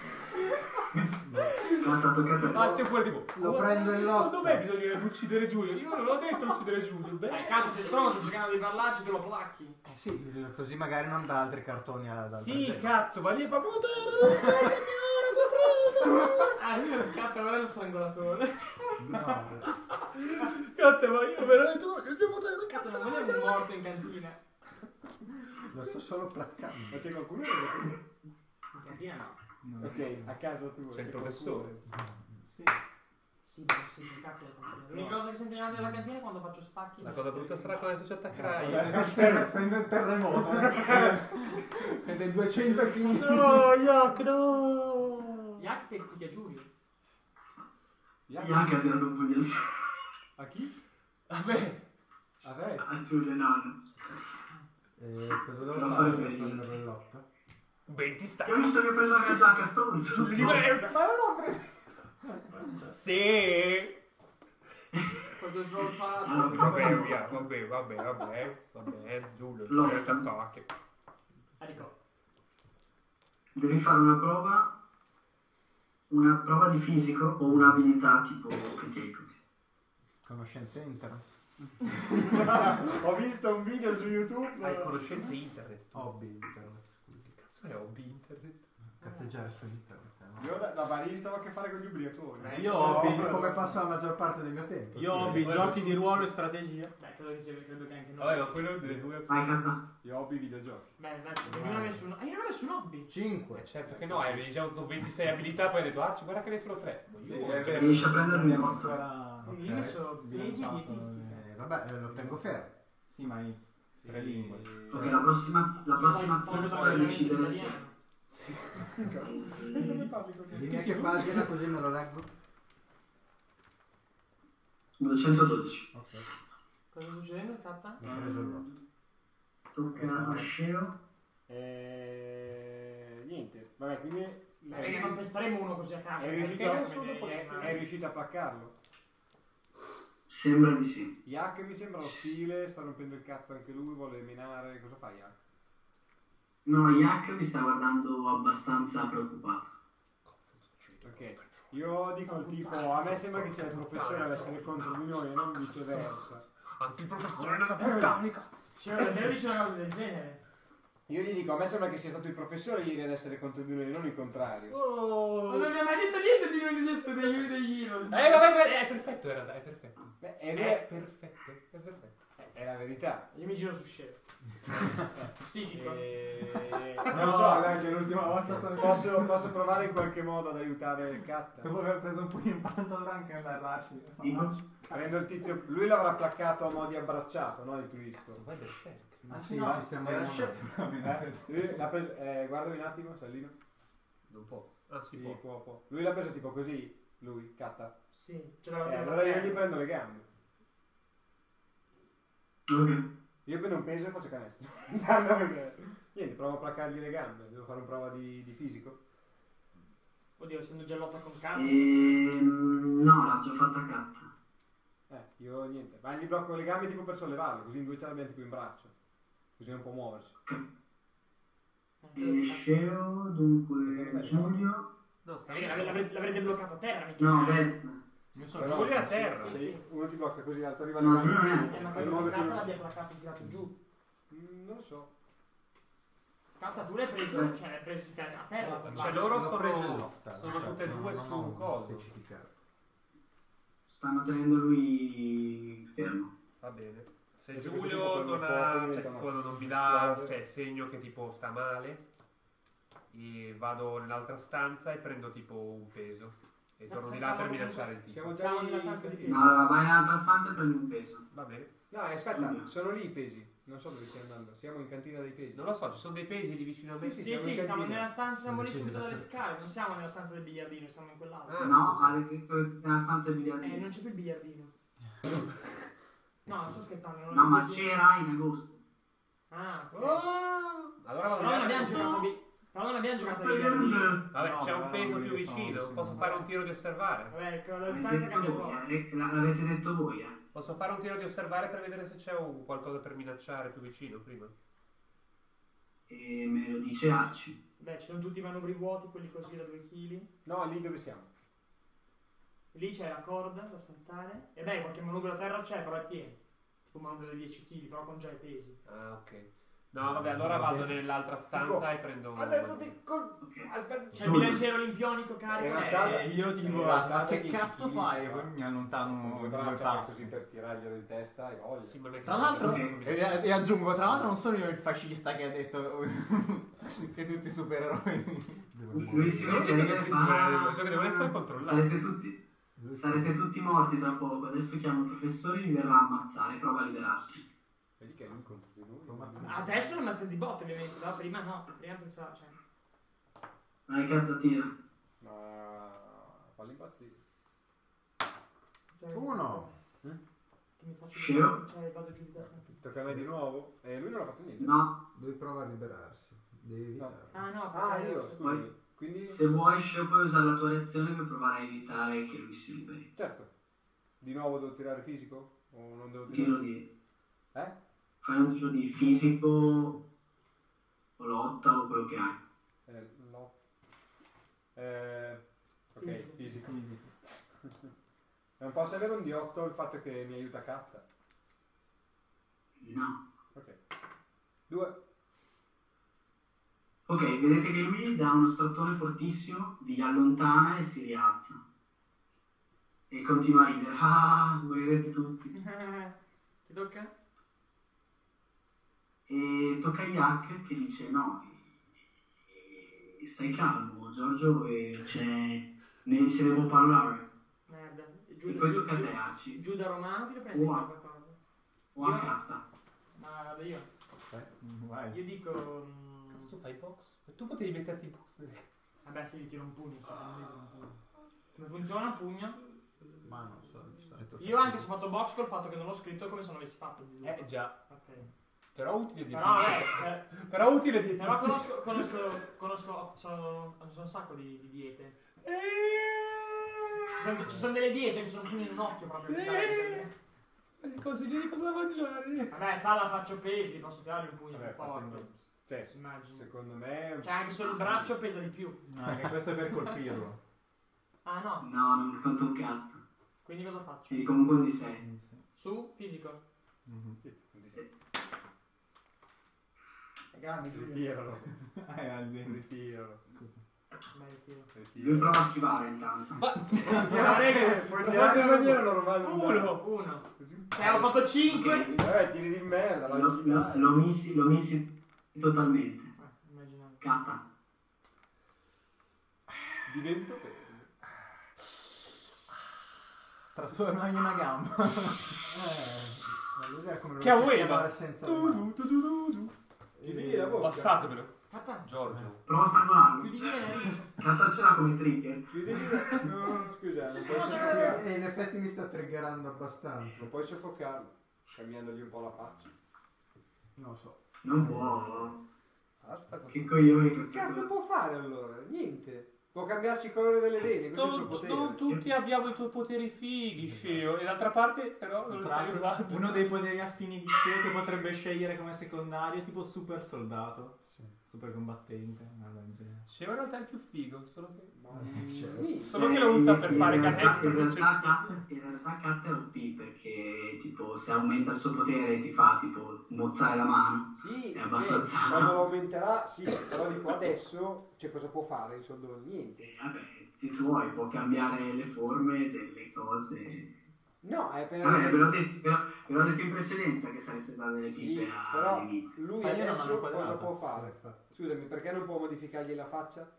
Cazzo, tocca a te. Anzi, pure tipo. Lo prendo in lotta. Secondo me bisognerebbe uccidere Giulio. Io non l'ho detto uccidere Giulio. Eh, Beh, cazzo, sei stronzo, cercando di parlarci, te lo placchi. Eh sì, così magari non dà altri cartoni ad altra sì, gente. cazzo, ma lì fa potere, non sai che mi ora ti prendo. Ah, lui è cazzo, ora è lo strangolatore. No, Cazzo, ma io veramente no, che mio potere, Cazzo, cazzo, ma lui è un morto in cantina. lo sto solo placcando. Ma c'è qualcuno? In cantina no. No. Ok, a casa tu. C'è il professore. Sì. Sì, ma sì, che cazzo è la cantina. L'unica cosa che sento in della cantina è quando faccio spacchi. La cosa brutta sarà quando ci attaccherai. Vabbè, ter- Sento il terremoto. Siete duecento chili. No, Yak, no. Yak che picchia Giulio. Yak ha tirato un pugno A chi? Vabbè. A te? a Giulio, no, no. E cosa devo Non fare fare per bene. prendere in lotta? venti Io ho stacchi. visto che ho preso la giacca, stronzo. Giulio di merda. Ma non l'ho preso. Sì. Questo stronzato. Allora, Vabbè, via, vabbè, vabbè, vabbè, vabbè, Giulio, Lotta. che cazzacche. Ecco. devi fare una prova, una prova di fisico o un'abilità tipo che ti aiuti. Conoscenze internet. Ho visto un video su YouTube. Hai conoscenze internet. Hobby internet, scusi. Che cazzo è hobby internet? Cazzeggiare su internet. eh, Io da, da barista ho a che fare con gli ubriatori. Eh, Io No, ho no? hobby- Come passa la maggior parte del mio tempo. Io sì. ho hobby, giochi di ruolo e strategia. Beh, credo che, c'è- credo che anche noi. Vabbè, ma quello delle due. Vai, Carta. Io hobby videogiochi. Beh, dai, ognuno ha messo un... Ah, io non ho messo un hobby. cinque. Eh, certo che no, avevi già usato ventisei abilità, poi hai detto, ah, ci guarda che ne sono tre. Sì, Io- è vero. Riesci a prendere un Abbiamo botto. ancora Ok. Io ho messo pesi e bilanciato, dietistica. Eh, vabbè, eh, lo tengo fermo. Sì, ma hai tre lingue. Ok, la prossima, la prossima azione puoi decidere se... Come parli con me? Dimmi a che pagina così me lo leggo. duecentododici. Ok, Cosa sta succedendo, Catta? mi ho preso il lotto. Tocca a Sceo. Eh, niente. niente. Vabbè, quindi Perché non pestaremo uno così a caso. è riuscito, perché- è, è riuscito a placcarlo. Sembra di sì. Yak mi sembra ostile, sta rompendo il cazzo anche lui, vuole minare. Cosa fa Yak? No, Yak mi sta guardando abbastanza preoccupato. Ok, io dico al tipo, a me sembra che sia il professore ad essere contro di noi e non viceversa. Anche il professore della puttana, cazzo. Sì, davvero dice una cosa del genere. Io gli dico, a me sembra che sia stato il professore ieri ad essere contro di noi e non il contrario. Ma non mi ha mai detto niente di noi di essere degli degli heroes. Eh, vabbè, vabbè, è perfetto, in realtà, è perfetto. Beh, è, È perfetto, è perfetto. è la verità. Io mi giro su Shep. Psichico. E... No, non so, dai, che l'ultima volta sono posso, posso provare in qualche modo ad aiutare Katta. Dopo aver preso un pugno in pancia durante anche l'arraci. Prendo il tizio, lui l'avrà placcato a mo' di abbracciato, no? Il twist. Vai berserk. Ma Ah, sì, no, ci stiamo era rimanendo. Eh, lui l'ha preso, eh, guardami un attimo, Sallino. Non può. Ah, si Sì, può. può, può. Lui l'ha preso tipo così, lui, Katta. Sì, ce l'aveva Eh, tirata allora a io terra. gli prendo le gambe. Ok. Io prendo un peso e faccio canestro. Tanto perché... Niente, provo a placcargli le gambe. Devo fare una prova di, di fisico. Oddio, essendo già lotta con cazzo. Ehm, no, l'ha già fatta Katta. Eh, io niente. Ma gli blocco le gambe tipo per sollevarlo, così in due ce l'abbiamo tipo in braccio. Così non può muoversi. E Sceo, dunque Giulio. No, sta Eh, bene. l'avre- l'avrete, l'avrete bloccato a terra, mica. No, Vez. Io sono Però- Giulio è a terra. Sì, Se sì. uno ti blocca così, l'altro arriva No, alle Giulio non gambe. è. Eh, ma Fai poi in modo con che Katta non- l'abbia placato e tirato giù. Mm, non lo so. Katta tu l'hai preso, cioè l'hai preso a terra. Cioè, vai. loro L'ho sono- preso in lotta, sono cioè, tutte e non- due non su ho coso. specificato. Stanno tenendo lui fermo. Va bene. Se Perché questo Giulio tipo non, prende ha, fuoco, cioè, diventa tipo, una- non vi dà cioè, segno che tipo sta male, e vado nell'altra stanza e prendo tipo un peso e Sa- torno sa- di là per siamo- minacciare il tipo. Siamo già Siamo lì nella stanza in di cantina. No, allora vai nell'altra stanza e prendi un peso. Va bene. No, eh, aspetta, Giulio. sono lì i pesi. Non so dove stai andando. Siamo in cantina dei pesi. Non lo so, ci sono dei pesi lì vicino a me. Sì, Sì, siamo sì, in siamo cantina. nella stanza, siamo lì Sono subito dipesi dalle da- scale, non siamo nella stanza del biliardino, siamo in quell'altra. Ah, No, scusa. avete detto che siete nella stanza del Eh, biliardino. non c'è più il biliardino. No, non sto scherzando. Non No, ho ma il biliardino. c'era in agosto. Ah, ok. Allora vado Però non là. abbiamo giocato a bi- però non abbiamo giocato a biliardino. Vabbè, No, c'è un però peso quelli più che sono vicino. vicino. Posso fare un tiro di osservare? Vabbè, quello della L'avete stanza detto cambia voi, poco. eh? L'avete detto voi, eh? Posso fare un tiro di osservare per vedere se c'è un qualcosa per minacciare più vicino prima? E me lo dice Arci. Beh, ci sono tutti i manubri vuoti, quelli così da due chili. No, lì dove siamo. Lì c'è la corda da saltare. E beh, qualche manubrio a terra c'è, però è pieno. Tipo un manubrio da dieci chili, però con già i pesi. Ah, ok. No, vabbè, allora vado nell'altra stanza e prendo un... Adesso ti col... Ok. Aspetta. C'è il bilanciere olimpionico carico. In realtà- E io ti dico, in guarda, realtà ma da che dieci cazzo chili fai? si E fa. poi mi allontano Con di due due braccia passi. così per tirarglielo in testa e voglia. Sì, ma non è che Tra non l'altro, posso e, e aggiungo, tra l'altro non sono io il fascista che ha detto che tutti i supereroi... Lui si Non ho mette detto lì che e tutti fa, sono- ho detto che devono essere controllati. Sarete tutti, sarete tutti morti tra poco. Adesso chiamo il professore e vi verrà a ammazzare. Prova a liberarsi. Vedi che è lui contro di noi. Adesso lo ammazza di botte, ovviamente. No, prima no. Prima pensavo, cioè. Vai, carta tira. Ma... falli impazzire. cioè Uno. Che mi faccio Sceo? cioè, vado giù di testa. Tocca a me di nuovo. E lui non ha fatto niente. No, Lui prova a liberarsi. Devi evitare. Ah no, Ah, perché io, scusami. Quindi... se vuoi Sceo puoi usare la tua reazione per provare a evitare che lui si liberi. Certo. Di nuovo devo tirare fisico? O non devo Tiro tirare? di... Eh? Fai un tiro di fisico o lotta o quello che hai. Eh, no. Eh... Ok, fisico. Non posso avere un D otto il fatto che mi aiuta Katta? No. Ok. Due. Ok, vedete che lui dà uno strattone fortissimo, vi allontana e si rialza. E continua a ridere. Ah, morirete tutti. Ti tocca? E tocca a Yak che dice no, eh, stai calmo Giorgio, e c'è... ne se ne può parlare. Merda. E Giù, poi giù, tocca a giù, te Arci. giù da romano ti lo prendi Wow. per qualcosa? O a Io- carta. Ma vado io. Vai. Io dico. mm, Cazzo, tu fai box? Tu potevi metterti in box. Vabbè, sì, tiro un pugno. So, non mi tiro un pugno. Come funziona un pugno? Ma non so, di solito Io anche se ho fatto box col fatto che non l'ho scritto come se non avessi fatto. Eh, già. Ok. Però utile di Però, vabbè, eh, Però utile di però conosco, conosco, conosco, sono, sono un sacco di, di diete. Ci sono, ci sono delle diete che sono più in un occhio proprio. Gli consigli di cosa da mangiare. Vabbè, sala faccio pesi, posso tirare un pugno Vabbè, più forte. facendo- cioè, Si immagina. secondo me Cioè, anche solo il braccio pesa di più. No, anche questo è per colpirlo. Ah, no. No, non conta un cazzo. Quindi cosa faccio? Quindi comunque un di sei. Su, fisico. Mhm. È grande, Giulio. ritiralo, Eh, almeno. ritiralo. Scusa. Beh, tiro. Lui prova a schivare intanto. Ma raga, Puoi tirare in maniera normale. uno. Uno. Cioè, ho fatto cinque. Eh, tiri di merda, la Lo, lo, lo missi, lo missi totalmente. Eh, immaginavo. Catta. divento verde. Trasformagli una gamba. Eh, l'idea è come lo Che si aveva? chiamare senza le mani. Chiudi la bocca. Passatemelo. Catta. Giorgio. Prova a strangolarlo. Chiudi le narici. Catta ce l'ha come trigger. Chiudili la... No, scusa, non puoi soffocarlo. E in effetti mi sta triggerando abbastanza. Non puoi soffocarlo. Cambiandogli un po' la faccia. Non lo so. Non può. Basta Che così. coglione Che questa cazzo cosa. può fare allora? Niente. Può cambiarci il colore delle vene, questo è il suo Non, potere. non tutti abbiamo i tuoi poteri fighi, Sceo. E d'altra parte, però, non lo stai usando. Uno dei poteri affini di te che potrebbe scegliere come secondario è tipo super soldato. Super combattente. Una roba del genere. Sceo in realtà è il più figo, solo che... Ma Certo. niente. Solo che lo usa per In fare realtà- canestro in con realtà, cestino. Cat- in realtà Cat è O P perché tipo se aumenta il suo potere ti fa tipo mozzare la mano. Sì, È cioè, abbastanza- quando lo aumenterà, sì, però dico adesso, cioè cosa può fare in soldoni? Niente. E vabbè, i tuoi può cambiare le forme delle cose. No, è per... Vabbè, ve l'ho detto, ve l'ho- ve l'ho detto in precedenza che sareste state delle Sì, pippe però all'inizio. lui Fagli una adesso mano cosa quadrata. può fare? Scusami, perché non può modificargli la faccia?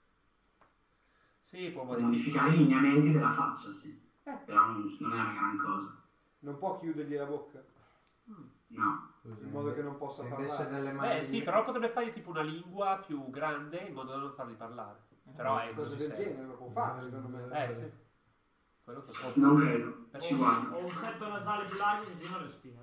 Sì, può Può modificare. modificare i lineamenti della faccia, sì. Eh. Però non, non è una gran cosa. Non può chiudergli la bocca? No. Scusa, In modo che non possa se invece parlare. delle mani... Beh, sì, però potrebbe fargli tipo una lingua più grande in modo da non fargli parlare. Però è Cose così del serio. genere lo può fare, secondo me. Eh, sì. Quello che so. Non credo. Ci Ho, guardo. ho un setto nasale più largo così non respira.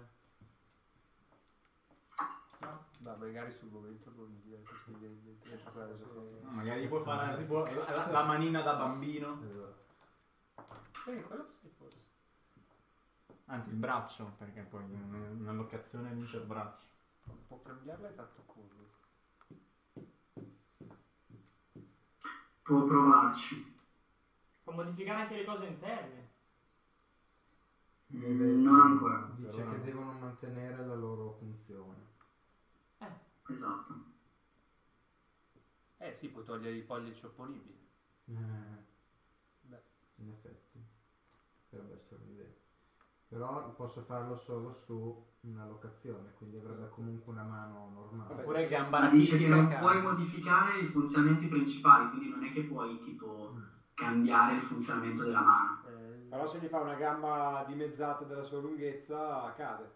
No. Beh, magari sul momento non gli viene questo in mente, non fa quella cosa. No, magari gli puoi fare tipo la, la manina da bambino. Esatto. Sì, quello sì, forse. Anzi, il braccio, perché poi è una locazione all'interbraccio. Può cambiarla esatto come. Può provarci. Può modificare anche le cose interne. Deve- Mm, non ancora. Dice Però che no. devono mantenere la loro funzione. Esatto. Eh sì, puoi togliere i pollici opponibili. Eh, Beh. in effetti, potrebbe essere un'idea. Però posso farlo solo su una locazione, quindi avrebbe comunque una mano normale. Vabbè. Oppure gamba Ma dice che non rachitica. puoi modificare i funzionamenti principali, quindi non è che puoi tipo Mm. cambiare il funzionamento della mano. Eh, Però se gli fa una gamba dimezzata della sua lunghezza, cade.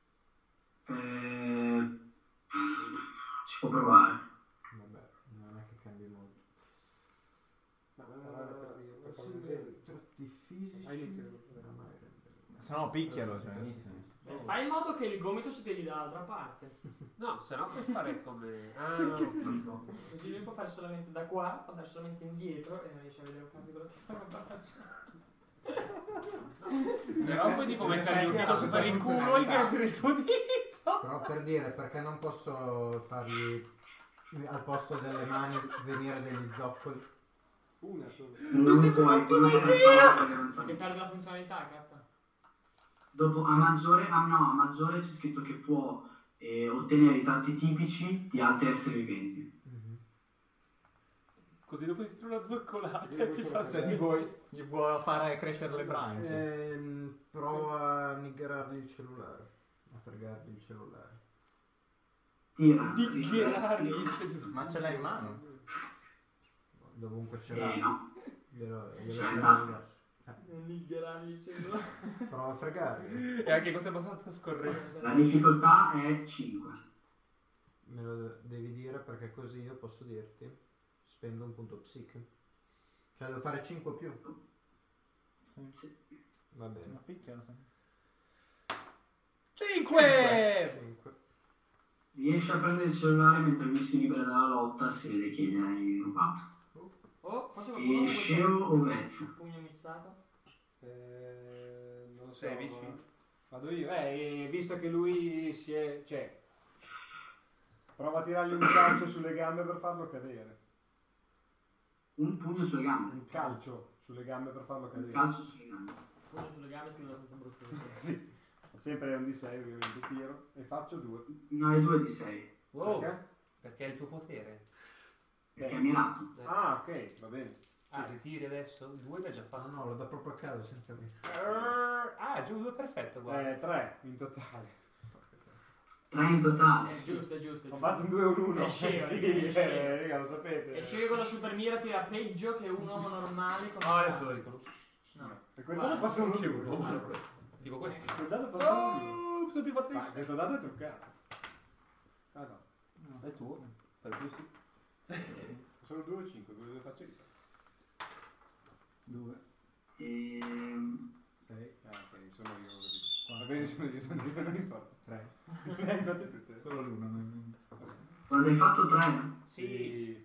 Eh, ci può provare. Vabbè, non è che cambi molto. Ma guarda, per dire, per fare un Possibili esempio. tratti fisici. Hai inutile. non mai rendere. Se no picchialo, cioè, benissimo. Eh, Fai in modo che il gomito si pieghi dall'altra parte. No, se no puoi fare come. Ah, no, no. Così lui può fare solamente da qua, può andare solamente indietro e non riesce a vedere un cazzo quello che fa con la faccia. Però poi tipo In mettergli un effetti dito ha su questa per il culo e funzionalità. gradire il tuo dito. Però per dire, perché non posso fargli al posto delle mani venire degli zoccoli? Una solo. Non sembra puoi, un'ottima quello non idea! fa perché non fa. Perché perde la funzionalità, catta. Dopo a maggiore, ah no, a maggiore c'è scritto che può eh, ottenere i tratti tipici di altri esseri viventi. Così dopo ti tiro una zoccolata Io e ti questo fa lo Cioè, sentire. tipo, gli può fare crescere le brance. Ehm, prova a niggerargli il cellulare, a fregargli il cellulare. Tira, Dichiarargli riflessi. il cellulare. Ma ce l'hai in mano? Dovunque ce Eh l'ha. no, Glielo, glielo Ce l'ha in frego tasca. addosso. Non niggerargli il cellulare. Prova a fregargli. E anche questo è abbastanza scorretto. la difficoltà è cinque. Me lo devi dire perché così io posso dirti spendo un punto psiche. Cioè devo fare cinque più. Sì. Va Ma bene. picchialo, sì. cinque! cinque. Riesce a prendere il cellulare mentre lui si libera dalla lotta, si vede che gli hai rubato. Oh, faccio E qualcuno Sceo o Vez? pugno missato. Eh, non lo so. Sei vicino? Vado io. Eh, visto che lui si è... cioè... prova a tirargli un calcio sulle gambe per farlo cadere. Un pugno sulle gambe. Un calcio sulle gambe per farlo Un cadere. calcio sulle gambe. Pugno sulle gambe sembra senza brutto. Sì. Sempre un di sei ovviamente tiro. E faccio due. No, hai due di sei. Wow, Perché? perché è il tuo potere. Perché è mirato. Ah, ok, va bene. Ah, ti tiri adesso? Due l'hai già No, fatto. no, lo dà proprio a caso senza dire. Ah, giù, due, perfetto, guarda. Eh, tre in totale. Tre in totale. È giusto, è giusto. È Ho giusto. fatto un due e un uno. È scemo, Sì, è scemo. eh, raga, lo sapete. E sceglie con la super mira tira peggio che un uomo normale. Come Ah, adesso lo riconosco. No. E quel dato fa solo Che uno. uno, questo. Tipo questo. Quel dato fa solo uno. Oh, sono più Ma fortissimo. questo dato è truccato. Ah no, È tuo. Per cui sì. sono due o cinque, due facce lì. Due, Ehm, sei, Ah, ok, sono io. ho capito. Va quattro, bene, sono io, sono io, non importa. tre. Le hai fatte tutte. Solo l'uno. Non... quando hai fatto tre, Sì.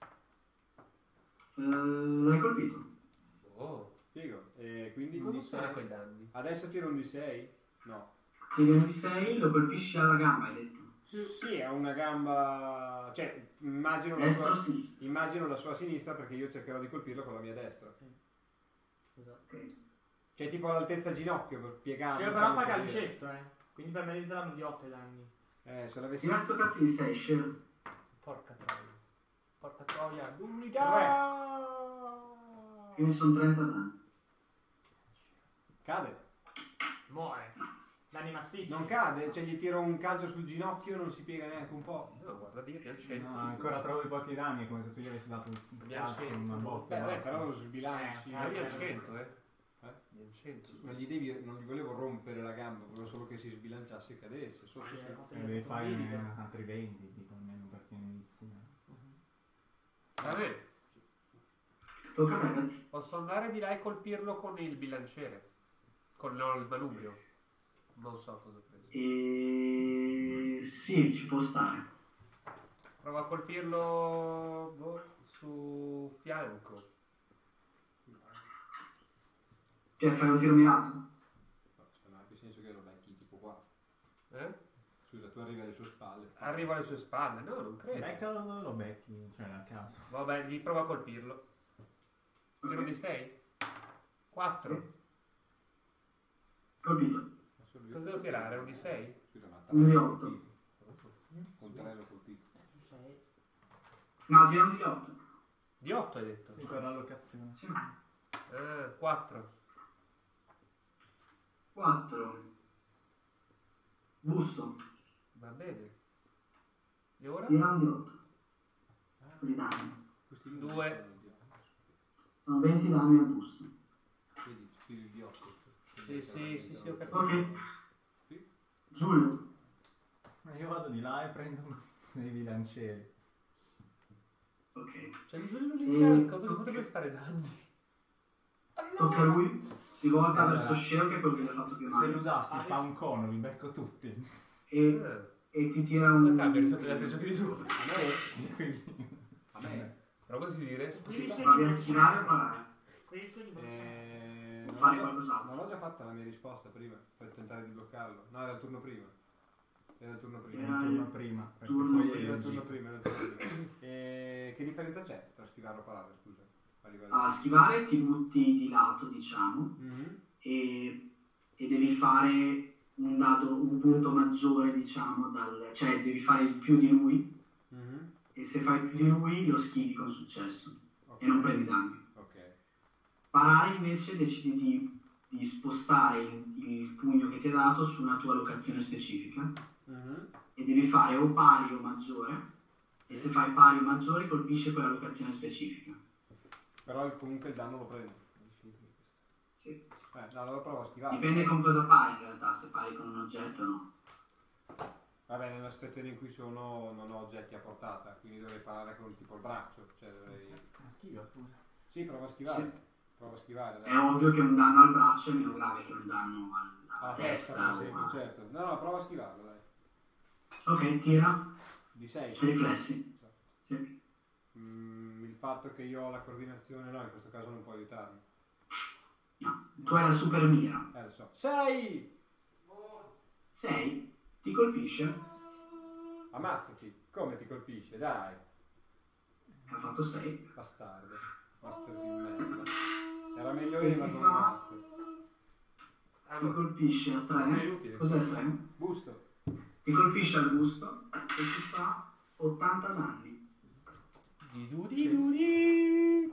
eh, l'hai colpito. Oh. Figo. E quindi un Cosa di sarà sei. con i danni? Adesso tiro un di sei? No. Tiri un di sei, lo colpisci alla gamba, hai detto. Sì, è una gamba... cioè, immagino la Destra o sua... sinistra? Immagino la sua sinistra perché io cercherò di colpirlo con la mia destra. Esatto. Ok. Cioè tipo all'altezza ginocchio per piegarlo. Sceglie però fa farlo cadere. calcetto, eh. Quindi per me devi darmi di otto i danni. Eh, se l'avessi... Ti resta toccati di sei, Sceo. Porca troia. Porca troia. Quindi sono trenta danni. Cade. Muore. Danni massicci. Non cade, cioè gli tiro un calcio sul ginocchio e non si piega neanche un po'. No, guarda, Dio, che è al centro. No, ancora trovi pochi danni, è come se tu gli avessi dato un Abbiamo calcio, cento. una botta. Beh, Eh, beh, però lo sbilanci. Eh, Ma io al Eh, centro, eh. Eh? Io al centro. Non gli, devi, non gli volevo rompere la gamba, volevo solo che si sbilanciasse e cadesse. Sotto, Sì, sotto. E devi fare altri venti, tipo almeno perché inizi. Va bene. Tocca a te, Vez. Posso andare di là e colpirlo con il bilanciere. Con no, il manubrio. Non so cosa ho preso. E... sì, ci può stare. Provo a colpirlo boh, su fianco. Cioè, fai un tiro mirato? No, cioè, ma nel senso che lo becchi tipo qua. Eh? Scusa, tu arrivi alle sue spalle. Arrivo alle sue spalle. No, non credo. Beccalo dove lo becchi, cioè a caso. Vabbè, gli provo a colpirlo. Tiro di sei? quattro. Colpito. Cosa devo tirare? Un di sei? Scusa, ma Un di l'ho otto. colpito. Con tre l'ho colpito. No, tira un di otto. Di otto hai detto? Sì, per l'allocazione. Sì. Ah, quattro. quattro. Busto. Va bene. E ora? Tira un di otto. Per i danni. Questi Due. Sono venti danni al busto. Vedi, tiri di otto. Sì, sì, sì, sì, ho capito. Ok. Sì. Giulio. Ma io vado di là e prendo un- dei bilancieri. Ok. Cioè, bisogna Mm. limitare cosa che potrebbe fare danni. Tocca a lui. Si volta Allora, verso Sceo che è quello che gli ha fatto più Se male. l'usassi fa un cono, li becco tutti. E, Ah, e ti tira cosa un... cambia rispetto agli altri giochi di ruolo? Quindi... A me? Però così dire? Provi a schivare o parare? Questo gli brucia. Eh, non, Fare ho già, qualcos'altro. non ho già fatto la mia risposta prima per tentare di bloccarlo. No, era il turno prima. Era il turno prima. Era il turno prima. Perché Turno poi Era il è turno prima, era il turno prima. E che differenza c'è tra schivare o parare, scusa? A livello A schivare ti butti di lato, diciamo, Mhm. e, e devi fare un dado, un punto maggiore, diciamo, dal, cioè devi fare il più di lui, Mhm. e se fai più di lui lo schivi con successo Ok. e non prendi danni. Ok. Parare invece decidi di, di spostare il, il pugno che ti ha dato su una tua locazione specifica Mhm. e devi fare o pari o maggiore, e se fai pari o maggiore colpisce quella locazione specifica. Però il- comunque il danno lo prendo. Sì. Eh, no, allora provo a schivare. Dipende con cosa pari in realtà, se pari con un oggetto o no. Vabbè, nella situazione in cui sono non ho oggetti a portata, quindi dovrei parare con tipo il braccio. Cioè dovrei... Ma schiva, scusa. Sì, provo a schivare. Sì. Provo a schivare. È ovvio che un danno al braccio è meno grave che un danno al- alla Ah, testa. testa, per o esempio, a- certo. No, no, provo a schivarlo, dai. Ok, tira. Di sei. Riflessi. Sì. Mm, il fatto che io ho la coordinazione, no, in questo caso non può aiutarmi. No, tu hai la super mira. Eh, lo so. sei! sei. Ti colpisce? Ammazzati. Come ti colpisce? Dai. Ha fatto sei. Bastardo. Master di merda. Era meglio E Eva ti con fa- Master. Ti Allora, colpisce a sì, tre. è utile. Cos'è tre? Busto. Ti colpisce al busto e ti fa ottanta danni. Di du di du di.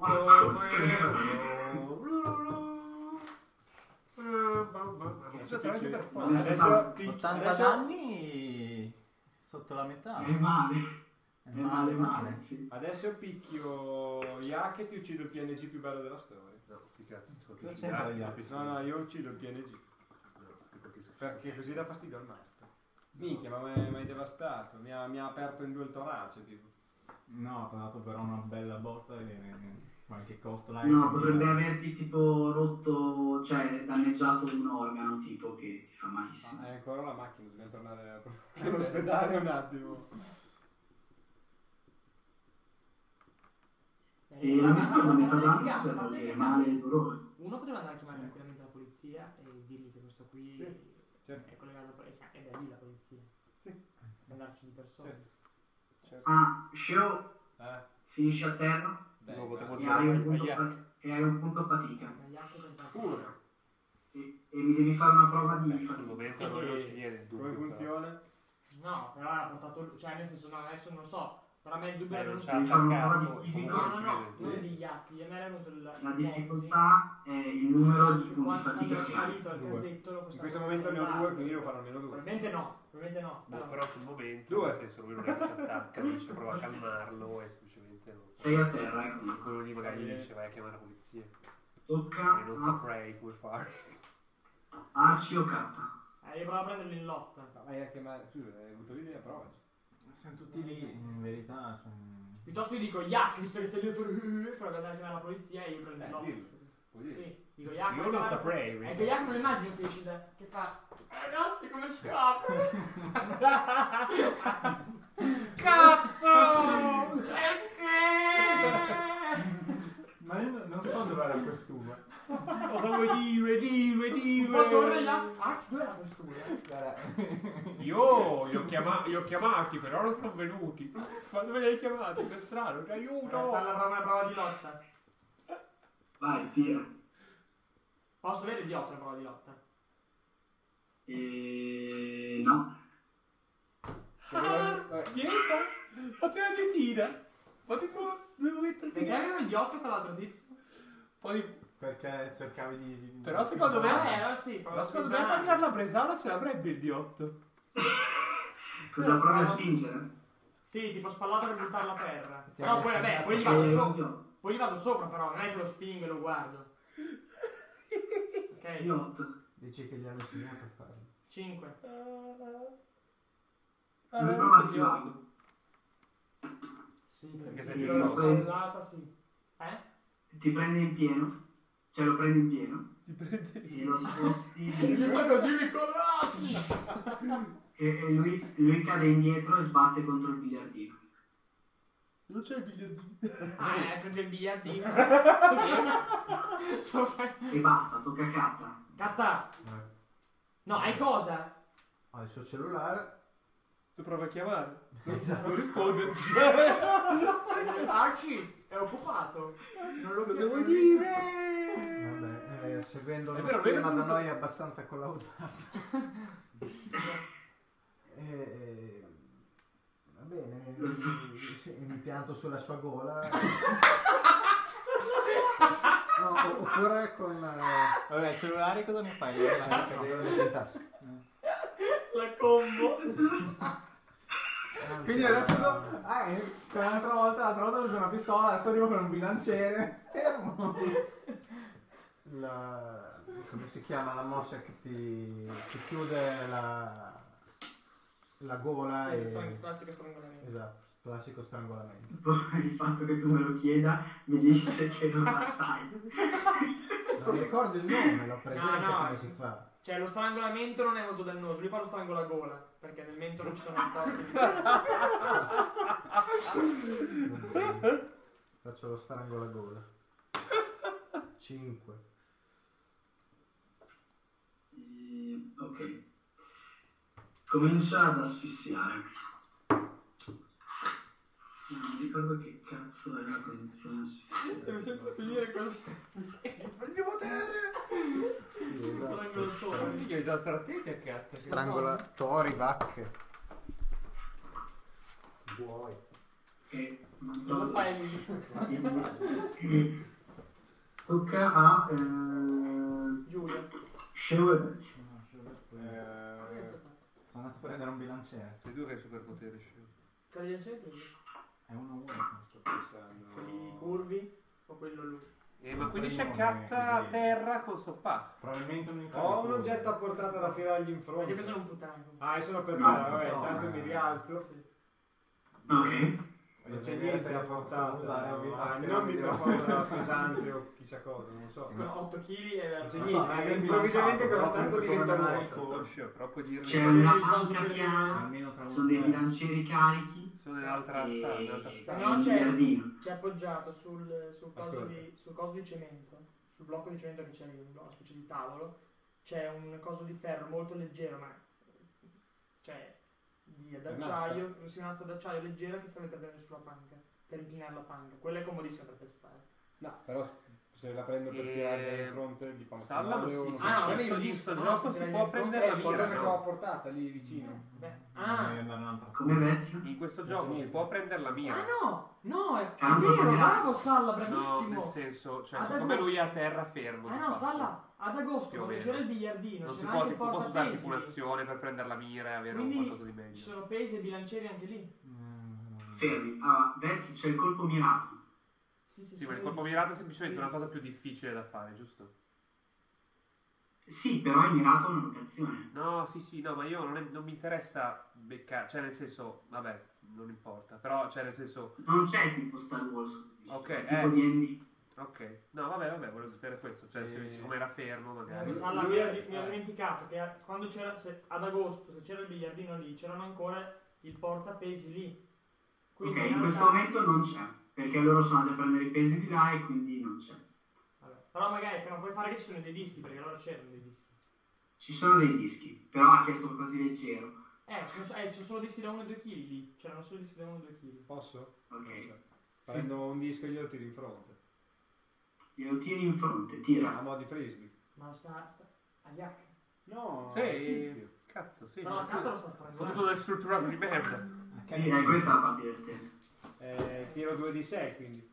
Adesso è veramente per forza. Adesso- Adesso, ottanta adesso- danni sotto la metà. È male. È È male, male, sì. Adesso picchio Yak e ti uccido il P N G più bello della storia. No, sti cazzi, Cosa colpisci c'entra gli gli altri, No, no, io uccido il P N G. No, sti colpisco Perché così dà fastidio al master. Minchia, ma mi hai devastato. Mi ha, mi ha aperto in due il torace, tipo. No, ti ha dato però una bella botta e qualche costo là. No, potrebbe averti tipo rotto, cioè danneggiato un organo tipo che ti fa malissimo. Ah, è ancora la macchina, dobbiamo tornare all'ospedale un attimo. E la metà la metà danno cosa vuol dire? Male e dolore. Uno poteva andare a chiamare tranquillamente la polizia e dirgli che questo qui Sì, certo. è collegato a polizia. Ed è lì la polizia. Sì. Andarci di persona. Certo. Certo. Ah, Show, Eh, finisci a terra dai, Lo potevo vai. e dire hai un a punto, Yak. fa- e hai un punto fatica. Ma gli altri sono tanti. Uno. E, e mi devi fare una prova di Sul fatica. momento noi non ci viene il dubbio. Come però. funziona? No, però l'ha portato. Cioè, nel senso, no, adesso non so. Però a me il dubbio Eh, era non venuto. c'ha Devi fare una prova attaccato, di fisico. No, comunque no, non no, ci non viene. di Yaki. A me era venuto il. La difficoltà è il numero di punti Quando fatica è che hai. sparito al Due. casetto lo In questo momento ne ho due, quindi devo fare almeno due. Probabilmente no, probabilmente no. Boh, Però, però sul momento, Due. nel senso lui non è che ci attacca, dice prova a calmarlo e semplicemente non Sei a terra, eh, comunque. quello lì magari gli dice vai a chiamare la polizia Tocca e non a saprei come fare. Arci o Katta. eh, io provo a prenderlo in lotta. Ma vai a chiamare. Scusa, hai avuto l'idea, prova. Siamo tutti lì, in verità. Cioè... Piuttosto io dico Yak, visto che stai lì a fare. Provo ad andare a chiamare la polizia e io prendo in Eh, lotta. dillo. Puoi dire. Sì, dico Yak. Io non guarda- saprei, in È verità. che Yak me lo immagino che esce da. Che fa. Ragazzi, come si apre? Cazzo! Ma io non so dov'è la questura. Cosa vuoi dire, dire, dire? Ma torna Yak. Ah, dov'è la questura? Io li ho, chiama- li ho chiamati, però non sono venuti. Ma dove li hai chiamati? Che strano, ti aiuto! Sarà la prova, prova di lotta. Vai, tira. Posso avere il diotto la prova di lotta? E... no. Ah, niente! Fatti una dietina! Fatti due, due metri Perché avevo il diotto con l'altro tizio? Poi, Perché cercavi di... Però secondo me- Eh, allora sì, provo però a secondo me a spingerla. tagliare la bresaola ce l'avrebbe il diotto. Cosa provi a spingere? Sì, tipo spallata per buttarla a terra. Ti Però ha poi vabbè, messo- poi gli Eh, vado sopra. io- Poi gli vado sopra però, non è che lo spingo e lo guardo. Ok, io otto. Dici che gli hanno insegnato a farlo. cinque. Come prova a schivarlo? Sì, Perché perché se se ti tiro la prendi- spallata, sì. Eh? Ti prende in pieno, cioè lo prendi in pieno Ti prende e lo sposti Io dietro, sto così mi conosci! e, e lui, lui cade indietro e sbatte contro il biliardino. Non c'è il biliardino. Ah, eh, prende il biliardino. Sopra- E basta, tocca a Katta. Catta! Eh, No, hai cosa? Ha il suo cellulare. Tu provi a chiamare. Non risponde. Arci, è occupato. Non lo Cosa vuoi chiamo. dire? Vabbè, eh, seguendo È uno vero, schema vero, da vero. noi abbastanza collaudato. Eh, va bene, Lo so. mi, sì, mi pianto sulla sua gola. No, o- oppure con eh, Vabbè, il cellulare cosa ne fai? la cadena in tasca. La combo. Quindi adesso do- ah, eh, come l'altra volta, l'altra volta ho usato una pistola, adesso arrivo con un bilanciere. Fermo. La, come si chiama la mossa che ti, ti chiude la, la gola e... Classico strangolamento. Esatto, classico strangolamento. Il fatto che tu me lo chieda mi dice che non la sai. Non mi ricordo il nome, l'ho presente No, no. come si fa. Cioè, lo strangolamento non è molto dannoso, lui fa lo strangolagola, perché nel mento non ci sono rapporti. Faccio lo strangolagola. cinque. E- ok. Comincia ad asfissiare. Non mi ricordo che cazzo è la condizione asfissiare. Deve sempre finire così. Prendi potere! Lo strangolatore. Io già stare attenti a cazzo. Strangolatori, vacche. Vuoi. E non Cosa trovo- fai lì? E- Tocca a eh, Giulia. Sceo e Beth. No, cioè, questo è- Eh, Sono andato a prendere un bilanciere. sei tu che hai superpoteri, Sceo. Quali c'è quindi? È uno uno. Sto pensando. Quelli curvi o quello lui? Eh, ma quindi c'è Primo, catta a eh, terra con soppà. Probabilmente un Ho un oggetto a portata da tirargli in Perché fronte. sono un puttano. Ah, io sono per No, terra, vabbè, so, intanto eh. mi rialzo. Sì. Ok. Non c'è niente a portata. Usare Ah, non di per forza pesante o chissà cosa, non so. Con otto chili e Non c'è Non niente, so, magari improvvisamente quella bilanciato, stanza però diventa come vuota. mai- Oh, Sceo, però puoi dirmi C'è che una il coso panca per- piana, Almeno tra ci sono dei bilancieri carichi sono nell'altra e stanza. nell'altra stanza. No, un c'è- biliardino. C'è appoggiato sul, sul, coso Ascolta. di, sul coso di cemento, sul blocco di cemento che c'è lì, una specie di tavolo, c'è un coso di ferro molto leggero, ma cioè di d'acciaio, si un'asta d'acciaio leggera che serve per tenere sulla panca, per inclinare la panca. Quella è comodissima per pestare. No, però se la prendo per E- tirarla in fronte gli fa un Salla, ma male o sì, non sì, so. Ah, no, in vabbè, questo, io in visto, questo no, gioco si si tira può in fronte, prendere Eh, la il qualcosa mira, che ho a no? portata lì vicino. Beh, Devi ah, andare un'altra Come Beth? In questo gioco si può prendere la mira. ah no, no, è, è Ah, non vero, so, bravo Salla, No, bravissimo. nel senso, cioè, Ad siccome agosto. lui è a terra fermo. Ah di no, fatto, Salla, ad agosto più o quando meno. c'era il biliardino, Non si c'era può, anche il tipo, posso usare tipo portapesi. un'azione per prendere la mira e avere un Quindi qualcosa di ci meglio. sono pesi e bilancieri anche lì. Fermi. Ah, Beth, c'è il colpo mirato. Sì, sì, Sì, ma il sì, colpo sì. mirato è semplicemente una cosa più difficile da fare, giusto? Sì, però è mirato a una locazione. No, sì, sì, no, ma io non, è- non mi interessa beccare, cioè nel senso, vabbè, non importa, però, cioè nel senso, Non c'è tipo Star Wars. Ok, è tipo eh. D and D. ok, no, vabbè, vabbè, volevo sapere questo, cioè se Eh. siccome era fermo magari. Eh, Salla, mi, ero- mi ero dimenticato che a- quando c'era, se- ad agosto, se c'era il biliardino lì, c'erano ancora il portapesi lì. Ok, in in questo realtà- momento non c'è. Perché loro sono andati a prendere i pesi di là e quindi non c'è. Vabbè, però magari però puoi fare che ci sono dei dischi, perché allora c'erano dei dischi. Ci sono dei dischi, però ha chiesto qualcosa di leggero. Eh, ci sono, eh, ci sono solo dischi da uno e due chili lì. C'erano solo dischi da uno e due chili. Posso? Ok. Prendo un disco e glielo tiro in fronte. Glielo tiri in fronte, A tira. mo' di frisbee. Ma sta, sta a Yak. No, Sì, tizio. cazzo, sì. No, ma accanto lo tu- sta Sto tutto strangolando. del strutturato di merda. Sì, eh, questa è la parte divertente. Eh, tiro due di sei, quindi.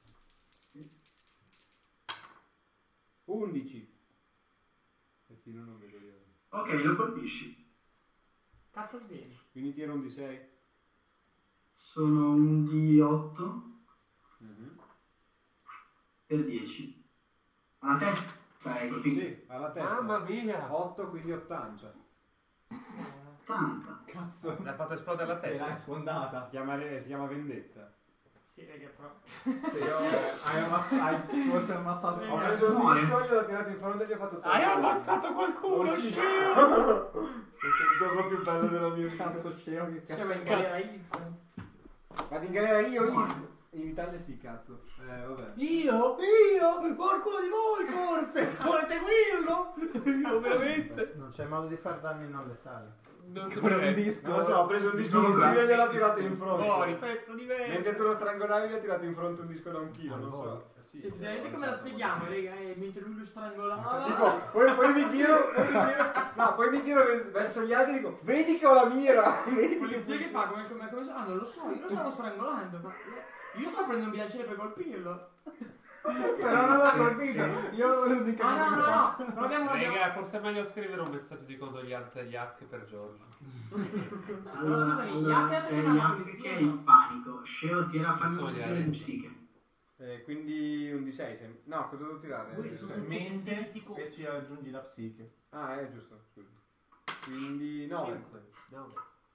undici. Pezzino non vedo io. Ok, lo colpisci. Cazzo svieni. Quindi tiro un di sei. Sono un D otto Mhm. per dieci. Alla testa hai colpito. Sì, alla testa. Mamma mia! otto, quindi ottanta. ottanta. Cazzo. L'ha fatto esplodere la Te l'hai testa. Si sfondata. chiama, si chiama vendetta. Sì, raga, però. Hai, ammazz- hai forse ammazzato Ho preso un Muore. disco, gliel'ho tirato in fronte e gli ho fatto Hai toccare. ammazzato qualcuno, Non ci- scemo! Questo è il gioco più bello della mia vita. Cazzo scemo che Cioè, cazzo. ma in galera East. Vado in galera io, io. In Italia sì, cazzo. Eh, vabbè. Io? Io? Qualcuno di voi forse? Vuole seguirlo? Io veramente? Non c'è modo di far danni non letali. Non Con un saprei. disco. Non lo so, ho preso un disco con Scusa. cui gliel'ho tirato in fronte. Fuori, pezzo di merda. Mentre tu lo strangolavi gli ho tirato in fronte un disco da un chilo, non so. Eh, Sì, vedete come la spieghiamo, raga? Eh, mentre lui lo strangolava. Tipo, poi, poi mi giro, poi mi giro, no, poi mi giro ve- verso gli altri e dico, vedi che ho la mira, vedi Polizia che fa? Come, come, come ah, non lo so, io lo stavo strangolando. Ma io stavo prendendo un bilanciere per colpirlo. Però non l'ha colpito. Io l'unica Ah no, no, no, non abbiamo abbiamo- Raga, forse è meglio scrivere un messaggio di condoglianza agli hack per Giorgio. Allora, scusami, allora Yak c'è chiama la Yak polizia, che è no? in panico. Sceo tira a farmi Sono un gli tiro di arenti. psiche. Eh, quindi un di sei, sem- no, cosa devo tirare? Voi Eh, tu- sei. mente e ci aggiungi la psiche. Ah, è giusto, scusa. Quindi nove. cinque. No.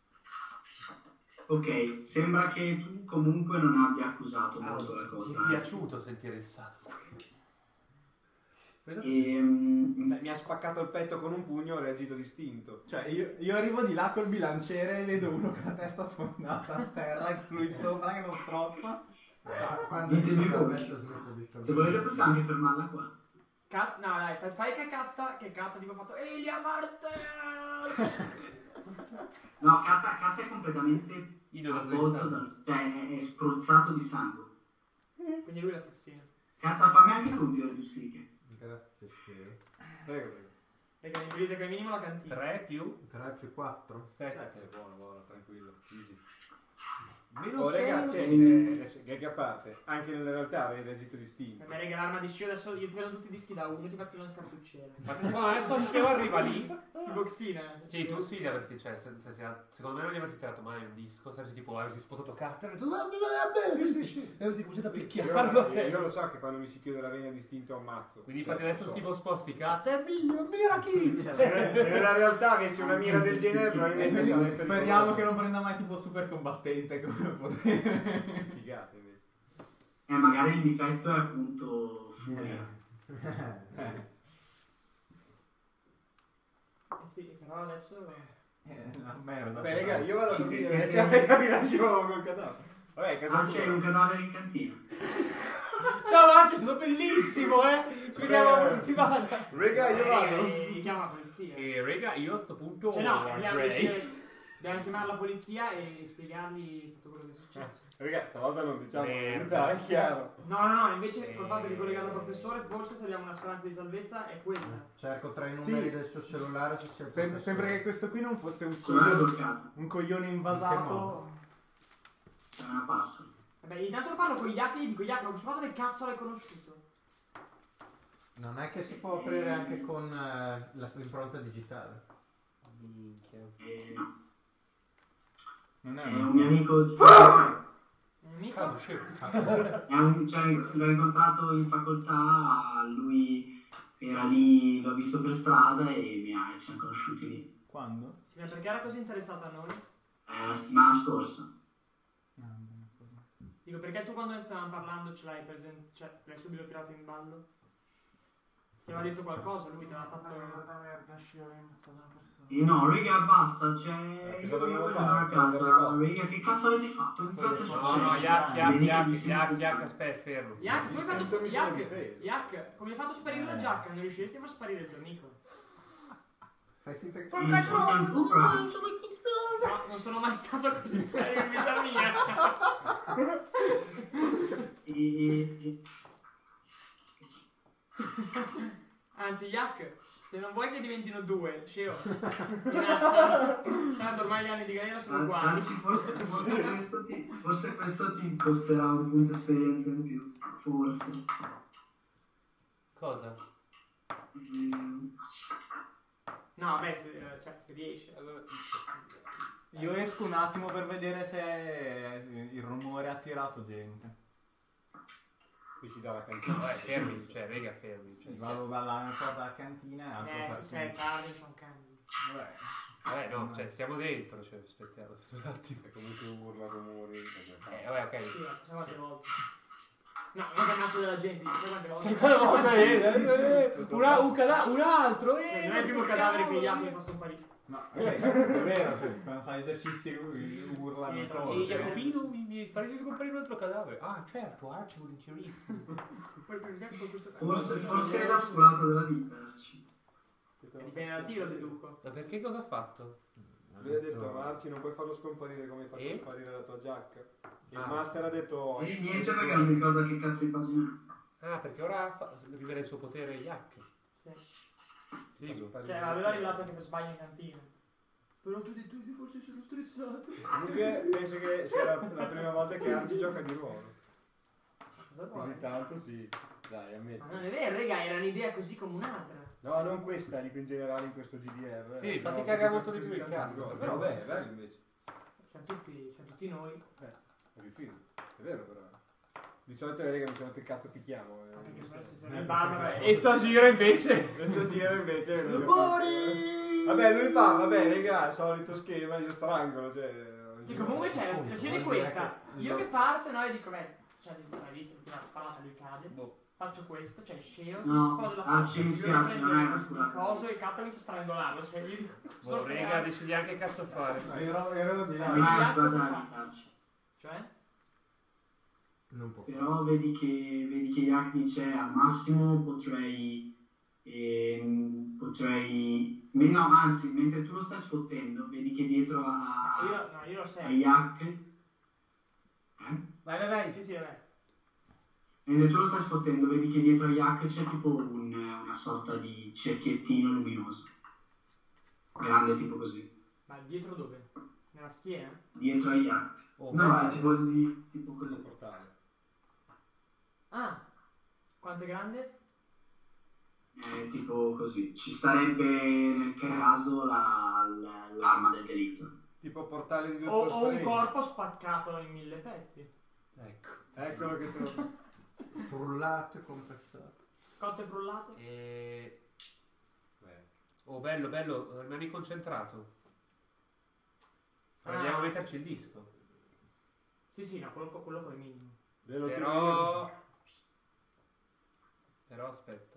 Ok, sembra che tu comunque non abbia accusato molto la Anzi, mi cosa. è piaciuto sentire il sangue. Questo E, mm, Beh, mi ha spaccato il petto con un pugno, ho reagito distinto. Cioè, io, io arrivo di là col bilanciere e vedo uno con la testa sfondata a terra, con lui sopra che lo strozza. Quando Ditemi dico voi. adesso smetto di stare. se volete possiamo anche fermarla qua. Cat- no, dai, fai, fai che catta, che catta, tipo ho fatto Elia Martel! No, Katta, Katta è completamente Inondato di avvolto, sangue. da, cioè è, è spruzzato di sangue. Quindi lui è l'assassino. Katta, fammi anche tu un tiro di psiche. Grazie, scemo. Prego, prego. Perché mi vedete che al minimo la cantina. tre più tre più quattro? sette. Sette, buono, buono, tranquillo, easy. Meno Oh ragazzi, sei. eh, eh, gag a parte, anche nella realtà avevi reagito distinto. Vabbè, raga, l'arma di scio adesso io ti vedo tutti i dischi da uno, ti faccio una scartucciera. Infatti secondo me adesso Sceo arriva lì. Tipo Xina. Sì, tu sì, avresti, cioè, se, se, se- secondo me non gli avresti tirato mai un disco, saresti tipo, avresti sposato carta e avresti detto, "Ma mi vuole a me", e avresti cominciato a picchiarlo a Io, te. io lo so che quando mi si chiude la vena distinto ammazzo. Quindi infatti Lo adesso so. tipo sposti carta, è mio, mira chi! Se nella realtà avessi una mira del genere probabilmente sarei Speriamo che non prenda mai tipo super combattente come potere. Figate invece. Eh, magari il difetto è appunto... Eh sì, però adesso... Eh, una merda. Vabbè raga, io vado a dormire, Siete- cioè mi lascio col cadavere. Vabbè, casa Ah, c'è tua. un cadavere in cantina. Ciao Marcio, è stato bellissimo, eh! Ci vediamo la Beh. settimana! Raga, io vado. Eh, chiama la polizia. E raga, io a sto punto Cioè no, dobbiamo, Grey. decidere- dobbiamo chiamare la polizia e spiegargli tutto quello che è successo. Raga, stavolta non diciamo la Merda. verità, è chiaro. No, no, no, invece col fatto di collegare al professore, forse se abbiamo una speranza di salvezza è quella. Cerco tra i numeri Sì. del suo cellulare se c'è il Sem- professore. sembra che questo qui non fosse un Sono coglione, bloccato. un coglione In che invasato. modo? C'è una password. Vabbè, intanto che parlo con Yak e gli dico, Yak, ma questo fatto che cazzo l'hai conosciuto? Non è che si può aprire anche con eh, la- l'impronta digitale. Minchia. Eh, no. Non è È un un mio amico di... Un amico? Cavolo, scemo. È un, cioè, l'ho incontrato in facoltà, lui era lì, l'ho visto per strada e mi ha, ci siamo conosciuti lì. Quando? Sì, ma perché era così interessato a noi? Eh, la settimana scorsa. Ah, beh, cosa. Dico, perché tu quando ne stavamo parlando ce l'hai presente, cioè l'hai subito tirato in ballo? Ti aveva detto qualcosa, lui ti aveva fatto... merda, Sceo, hai ammazzato una persona. E no, raga, basta, cioè, Eh, io cosa voglio dobbiamo andare a fare? casa, Prendere raga, che cazzo avete fatto? Che cazzo è No, successo? no, Yak, Yak, Vedi che Yak, mi sento Yak, male. Yak, aspetta, fermo. Yak, come hai fatto Distinto mi sp- sono Yak, difeso. Yak, come hai fatto sparire la Eh. giacca? Non riusciresti a far sparire il tuo amico? Fai finta che Sì, soltanto tu, bravo. No, non sono mai stato così serio in vita mia. E, e- Anzi, Yak, se non vuoi che diventino due, Sceo, minaccia. Tanto ormai gli anni di galera sono An- uguali. Anzi, forse, forse, questo ti, forse questo ti costerà un punto esperienza in più. Forse. Cosa? Mm, No, vabbè, se, cioè, se riesce. Io esco un attimo per vedere se il rumore ha attirato gente. Qui ci dà la cantina. No, eh, fermi, cioè, raga, fermi. Cioè, Vado dalla dalla cantina e altro Eh, per- se sei tardi, sono cani. Vabbè. Vabbè, no, cioè, siamo dentro, cioè, aspettiamo un attimo. E comunque urla rumori. Eh, vabbè, ok. Sì, ma sai quante volte? No, non che ammazzo della gente, sai quante volte? Sai quella volta è? Eh, eh, una- un, cada- un altro, eh! Cioè, non è il primo cadavere che Yak mi fa scomparire. No, ok, è vero, cioè, quando fai esercizi u- urlano Sì, cose. E Jacopino mi, mi faresti scomparire un altro cadavere. Ah, certo, Archie volentierissimo. Poi per esempio con questo Forse, forse è la sculata della vita. Arci. dipende dal tiro, deduco. Ma perché cosa ha fatto? Lui ha detto, Marci, non puoi farlo scomparire come hai fatto E? sparire la tua giacca. Il Ah. master ha detto... E niente perché non mi ricordo che cazzo di pagina. Ah, perché ora fa- rivela il suo potere Yak. Sì. Figo. Cioè, aveva rilato anche per sbaglio in cantina. Però tu di tu che forse sono stressato. Comunque penso che sia la, la prima volta che Arci gioca di ruolo. Cosa vuoi? Così tanto sì. Dai, Ma ammetti. non è vero, raga, era un'idea così come un'altra. No, non questa, dico in generale in questo G D R. Sì, eh, fatti no, cagare perché molto di giochi più il così tanto cazzo, di però. ruolo. No, beh, è bello invece. Siamo tutti, siamo tutti noi. Mi fido. È vero però. Di solito le rega mi sono rotto il cazzo picchiamo. eh. Ma perché se- se sei il barbaro E sta giro invece. Questo giro invece è vabbè, lui fa, vabbè, raga, solito schema, io strangolo, cioè... Sì, comunque c'è la scena è questa. Io che parto, no, e dico, beh, cioè, l'hai visto, ti la sparata, lui cade. Boh. faccio questo, cioè sceo, No, mi spodo la ah, faccia, ci mi dispiace, non è una il scusata. coso e Katta mi fa strangolarlo, cioè io dico... sto Oh, rega, fregando. decidi anche che cazzo fare. No, ero, ero di là. Non è una Yak scusata cosa da fa? vita. Cioè? Non può fare. Però vedi che, vedi che Yak dice al massimo potrei, ehm, potrei, me- no anzi, mentre tu lo stai sfottendo, vedi che dietro a, Io, no, io lo a so. Yak, eh? Vai, vai, vai. Sì, sì, vabbè. Mentre tu lo stai sfottendo, vedi che dietro a Yak c'è tipo un- una sorta di cerchiettino luminoso, grande tipo così, Ma dietro dove? Nella schiena? dietro a Yak. Oh, No, è tipo, di, tipo così. portale. Ah, quanto è grande? È tipo così. Ci starebbe nel caso la- la- l'arma del delitto. Tipo portale di Ho, Dottor ho un Strange. corpo spaccato in mille pezzi. Ecco. Eccolo che trovo. Frullato e compressato. Cotto e frullato? E... Beh, Oh, bello, bello, rimani concentrato. Ah. Andiamo a metterci il disco. Sì, sì, no, quello, quello col minimo. ve lo tiro Però... io. Però aspetta.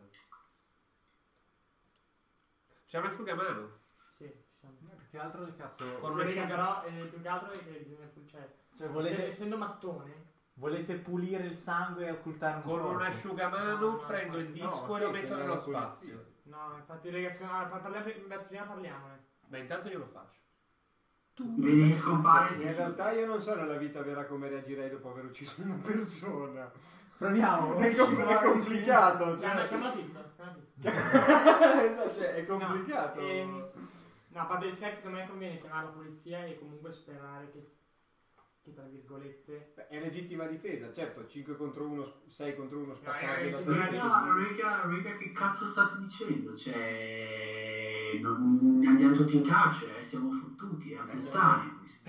C'è un asciugamano. Sì, ci sono. Più che altro che cazzo... Con Sì, una raga, asciuga- però eh, più che altro è che bisogna cioè, Cioè, se- volete, essendo mattone, volete pulire il sangue e occultare un Con corpo? un asciugamano No, no, prendo il infatti. disco No, e lo sì, metto chiamiamo nello la polizia. spazio. no, infatti raga, secondo me, pa- parliamo, prima parliamone. Ma intanto io lo faccio. Vedi che scompare. In realtà io non so nella vita vera come reagirei dopo aver ucciso una persona. Proviamo. È, com- è complicato. Chiama, Cioè... chiama la pizza, chiama la pizza. Esatto, cioè, è complicato. No, ehm, no, a parte gli scherzi, secondo me conviene chiamare la polizia e comunque sperare che, che tra virgolette... Beh, è legittima difesa, certo, cinque contro uno, sei contro uno è spaccato da legittima te. Raga, raga, raga, che cazzo state dicendo? Cioè, non andiamo tutti in carcere, eh, siamo fottuti, a puttane questi.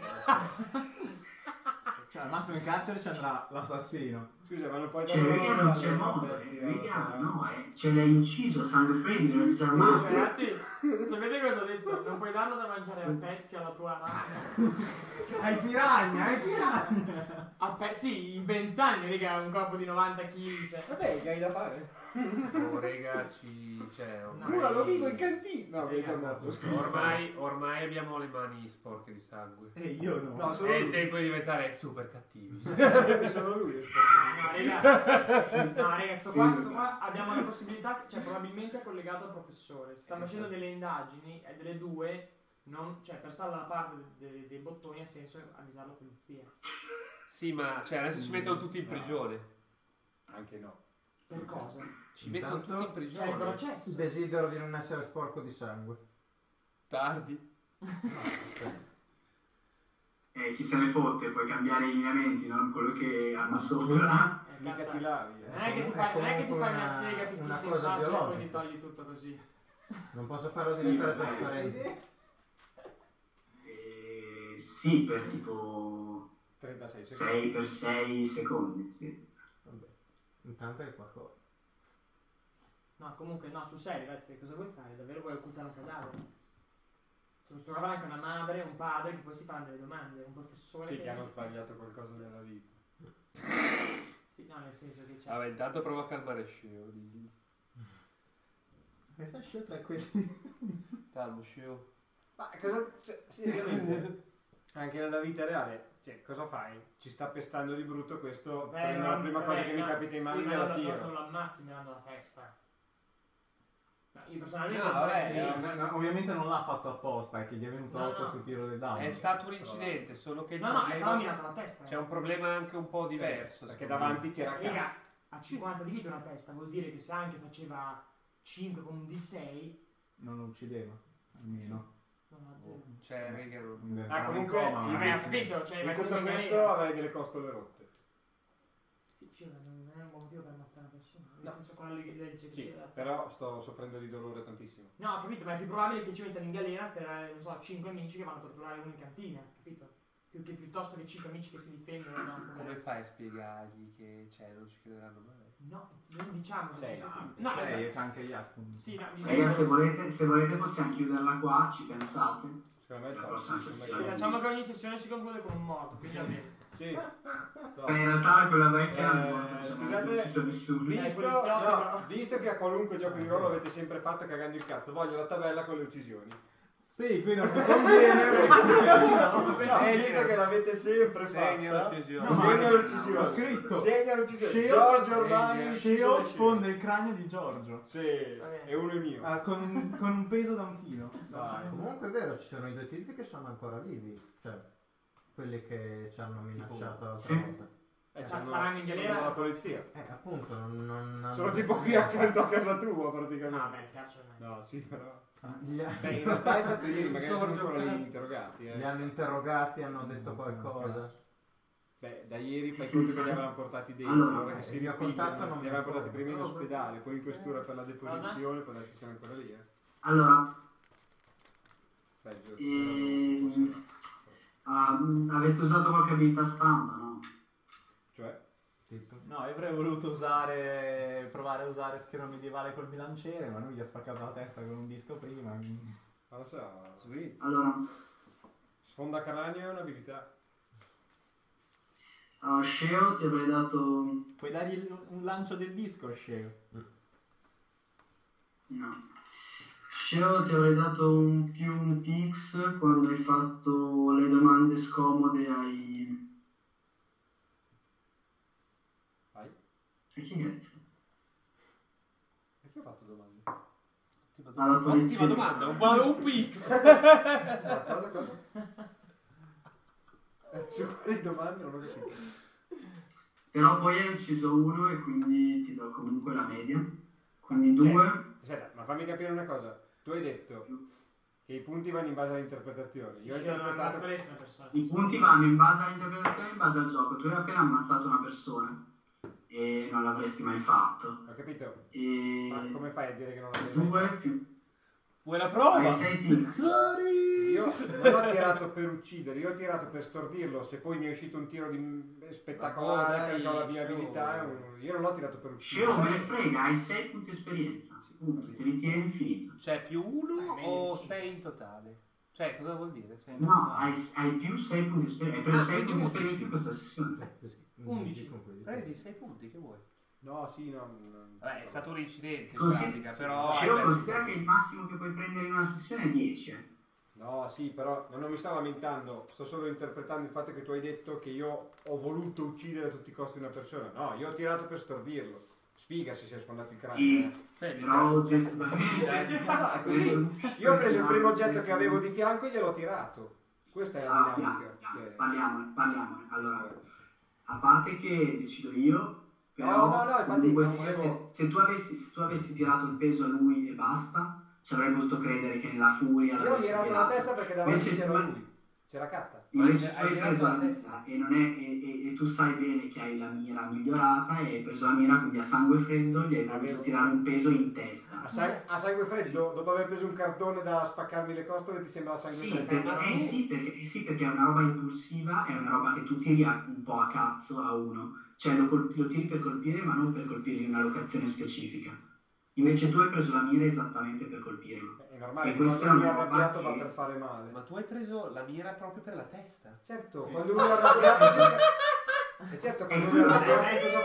Cioè, al massimo in carcere ci andrà l'assassino. Scusa, ma non puoi Cioè, dare raga, una non cosa c'è alle modo, pezzi, raga, no? no, eh, ce l'hai inciso, sangue freddo, non disarmato. Ragazzi, sapete cosa ho detto? Non puoi darlo da mangiare a pezzi alla tua rana. Hai piranha, hai piranha! A pe- sì, in vent'anni, raga, un corpo di novanta chili. Cioè. Vabbè, che hai da fare? Oh, rega, ci... Cioè, ormai... Ora lo vivo in cantina. No, è già morto, scusa. Ormai, ormai abbiamo le mani sporche di sangue. E io no. No, solo È il lui. tempo di diventare super cattivi. Solo lui è No, raga, no, raga, sto qua, sto qua abbiamo la possibilità, cioè probabilmente è collegato al professore. Si stanno facendo delle indagini e delle due, non, cioè per stare dalla parte de- de- dei bottoni ha senso avvisare la polizia. Sì, ma cioè, adesso ci mettono tutti in prigione. Anche no. Per cosa? Ci mettono Intanto- tutti in Cioè il prigione. processo. Desidero di non essere sporco di sangue. Tardi. Eh, chi se ne fotte, puoi cambiare i lineamenti, non quello che hanno sopra. Eh, Mica cazzo, ti lavi. Non è che ti È fai, non è che ti comunque fai una una- sega, ti una schizzi in cosa faccia e poi biologica. ti togli tutto così. Non posso farlo Sì, diventare vabbè. trasparente. Eh, sì, per tipo trentasei secondi. sei per sei secondi, sì. Vabbè. Intanto è qualcosa. No, comunque no, sul serio, ragazzi, cosa vuoi fare? Davvero vuoi occultare un cadavere? Se lo trovare anche una madre, un padre che poi si fanno delle domande, un professore Sì, che... che hanno sbagliato qualcosa nella vita. Sì, no, nel senso che c'è... Vabbè, intanto provo a calmare Sceo. digli. Mi lascio tranquillo. Calmo, Sceo. Ma cosa... Cioè, seriamente, anche nella vita reale, cioè, cosa fai? Ci sta pestando di brutto questo, Beh, prendo no, la prima beh, cosa che mi no, capita in mano sì, e ma gliela non, non, tiro. non lo ammazzi mirando la testa. No, io personalmente... No, non vabbè, farei così. No, no, ovviamente non l'ha fatto apposta, è che gli è venuto No, otto no. sul tiro del dado. È stato un incidente, solo che il No, no, è problema... però mirato la testa. C'è un problema anche un po' diverso. Perché secondo me. davanti c'era Raga, K. a cinquanta di vita una testa vuol dire che se anche faceva cinque con un D sei... Non lo uccideva, almeno. No, no, zero. Cioè, raga, non- Non Ah, entrava in comunque, coma, ma- Vabbè, ho capito, cioè... In ma tutto comunque questo magari- avrei delle costole rotte. Sì, cioè, non è un buon motivo per ammazzare una persona. Nel No. senso con la leg- legge che Sì, c'era. però sto soffrendo di dolore tantissimo. No, ho capito, ma è più probabile che ci mettano in galera per, eh, non so, cinque amici che vanno a torturare uno in cantina, capito? Più che piuttosto che cinque amici che si difendono da un Come fai a spiegargli che cioè, non ci crederanno mai? No, non diciamo che Sei. questo- No, No, sei, esatto. c'è anche gli altri. Sì, no, Raga, bisogna... se volete, se volete possiamo chiuderla qua, ci pensate. Secondo me è La top. prossima Secondo me è sessione. top. Facciamo che ogni sessione si conclude con un morto, quindi va bene. Sì. Beh, in realtà quella vecchia Eh, non importa. scusate, non ci sono nessuno. visto, Eh, poliziotti, no, no. visto che a qualunque gioco di ruolo avete sempre fatto cagando il cazzo, voglio la tabella con le uccisioni. Sì, qui non mi conviene. No, visto che l'avete sempre Segna fatta, l'uccisione. No, ma- segna l'uccisione. ho scritto. Segna l'uccisione. Sceo- Giorgio Urbani, Segna. ucciso Sceo da Sceo. sfonda il cranio di Giorgio. Sì, bene. e uno è mio. Ah, con, con un peso da un chilo. Dai. Comunque è vero, ci sono i due tizi che sono ancora vivi, cioè quelli che ci hanno minacciato l'altra Sì. volta. Eh, Sa- sono, saranno in galera? sono la polizia. Eh, appunto, non, non hanno Sono detto tipo qui niente. accanto a casa tua praticamente. No, beh, cazzo no. No, sì, però. Li, ha- Beh, in realtà è stato ieri, magari sono Giorgio ancora lì Cazzo. interrogati. li Eh. hanno interrogati, hanno detto qualcosa. Beh, da ieri fai conto che li avevano portati dentro, Allora, allora che eh, si il mio contatto ripigliano. non Li mi avevano portati informa. prima in ospedale, poi in questura per la deposizione, poi adesso siamo ancora lì. Eh. Allora, Peggio. ehm, ah, avete usato qualche abilità stampa, no? Cioè, Tipo. No, io avrei voluto usare, provare a usare schermo medievale col bilanciere, ma lui gli ha spaccato la testa con un disco prima. quindi- ma lo so, Sweet. Allora, sfonda cranio è un'abilità. a Sceo ti avrei dato... Puoi dargli il- un lancio del disco, Sceo. no. Sceo ti avrei dato un più un pix quando hai fatto le domande scomode ai... Vai. A chi è? Perché ho fatto domande? Alla Ottima polizia. domanda, un buon un pix. No, cosa, cosa? Eh, Su quali domande non ho capito. Però poi hai ucciso uno e quindi ti do comunque la media. Quindi due... Aspetta, ma fammi capire una cosa. Tu hai detto che i punti vanno in base all'interpretazione. Io ho Io non interpretato... ammazzeresti una persona. I punti vanno in base all'interpretazione, in base al gioco. Tu hai appena ammazzato una persona e non l'avresti mai fatto. Ho capito. E Ma come fai a dire che non l'avevi mai due fatto? più... Vuoi la Hai prova? sei pix. Io non ho tirato per uccidere, io ho tirato per stordirlo. Se poi mi è uscito un tiro di spettacolare Ma dai, perché ho la mia su. abilità, è un- io non l'ho tirato per Sceo uccidere. me ne frega, hai sei punti esperienza. Punto, te li tieni infinito. Cioè più uno Eh, meglio o di cinque. sei in totale? Cioè cosa vuol dire? Sei in No, totale? hai, hai più sei punti esperienza. Hai preso Ah, sei quindi punti esperienza undici. in questa sessione. undici. Prendi sei punti, che vuoi? No, sì, no. non- Vabbè, è stato un incidente in Consi- pratica, però... Sceo hai considera perso- che il massimo che puoi prendere in una sessione è dieci. eh. No, sì, però non mi sto lamentando, sto solo interpretando il fatto che tu hai detto che io ho voluto uccidere a tutti i costi una persona. No, io ho tirato per stordirlo. Sfiga se si è sfondato il cranio. Sì, eh. Cioè, mi però piace- oggettivamente... Ah, così. Io ho preso il primo oggetto che avevo di fianco e gliel'ho tirato. Questa è la Ah, dinamica. piano, piano, Cioè, parliamone, parliamone. Allora, a parte che decido io, però No, no, no, infatti comunque non sia, volevo- se, se tu avessi, se tu avessi tirato il peso a lui e basta, ci avrei voluto credere che nella furia Io ho l'avresti mirato la tirato. testa perché davanti Invece c'era tu- lui. C'era Catta. Invece Hai- tu hai hai preso tirato la la testa? mira e, non è, e, e- e tu sai bene che hai la mira migliorata e hai preso la mira, quindi a sangue freddo gli hai voluto Avevo- tirare un peso in testa. A, sang- a sangue freddo, dopo aver preso un cartone da spaccarmi le costole, ti sembra sangue Sì freddo? perché, Ah, eh, sì, perché, eh sì, perché è una roba impulsiva, è una roba che tu tiri a- un po' a cazzo a uno. Cioè lo, col- lo tiri per colpire ma non per colpire in una locazione specifica. Invece tu hai preso la mira esattamente per colpirlo. È normale E che questo quando è uno è una roba arrabbiato va che- per fare male. Ma tu hai preso la mira proprio per la testa. Certo, quando uno è arrabbiato cerca... E certo, quando uno è arrabbiato cosa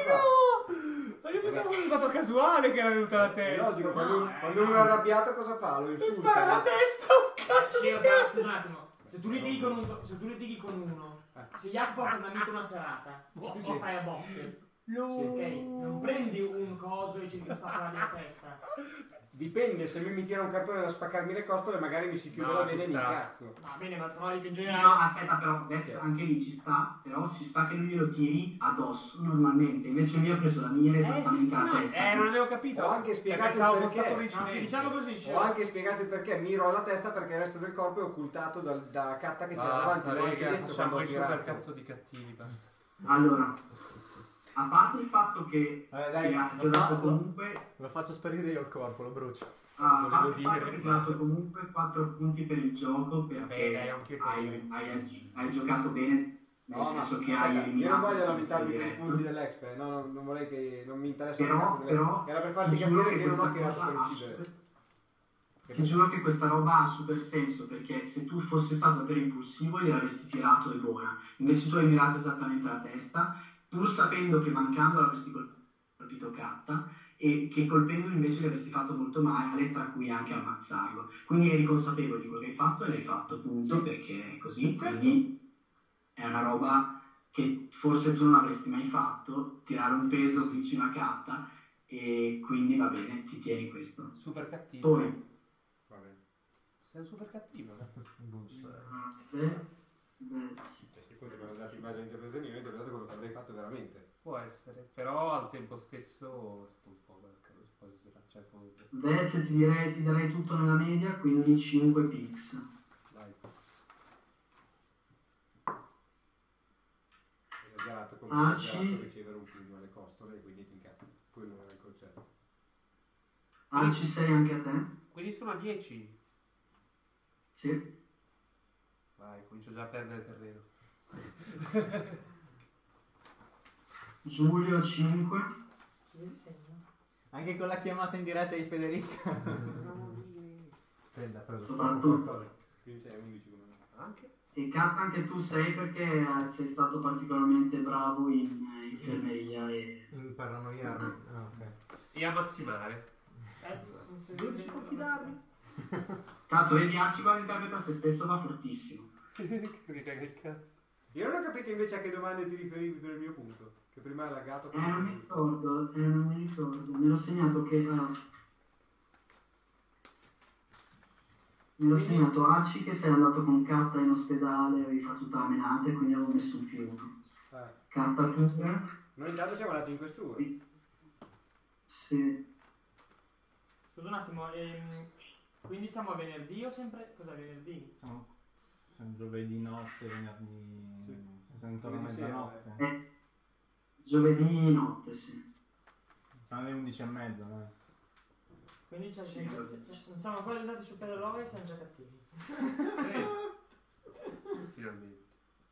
fa? Ma io pensavo fosse stato casuale che era venuta la È testa. logico, quando, No, eh, quando uno no. è arrabbiato cosa fa? Lo Mi insulta. spara la testa, un cazzo Sì, di però, cazzo. scusa un attimo. Se tu litighi con, un, se tu litighi con uno, se Jacopo porta un amico una serata, tu ci fai a botte. Ok, non prendi un coso e ci devi spaccargli la testa. Dipende, se lui mi tira un cartone da spaccarmi le costole, magari mi si chiude No, la ci vena e mi sta. incazzo. Va bene, ma trovi che in Sì, no, generale... aspetta, però Beth, anche lì ci sta, però ci sta che lui lo tiri addosso normalmente, invece lui ha preso la mira esattamente alla testa. Eh, non avevo capito. Ho anche spiegato Pensavo il fosse perché. stato un No, sì, incidente. diciamo così, Ho Sceo. anche spiegato il perché, miro alla testa perché il resto del corpo è occultato dal- da Catta che c'era davanti. Basta, L'ho anche raga, detto facciamo quando ho i super tirato. cazzo di cattivi, basta. Allora, a parte il fatto che Vabbè, dai, ti ha lo ti ho dato fa- comunque... Lo faccio sparire io il corpo, lo brucio. Ah, a parte volevo il fatto dire. che ti ho dato comunque quattro punti per il gioco perché Vabbè, dai, anche io hai, potrei. hai, hai giocato bene, nel No, ma senso che aspetta, hai io non eliminato voglio il lamentarmi per i diretto. punti dell'Expe, no, no, non vorrei che non mi interessa Però, il cazzo delle- però, era per ti farti giuro capire che che io non ho questa tirato cosa per ha uccidere. super- Ti giuro che questa roba ha super senso perché se tu fossi stato per impulsivo gliel'avresti tirato e buona. Invece tu hai mirato esattamente alla testa pur sapendo che mancando l'avresti colpito Katta e che colpendolo invece gli avresti fatto molto male, tra cui anche ammazzarlo. Quindi eri consapevole di quello che hai fatto e l'hai fatto, punto, perché è così. Quindi è una roba che forse tu non avresti mai fatto, tirare un peso vicino a Katta, e quindi va bene, ti tieni questo. Super cattivo. Poi Va bene. Sei super cattivo. beh, beh, E poi abbiamo dato in base all'interpretazione, io ho interpretato quello che avrei fatto veramente. Può essere, però al tempo stesso è stato un po' mancato, quasi cioè, fu- Vez ti direi ti darei tutto nella media, quindi cinque pix. Dai. Esagerato come Ah, esagerato ci- ricevere un pugno alle costole e quindi ti incazzi. Quello era il concetto. Ah, ci sei anche a te? Quindi sono a dieci. Sì. Vai, comincio già a perdere terreno. Giulio cinque. Anche con la chiamata in diretta di Federica. Prenda, preso Soprattutto. Quindi sei a undici come me. Anche? E Kat anche tu sei perché eh, sei stato particolarmente bravo in eh, infermeria e... in paranoiarmi. Ah, ok. E a mazzimare. dodici punti d'armi. Cazzo, vedi Arci quando interpreta se stesso va fortissimo. Che caga il cazzo. Io non ho capito invece a che domande ti riferivi per il mio punto. Che prima hai laggato. Eh, non mi ricordo, eh, non mi ricordo. Me l'ho segnato che... eh, me l'ho segnato Arci che sei andato con Katta in ospedale, avevi fatto tutta la menata e quindi avevo messo un più uno. Eh. Katta pure. Noi intanto siamo andati in questura. Sì. Scusa un attimo, ehm, quindi siamo a venerdì o sempre... Cos'è venerdì? Siamo, siamo giovedì notte, venerdì... Sì. Siamo intorno a Giovedì sera, mezzanotte. Eh, giovedì notte, sì. Sono le undici e mezza, dai. Quindi c'è, c'è, c'è, non siamo ancora andati su supereroi e siamo già cattivi. Sì. Finalmente.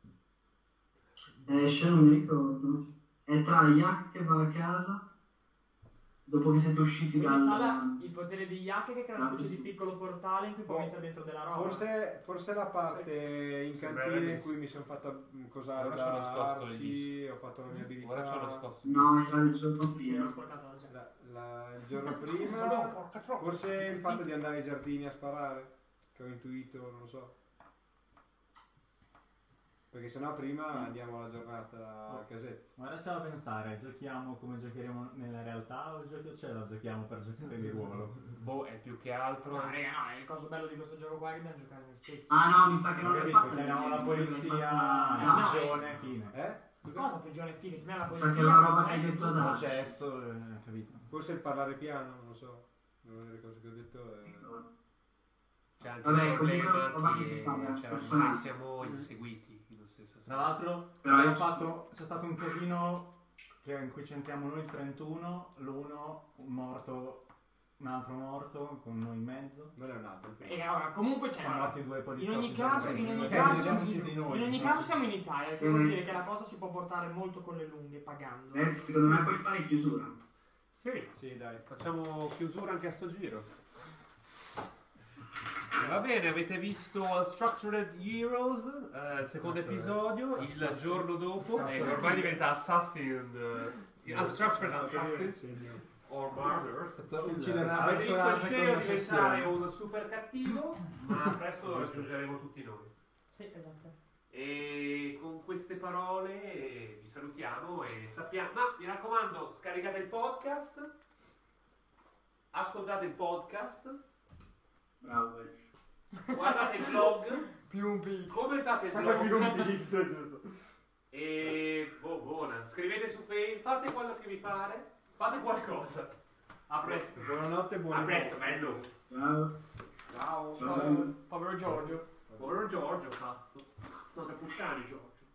Esce, non mi ricordo. È tra Yak che va a casa, dopo che siete usciti Quindi dal... Sala, il potere di Yak che crea una Ah, specie sì. di piccolo portale in cui può Oh, mettere dentro della roba. Forse, forse la parte in Sembra cantina in adesso. cui mi sono fatto mm, cosare Ora c'ho da nascosto il Arci, ho fatto la mia abilità. Ora ci ho nascosto. No, era il giorno Io l'ho prima. sporcato la gente. La- la- il giorno prima, forse il fatto di andare ai giardini a sparare, che ho intuito, non lo so. Perché sennò prima andiamo alla giornata a casetta. Ma ora c'è da pensare, giochiamo come giocheremo nella realtà o giochi- ce la giochiamo per giocare di ruolo? Boh, è più che altro. No, raga, no, è il coso bello di questo gioco qua è che dobbiamo giocare noi stessi. Ah no, mi sa che Non non l'hai capito, fatto. chiamiamo la polizia, No, il no. prigione, fine. Eh? Cosa prigione fine? Prima la Mi polizia. sa che è una roba non che hai è detto su- ad Arci. Processo, eh, capito? Forse il parlare piano, non lo so. Una delle cose che ho detto è... C'è anche Vabbè, il problema comunque, roba che che si sta cioè, ormai personaggio. siamo inseguiti. Nello stesso Tra senso. l'altro Però abbiamo io- fatto, c'è stato un casino che- in cui c'entriamo noi il trentuno, l'uno, un morto, un altro morto con noi in mezzo. Non è un altro. E allora, comunque c'è. Sono morti due In poliziotti. ogni caso, in ogni Perché caso, li abbiamo uccisi noi. in ogni non caso si- siamo in Italia, che Mm. vuol dire che la cosa si può portare molto con le lunghe pagando. Eh, secondo me puoi fare chiusura. Sì, Sì, dai. facciamo chiusura anche a sto giro. Va bene, avete visto Unstructured Heroes, eh, il secondo episodio, il giorno dopo, e ormai diventa Assassin, eh, Unstructured Assassins or Murders. Uccidere una Avete visto il persona scemo con diventare ossessione. un super cattivo, ma presto lo raggiungeremo tutti noi. Sì, esatto. E con queste parole eh, vi salutiamo e sappiamo. Ma mi raccomando, scaricate il podcast, ascoltate il podcast, Bravo, eh. guardate il blog, Più un pix. commentate il blog e boh, buona. Scrivete su Facebook, fate quello che vi pare, fate qualcosa. A presto. Buonanotte e buon A presto, bello. Ciao. Ciao. Ciao. Povero Giorgio. Povero Giorgio, cazzo. Sono da puttani, Giorgio.